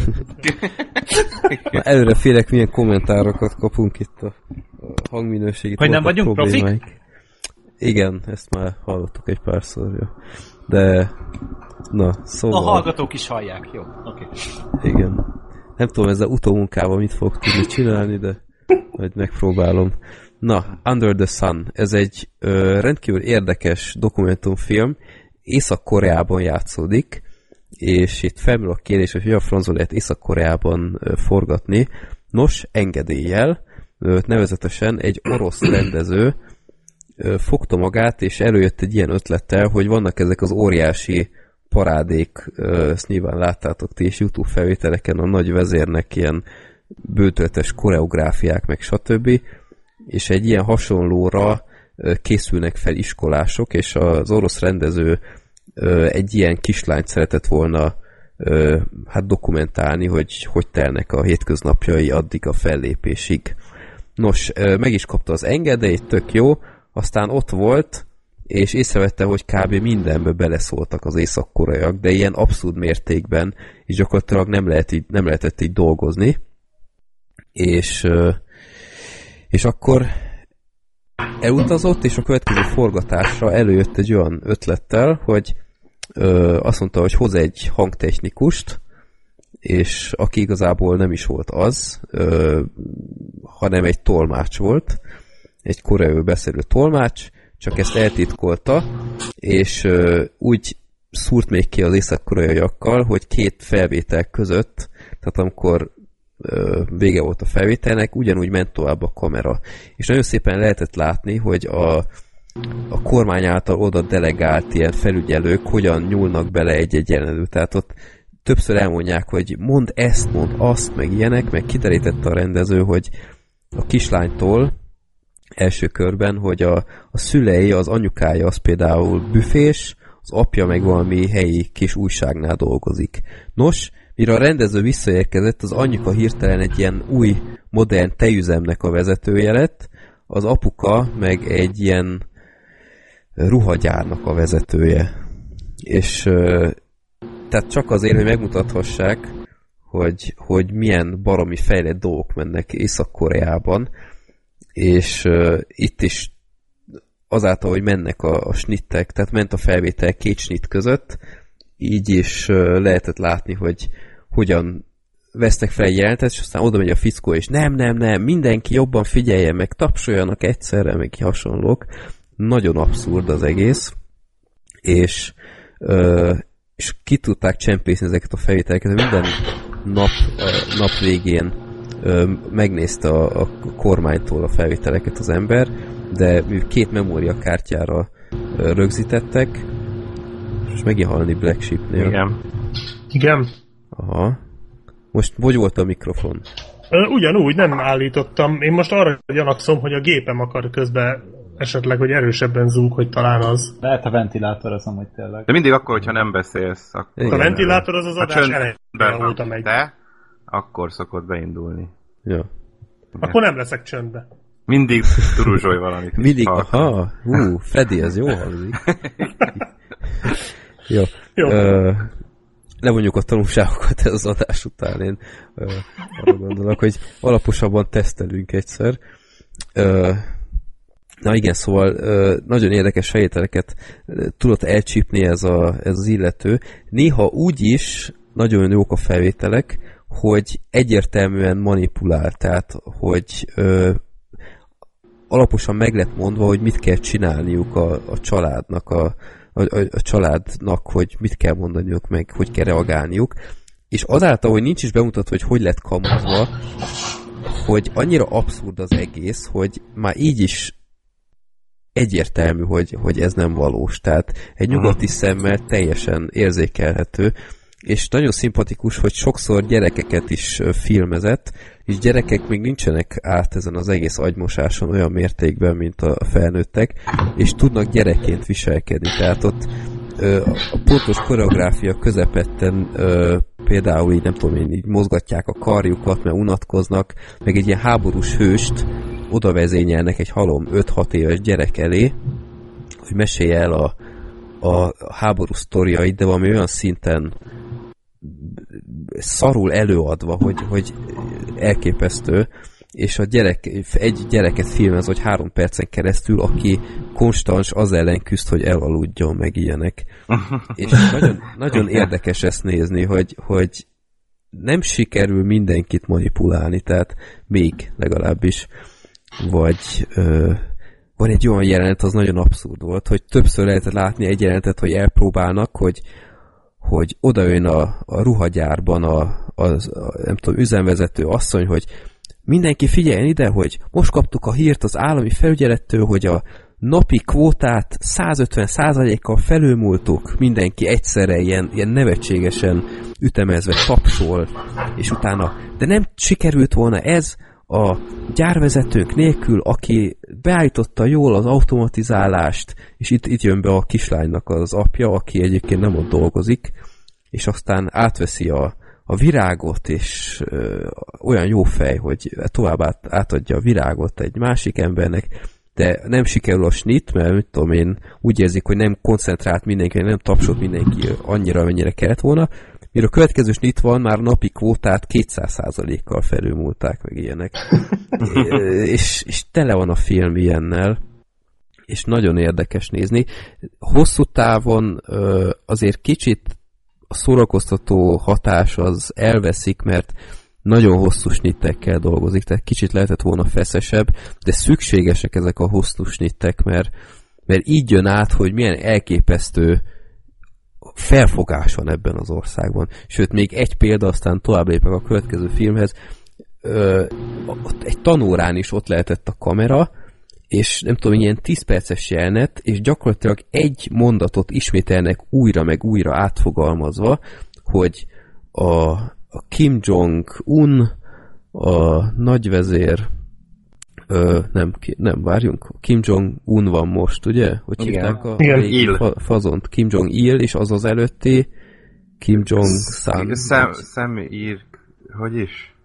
Előre félek, milyen kommentárokat kapunk itt a, a hangminőségét. Hogy nem vagyunk profik? Igen, ezt már hallottuk egy párszor, jó. De, na, szóval... A hallgatók is hallják, jó, oké. Okay. Igen. Nem tudom, ezzel utómunkával mit fog tudni csinálni, de majd megpróbálom. Na, Under the Sun. Ez egy ö, rendkívül érdekes dokumentumfilm. Észak-Koreában játszódik, és itt felmerül a kérdés, hogy a francon lehet Észak-Koreában ö, forgatni. Nos, engedéllyel, ö, nevezetesen egy orosz rendező ö, fogta magát, és előjött egy ilyen ötlettel, hogy vannak ezek az óriási parádék, ö, ezt nyilván láttátok ti is YouTube felvételeken, a nagy vezérnek ilyen bőtöletes koreográfiák, meg stb., és egy ilyen hasonlóra készülnek fel iskolások, és az orosz rendező egy ilyen kislányt szeretett volna hát dokumentálni, hogy hogy telnek a hétköznapjai addig a fellépésig. Nos, meg is kapta az engedélyt, tök jó, aztán ott volt, és észrevette, hogy kb. Mindenbe beleszóltak az észak-koreaiak, de ilyen abszurd mértékben, és gyakorlatilag nem, lehet így, nem lehetett így dolgozni. És És akkor elutazott, és a következő forgatásra előjött egy olyan ötlettel, hogy ö, azt mondta, hogy hoz egy hangtechnikust, és aki igazából nem is volt az, ö, hanem egy tolmács volt, egy koreai beszélő tolmács, csak ezt eltitkolta, és ö, úgy szúrt még ki az észak-koreaiakkal, hogy két felvétel között, tehát amikor vége volt a felvételnek, ugyanúgy ment tovább a kamera. És nagyon szépen lehetett látni, hogy a, a kormány által oda delegált ilyen felügyelők hogyan nyúlnak bele egy-egy jelenetbe. Tehát ott többször elmondják, hogy mondd ezt, mondd azt, meg ilyenek, meg kiderítette a rendező, hogy a kislánytól első körben, hogy a, a szülei, az anyukája az például büfés, az apja meg valami helyi kis újságnál dolgozik. Nos, mire a rendező visszaérkezett, az anyuka hirtelen egy ilyen új, modern tejüzemnek a vezetője lett, az apuka meg egy ilyen ruhagyárnak a vezetője. És tehát csak azért, hogy megmutathassák, hogy, hogy milyen baromi fejlett dolgok mennek Észak-Koreában, és itt is azáltal, hogy mennek a, a snittek, tehát ment a felvétel két snit között, így is lehetett látni, hogy hogyan vesznek fel egy jelentet, és aztán oda megy a fickó, és nem, nem, nem, mindenki jobban figyeljen, meg tapsoljanak egyszerre, meg hasonlók. Nagyon abszurd az egész, és ö, és ki tudták csempészni ezeket a felvételeket, minden nap, nap végén ö, megnézte a, a kormánytól a felvételeket az ember, de két memóriakártyára ö, rögzítettek, és megint hallani Black Sheep-nél. Igen. Igen. Aha. Most hogy volt a mikrofon? Ugyanúgy, nem állítottam. Én most arra gyanakszom, hogy a gépem akar közben esetleg, hogy erősebben zúg, hogy talán az. Lehet a ventilátor az amúgy tényleg. De mindig akkor, hogyha nem beszélsz. Akkor... A ventilátor az az adás elején óta megy. De akkor szokott beindulni. Ja. Akkor nem leszek csöndbe. Mindig turuzsolj valamit. Mindig, aha, hú, Freddy, ez jó hangzik. Jó. Jó. Ö, levonjuk a tanulságokat ez az adás után. Én ö, arra gondolok, hogy alaposabban tesztelünk egyszer. Ö, na igen, szóval ö, nagyon érdekes felvételeket tudott elcsípni ez, a, ez az illető. Néha úgy is nagyon jók a felvételek, hogy egyértelműen manipulál, tehát hogy ö, alaposan meg lett mondva, hogy mit kell csinálniuk a, a családnak, a, a, a családnak, hogy mit kell mondaniuk, meg hogy kell reagálniuk. És azáltal, hogy nincs is bemutatva, hogy hogy lett kamuzva, hogy annyira abszurd az egész, hogy már így is egyértelmű, hogy, hogy ez nem valós. Tehát egy nyugati szemmel teljesen érzékelhető, és nagyon szimpatikus, hogy sokszor gyerekeket is filmezett, és gyerekek még nincsenek át ezen az egész agymosáson olyan mértékben, mint a felnőttek, és tudnak gyerekként viselkedni. Tehát ott ö, a pontos koreográfia közepetten ö, például így nem tudom én, így mozgatják a karjukat, mert unatkoznak, meg egy ilyen háborús hőst oda vezényelnek egy halom öt-hat éves gyerek elé, hogy mesélje el a, a háború sztoriait, de valami olyan szinten szarul előadva, hogy, hogy elképesztő, és a gyerek, egy gyereket filmez, hogy három percen keresztül, aki konstans az ellen küzd, hogy elaludjon, meg ilyenek. És nagyon, nagyon érdekes ezt nézni, hogy, hogy nem sikerül mindenkit manipulálni, tehát még legalábbis, vagy ö, van egy olyan jelenet, az nagyon abszurd volt, hogy többször lehetett látni egy jelenetet, hogy elpróbálnak, hogy hogy odajön a, a ruhagyárban a, a, a nem tudom, üzemvezető asszony, hogy mindenki figyeljen ide, hogy most kaptuk a hírt az állami felügyelettől, hogy a napi kvótát százötven százalékkal felülmúltuk, mindenki egyszerre ilyen, ilyen nevetségesen ütemezve tapsol, és utána, de nem sikerült volna ez a gyárvezetőnk nélkül, aki beállította jól az automatizálást, és itt, itt jön be a kislánynak az apja, aki egyébként nem ott dolgozik, és aztán átveszi a, a virágot, és ö, olyan jó fej, hogy tovább át, átadja a virágot egy másik embernek, de nem sikerül a snit, mert mit tudom én, úgy érzik, hogy nem koncentrált mindenki, nem tapsolt mindenki annyira, amennyire kellett volna. Mire a következő snit van, már napi kvótát kétszáz százalékkal felülmúlták, meg ilyenek. és, és tele van a film ilyennel, és nagyon érdekes nézni. Hosszú távon azért kicsit a szórakoztató hatás az elveszik, mert nagyon hosszú snittekkel dolgozik, tehát kicsit lehetett volna feszesebb, de szükségesek ezek a hosszú snittek, mert, mert így jön át, hogy milyen elképesztő felfogás van ebben az országban. Sőt, még egy példa, aztán tovább lépek a következő filmhez. Ö, egy tanórán is ott lehetett a kamera, és nem tudom, ilyen tíz perces jelenet, és gyakorlatilag egy mondatot ismételnek újra meg újra átfogalmazva, hogy a, a Kim Jong-un, a nagyvezér, Ö, nem, nem, várjunk. Kim Jong-un van most, ugye? Hogy igen. hívták a régi fa- fazont? Kim Jong-il, és az az előtti Kim Jong-san. Sam-il, hogy is?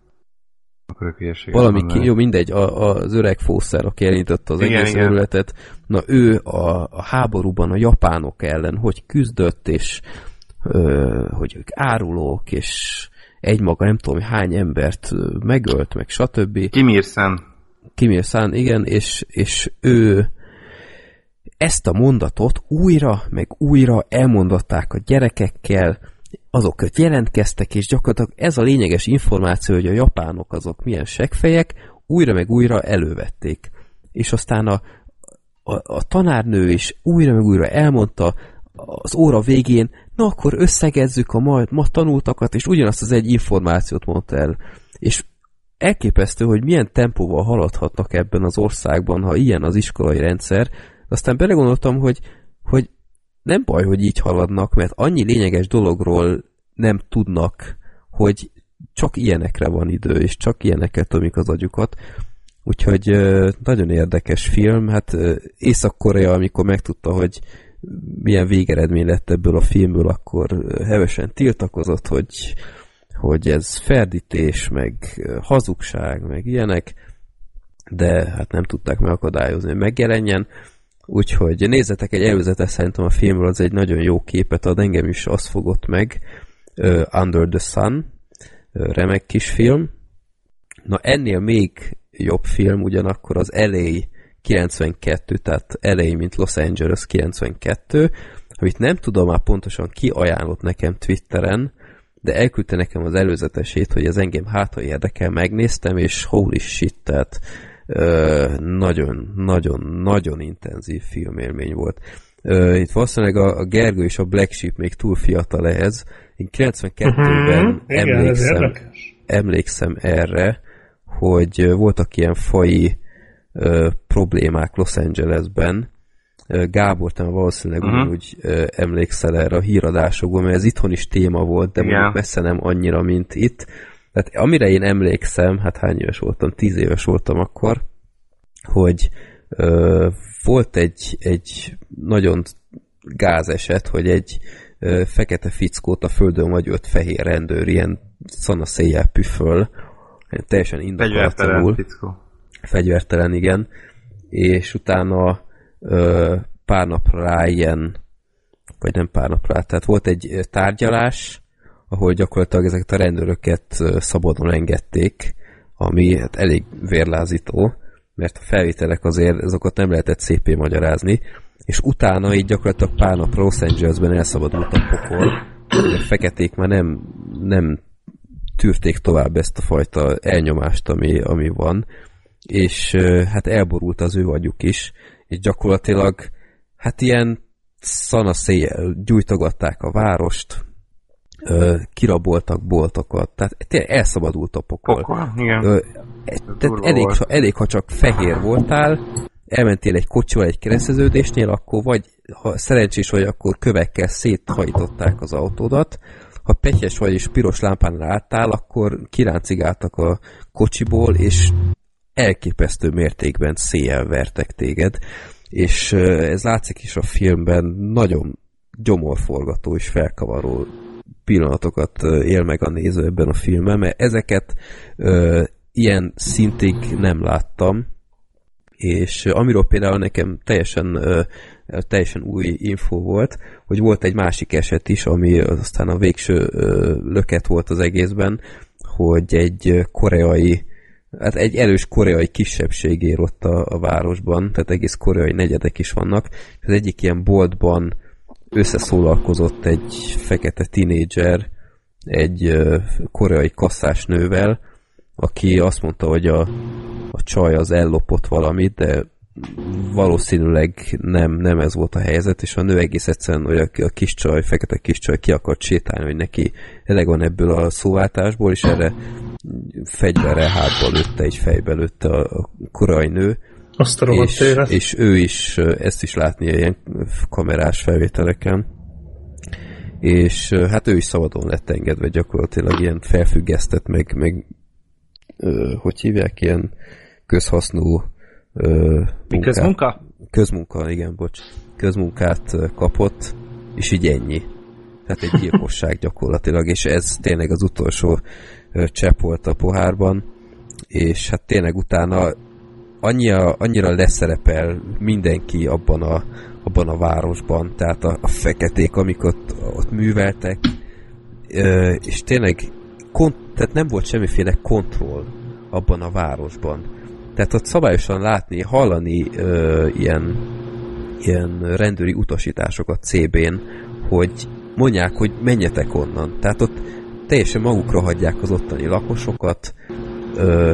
Valami, ki, jó, mindegy, a, az öreg fószer, aki elindította az igen, egész területet. Na ő a, a háborúban a japánok ellen hogy küzdött, és ö, hogy ők árulók, és egymaga nem tudom hány embert megölt, meg stb. Kim Il-sen. Kim Il-sen, igen, és, és ő ezt a mondatot újra, meg újra elmondották a gyerekekkel, azok öt jelentkeztek, és gyakorlatilag ez a lényeges információ, hogy a japánok azok milyen seggfejek, újra meg újra elővették. És aztán a, a, a tanárnő is újra meg újra elmondta, az óra végén, na akkor összegezzük a ma, ma tanultakat, és ugyanazt az egy információt mondta el. És elképesztő, hogy milyen tempóval haladhatnak ebben az országban, ha ilyen az iskolai rendszer. Aztán belegondoltam, hogy, hogy nem baj, hogy így haladnak, mert annyi lényeges dologról nem tudnak, hogy csak ilyenekre van idő, és csak ilyenekkel tömik az agyukat. Úgyhogy nagyon érdekes film. Hát Észak-Korea, amikor megtudta, hogy milyen végeredmény lett ebből a filmből, akkor hevesen tiltakozott, hogy, hogy ez ferdítés, meg hazugság, meg ilyenek, de hát nem tudták megakadályozni, hogy megjelenjen. Úgyhogy nézzetek egy előzetes, szerintem a filmről az egy nagyon jó képet ad, engem is az fogott meg, uh, Under the Sun, uh, remek kis film. Na ennél még jobb film, ugyanakkor az el á kilencvenkettő, tehát el á, mint Los Angeles kilencvenkettő, amit nem tudom már pontosan ki ajánlott nekem Twitteren, de elküldte nekem az előzetesét, hogy ez engem hát, ha érdekel, megnéztem, és holy shit, tehát nagyon-nagyon-nagyon intenzív filmélmény volt. Uh, itt valószínűleg a, a Gergő és a Black Sheep még túl fiatal ehhez. Én kilencvenkettőben uh-huh. emlékszem, emlékszem erre, hogy voltak ilyen faji uh, problémák Los Angelesben. Uh, Gábor, te valószínűleg uh-huh. úgy uh, emlékszel erre a híradásokból, mert ez itthon is téma volt, de yeah. messze nem annyira, mint itt. Tehát amire én emlékszem, hát hány éves voltam, tíz éves voltam akkor, hogy ö, volt egy, egy nagyon gázeset, hogy egy ö, fekete fickót a földön vagy öt fehér rendőr ilyen szanaszéjjel püföl, teljesen indokolatlanul. Fegyvertelen, Fegyvertelen, igen. És utána ö, pár napra rá ilyen, vagy nem pár napra rá, tehát volt egy tárgyalás, ahol gyakorlatilag ezeket a rendőröket szabadon engedték, ami hát elég vérlázító, mert a felvételek azért azokat nem lehetett szépé magyarázni, és utána így gyakorlatilag pár napra Los Angelesben elszabadult a pokol, a feketék már nem, nem tűrték tovább ezt a fajta elnyomást, ami, ami van, és hát elborult az ő agyuk is, és gyakorlatilag hát ilyen szanaszéjjel gyújtogatták a várost, kiraboltak boltokat, tehát tényleg elszabadult a pokol. Pokol, igen. Ö, tehát elég, elég, ha csak fehér voltál, elmentél egy kocsival egy kereszteződésnél, akkor vagy, ha szerencsés vagy, akkor kövekkel széthajtották az autódat, ha pegyes vagy és piros lámpánál álltál, akkor kiráncigáltak a kocsiból, és elképesztő mértékben széjjel vertek téged, és ez látszik is a filmben, nagyon gyomorforgató és felkavaró pillanatokat él meg a néző ebben a filmben, mert ezeket ö, ilyen szintig nem láttam, és amiről például nekem teljesen, ö, teljesen új info volt, hogy volt egy másik eset is, ami aztán a végső ö, löket volt az egészben, hogy egy koreai, hát egy erős koreai kisebbség ér ott a, a városban, tehát egész koreai negyedek is vannak, az egyik ilyen boltban összeszólalkozott egy fekete tinédzser egy uh, koreai kasszásnővel, aki azt mondta, hogy a, a csaj az ellopott valamit, de valószínűleg nem, nem ez volt a helyzet, és a nő egész egyszerűen, hogy a, a kis csaj, fekete kis csaj ki akart sétálni, hogy neki eleg van ebből a szóváltásból, és erre fegyverrel hátba lőtte, egy fejbe lőtte a, a koreai nő, Azt a és, és ő is, ezt is látnia ilyen kamerás felvételeken, és hát ő is szabadon lett engedve, gyakorlatilag ilyen felfüggesztett, meg, meg ö, hogy hívják, ilyen közhasznú ö, munkát, közmunka? Közmunka, igen, bocs. Közmunkát kapott, és így ennyi. Tehát egy gyilkosság gyakorlatilag, és ez tényleg az utolsó csepp volt a pohárban, és hát tényleg utána annyira, annyira leszerepel mindenki abban a, abban a városban, tehát a, a feketék, amik ott, ott műveltek, és tényleg kont, tehát nem volt semmiféle kontroll abban a városban. Tehát ott szabályosan látni, hallani ö, ilyen, ilyen rendőri utasításokat cé bén, hogy mondják, hogy menjetek onnan. Tehát ott teljesen magukra hagyják az ottani lakosokat, ö,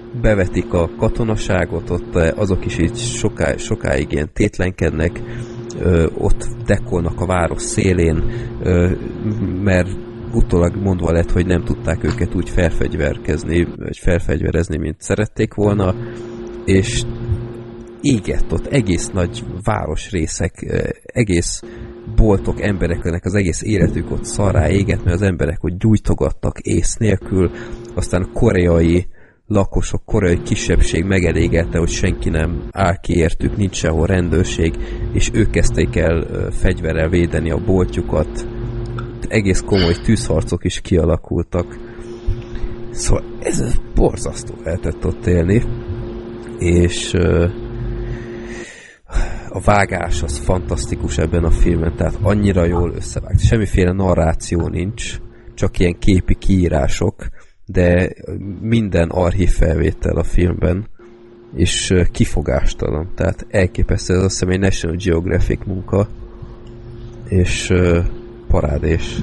bevetik a katonaságot, ott azok is így soká, sokáig ilyen tétlenkednek, ö, ott dekolnak a város szélén, ö, mert utólag mondva lett, hogy nem tudták őket úgy felfegyverkezni, vagy felfegyverezni, mint szerették volna, és égett ott egész nagy városrészek, egész boltok, embereknek az egész életük ott szarrá égett, mert az emberek ott gyújtogattak ész nélkül, aztán a koreai lakosok, koreai kisebbség megelégelte, hogy senki nem áll ki értük, nincs sehol rendőrség, és ők kezdték el fegyverrel védeni a boltjukat. Egész komoly tűzharcok is kialakultak. Szóval ez borzasztó lehetett ott élni, és a vágás az fantasztikus ebben a filmen, tehát annyira jól összevágt. Semmiféle narráció nincs, csak ilyen képi kiírások, de minden archívfelvétel a filmben, és kifogástalan. Tehát elképesztő, ez azt hiszem egy National Geographic munka, és parádés.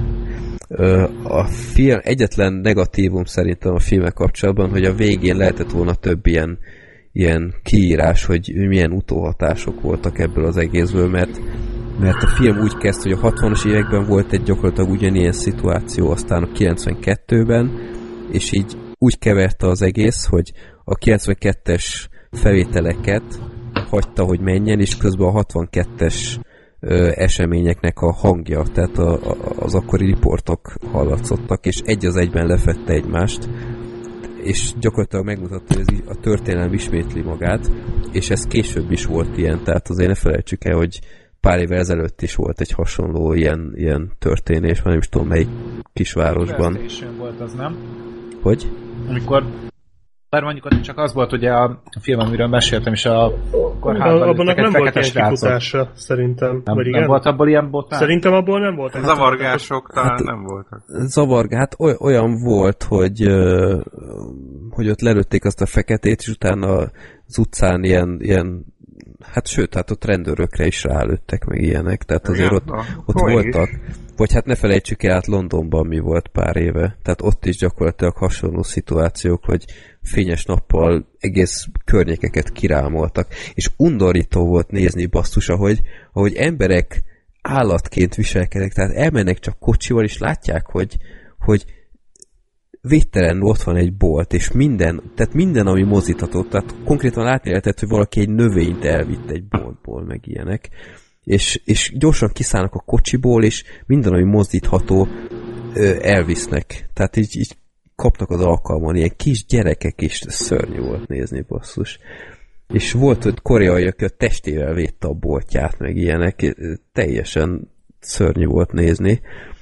A film egyetlen negatívum szerintem a filmek kapcsolatban, hogy a végén lehetett volna több ilyen ilyen kiírás, hogy milyen utóhatások voltak ebből az egészből, mert, mert a film úgy kezd, hogy a hatvanas években volt egy gyakorlatilag ugyanilyen szituáció, aztán a kilencvenkettőben, és így úgy keverte az egész, hogy a kilencvenkettes felvételeket hagyta, hogy menjen, és közben a hatvankettes ö, eseményeknek a hangja, tehát a, a, az akkori riportok hallatszottak, és egy az egyben lefette egymást, és gyakorlatilag megmutatta, hogy ez a történelem ismétli magát, és ez később is volt ilyen, tehát azért ne felejtsük el, hogy pár évvel ezelőtt is volt egy hasonló ilyen, ilyen történés, már nem is tudom melyik kisvárosban. Volt az, nem? Hogy? Amikor bár mondjuk ott csak az volt ugye a film, amiről meséltem, és a kórházban abban nem volt ilyen kifutása, szerintem. Nem, vagy nem volt abból ilyen botán? Szerintem abból nem volt. Zavargások talán hát, nem voltak. Zavargás, hát olyan volt, hogy, hogy ott lelőtték azt a feketét, és utána az utcán ilyen, ilyen hát sőt, hát ott rendőrökre is rálőttek meg ilyenek, tehát azért ja, ott, ott voltak. Vagy hát ne felejtsük el, hát Londonban mi volt pár éve, tehát ott is gyakorlatilag hasonló szituációk, hogy fényes nappal egész környékeket kirámoltak, és undorító volt nézni basszus, ahogy, ahogy emberek állatként viselkednek, tehát elmennek csak kocsival, és látják, hogy, hogy védtelen ott van egy bolt, és minden, tehát minden, ami mozdítható, tehát konkrétan látni lehetett, hogy valaki egy növényt elvitt egy boltból, meg ilyenek, és, és gyorsan kiszállnak a kocsiból, és minden, ami mozdítható, elvisznek. Tehát így, így kapnak az alkalmon, ilyen kis gyerekek is, szörnyű volt nézni, basszus. És volt, hogy koreai, aki a testével védte a boltját, meg ilyenek, teljesen szörnyű volt nézni.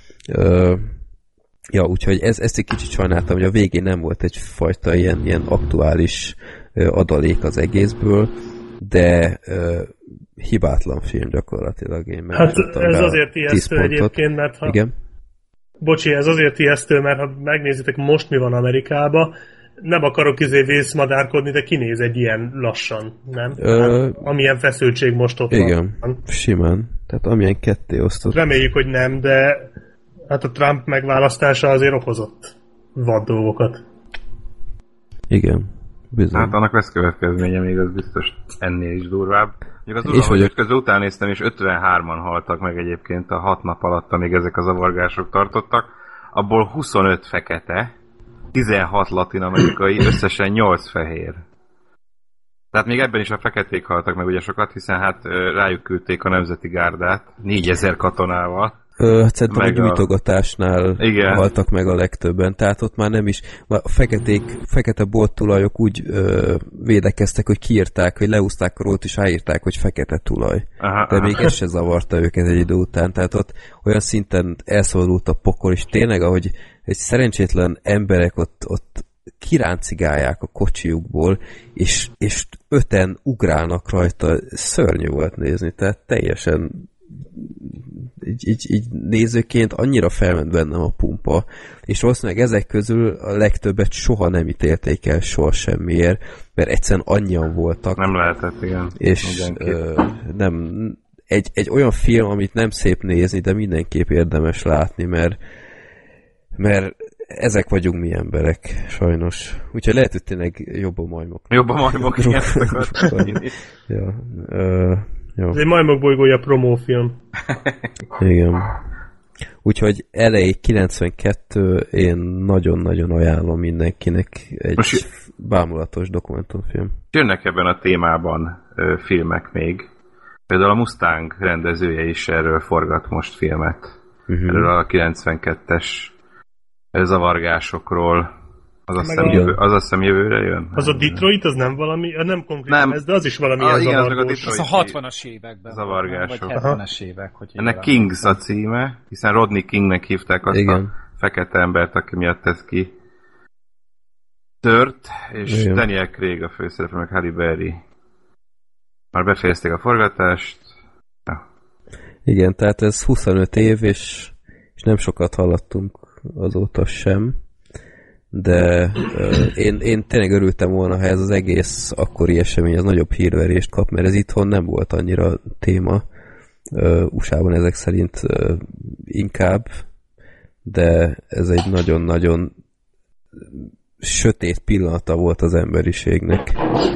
Ja, úgyhogy ez, ezt egy kicsit sajnáltam, hogy a végén nem volt egyfajta ilyen, ilyen aktuális adalék az egészből, de uh, hibátlan film gyakorlatilag. Én hát ez azért ijesztő egyébként, mert ha... Igen? Bocsi, ez azért ijesztő, mert ha megnézitek most mi van Amerikában, nem akarok izé vészmadárkodni, de kinéz egy ilyen lassan, nem? Ö... Hát, amilyen feszültség most ott igen, van. Igen, simán. Tehát amilyen ketté osztott. Reméljük, hogy nem, de hát a Trump megválasztása azért okozott vad dolgokat. Igen, bizony. Hát annak lesz következménye, még az biztos ennél is durvább. Még az durva, hogy közben után néztem, és ötvenhárman haltak meg egyébként a hat nap alatt, amíg ezek a zavargások tartottak. Abból huszonöt fekete, tizenhat latin-amerikai, összesen nyolc fehér. Tehát még ebben is a feketék haltak meg ugye sokat, hiszen hát rájuk küldték a Nemzeti Gárdát négyezer katonával. Ö, hát szerintem a gyújtogatásnál igen. haltak meg a legtöbben, tehát ott már nem is, a feketék, fekete bolttulajok úgy ö, védekeztek, hogy kiírták, hogy leúzták a rót, és ráírták, hogy fekete tulaj. Aha, de aha. még ez se zavarta őket egy idő után, tehát ott olyan szinten elszabadult a pokol, és tényleg, ahogy egy szerencsétlen emberek ott, ott kiráncigálják a kocsijukból, és, és öten ugrálnak rajta, szörnyű volt nézni, tehát teljesen így, így, így nézőként annyira felment bennem a pumpa, és valószínűleg ezek közül a legtöbbet soha nem ítélték el soha semmiért, mert egyszerűen annyian voltak. Nem lehetett, igen. És ö, nem, egy, egy olyan film, amit nem szép nézni, de mindenképp érdemes látni, mert, mert ezek vagyunk mi emberek, sajnos. Úgyhogy lehet, hogy tényleg jobb a majmok. Jobb a majmok, igen. ja, ö, Jó. Ez egy Majmok bolygója promófilm. Igen. Úgyhogy elejé kilencvenkettő, én nagyon-nagyon ajánlom mindenkinek, egy most bámulatos dokumentumfilm. Jönnek ebben a témában ö, filmek még. Például a Mustang rendezője is erről forgat most filmet. Uh-huh. Erről a kilencvenkettes zavargásokról. Az azt hiszem, jövő, az azt hiszem jövőre jön. Az a Detroit, az nem valami, nem konkrétan nem. Ez, de az is valami ah, ilyen zavargós. Az a hatvanas években. Zavargások. Vagy hetvenes évek. Hogy ennek Kings a címe, hiszen Rodney Kingnek hívták azt igen. a fekete embert, aki miatt ez ki tört, és igen. Daniel Craig a főszereplő, meg Halle Berry. Már befejezték a forgatást. Ja. Igen, tehát ez huszonöt év, és, és nem sokat hallottunk azóta sem. De uh, én, én tényleg örültem volna, ha ez az egész akkori esemény az nagyobb hírverést kap, mert ez itthon nem volt annyira téma. Uh, u es á-ban ezek szerint uh, inkább, de ez egy nagyon-nagyon sötét pillanata volt az emberiségnek.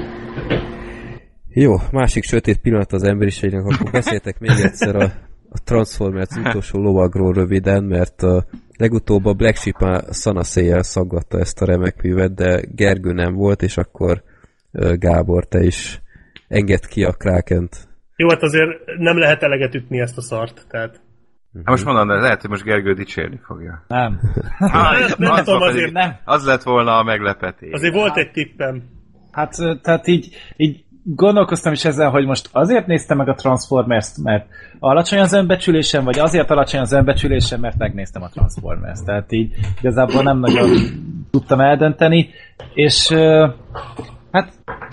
Jó, másik sötét pillanat az emberiségnek, akkor beszéltek még egyszer a, a Transformers utolsó lovagról röviden, mert a legutóbb a Black Sheep a szanaszéjjel szaggatta ezt a remek művet, de Gergő nem volt, és akkor Gábor, te is engedd ki a Krákent. Jó, hát azért nem lehet eleget ütni ezt a szart, tehát... Hát most mondom, de lehet, hogy most Gergő dicsérni fogja. Nem. Ah, nem, nem az, tudom, azért nem. Az lett volna a meglepetés. Azért volt egy tippem. Hát, tehát így, így gondolkoztam is ezzel, hogy most azért néztem meg a Transformers-t, mert alacsony az önbecsülésem, vagy azért alacsony az önbecsülésem, mert megnéztem a Transformers-t. Tehát így igazából nem nagyon tudtam eldönteni, és hát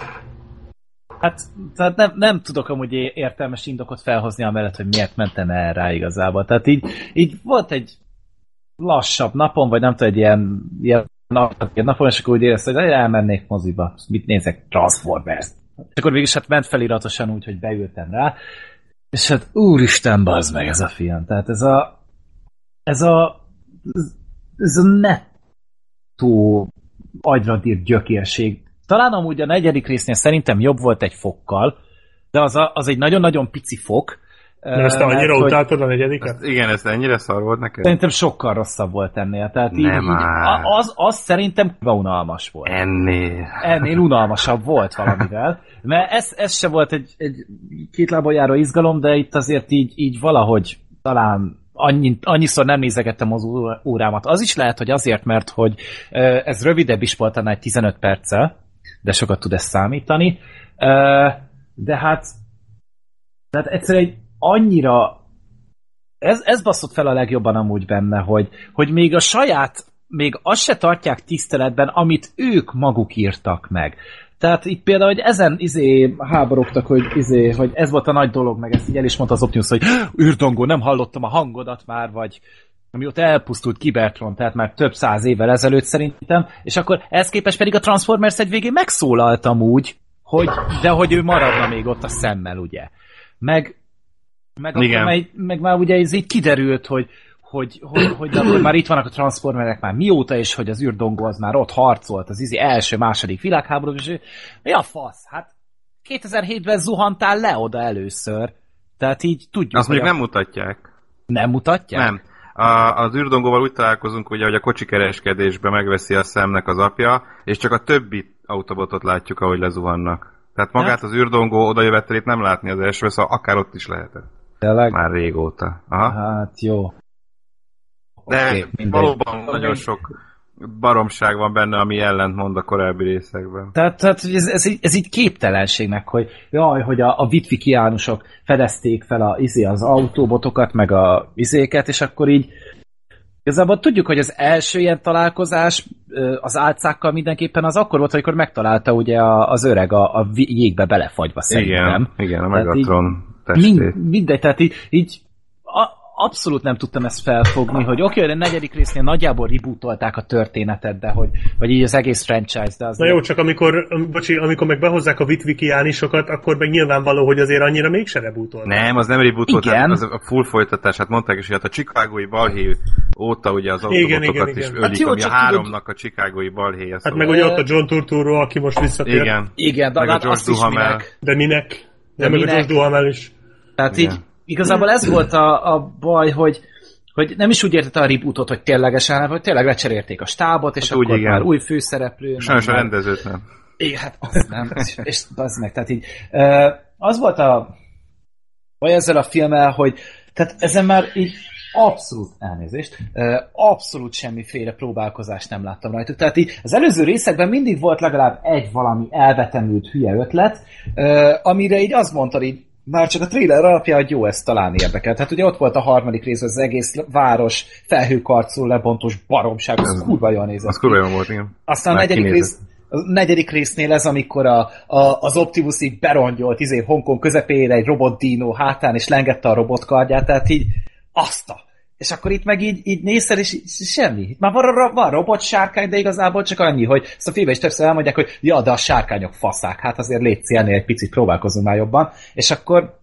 hát tehát nem, nem tudok amúgy értelmes indokot felhozni amellett, hogy miért mentem el rá igazából. Tehát így, így volt egy lassabb napon, vagy nem tudom, egy ilyen, ilyen napon, és akkor úgy éreztem, hogy elmennék moziba, mit nézek, Transformers-t. És akkor végig hát ment feliratosan úgy, hogy beültem rá, és hát úristen, bazd meg ez a film. Tehát ez a ez a ez a nettó agyradírt gyökérség. Talán amúgy a negyedik résznél szerintem jobb volt egy fokkal, de az, a, az egy nagyon-nagyon pici fok. De ezt annyira hogy... utáltad a negyediket? Ezt, igen, ez ennyire szar volt neked? Szerintem sokkal rosszabb volt ennél. Tehát így, így, az, az szerintem unalmas volt. Ennél. Ennél unalmasabb volt valamivel. Mert ez, ez se volt egy, egy két lábon járó izgalom, de itt azért így, így valahogy talán annyi, annyiszor nem nézegettem az órámat. Az is lehet, hogy azért, mert hogy ez rövidebb is volt annál egy tizenöt perccel, de sokat tud ezt számítani. De hát tehát egyszerűen egy annyira ez, ez baszott fel a legjobban amúgy benne, hogy, hogy még a saját, még azt se tartják tiszteletben, amit ők maguk írtak meg. Tehát itt például, hogy ezen izé háborogtak, hogy, izé, hogy ez volt a nagy dolog, meg ezt így el is mondta az Optimus, hogy űrdongó, nem hallottam a hangodat már, vagy amióta elpusztult Cybertron, tehát már több száz évvel ezelőtt szerintem, és akkor ehhez képest pedig a Transformers egy végén megszólaltam úgy, hogy, de hogy ő maradna még ott a szemmel, ugye. Meg Meg, akkor meg, meg már ugye ez így kiderült, hogy, hogy, hogy, hogy, hogy már itt vannak a Transformerek már mióta, és hogy az űrdongó az már ott harcolt az izi első, második világháború, és mi a fasz? Hát kétezer-hétben zuhantál le oda először. Tehát így tudjuk. Azt mondjuk a... nem mutatják. Nem mutatják? Nem. A, az űrdongóval úgy találkozunk, ugye, hogy a kocsikereskedésben megveszi a szemnek az apja, és csak a többi autobotot látjuk, ahogy lezuhannak. Tehát magát hát? Az űrdongó odajövetelét nem látni az első, szóval akár ott is lehetett. Tényleg? Már régóta. Aha. Hát jó. De okay, valóban mindegy. Nagyon sok baromság van benne, ami ellentmond a korábbi részekben. Tehát, tehát ez, ez, így, ez így képtelenségnek, hogy jaj, hogy a, a vitvikiánusok fedezték fel a, izé, az autóbotokat, meg a izéket, és akkor így igazából tudjuk, hogy az első ilyen találkozás az álcákkal mindenképpen az akkor volt, amikor megtalálta ugye az öreg a, a jégbe belefagyva szerintem. Igen, igen, a Megatron testét. Mind, mindegy, tehát így, így a, abszolút nem tudtam ezt felfogni, hogy oké, okay, a negyedik résznél nagyjából rebootolták a történetet, de hogy, vagy így az egész franchise, de az... Na jó, csak amikor, bocsi, amikor meg behozzák a vitvikiánisokat, akkor meg nyilvánvaló, hogy azért annyira mégse rebootolták. Nem, az nem rebootolták, az a full folytatás, hát mondták is, hogy hát a chicagói balhé óta ugye az autobotokat is ölik, hát jó, ami a háromnak a chicagói balhéja. Hát szóval. Meg ugye ott a John Turturro, aki most visszatért. Igen, igen, de, meg a George Duhamel. De minek? De meg a Josh Duhamel is. Tehát igen. Így igazából ez volt a, a baj, hogy, hogy nem is úgy értette a rebootot, hogy ténylegesen, hanem hogy tényleg lecserélték a stábot, és hát akkor úgy, már új főszereplő. Sajnos a rendezőt nem. Igen, hát azt nem. és, és az meg, tehát így az volt a baj ezzel a filmmel, hogy tehát ezen már így abszolút elnézést, abszolút semmiféle próbálkozást nem láttam rajtuk. Tehát így az előző részekben mindig volt legalább egy valami elvetemült hülye ötlet, amire így azt mondta, így már csak a trailer alapján, hogy jó, ez talán érdekel. Tehát ugye ott volt a harmadik rész, az egész város felhőkarcú lebontós baromság, az kurva jól nézett. Az kurva jól volt, igen. Aztán a negyedik rész, a negyedik résznél ez, amikor a, a, az Optimus így berongyolt izé Hongkong közepére egy robotdínó hátán, és lengette a robotkardját, tehát így azt a... És akkor itt meg így, így nézted, és így, semmi. Itt már van, van robot sárkány, de igazából csak annyi, hogy ezt a filmben is többször elmondják, hogy ja, de a sárkányok faszák, hát azért légy ennél egy picit próbálkozunk már jobban. És akkor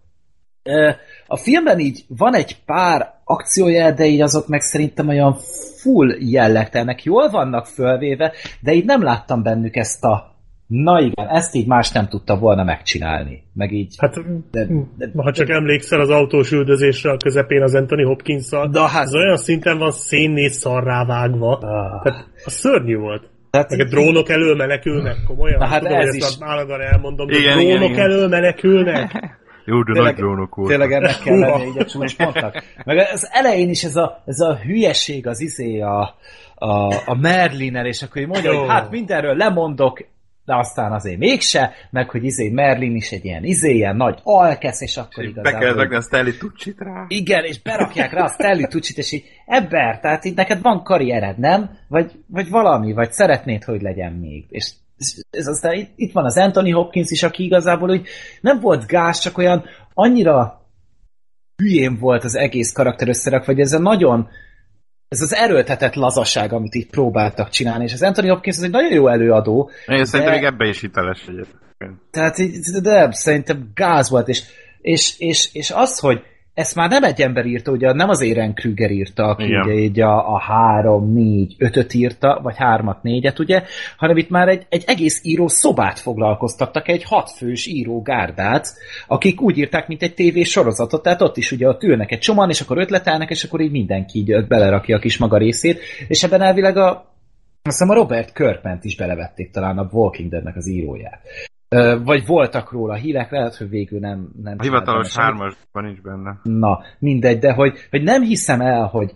a filmben így van egy pár akciója, de így azok meg szerintem olyan full jellegtelnek, jól vannak fölvéve, de így nem láttam bennük ezt a na igen, ezt így más nem tudta volna megcsinálni. Meg így... Hát, de, de, ha csak de, emlékszel az autós üldözésre a közepén az Anthony Hopkins-szal, hát, az olyan szinten van szénnéz szarrá vágva. Ah. Tehát az szörnyű volt. Tehát meg a drónok elől menekülnek, komolyan. Hát tudom, ez is. Ezt állandóan elmondom, hogy igen, drónok igen, igen. elől menekülnek. Jó, de nagy drónok volt. Tényleg ennek kell lenni, így a csúnyos pontnak. Meg az elején is ez a, ez a hülyeség, az izé a, a, a Merlin-el, és akkor így mondja, hogy hát mindenről lemondok, de aztán azért mégse, meg hogy izé Merlin is egy ilyen izé, ilyen nagy alkesz, és akkor igazából... Be kell rakni a Stanley Tucci-t rá. Igen, és berakják rá a Stanley Tucci-t, és így ember, tehát így neked van karriered, nem? Vagy, vagy valami, vagy szeretnéd, hogy legyen még. És ez aztán itt, itt van az Anthony Hopkins is, aki igazából úgy nem volt gáz, csak olyan annyira hülyén volt az egész karakter összerakva, vagy ez a nagyon... Ez az erőltetett lazaság, amit így próbáltak csinálni, és az Anthony Hopkins az egy nagyon jó előadó. Én de... szerintem még ebben is hiteles egyébként. Tehát de szerintem gáz volt, és, és, és, és az, hogy ezt már nem egy ember írta, ugye nem az Aaron Krüger írta, aki igen. Ugye így a, a három, négy, ötöt írta, vagy hármat, négyet, ugye, hanem itt már egy, egy egész író szobát foglalkoztattak, egy hatfős író gárdát, akik úgy írták, mint egy tévés sorozatot, tehát ott is ugye ott ülnek egy csomóan, és akkor ötletelnek, és akkor így mindenki így belerakja a kis maga részét, és ebben elvileg a, azt hiszem a Robert Kirkment is belevették talán a Walking Deadnek az íróját. Vagy voltak róla hírek, lehet, hogy végül nem... nem a hivatalos hármasban nincs benne. Na, mindegy, de hogy, hogy nem hiszem el, hogy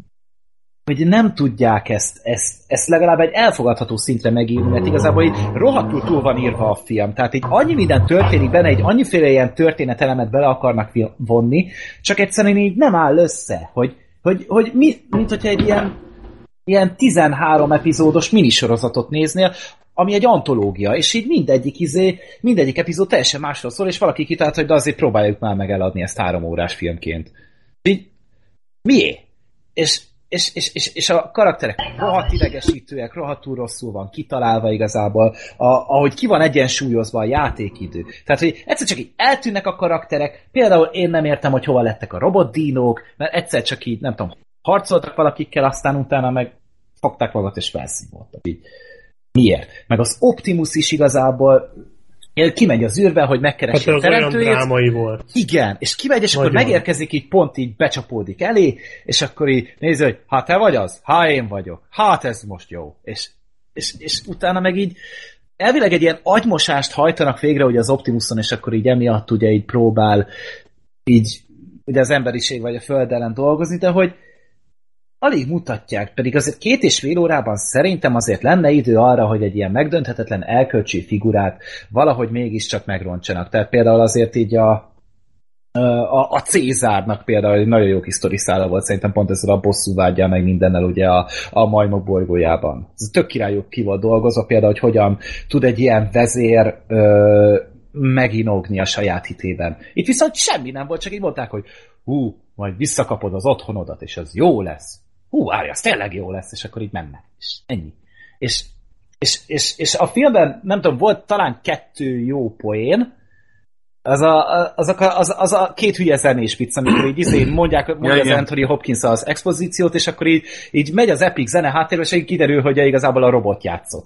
hogy nem tudják ezt, ezt, ezt legalább egy elfogadható szintre megírni, mert igazából így rohadtul túl van írva a film. Tehát így annyi minden történik benne, egy annyiféle ilyen történetelemet bele akarnak vonni, csak egyszerűen így nem áll össze, hogy, hogy, hogy mi, mint hogyha egy ilyen, ilyen tizenhárom epizódos minisorozatot néznél, ami egy antológia, és így mindegyik izé, mindegyik epizód teljesen másról szól, és valaki kitalált, hogy de azért próbáljuk már meg eladni ezt három órás filmként. Így, miért? És, és, és, és, és a karakterek rohadt idegesítőek, rohadtul rosszul van kitalálva igazából, a, ahogy ki van egyensúlyozva a játékidő. Tehát, hogy egyszer csak így eltűnnek a karakterek, például én nem értem, hogy hova lettek a robotdínók, mert egyszer csak így, nem tudom, harcoltak valakikkel, aztán utána meg fogták magat és felszívottak így. Miért? Meg az Optimus is igazából kimegy az űrbe, hogy megkeresse hát a teremtőjét. Olyan drámai volt. Igen, és kimegy, és nagyon. Akkor megérkezik, így pont így becsapódik elé, és akkor így nézi, hogy hát te vagy az? Hát én vagyok. Hát ez most jó. És, és, és utána meg így elvileg egy ilyen agymosást hajtanak végre ugye az Optimuson, és akkor így emiatt ugye így próbál így ugye az emberiség vagy a föld ellen dolgozni, de hogy alig mutatják, pedig azért két és fél órában szerintem azért lenne idő arra, hogy egy ilyen megdönthetetlen elkölcsi figurát valahogy mégiscsak megroncsanak. Tehát például azért így a, a, a Cézárnak például egy nagyon jó kis sztoriszála volt, szerintem pont ezzel a bosszúvággyal meg mindennel ugye a, a majmok bolygójában. Ez tök királyok ki volt dolgozva, például, hogy hogyan tud egy ilyen vezér ö, meginogni a saját hitében. Itt viszont semmi nem volt, csak így mondták, hogy hú, majd visszakapod az otthonodat, és az jó lesz. Hú, állj, az tényleg jó lesz, és akkor így mennek. És ennyi. És, és, és, és a filmben, nem tudom, volt talán kettő jó poén, az a, az a, az, az a két hülye zenés vicc, amikor így izé mondják, mondja ja, az Anthony Hopkins az expozíciót, és akkor így, így megy az epic zene háttérbe, és így kiderül, hogy igazából a robot játszotta.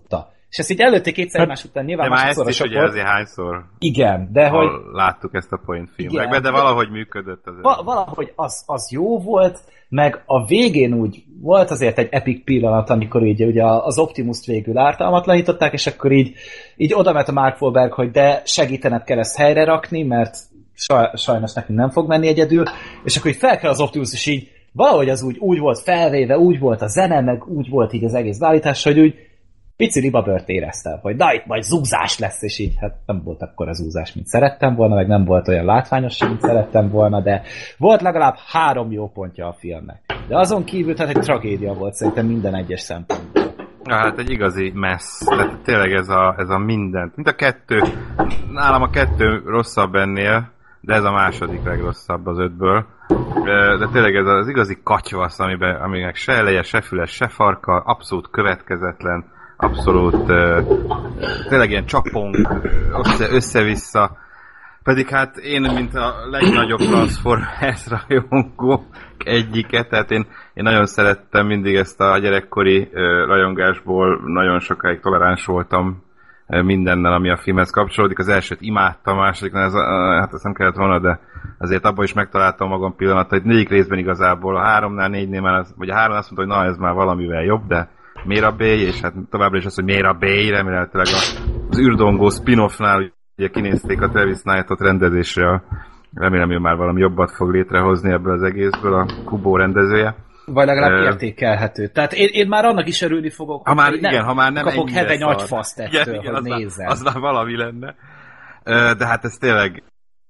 És ezt így előtték kétszer egymás után nyilván de már ezt is ugye azért hányszor igen, de hogy... láttuk ezt a point filmekben, de valahogy működött azért. Va- valahogy az, az jó volt, meg a végén úgy volt azért egy epic pillanat, amikor így ugye az Optimus-t végül ártalmatlanították, és akkor így, így oda ment a Mark Wahlberg, hogy de segítened kell ezt helyre rakni, mert saj, sajnos nekünk nem fog menni egyedül, és akkor így fel kell az Optimus, és így valahogy az úgy, úgy volt felvéve, úgy volt a zene, meg úgy volt így az egész beállítás, hogy úgy pici libabört éreztem, hogy na itt majd zúzás lesz, és így hát nem volt akkor az zúzás, mint szerettem volna, meg nem volt olyan látványos, mint szerettem volna, de volt legalább három jó pontja a filmnek. De azon kívül tehát egy tragédia volt szerintem minden egyes szempontból. Ja, hát egy igazi messz. Tehát tényleg ez a, ez a mindent. Mint a kettő, nálam a kettő rosszabb ennél, de ez a második legrosszabb az ötből. De tényleg ez az igazi katyvasz, amiben, aminek se eleje, se füle, se farka, abszolút következetlen, abszolút uh, tényleg ilyen csapong, össze, össze-vissza. Pedig hát én, mint a legnagyobb Transformers rajongó egyike, tehát én, én nagyon szerettem mindig ezt a gyerekkori uh, rajongásból, nagyon sokáig toleráns voltam uh, mindennel, ami a filmhez kapcsolódik. Az elsőt imádtam, a másodiknál, ez, uh, hát ezt nem kellett volna, de azért abban is megtaláltam magam pillanatait. Negyedik részben igazából, a háromnál, négynél már, az, vagy a három azt mondta, hogy na, ez már valamivel jobb, de Mirabély, és hát továbbra is az, hogy Mirabély, remélhetőleg az űrdongó spin-offnál ugye kinézték a Travis Knightot rendezésre, remélem, hogy már valami jobbat fog létrehozni ebből az egészből a Kubo rendezője. Vagy legalább uh, értékelhető. Tehát én, én már annak is örülni fogok, ha már, igen, ha már nem kapok heveny agyfaszt ettől, igen, igen, hogy az nézem. Már, az már valami lenne. Uh, de hát ez tényleg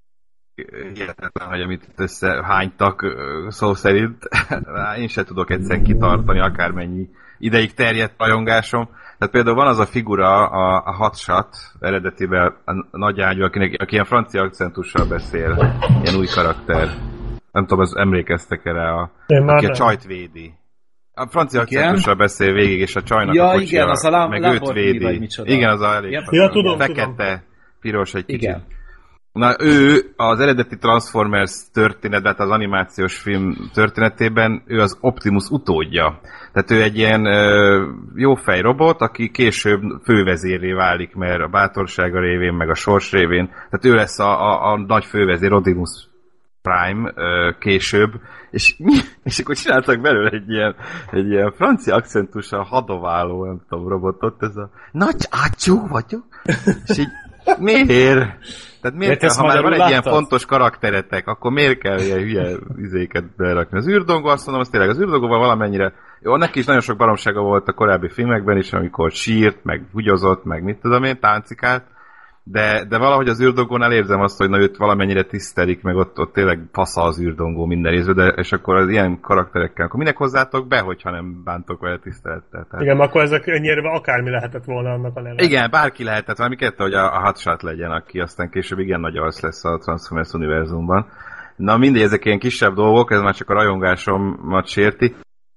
hihetetlen, hogy amit összehánytak szó szerint. Én se tudok egyszer kitartani, akármennyi ideig terjedt rajongásom. Tehát például van az a figura, a, a Hotshot, eredetiben a nagy ágyú, akinek, aki ilyen francia akcentussal beszél, ilyen új karakter. Nem tudom, az emlékeztek erre, a, aki a csajt védi. A francia akcentussal beszél végig, és a csajnak ja, a kocsia, igen, az a meg őt védi. Igen, az a elég. Ja, ja, tudom, fekete, tudom. piros egy kicsit. Igen. Na, ő az eredeti Transformers történetben, az animációs film történetében, ő az Optimus utódja. Tehát ő egy ilyen ö, jófej robot, aki később fővezérré válik, mert a bátorsága révén, meg a sors révén. Tehát ő lesz a, a, a nagy fővezér, Rodimus Prime ö, később. És, mi, és akkor csináltak belőle egy ilyen, egy ilyen francia akcentussal hadováló, nem tudom, robotot, ez a nagy ágyú vagyok. És így miért? Tehát miért kell, ha már van egy láttad? Ilyen fontos karakteretek, akkor miért kell ilyen hülye izéket berakni? Az űrdongó, azt mondom, az tényleg az űrdongóval valamennyire, jó, neki is nagyon sok baromsága volt a korábbi filmekben is, amikor sírt, meg hugyozott, meg mit tudom én, táncikált, de, de valahogy az űrdongónál érzem azt, hogy na, őt valamennyire tisztelik, meg ott, ott tényleg fasza az űrdongó minden részben, de és akkor az ilyen karakterekkel, akkor minek hozzátok be, hogyha nem bántok vele tisztelettel? Tehát... Igen, akkor ezek ennyire akármi lehetett volna annak a neve. Igen, bárki lehetett, valami kettő, hogy a, a Hotshot legyen, aki aztán később igen nagy arc lesz a Transformers univerzumban. Na mindegy, ezek ilyen kisebb dolgok, ez már csak a rajongásomat sérti.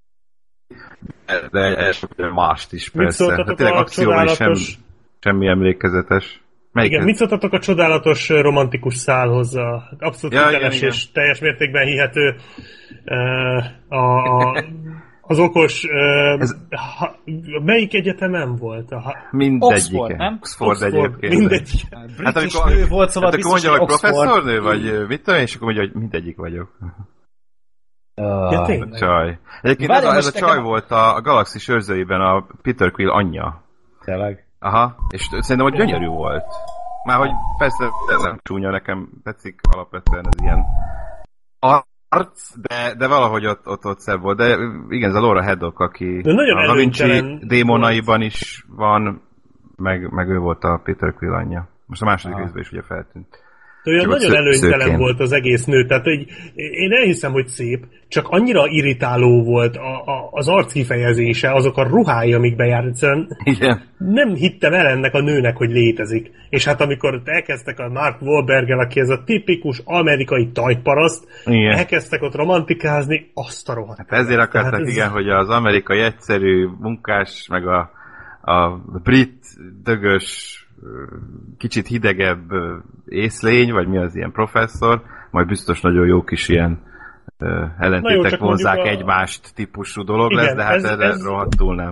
De ez mást is persze. Hát tényleg akcióban is sem, semmi emlékezetes. Melyik igen, ez? Mit szóltatok a csodálatos romantikus szálhoz? Abszolút ja, hiteles igen, és igen. teljes mértékben hihető uh, a, az okos... Uh, ez... ha, melyik egyetemen volt? A, mindegyike. Oxford, nem? Oxford, Oxford egyébként. Mindegyik. Hát amikor nő volt, szóval hát biztos, mondja, hogy professzornő, vagy mit tudom, és akkor mondja, hogy mindegyik vagyok. Uh, ja, csaj. Egyébként ez a, ez a csaj nekem... volt a, a Galaxis őrzőiben a Peter Quill anyja. Tényleg? Aha, és szerintem, hogy gyönyörű volt. Már hogy persze nem csúnya, nekem tetszik alapvetően ez ilyen arc, de, de valahogy ott, ott, ott szebb volt. De igen, ez a Laura Haddock, aki a Da Vinci démonaiban is van, meg, meg ő volt a Peter Quill anyja. Most a második részben is ugye feltűnt. Olyan nagyon sző, előnytelen szőként. Volt az egész nő, tehát egy, én elhiszem, hogy szép, csak annyira irritáló volt a, a, az arc kifejezése, azok a ruhái, amik bejárt, egyszerűen nem hittem el ennek a nőnek, hogy létezik. És hát amikor elkezdtek a Mark Wahlberggel, aki ez a tipikus amerikai tajtparaszt, igen. elkezdtek ott romantikázni, azt a rohadt. Hát ezért akartak, ez... igen, hogy az amerikai egyszerű munkás, meg a, a brit dögös kicsit hidegebb észlény, vagy mi az ilyen professzor, majd biztos nagyon jó kis ilyen uh, ellentétek vonzák a... egymást típusú dolog igen, lesz, de hát ez, erre ez... rohadtul nem.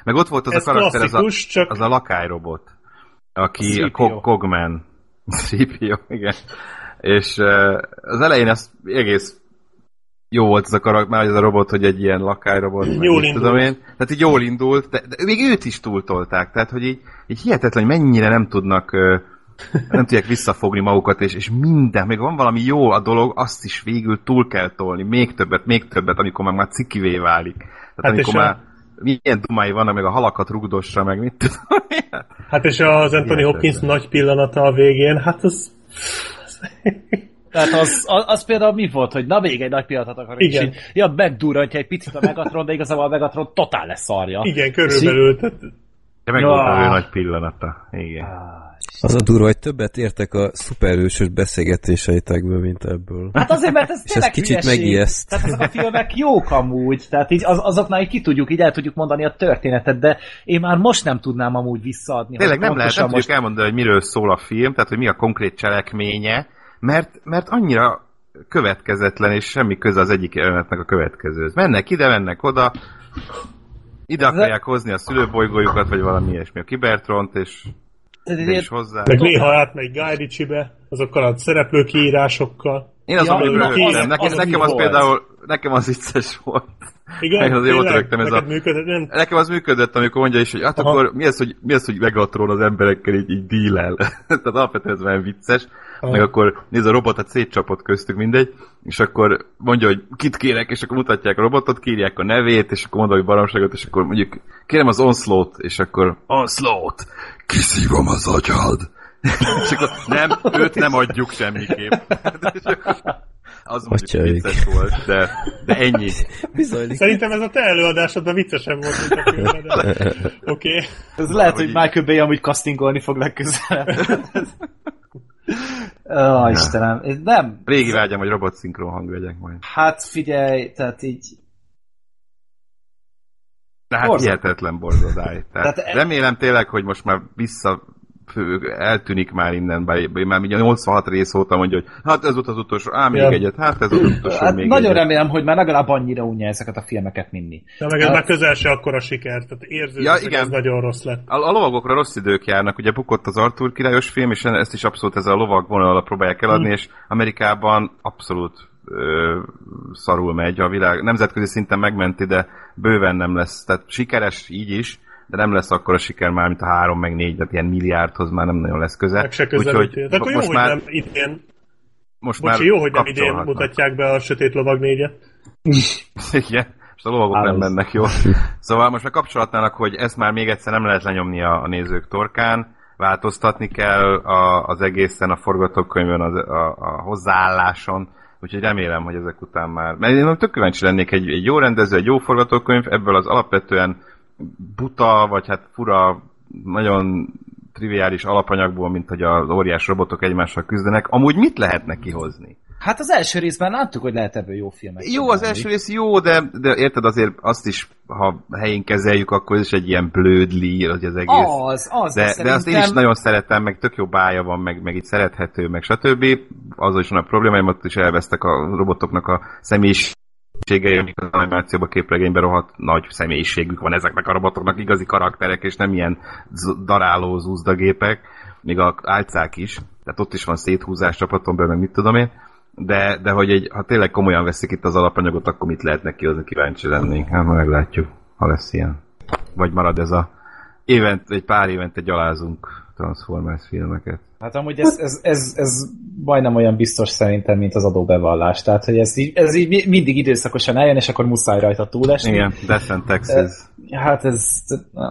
Meg ott volt az ez a karakter, az a, csak... az a lakályrobot, aki a Cog- Cogman. cé pé o, igen. És uh, az elején az egész jó volt ez a karakter, ez a robot, hogy egy ilyen lakályrobot. Jól indult. Tudom én. Tehát így jól indult, de, de még őt is túltolták. Tehát, hogy így, így hihetetlen, hogy mennyire nem tudnak, uh, nem tudják visszafogni magukat, és, és minden, még van valami jó a dolog, azt is végül túl kell tolni. Még többet, még többet, amikor már, már cikivé válik. Tehát hát amikor már a... milyen dumái vannak, meg a halakat rugdossa, meg mit tudom. Hát és az Anthony Hopkins nagy pillanata a végén, hát az... Tehát az, az, az például mi volt, hogy na még egy nagy pillanatot akarok, és így, ja, megdurrantja egy picit a Megatron, de igazából a Megatron totál leszarja. Igen, körülbelül. Így... De meg volt a nagy pillanata. Igen. Az a durva, hogy többet értek a szuperhősös beszélgetéseitekből, mint ebből. Hát azért, mert ez tényleg kicsit hülyeség. Megijeszt. Tehát ezek a filmek jók amúgy, tehát így az, azoknál így ki tudjuk, így el tudjuk mondani a történetet, de én már most nem tudnám amúgy visszaadni. Tényleg nem lehet, nem most... tudjuk elmondani, hogy miről szól a film, tehát hogy mi a konkrét cselekménye, mert, mert annyira következetlen, és semmi köze az egyik jelenetnek a következőhöz. Mennek ide, mennek oda, ide akarják hozni a szülőbolygójukat, vagy valami ilyesmi, a Kibertront, és... is hozzá. Meg néha átmegy Guy Ritchie-be, azokkal a szereplőkiírásokkal. Én azon ja, röhögtem. Nekem, nekem az például, nekem az vicces volt. Igen, az tényleg, ez a... működött, nem? Nekem az működött, amikor mondja is, hogy hát aha. Akkor mi az, hogy, mi az, hogy Megatron az emberekkel így, így dílel. Tehát alapvetően ez olyan vicces. Aha. Meg akkor néz a robotot szétcsapott köztük, mindegy, és akkor mondja, hogy kit kérek, és akkor mutatják a robotot, kírják a nevét, és akkor mondja, hogy baromságot, és akkor mondjuk kérem az Onslaught, és akkor Onslaught, kiszívom az agyad. És akkor nem, őt nem adjuk semmiképp. Az mondjuk vicces volt, de, de ennyi. Bizony. Szerintem ez a te előadásodban viccesebb volt, mint a filmben. Oké. Okay. Ez lehet, hogy Michael Bay amúgy castingolni fog legközelebb. Ó, oh, Istenem. Nem. Régi vágyam, hogy robot szinkron hang vegyek majd. Hát figyelj, tehát így... De hát Borzad. Hihetetlen borzodály. Tehát tehát remélem tényleg, hogy most már vissza eltűnik már innen, bár már ugye nyolcvanhat rész óta mondja, hogy hát ez volt az utolsó, á, még ja. egyet, hát ez volt az utolsó, hát még nagyon egyet. Remélem, hogy már legalább annyira unja ezeket a filmeket minni. De meg ez hát... már közel se akkora siker, tehát érződik, ja, hogy ez nagyon rossz lett. A, a lovagokra rossz idők járnak, ugye bukott az Arthur királyos film, és ezt is abszolút ezzel a lovag vonalra próbálják eladni, hmm. és Amerikában abszolút ö, szarul megy a világ. Nemzetközi szinten megmenti, de bőven nem lesz, tehát sikeres így is, de nem lesz akkor a siker már, mint a három meg négy, tehát ilyen milliárdhoz már nem nagyon lesz köze. Meg se közelítél. De akkor jó, hogy már, nem idén... Most Bocsi, már jó, hogy nem idén mutatják be a Sötét Lovag négyet. Igen, most a lovagok nem mennek jól. Szóval most már kapcsolatnának, hogy ezt már még egyszer nem lehet lenyomni a, a nézők torkán, változtatni kell a, az egészen, a forgatókönyvön, a, a, a hozzáálláson, úgyhogy remélem, hogy ezek után már... Mert én tök kíváncsi lennék egy, egy jó rendező, egy jó forgatókönyv, ebből az alapvetően buta, vagy hát fura, nagyon triviális alapanyagból, mint hogy az óriás robotok egymással küzdenek. Amúgy mit lehetne kihozni? Hát az első részben láttuk, hogy lehet ebből jó filmek. Jó, csinálni. Az első rész jó, de, de érted, azért azt is, ha helyén kezeljük, akkor ez is egy ilyen blödli, hogy az egész. Az, az. De, de azt én is nagyon szeretem, meg tök jó bája van, meg, meg itt szerethető, meg stb. Azzal is van a problémáim, ott is elvesztek a robotoknak a személyis amik az animációban, képregényben rohadt nagy személyiségük van ezeknek a robotoknak, igazi karakterek, és nem ilyen daráló zúzdagépek, még a álcák is, tehát ott is van széthúzás csapaton belül, meg mit tudom én, de, de hogy egy, ha tényleg komolyan veszik itt az alapanyagot, akkor mit lehet neki hozni, kíváncsi lennénk. Hát meglátjuk, ha lesz ilyen. Vagy marad ez a évent, egy pár évente gyalázunk Transformers filmeket. Hát amúgy ez, ez, ez, ez majdnem olyan biztos szerintem, mint az adóbevallás. Tehát, hogy ez így, ez így mindig időszakosan eljön, és akkor muszáj rajta túlesni. Igen, Death and Taxes. Hát ez,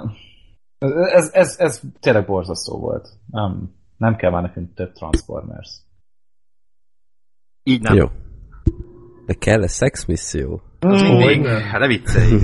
ez, ez, ez, ez tényleg borzasztó volt. Nem, nem kell már nekünk több Transformers. Így nem. Jó. De kell a szexmisszió? Az mm, mindig. Hát ne viccelj.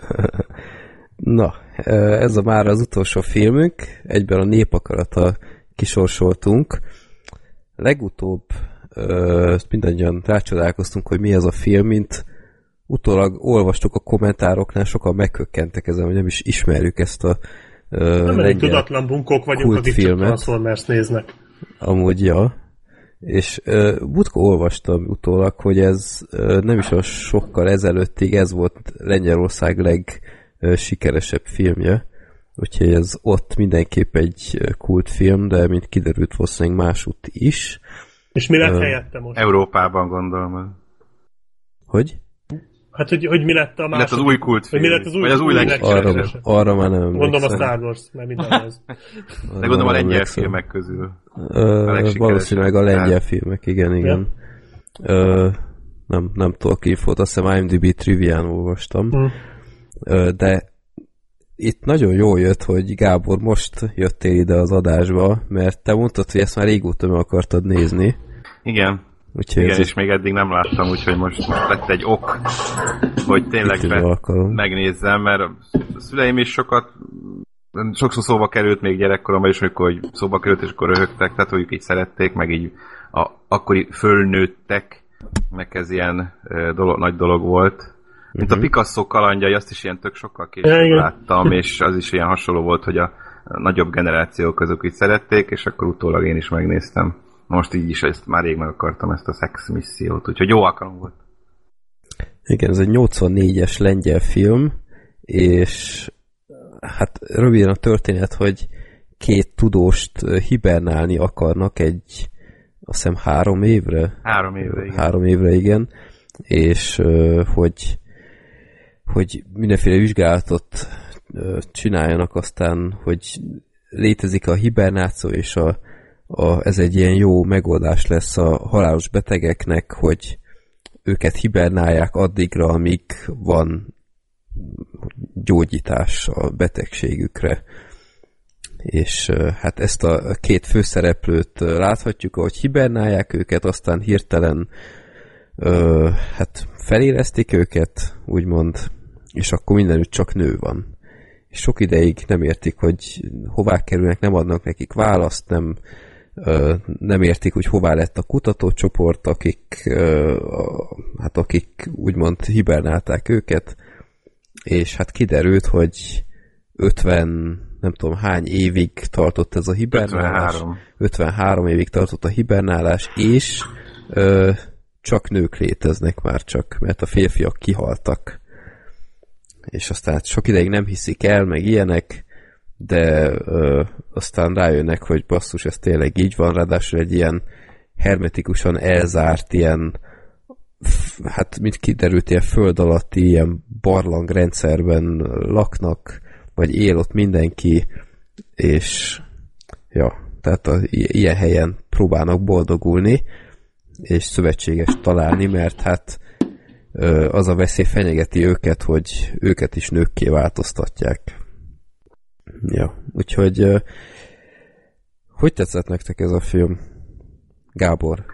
Na, ez a már az utolsó filmünk, egyben a Népakarata kisorsoltunk. Legutóbb ö, mindannyian rácsodálkoztunk, hogy mi ez a film, mint utólag olvastuk a kommentároknál, sokan megkökkentek ezen, hogy nem is ismerjük ezt a ö, nem elég tudatlan bunkók vagyunk, akik csak Transformers néznek. Amúgy, ja. És uh, Butko olvastam utólag, hogy ez uh, nem is a sokkal ezelőttig ez volt Lengyelország leg sikeresebb filmje, úgyhogy ez ott mindenképp egy kultfilm, de mint kiderült valószínűleg másútt is. És mi lett uh, helyette most? Európában gondolom. Hogy? Hát, hogy, hogy mi lett a második? Mi lett az új kultfilm? Mi lett az új, vagy az új arra, arra már nem Gondolom a Star Wars, mert minden ez. De gondolom a lengyel filmek közül. Uh, valószínűleg a lengyel filmek, igen, igen. Ja. Uh, nem, nem tudok infót, azt hiszem IMDb trivián olvastam. Hmm. Uh, de itt nagyon jól jött, hogy Gábor, most jöttél ide az adásba, mert te mondtad, hogy ezt már régóta meg akartad nézni. Igen. Úgyhogy igen, és még eddig nem láttam, úgyhogy most lett egy ok, hogy tényleg be, megnézzem, mert a szüleim is sokat, sokszor szóba került még gyerekkoromban is, amikor hogy szóba került, és akkor röhögtek, tehát hogy így szerették, meg így a, akkori fölnőttek, meg ez ilyen dolog, nagy dolog volt. Mint uh-huh. a Picasso kalandjai, azt is ilyen tök sokkal később láttam, és az is ilyen hasonló volt, hogy a nagyobb generációk közök így szerették, és akkor utólag én is megnéztem. Most így is ezt már rég meg akartam, ezt a Sex missziót, úgyhogy jó alkalom volt. Igen, ez egy nyolcvannégyes lengyel film, és hát röviden a történet, hogy két tudóst hibernálni akarnak egy, azt hiszem három évre. Három évre, igen. Három évre, igen. És hogy, hogy mindenféle vizsgálatot csináljanak, aztán, hogy létezik a hibernáció, és a A, ez egy ilyen jó megoldás lesz a halálos betegeknek, hogy őket hibernálják addigra, amíg van gyógyítás a betegségükre. És hát ezt a két főszereplőt láthatjuk, ahogy hibernálják őket, aztán hirtelen hát felérezték őket, úgymond, és akkor mindenütt csak nő van. És sok ideig nem értik, hogy hová kerülnek, nem adnak nekik választ, nem nem értik, hogy hová lett a kutatócsoport, akik, hát akik úgymond hibernálták őket, és hát kiderült, hogy ötven, nem tudom hány évig tartott ez a hibernálás. ötvenhárom. ötvenhárom évig tartott a hibernálás, és ö, csak nők léteznek már csak, mert a férfiak kihaltak. És aztán sok ideig nem hiszik el, meg ilyenek, de ö, aztán rájönnek, hogy basszus, ez tényleg így van, ráadásul egy ilyen hermetikusan elzárt, ilyen, hát mint kiderült, ilyen föld alatti, ilyen barlangrendszerben laknak, vagy él ott mindenki, és ja, tehát a, ilyen helyen próbálnak boldogulni, és szövetséges találni, mert hát ö, az a veszély fenyegeti őket, hogy őket is nőkké változtatják. Ja, úgyhogy uh, hogy tetszett nektek ez a film, Gábor?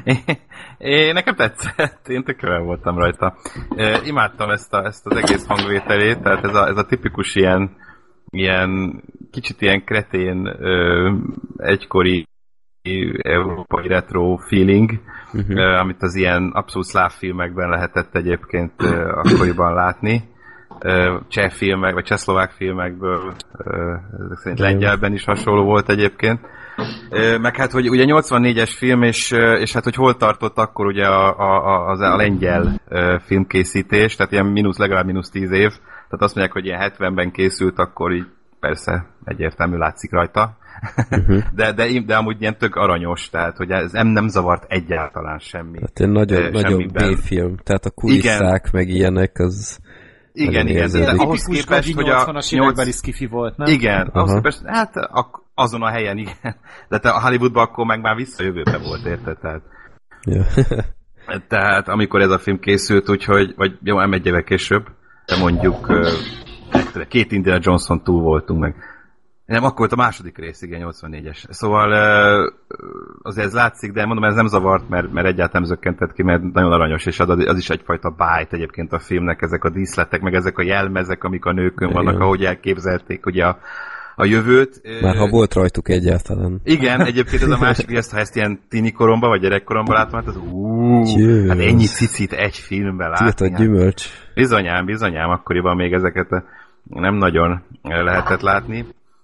É, nekem tetszett, én tökével voltam rajta. É, imádtam ezt, a, ezt az egész hangvételét, tehát ez a, ez a tipikus ilyen, ilyen kicsit ilyen kretén ö, egykori európai retro feeling, uh-huh. ö, amit az ilyen abszolút szláv filmekben lehetett egyébként ö, akkoriban látni. Cseh filmek, vagy csehszlovák filmekből, ezek szerint lengyelben is hasonló volt egyébként. Meg hát, hogy ugye nyolcvannégyes film, és, és hát, hogy hol tartott akkor ugye a, a, a, a lengyel filmkészítés, tehát ilyen mínusz, legalább mínusz tíz év, tehát azt mondják, hogy ilyen hetvenben készült, akkor így persze egyértelmű látszik rajta. Uh-huh. de, de, de amúgy ilyen tök aranyos, tehát hogy ez nem, nem zavart egyáltalán semmi. Tehát egy nagyon, nagyon B-film, tehát a kulisszák, igen. meg ilyenek, az igen, igen, de ahhoz képest, hogy a nyolcvanas évekbeli skifi volt, nem? Igen, uh-huh. ahhoz képest, hát azon a helyen, igen. De te a Hollywoodban akkor meg már visszajövőbe volt, érted? Tehát, ja. tehát amikor ez a film készült, úgyhogy, vagy jó, nem egy éve később, de mondjuk két Indiana Johnson túl voltunk meg. Nem, akkor volt a második rész, igen, nyolcvannégyes. Szóval azért ez látszik, de mondom, ez nem zavart, mert, mert egyáltalán zökkentett ki, mert nagyon aranyos, és az, az is egyfajta bájt egyébként a filmnek, ezek a díszletek, meg ezek a jelmezek, amik a nőkön vannak, igen. ahogy elképzelték ugye a, a jövőt. Már ha volt rajtuk egyáltalán. Igen, egyébként ez a másik, hogy ezt, ha ezt ilyen tini koromban, vagy gyerekkoromban látom, hát az úúúú, hát ennyi cicit egy filmben látni. Tilt a gyümölcs. Hát, bizonyám, bizonyám, akkoriban még ezeket nem nagyon lehetett látni.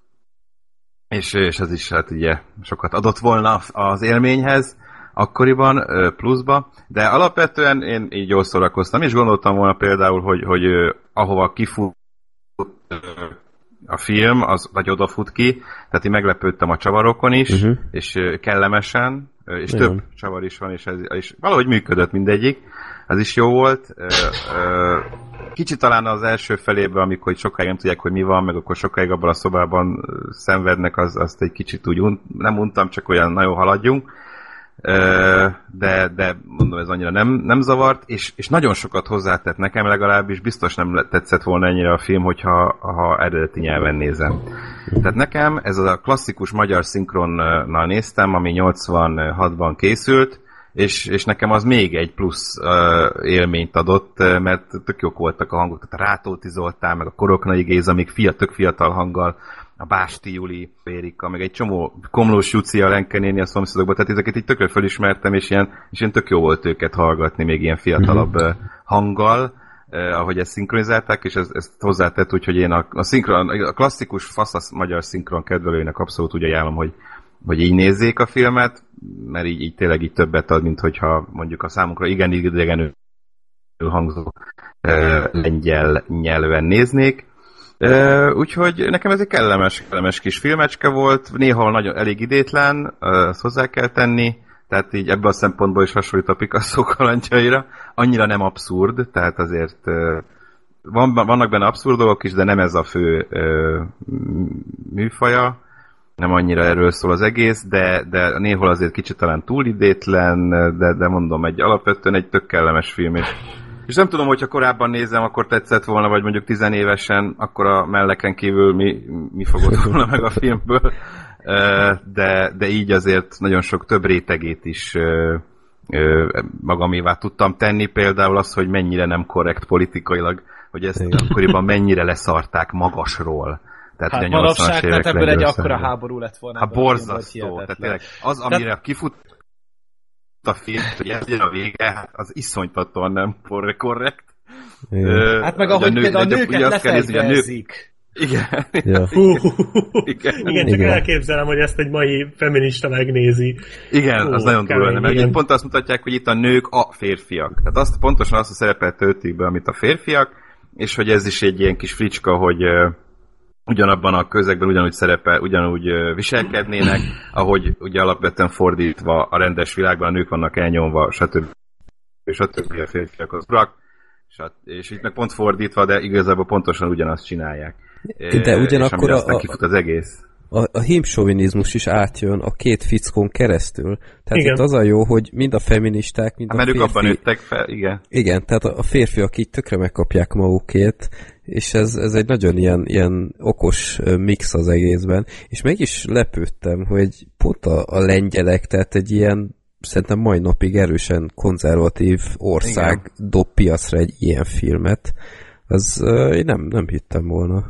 És, és ez is hát ugye sokat adott volna az élményhez akkoriban, pluszba, de alapvetően én így jól szórakoztam, és gondoltam volna például, hogy, hogy ahova kifut a film, az vagy odafut ki, tehát én meglepődtem a csavarokon is, uh-huh. és kellemesen, és Igen. több csavar is van, és, ez, és valahogy működött mindegyik, ez is jó volt. Kicsit talán az első felében, amikor sokáig nem tudják, hogy mi van, meg akkor sokáig abban a szobában szenvednek, az, azt egy kicsit úgy un, nem untam, csak olyan nagyon haladjunk. De, de mondom, ez annyira nem, nem zavart, és, és nagyon sokat hozzátett nekem, legalábbis biztos nem tetszett volna ennyire a film, hogyha ha eredeti nyelven nézem. Tehát nekem ez a klasszikus magyar szinkronnal néztem, ami nyolcvanhatban készült, és, és nekem az még egy plusz uh, élményt adott, mert tök jók voltak a hangok, tehát a Rátóti Zoltán, meg a Koroknai Géza, még fia, tök fiatal hanggal, a Básti Juli, Férika, meg egy csomó Komlós Juci, a Lenke néni a szomszédokban, tehát ezeket így tökre felismertem, és ilyen, és ilyen tök jó volt őket hallgatni még ilyen fiatalabb mm-hmm. hanggal, eh, ahogy ezt szinkronizálták, és ez, ezt hozzátett, úgyhogy én a, a, szinkron, a klasszikus fasz magyar szinkron kedvelőinek abszolút úgy ajánlom, hogy, hogy így nézzék a filmet, mert így, így tényleg így többet ad, mint hogyha mondjuk a számunkra igen idegenül hangzó eh, lengyel nyelven néznék. Uh, úgyhogy nekem ez egy kellemes, kellemes kis filmecske volt, néha nagyon elég idétlen, uh, azt hozzá kell tenni, tehát így ebből a szempontból is hasonlít a Picasso kalandjaira, annyira nem abszurd, tehát azért uh, van, vannak benne abszurd dolgok is, de nem ez a fő uh, műfaja, nem annyira erről szól az egész, de, de néhol azért kicsit talán túl idétlen, de, de mondom, egy alapvetően egy tök kellemes film, és És nem tudom, hogyha korábban nézem, akkor tetszett volna, vagy mondjuk tizenévesen, akkor a melleken kívül mi, mi fogott volna meg a filmből. De, de így azért nagyon sok több rétegét is magamévá tudtam tenni. Például az, hogy mennyire nem korrekt politikailag, hogy ezt akkoriban mennyire leszarták magasról. Tehát, hát manapság, tehát ebből egy akkora háború lett volna. Hát borzasztó. Tehát tényleg az, amire tehát... kifut a film, hogy ez legyen a vége, hát az iszonytatóan nem korrekt. Uh, hát meg ahogy nő, a nőket lefegyverzik. Igen. Ja. Hú, igen. igen, csak igen. Elképzelem, hogy ezt egy mai feminista megnézi. Igen, Hú, az nagyon durva, mert itt pont azt mutatják, hogy itt a nők a férfiak. Tehát azt, pontosan azt a szerepet töltik be, amit a férfiak, és hogy ez is egy ilyen kis fricska, hogy uh, ugyanabban a közegben ugyanúgy szerepel, ugyanúgy uh, viselkednének, ahogy ugye alapvetően fordítva a rendes világban a nők vannak elnyomva, stb. stb. A férfiak az urak, és itt meg pont fordítva, de igazából pontosan ugyanazt csinálják. De ugyanakkor a, a, kifut az egész. A, a hímsovinizmus is átjön a két fickón keresztül. Tehát igen. Itt az a jó, hogy mind a feministák, mind a, a férfi... Mert ők abban nőttek fel, igen. Igen, tehát a férfiak így tökre megkapják magukét, és ez, ez egy nagyon ilyen, ilyen okos mix az egészben. És meg is lepődtem, hogy pont a, a lengyelek, tehát egy ilyen szerintem mai napig erősen konzervatív ország igen. dob piacra egy ilyen filmet. Az uh, én nem, nem hittem volna.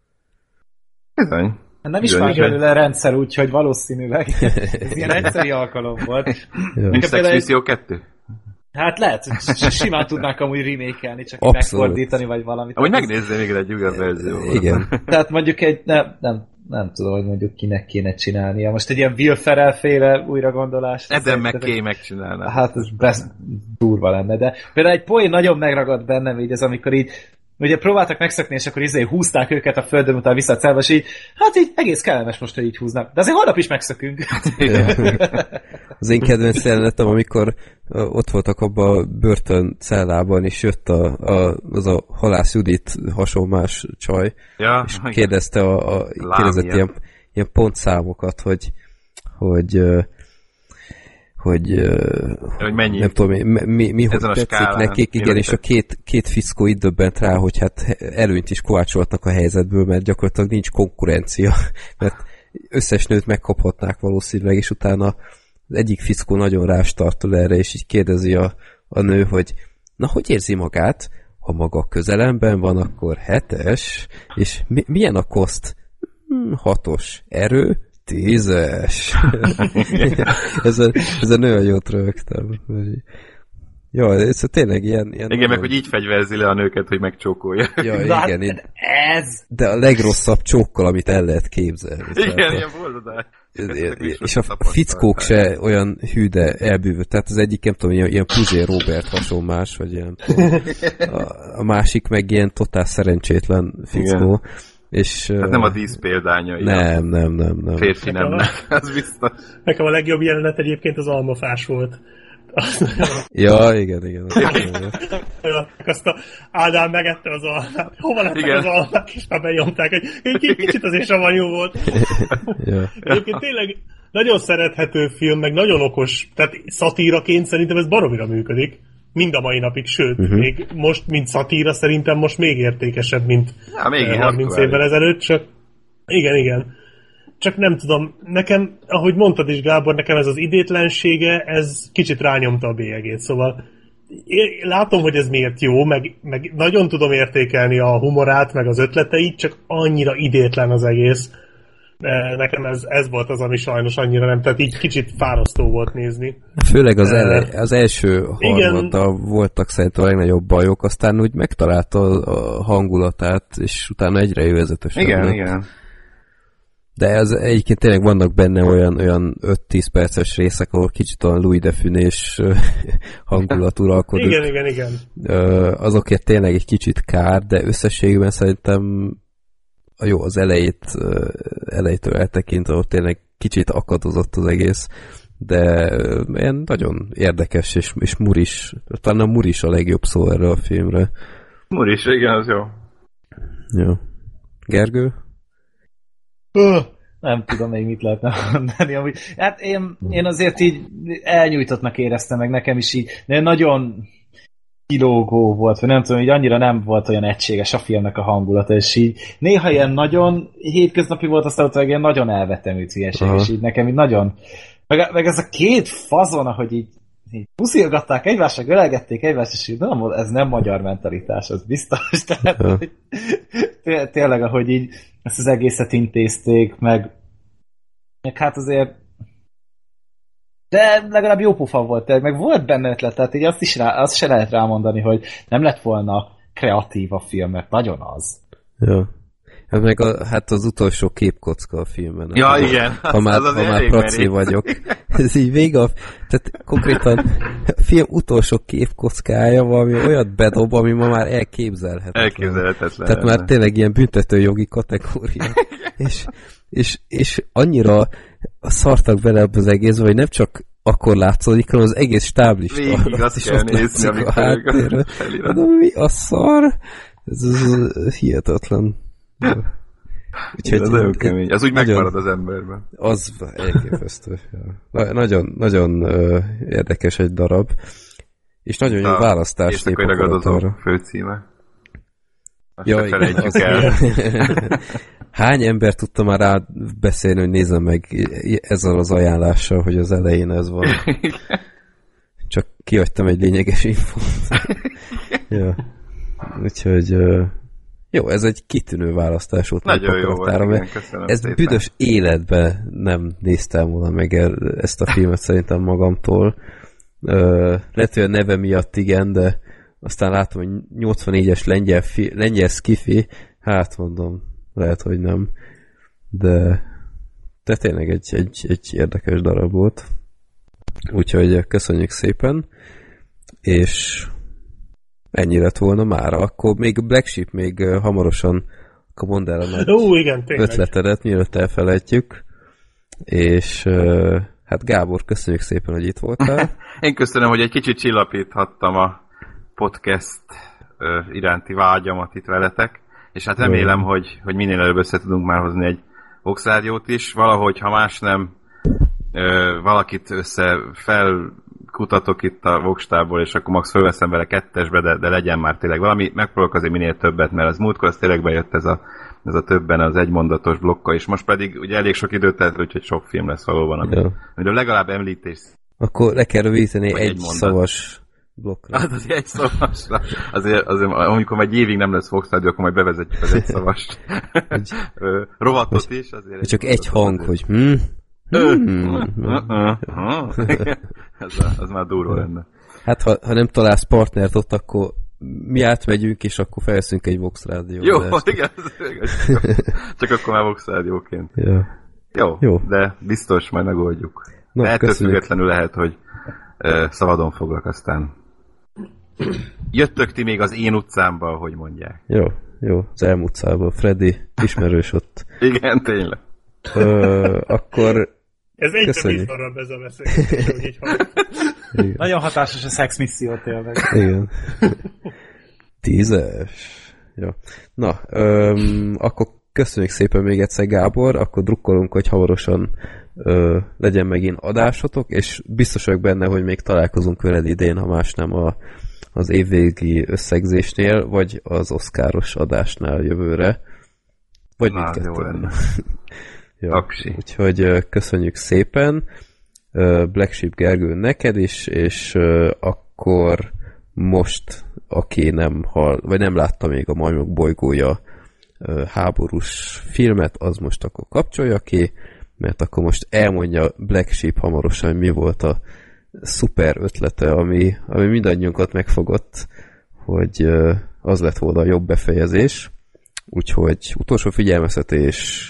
Bizony. Nem is van belőle rendszer, úgyhogy valószínűleg ez ilyen egyszeri alkalom volt. Sex Vision kettő? Hát lehet, simán tudnák amúgy remake-elni, csak megfordítani, vagy valamit. Amúgy megnézzél még egy nyugat verzió. Igen. Tehát mondjuk egy, nem, nem, nem tudom, hogy mondjuk kinek kéne csinálnia. Most egy ilyen Will Ferrell féle újragondolás. Adam McKay megcsinálná. Hát ez besz, durva lenne, de például egy poén nagyon megragadt bennem így ez, amikor így ugye próbáltak megszökni, és akkor izé húzták őket a földön, utána vissza a celba, és így, hát így egész kellemes most, hogy így húznak. De azért holnap is megszökünk. Az én kedvenc jelenetem, amikor ott voltak abban a börtön cellában, és jött a, a, az a Halász Judit hasonlás csaj, ja, és kérdezte a, a kérdezett ilyen, ilyen pontszámokat, hogy hogy hogy, hogy mennyi? Nem tudom, mi, mi, mi hogy tetszik skálán, nekik, igen, és a két, két fiszkó itt döbbent rá, hogy hát előnyt is kovácsolhatnak a helyzetből, mert gyakorlatilag nincs konkurencia, mert összes nőt megkaphatnák valószínűleg, és utána az egyik fiszkó nagyon rástartol erre, és így kérdezi a, a nő, hogy na, hogy érzi magát? Ha maga közelemben van, akkor hetes, és mi, milyen a koszt? Hmm, hatos. Erő? Tízes. ez, a, ez a nagyon jót rögtem. Ja, ez tényleg ilyen... ilyen igen, meg hogy így fegyverzi le a nőket, hogy megcsókolja. Ja, de igen. Ez... De a legrosszabb csókkal, amit el lehet képzelni. Igen, ilyen boldogás. és a fickók se olyan hű, de elbűvött. Tehát az egyik, nem tudom, ilyen, ilyen Puzé Robert hasonlás, vagy ilyen. A, a másik meg ilyen totál szerencsétlen fickó. És, hát nem a dísz példánya. Nem, nem, nem, nem. Férfi nemnek, az biztos. Nekem a legjobb jelenet egyébként az almafás volt. Ja, igen, igen. Azt a Ádám megette az almát. Hova lettek az almák, és már benyomták, hogy egy kicsit azért savanyú volt. Ja. Egyébként tényleg nagyon szerethető film, meg nagyon okos, tehát szatíraként szerintem ez baromira működik. Mind a mai napig, sőt, uh-huh. még most, mint szatíra, szerintem most még értékesebb, mint ja, még harminc évvel ezelőtt, csak igen, igen. Csak nem tudom, nekem, ahogy mondtad is, Gábor, nekem ez az idétlensége, ez kicsit rányomta a bélyegét, szóval én látom, hogy ez miért jó, meg, meg nagyon tudom értékelni a humorát, meg az ötleteit, csak annyira idétlen az egész. Nekem ez, ez volt az, ami sajnos annyira nem, tehát így kicsit fárasztó volt nézni. Főleg az, ele, az első harmaddal voltak szerintem a legnagyobb bajok, aztán úgy megtalálta a hangulatát, és utána egyre jövezetesebb. Igen, lett. igen. De az egyébként tényleg vannak benne olyan, olyan öt-tíz perces részek, ahol kicsit olyan Louis de Funès hangulat uralkodik. Igen, igen, igen. Azokért tényleg egy kicsit kár, de összességében szerintem jó, az elejét, elejétől eltekintve, ott tényleg kicsit akadozott az egész, de ilyen nagyon érdekes, és, és muris. Talán a muris a legjobb szó erre a filmre. Muris, igen, az jó. Jó. Gergő? Uh, nem tudom még mit lehetne mondani. Amúgy. Hát én, én azért így elnyújtottnak éreztem, meg nekem is így nagyon kilógó volt, vagy nem tudom, hogy annyira nem volt olyan egységes a filmnek a hangulata, és így néha ilyen nagyon hétköznapi volt, aztán utána ilyen nagyon elvetemült hülyeség, és így nekem így nagyon... Meg, meg ez a két fazon, ahogy így, így puszilgatták egymást, meg ölelgették egymást, és így nem, ez nem magyar mentalitás, az biztos. Tehát, hogy té- tényleg, ahogy így ezt az egészet intézték, meg, meg hát azért de legalább jó pofa volt, meg volt benne ötlet, tehát így azt, is rá, azt se lehet rámondani, hogy nem lett volna kreatív a film, mert nagyon az. Ja. Hát meg a, hát az utolsó képkocka a filmben. Ja, hát, igen. Ha már, ha már praci vagyok. Ez így vége a... Tehát konkrétan a film utolsó képkockája valami olyat bedob, ami ma már elképzelhetetlen. Elképzelhetetlen. Tehát már tényleg ilyen büntetőjogi kategória. és, és, és annyira szartak bele ebbe az egészbe, hogy nem csak akkor látszódik, hanem az egész stáblista. Végig azt kell nézni, amikor háttérre. De mi a szar? Ez, ez hihetetlen. Úgyhogy ez nagyon kemény. Az úgy nagyon, megmarad az emberben. Az elképesztő. Ja. Nagyon, nagyon uh, érdekes egy darab. És nagyon jó választás. És akkor ragadozó főcíme. Azt ja, igen, az el. Hány ember tudta már rá beszélni, hogy nézzem meg ezzel az ajánlással, hogy az elején ez van. Csak kihagytam egy lényeges infót. Ja. Úgyhogy... Uh, jó, ez egy kitűnő választás volt. Nagyon jó volt, igen, köszönöm ez szépen. Büdös életben nem néztem volna meg ezt a filmet szerintem magamtól. Uh, lehet, hogy a neve miatt igen, de aztán látom, hogy nyolcvannégyes lengyel, fi, lengyel skifi, hát mondom, lehet, hogy nem. De, de tényleg egy, egy, egy érdekes darab volt. Úgyhogy köszönjük szépen, és ennyi lett volna mára. Akkor még Black Sheep még uh, hamarosan akkor mondd el a nagy Ó, igen, ötletedet, mielőtt elfelejtjük. És uh, hát Gábor, köszönjük szépen, hogy itt voltál. Én köszönöm, hogy egy kicsit csillapíthattam a podcast uh, iránti vágyamat itt veletek, és hát remélem, hogy, hogy minél előbb össze tudunk már hozni egy Vox Rádiót is. Valahogy, ha más nem, uh, valakit össze fel kutatok itt a Vox-tából, és akkor max fölveszem vele kettesbe, de, de legyen már tényleg valami. Megpróbálok azért minél többet, mert az múltkor az tényleg bejött ez a, ez a többen az egymondatos blokka, és most pedig ugye elég sok időt telt, úgyhogy sok film lesz valóban, amiről legalább említés. Akkor le kell rövidíteni egy, egy szavas blokkra. Hát azért egy szavasra. Azért, azért, amikor egy évig nem lesz Vox Rádió, akkor majd bevezetjük az egy szavast rovatot is. Azért csak egy, egy hang, hogy hm? az, az már durva lenne. Hát ha, ha nem találsz partnert ott, akkor mi átmegyünk, és akkor felszünk egy Vox Rádiót. Jó, igen, csak akkor már Vox Rádióként. Ja. Jó, Jó, de biztos majd megoldjuk. Na, de ettől függetlenül lehet, hogy uh, szabadon foglak, aztán jöttök ti még az én utcámba, hogy mondják. Jó, jó, az elm utcába. Freddy, ismerős ott. Igen, tényleg. Ö, akkor ez egyre bizarrabb ez a beszélgetés, hogy így hallom. Nagyon hatásos a szexmisszió tényleg. Igen. Tízes. Jó. Na, öm, akkor köszönjük szépen még egyszer, Gábor, akkor drukkolunk, hogy hamarosan ö, legyen megint adásotok, és biztos vagyok benne, hogy még találkozunk veled idén, ha más nem a, az évvégi összegzésnél, vagy az oszkáros adásnál jövőre. Vagy Na, mindkettőben. Ja, úgyhogy köszönjük szépen. Black Sheep Gergő neked is, és akkor most, aki nem hall, vagy nem látta még a Majmok bolygója háborús filmet, az most akkor kapcsolja ki, mert akkor most elmondja Black Sheep hamarosan, hogy mi volt a szuper ötlete, ami, ami mindannyiunkat megfogott, hogy az lett volna a jobb befejezés. Úgyhogy utolsó figyelmeztetés.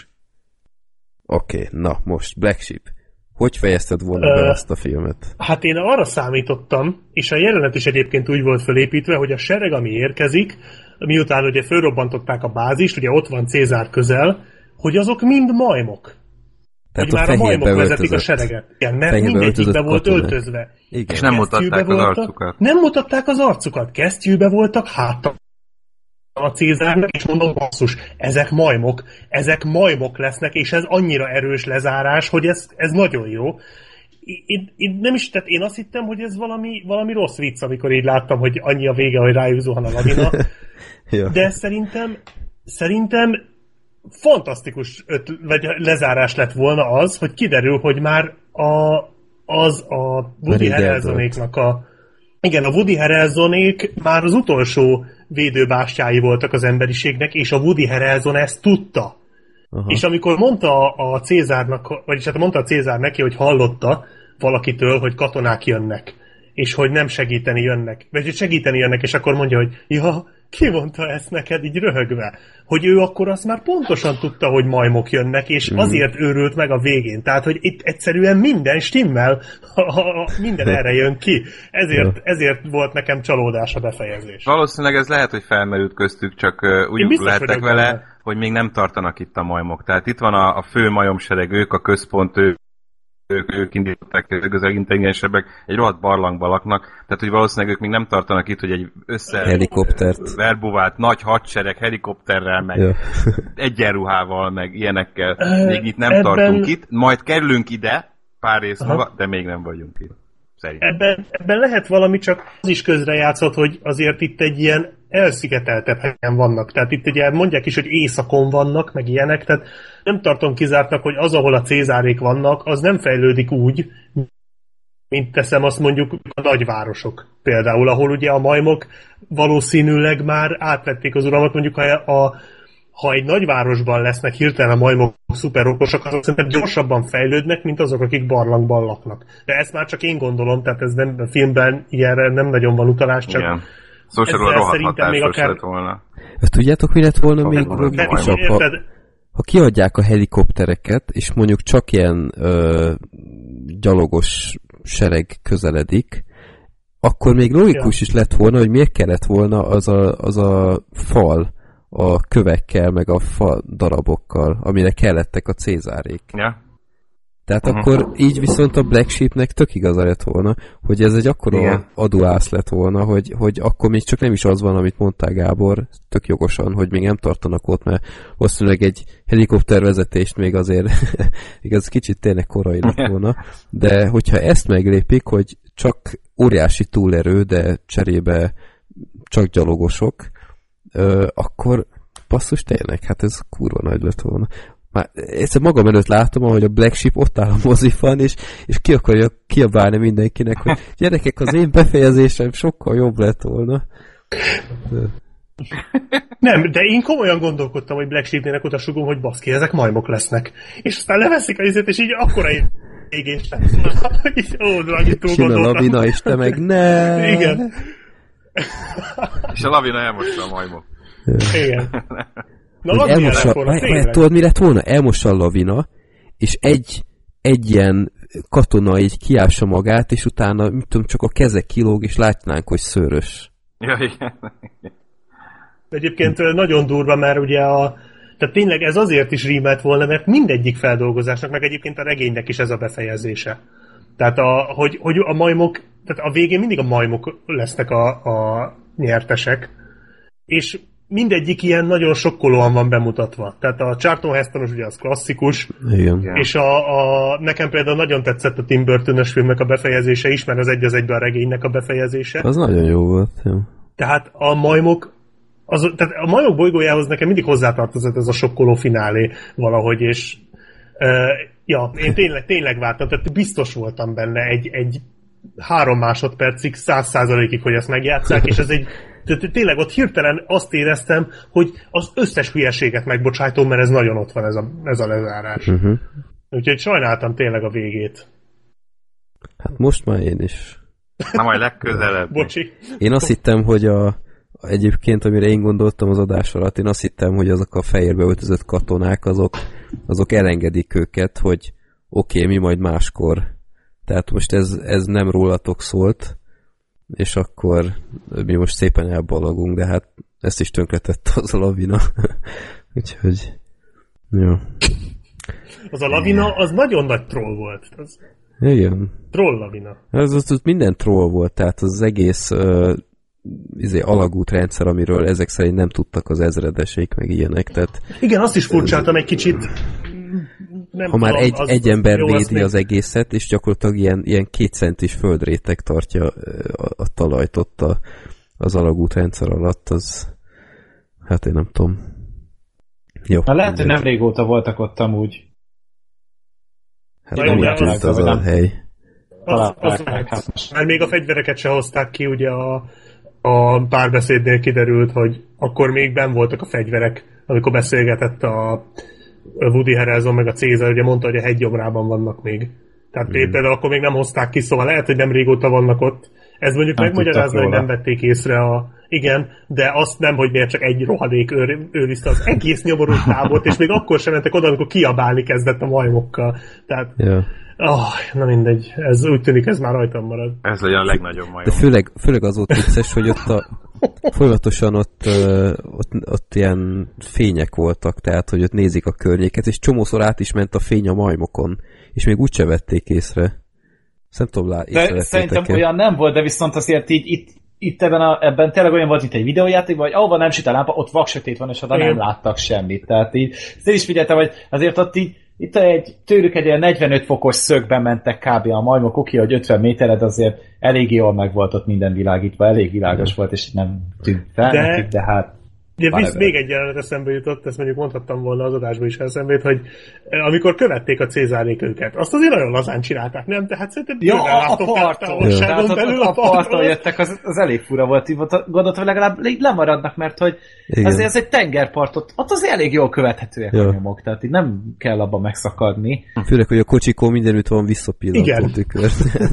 Oké, okay, na most Black Sheep. Hogy fejezted volna be azt a filmet? Hát én arra számítottam, és a jelenet is egyébként úgy volt felépítve, hogy a sereg, ami érkezik, miután ugye fölrobbantották a bázist, ugye ott van Cézár közel, hogy azok mind majmok. Tehát hogy már a majmok vezetik a sereget. Igen, mert mindegyik be volt katonák. Öltözve. Igen. És nem mutatták az arcukat. Nem mutatták az arcukat. Kesztyűbe voltak, hát a Cézárnak, és mondom, basszus, ezek majmok, ezek majmok lesznek, és ez annyira erős lezárás, hogy ez, ez nagyon jó. Én, én nem is, tehát én azt hittem, hogy ez valami, valami rossz vicc, amikor így láttam, hogy annyi a vége, hogy rájuk zuhan a lavina. De szerintem, szerintem fantasztikus öt, vagy lezárás lett volna az, hogy kiderül, hogy már a, az a Woody Harrelsonéknak a igen, a Woody Harrelsonék már az utolsó védőbástyái voltak az emberiségnek, és a Woody Harrelson ezt tudta. Aha. És amikor mondta a Cézárnak, vagyis hát mondta a Cézár neki, hogy hallotta valakitől, hogy katonák jönnek, és hogy nem segíteni jönnek, vagy hogy segíteni jönnek, és akkor mondja, hogy ja, ki mondta ezt neked így röhögve? Hogy ő akkor azt már pontosan tudta, hogy majmok jönnek, és mm. azért őrült meg a végén. Tehát, hogy itt egyszerűen minden stimmel, minden erre jön ki. Ezért, ja. ezért volt nekem csalódás a befejezés. Valószínűleg ez lehet, hogy felmerült köztük, csak uh, úgy lehettek vele, benne. Hogy még nem tartanak itt a majmok. Tehát itt van a, a fő majomsereg, ők a központ, ők ők, ők indították, ők az legintelligensebbek, egy rohadt barlangban laknak, tehát hogy valószínűleg ők még nem tartanak itt, hogy egy össze helikoptert verbuvált nagy hadsereg helikopterrel, meg ja. egyenruhával, meg ilyenekkel, még itt nem ebben... tartunk itt, majd kerülünk ide pár rész múlva, de még nem vagyunk itt. Ebben, ebben lehet valami, csak az is közrejátszott, hogy azért itt egy ilyen elszigeteltebb helyen vannak. Tehát itt ugye mondják is, hogy északon vannak, meg ilyenek, tehát nem tartom kizártnak, hogy az, ahol a Cézárék vannak, az nem fejlődik úgy, mint teszem azt mondjuk a nagyvárosok például, ahol ugye a majmok valószínűleg már átvették az uralmat, mondjuk ha, a, ha egy nagyvárosban lesznek hirtelen a majmok szuperokosak, azok szerintem gyorsabban fejlődnek, mint azok, akik barlangban laknak. De ezt már csak én gondolom, tehát ez nem, a filmben ilyenre nem nagyon van utalás, csak igen. Szóval rohadt hatásos akár... lett volna. Ezt tudjátok, mi lett volna még logikusabb? Ha, ha kiadják a helikoptereket, és mondjuk csak ilyen ö, gyalogos sereg közeledik, akkor még logikus ja. is lett volna, hogy miért kellett volna az a, az a fal a kövekkel, meg a fa darabokkal, amire kellettek a Cézárék. Ja. Tehát uh-huh. akkor így viszont a Black Sheepnek tök igaza lett volna, hogy ez egy akkora aduász lett volna, hogy, hogy akkor még csak nem is az van, amit mondtál, Gábor, tök jogosan, hogy még nem tartanak ott, mert valószínűleg egy helikoptervezetést még azért igaz, kicsit tényleg korai lett volna, de hogyha ezt meglépik, hogy csak óriási túlerő, de cserébe csak gyalogosok, ö, akkor basszus tényleg, hát ez kurva nagy lett volna. Már egyszer magam előtt látom, ahogy a Black Sheep ott áll a mozifan, és, és ki akarja kiabálni mindenkinek, hogy gyerekek, az én befejezésem sokkal jobb lett volna. De... Nem, de én komolyan gondolkodtam, hogy Black Sheepnének oda sugom, hogy baszki, ezek majmok lesznek. És aztán leveszik a izét, és így akkora égés lesz. Ó, Draghi, túl gondoltam. a lavina, és te meg ne. Igen. És a lavina elmossa a majmok. Igen. Na, elmossa, tudod, mi lett volna? Elmossa a lavina, és egy, egy ilyen katona így kiássa magát, és utána, mit tudom, csak a keze kilóg, és látnánk, hogy szőrös. Ja, igen. Egyébként nagyon durva, mert ugye a tehát tényleg ez azért is rímelt volna, mert mindegyik feldolgozásnak, meg egyébként a regénynek is ez a befejezése. Tehát a, hogy, hogy a majmok, tehát a végén mindig a majmok lesznek a, a nyertesek, és mindegyik ilyen nagyon sokkolóan van bemutatva. Tehát a Charlton Heston ugye az klasszikus, igen. És a, a, nekem például nagyon tetszett a Tim Burton-ös filmnek a befejezése is, mert az egy az egyben a regénynek a befejezése. Az nagyon jó volt. Jó. Tehát a majmok Az, tehát a majmok bolygójához nekem mindig hozzátartozott ez a sokkoló finálé valahogy, és uh, ja, én tényleg, tényleg vártam, tehát biztos voltam benne egy, egy három másodpercig, száz százalékig, hogy ezt megjátsszák, és ez egy, tehát tényleg ott hirtelen azt éreztem, hogy az összes hülyeséget megbocsájtom, mert ez nagyon ott van ez a, ez a lezárás. Uh-huh. Úgyhogy sajnáltam tényleg a végét. Hát most már én is. Na majd legközelebb. Bocsi. Én azt hittem, hogy a egyébként, amire én gondoltam az adás alatt, én azt hittem, hogy azok a fehérbe öltözött katonák, azok, azok elengedik őket, hogy oké, okay, mi majd máskor. Tehát most ez, ez nem rólatok szólt, és akkor mi most szépen elbalagunk, de hát ezt is tönkretett az a lavina. Úgyhogy, jó. Az a lavina, az nagyon nagy troll volt. Az igen. Troll lavina. Az, az, az minden troll volt, tehát az egész uh, izé, alagútrendszer, amiről ezek szerint nem tudtak az ezredesék, meg ilyenek. Tehát, igen, azt is furcsáltam egy kicsit. Nem ha már tudom, egy, az, egy ember jó, védi még... az egészet, és gyakorlatilag ilyen, ilyen két centis földréteg tartja a, a talajt ott a, az alagútrendszer alatt, az hát én nem tudom. Jó. Na lehet, hogy nem régóta voltak ott amúgy. Hát nem úgy tűnt az a hely. Az, az, az, már még a fegyvereket se hozták ki, ugye a, a párbeszédnél kiderült, hogy akkor még benn voltak a fegyverek, amikor beszélgetett a Woody Harrelson meg a Cézar, ugye mondta, hogy a hegygyomrában vannak még. Tehát mm. például akkor még nem hozták ki, szóval lehet, hogy nem régóta vannak ott. Ez mondjuk megmagyarázna, hogy nem vették észre a... Igen, de azt nem, hogy miért csak egy rohadék őr, őrizte az egész nyomorult tábort, és még akkor sem mentek oda, amikor kiabálni kezdett a majmokkal. Tehát... Yeah. Oh, na mindegy, ez úgy tűnik, ez már rajtam marad. Ez legyen a legnagyobb majom. De főleg, főleg az ott vicces, hogy ott a, folyamatosan ott, ott, ott ilyen fények voltak, tehát hogy ott nézik a környéket, és csomószor át is ment a fény a majmokon, és még úgyse vették észre. Szerintem, lá, de szerintem olyan nem volt, de viszont azért így itt, itt ebben, a, ebben tényleg olyan volt, mint egy videójáték, vagy ahova nem süt a lámpa, ott vaksötét van, és oda nem láttak semmit. Tehát így, ezt én is figyeltem, hogy azért ott így itt egy, tőlük egy olyan negyvenöt fokos szögben mentek kb. A majmok, oké, hogy ötven métered, azért elég jól meg volt ott minden világítva, elég világos volt, és nem tűnt fel de, nekik, de hát... De visz, még egy jelenet eszembe jutott, ezt mondjuk mondhattam volna az adásban is eszembe, hogy amikor követték a Cézárék őket, azt azért nagyon lazán csinálták, nem? Tehát szerintem ja, a, a parton, tehát belül a, a parton jöttek, az, az elég fura volt, így gondoltam, hogy legalább lemaradnak, mert hogy azért ez egy tengerpartot, ott azért elég jól követhetőek ja. a nyomok, tehát így nem kell abba megszakadni. Főleg, hogy a kocsikon mindenütt van visszapillantó tükör.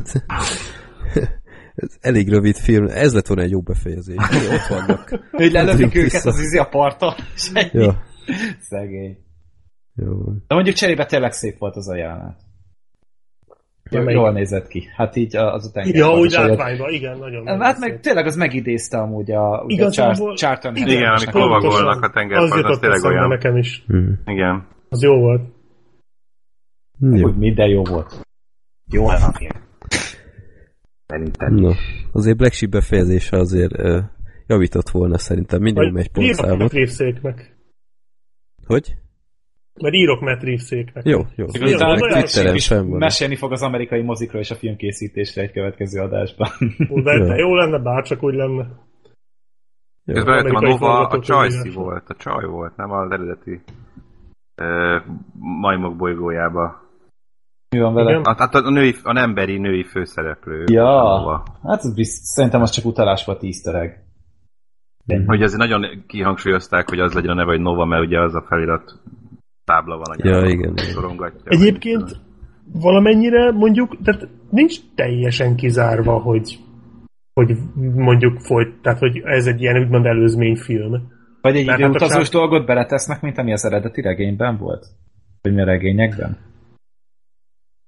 Ez elég rövid film, ez lett volna egy jó befejezés. Ott vannak. Hogy lelövik őket az izi a parton. Ja. Szegény. Jó. De mondjuk cserébe tényleg szép volt az a jelenet. Ja, jól nézett ki. Hát így az után... Ja, úgy látványban, igen, nagyon. Hát meg tényleg az megidézte amúgy a Charlton. Igen, igen, amikor lovagolnak a tengerparton, az tényleg olyan. Nekem is. Hmm. Igen. Az jó volt. Jó. Úgy minden jó volt. Jó elapja. Szerintem. No, azért Black Sheep befejezése azért uh, javított volna szerintem. Minimum egy pontszámot. Írok Matt Reeves-éknek. Hogy? Mert írok Matt Reeves-éknek. Jó, jó. Twitteren sem van. Mesélni fog az amerikai mozikról és a filmkészítésre egy következő adásban. Ú, de jó. jó lenne, bárcsak úgy lenne. Közben jöttem a Nova, a Csajci volt, a Csaj volt, nem az eredeti uh, majmok bolygójába. Mi van vele? A, a, a, női, a emberi női főszereplő. Ja, hát bizt, szerintem az csak utalás volt easter egg. Hogy azért nagyon kihangsúlyozták, hogy az legyen a neve, hogy Nova, mert ugye az a felirat tábla van a ja, igen. szorongatja. Egyébként valamennyire mondjuk, tehát nincs teljesen kizárva, hogy, hogy mondjuk folyt, tehát hogy ez egy ilyen úgymond előzményfilm. Vagy egy időutazós hát dolgot beletesznek, mint ami az eredeti regényben volt? Vagy mi a regényekben?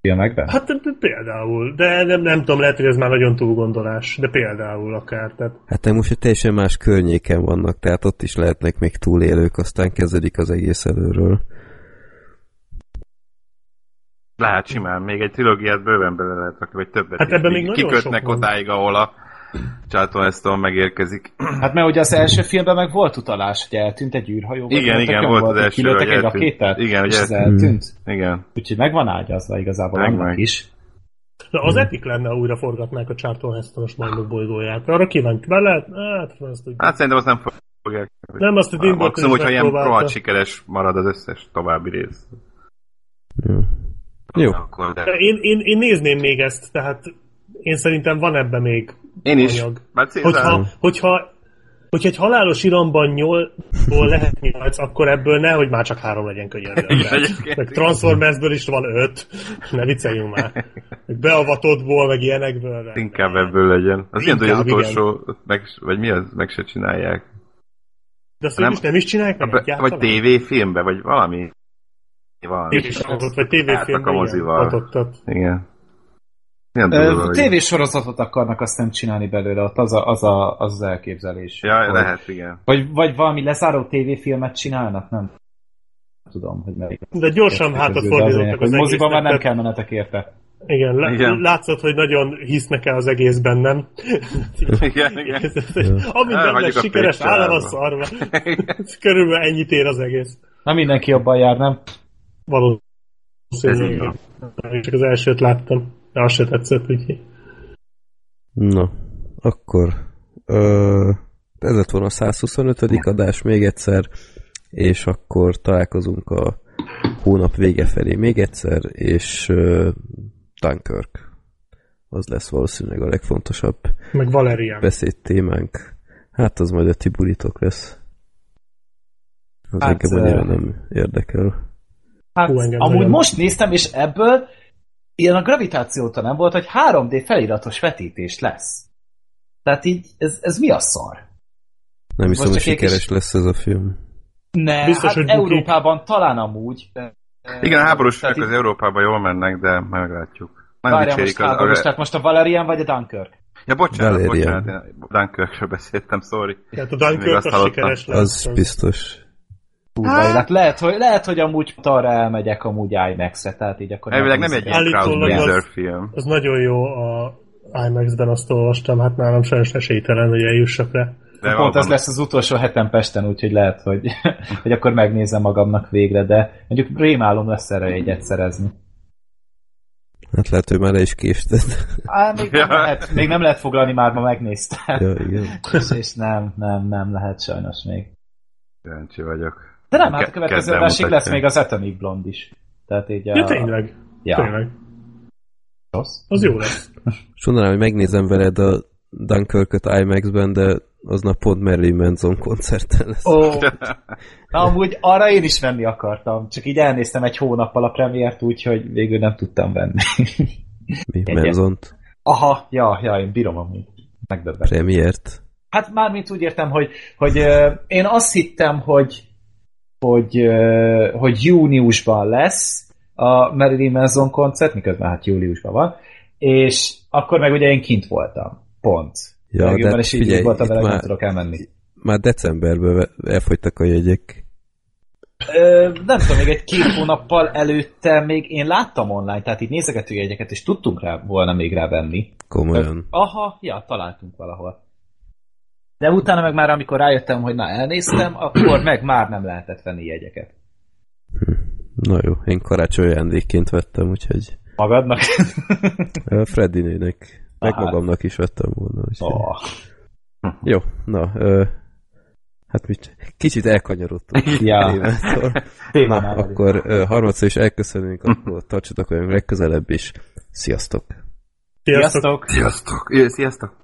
filmekben? Hát például, de nem, nem tudom, lehet, hogy ez már nagyon túlgondolás, de például akár. Tehát... Hát nem most, hogy teljesen más környéken vannak, tehát ott is lehetnek még túlélők, aztán kezdődik az egész előről. Lehet simán, még egy trilógiát bőven bele lehet rakni, vagy többet. Hát ebben még nagyon kikötnek odáig, ahol a Charlton Heston megérkezik. Hát mert ugye az első filmben meg volt utalás, hogy eltűnt egy űrhajó. Igen, igen, volt, volt az első, hogy egy rakétát, igen, és ez eltűnt. Igen. Úgyhogy meg van ágyazva igazából meg annak meg. is. Na, az epik lenne, ha újra forgatnák a Charlton Hestonos majmok bolygóját. Arra kíváncsi be lehet? Hát, azt, hát szerintem azt nem fogják. Nem, azt a Tim Burton maximum, hogyha ilyen rohadt sikeres marad az összes további rész. Jó. Jó. Akkor, de... én, én, én nézném még ezt, tehát én szerintem van ebben még én is. anyag. Hogyha, hogyha, hogyha egy halálos iramban nyolcból lehet nyolc, akkor ebből nehogy már csak három legyen könyörgöm. Meg Transformersből is van öt. Ne vicceljünk már. Meg beavatottból, meg ilyenekből. De... Inkább ebből legyen. Az ilyen, hogy az utolsó, meg, vagy mi az, meg se csinálják. De azt nem, is nem is csinálják meg? Be, vagy tévéfilmbe, vagy valami. Valami. Tévésorozatot, vagy tévéfilmbe, igen. Igen. Ö, tévésorozatot akarnak aztán csinálni belőle, ott az a, az, a, az, az elképzelés. Ja, hogy, lehet, igen. Vagy, vagy valami lezáró tévéfilmet csinálnak, nem tudom, hogy melyik. De gyorsan hátat fordítottak az moziban már nem kell menetek érte. Igen, le, igen, látszott, hogy nagyon hisznek el az egészben, nem? Igen, igen. Amint nem lesz sikeres, állam a szarva. Körülbelül ennyit ér az egész. Na mindenki jobban jár, nem? Valószínűleg. Csak az elsőt láttam. De azt se tetszett, úgyhogy. Na, akkor ö, ez lett volna a száz huszonötödik adás még egyszer, és akkor találkozunk a hónap vége felé még egyszer, és ö, Dunkirk. Az lesz valószínűleg a legfontosabb meg Valerian beszéd témánk. Hát az majd a ti bulitok lesz. Az hát, engem annyira nem érdekel. Hát Hú, amúgy nagyon... most néztem, és ebből ilyen a gravitáció óta nem volt, hogy három dé feliratos vetítés lesz. Tehát így, ez, ez mi a szar? Nem hiszem, hogy sikeres is... lesz ez a film. Ne, biztos, hát Európában buki. Talán amúgy. Igen, a háborús filmek az Európában jól mennek, de meglátjuk. Várjál, most háborús, a... tehát most a Valerian vagy a Dunkirk? Ja, bocsánat, Valerian. bocsánat, Dunkirkről beszéltem, sorry. Tehát a Dunkirk az sikeres lesz. Az biztos. Hát lehet, hogy, lehet, hogy amúgy arra elmegyek amúgy IMAX-re, tehát így akkor... Elvileg nem egy ilyen crowdblazer film. Az nagyon jó a IMAX-ben, azt olvastam, hát nálam sajnos esélytelen, hogy eljussak le. De pont ez lesz az utolsó hetem Pesten, úgyhogy lehet, hogy, hogy akkor megnézem magamnak végre, de mondjuk rémálom lesz erre egyet szerezni. Hát lehet, hogy már le is késted. Á, még, nem lehet, még nem lehet foglalni, már ma megnéztem. Ja, igen. És, és nem, nem, nem lehet sajnos még. Kíváncsi vagyok. De nem, hát a következő adásig lesz még az Atomic Blonde is. Tehát így a... Ja, tényleg. Ja. Tényleg. Rossz? Az jó lesz. És mondanám, hogy megnézem veled a Dunkirköt IMAX-ben, de aznap pont Marilyn Manson koncerten lesz. Ó, oh. Amúgy arra én is venni akartam. Csak így elnéztem egy hónappal a premiért, úgyhogy végül nem tudtam venni. Mi? Manzont? Aha, ja, ja, én bírom amúgy. Megdöbbentem. Premiért? Hát mármint úgy értem, hogy, hogy uh, én azt hittem, hogy hogy, uh, hogy júniusban lesz a Marilyn Manson koncert, miközben hát júliusban van, és akkor meg ugye én kint voltam. Pont. Ja, meg de és így figyelj, voltam vele, már, nem tudok elmenni. Már decemberben elfogytak a jegyek. Ö, nem tudom, még egy-két hónappal előtte még én láttam online, tehát így nézegető jegyeket, és tudtunk rá volna még rá venni. Komolyan. Aha, ja, találtunk valahol. De utána meg már, amikor rájöttem, hogy na, elnéztem, akkor meg már nem lehetett venni jegyeket. Hm. Na jó, én karácsony ajándékként vettem, úgyhogy... Magadnak? Freddy nének. Meg Aha. magamnak is vettem volna. Oh. Jó, na, ö, hát mit, kicsit elkanyarodtunk. Ja. Na, akkor ö, harmadszor is elköszönünk, akkor tartsatok velünk legközelebb is. Sziasztok! Sziasztok! Sziasztok! Sziasztok! Sziasztok.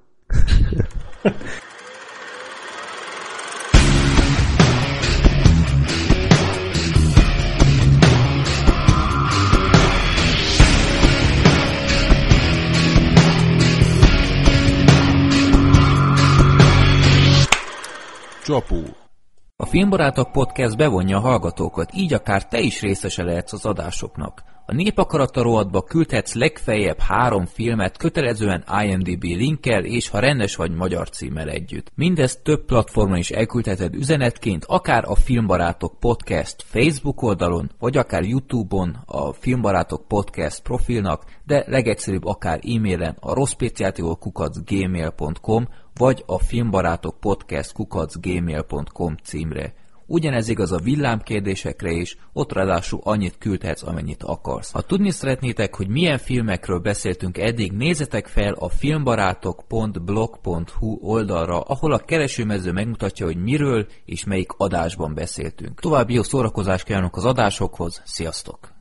Csapó. A Filmbarátok Podcast bevonja a hallgatókat, így akár te is részese lehetsz az adásoknak. A Népakarata rovatba küldhetsz legfeljebb három filmet kötelezően IMDb linkkel és ha rendes vagy magyar címmel együtt. Mindezt több platformon is elküldheted üzenetként, akár a Filmbarátok Podcast Facebook oldalon, vagy akár YouTube-on a Filmbarátok Podcast profilnak, de legegyszerűbb akár e-mailen a rosszpéciáltól kukac gmail pont com vagy a Filmbarátok Podcast kukac gmail pont com címre. Ugyanez igaz a villámkérdésekre is, ott ráadásul annyit küldhetsz, amennyit akarsz. Ha tudni szeretnétek, hogy milyen filmekről beszéltünk eddig, nézzetek fel a filmbarátok pont blog pont hu oldalra, ahol a keresőmező megmutatja, hogy miről és melyik adásban beszéltünk. További jó szórakozást kívánok az adásokhoz, sziasztok!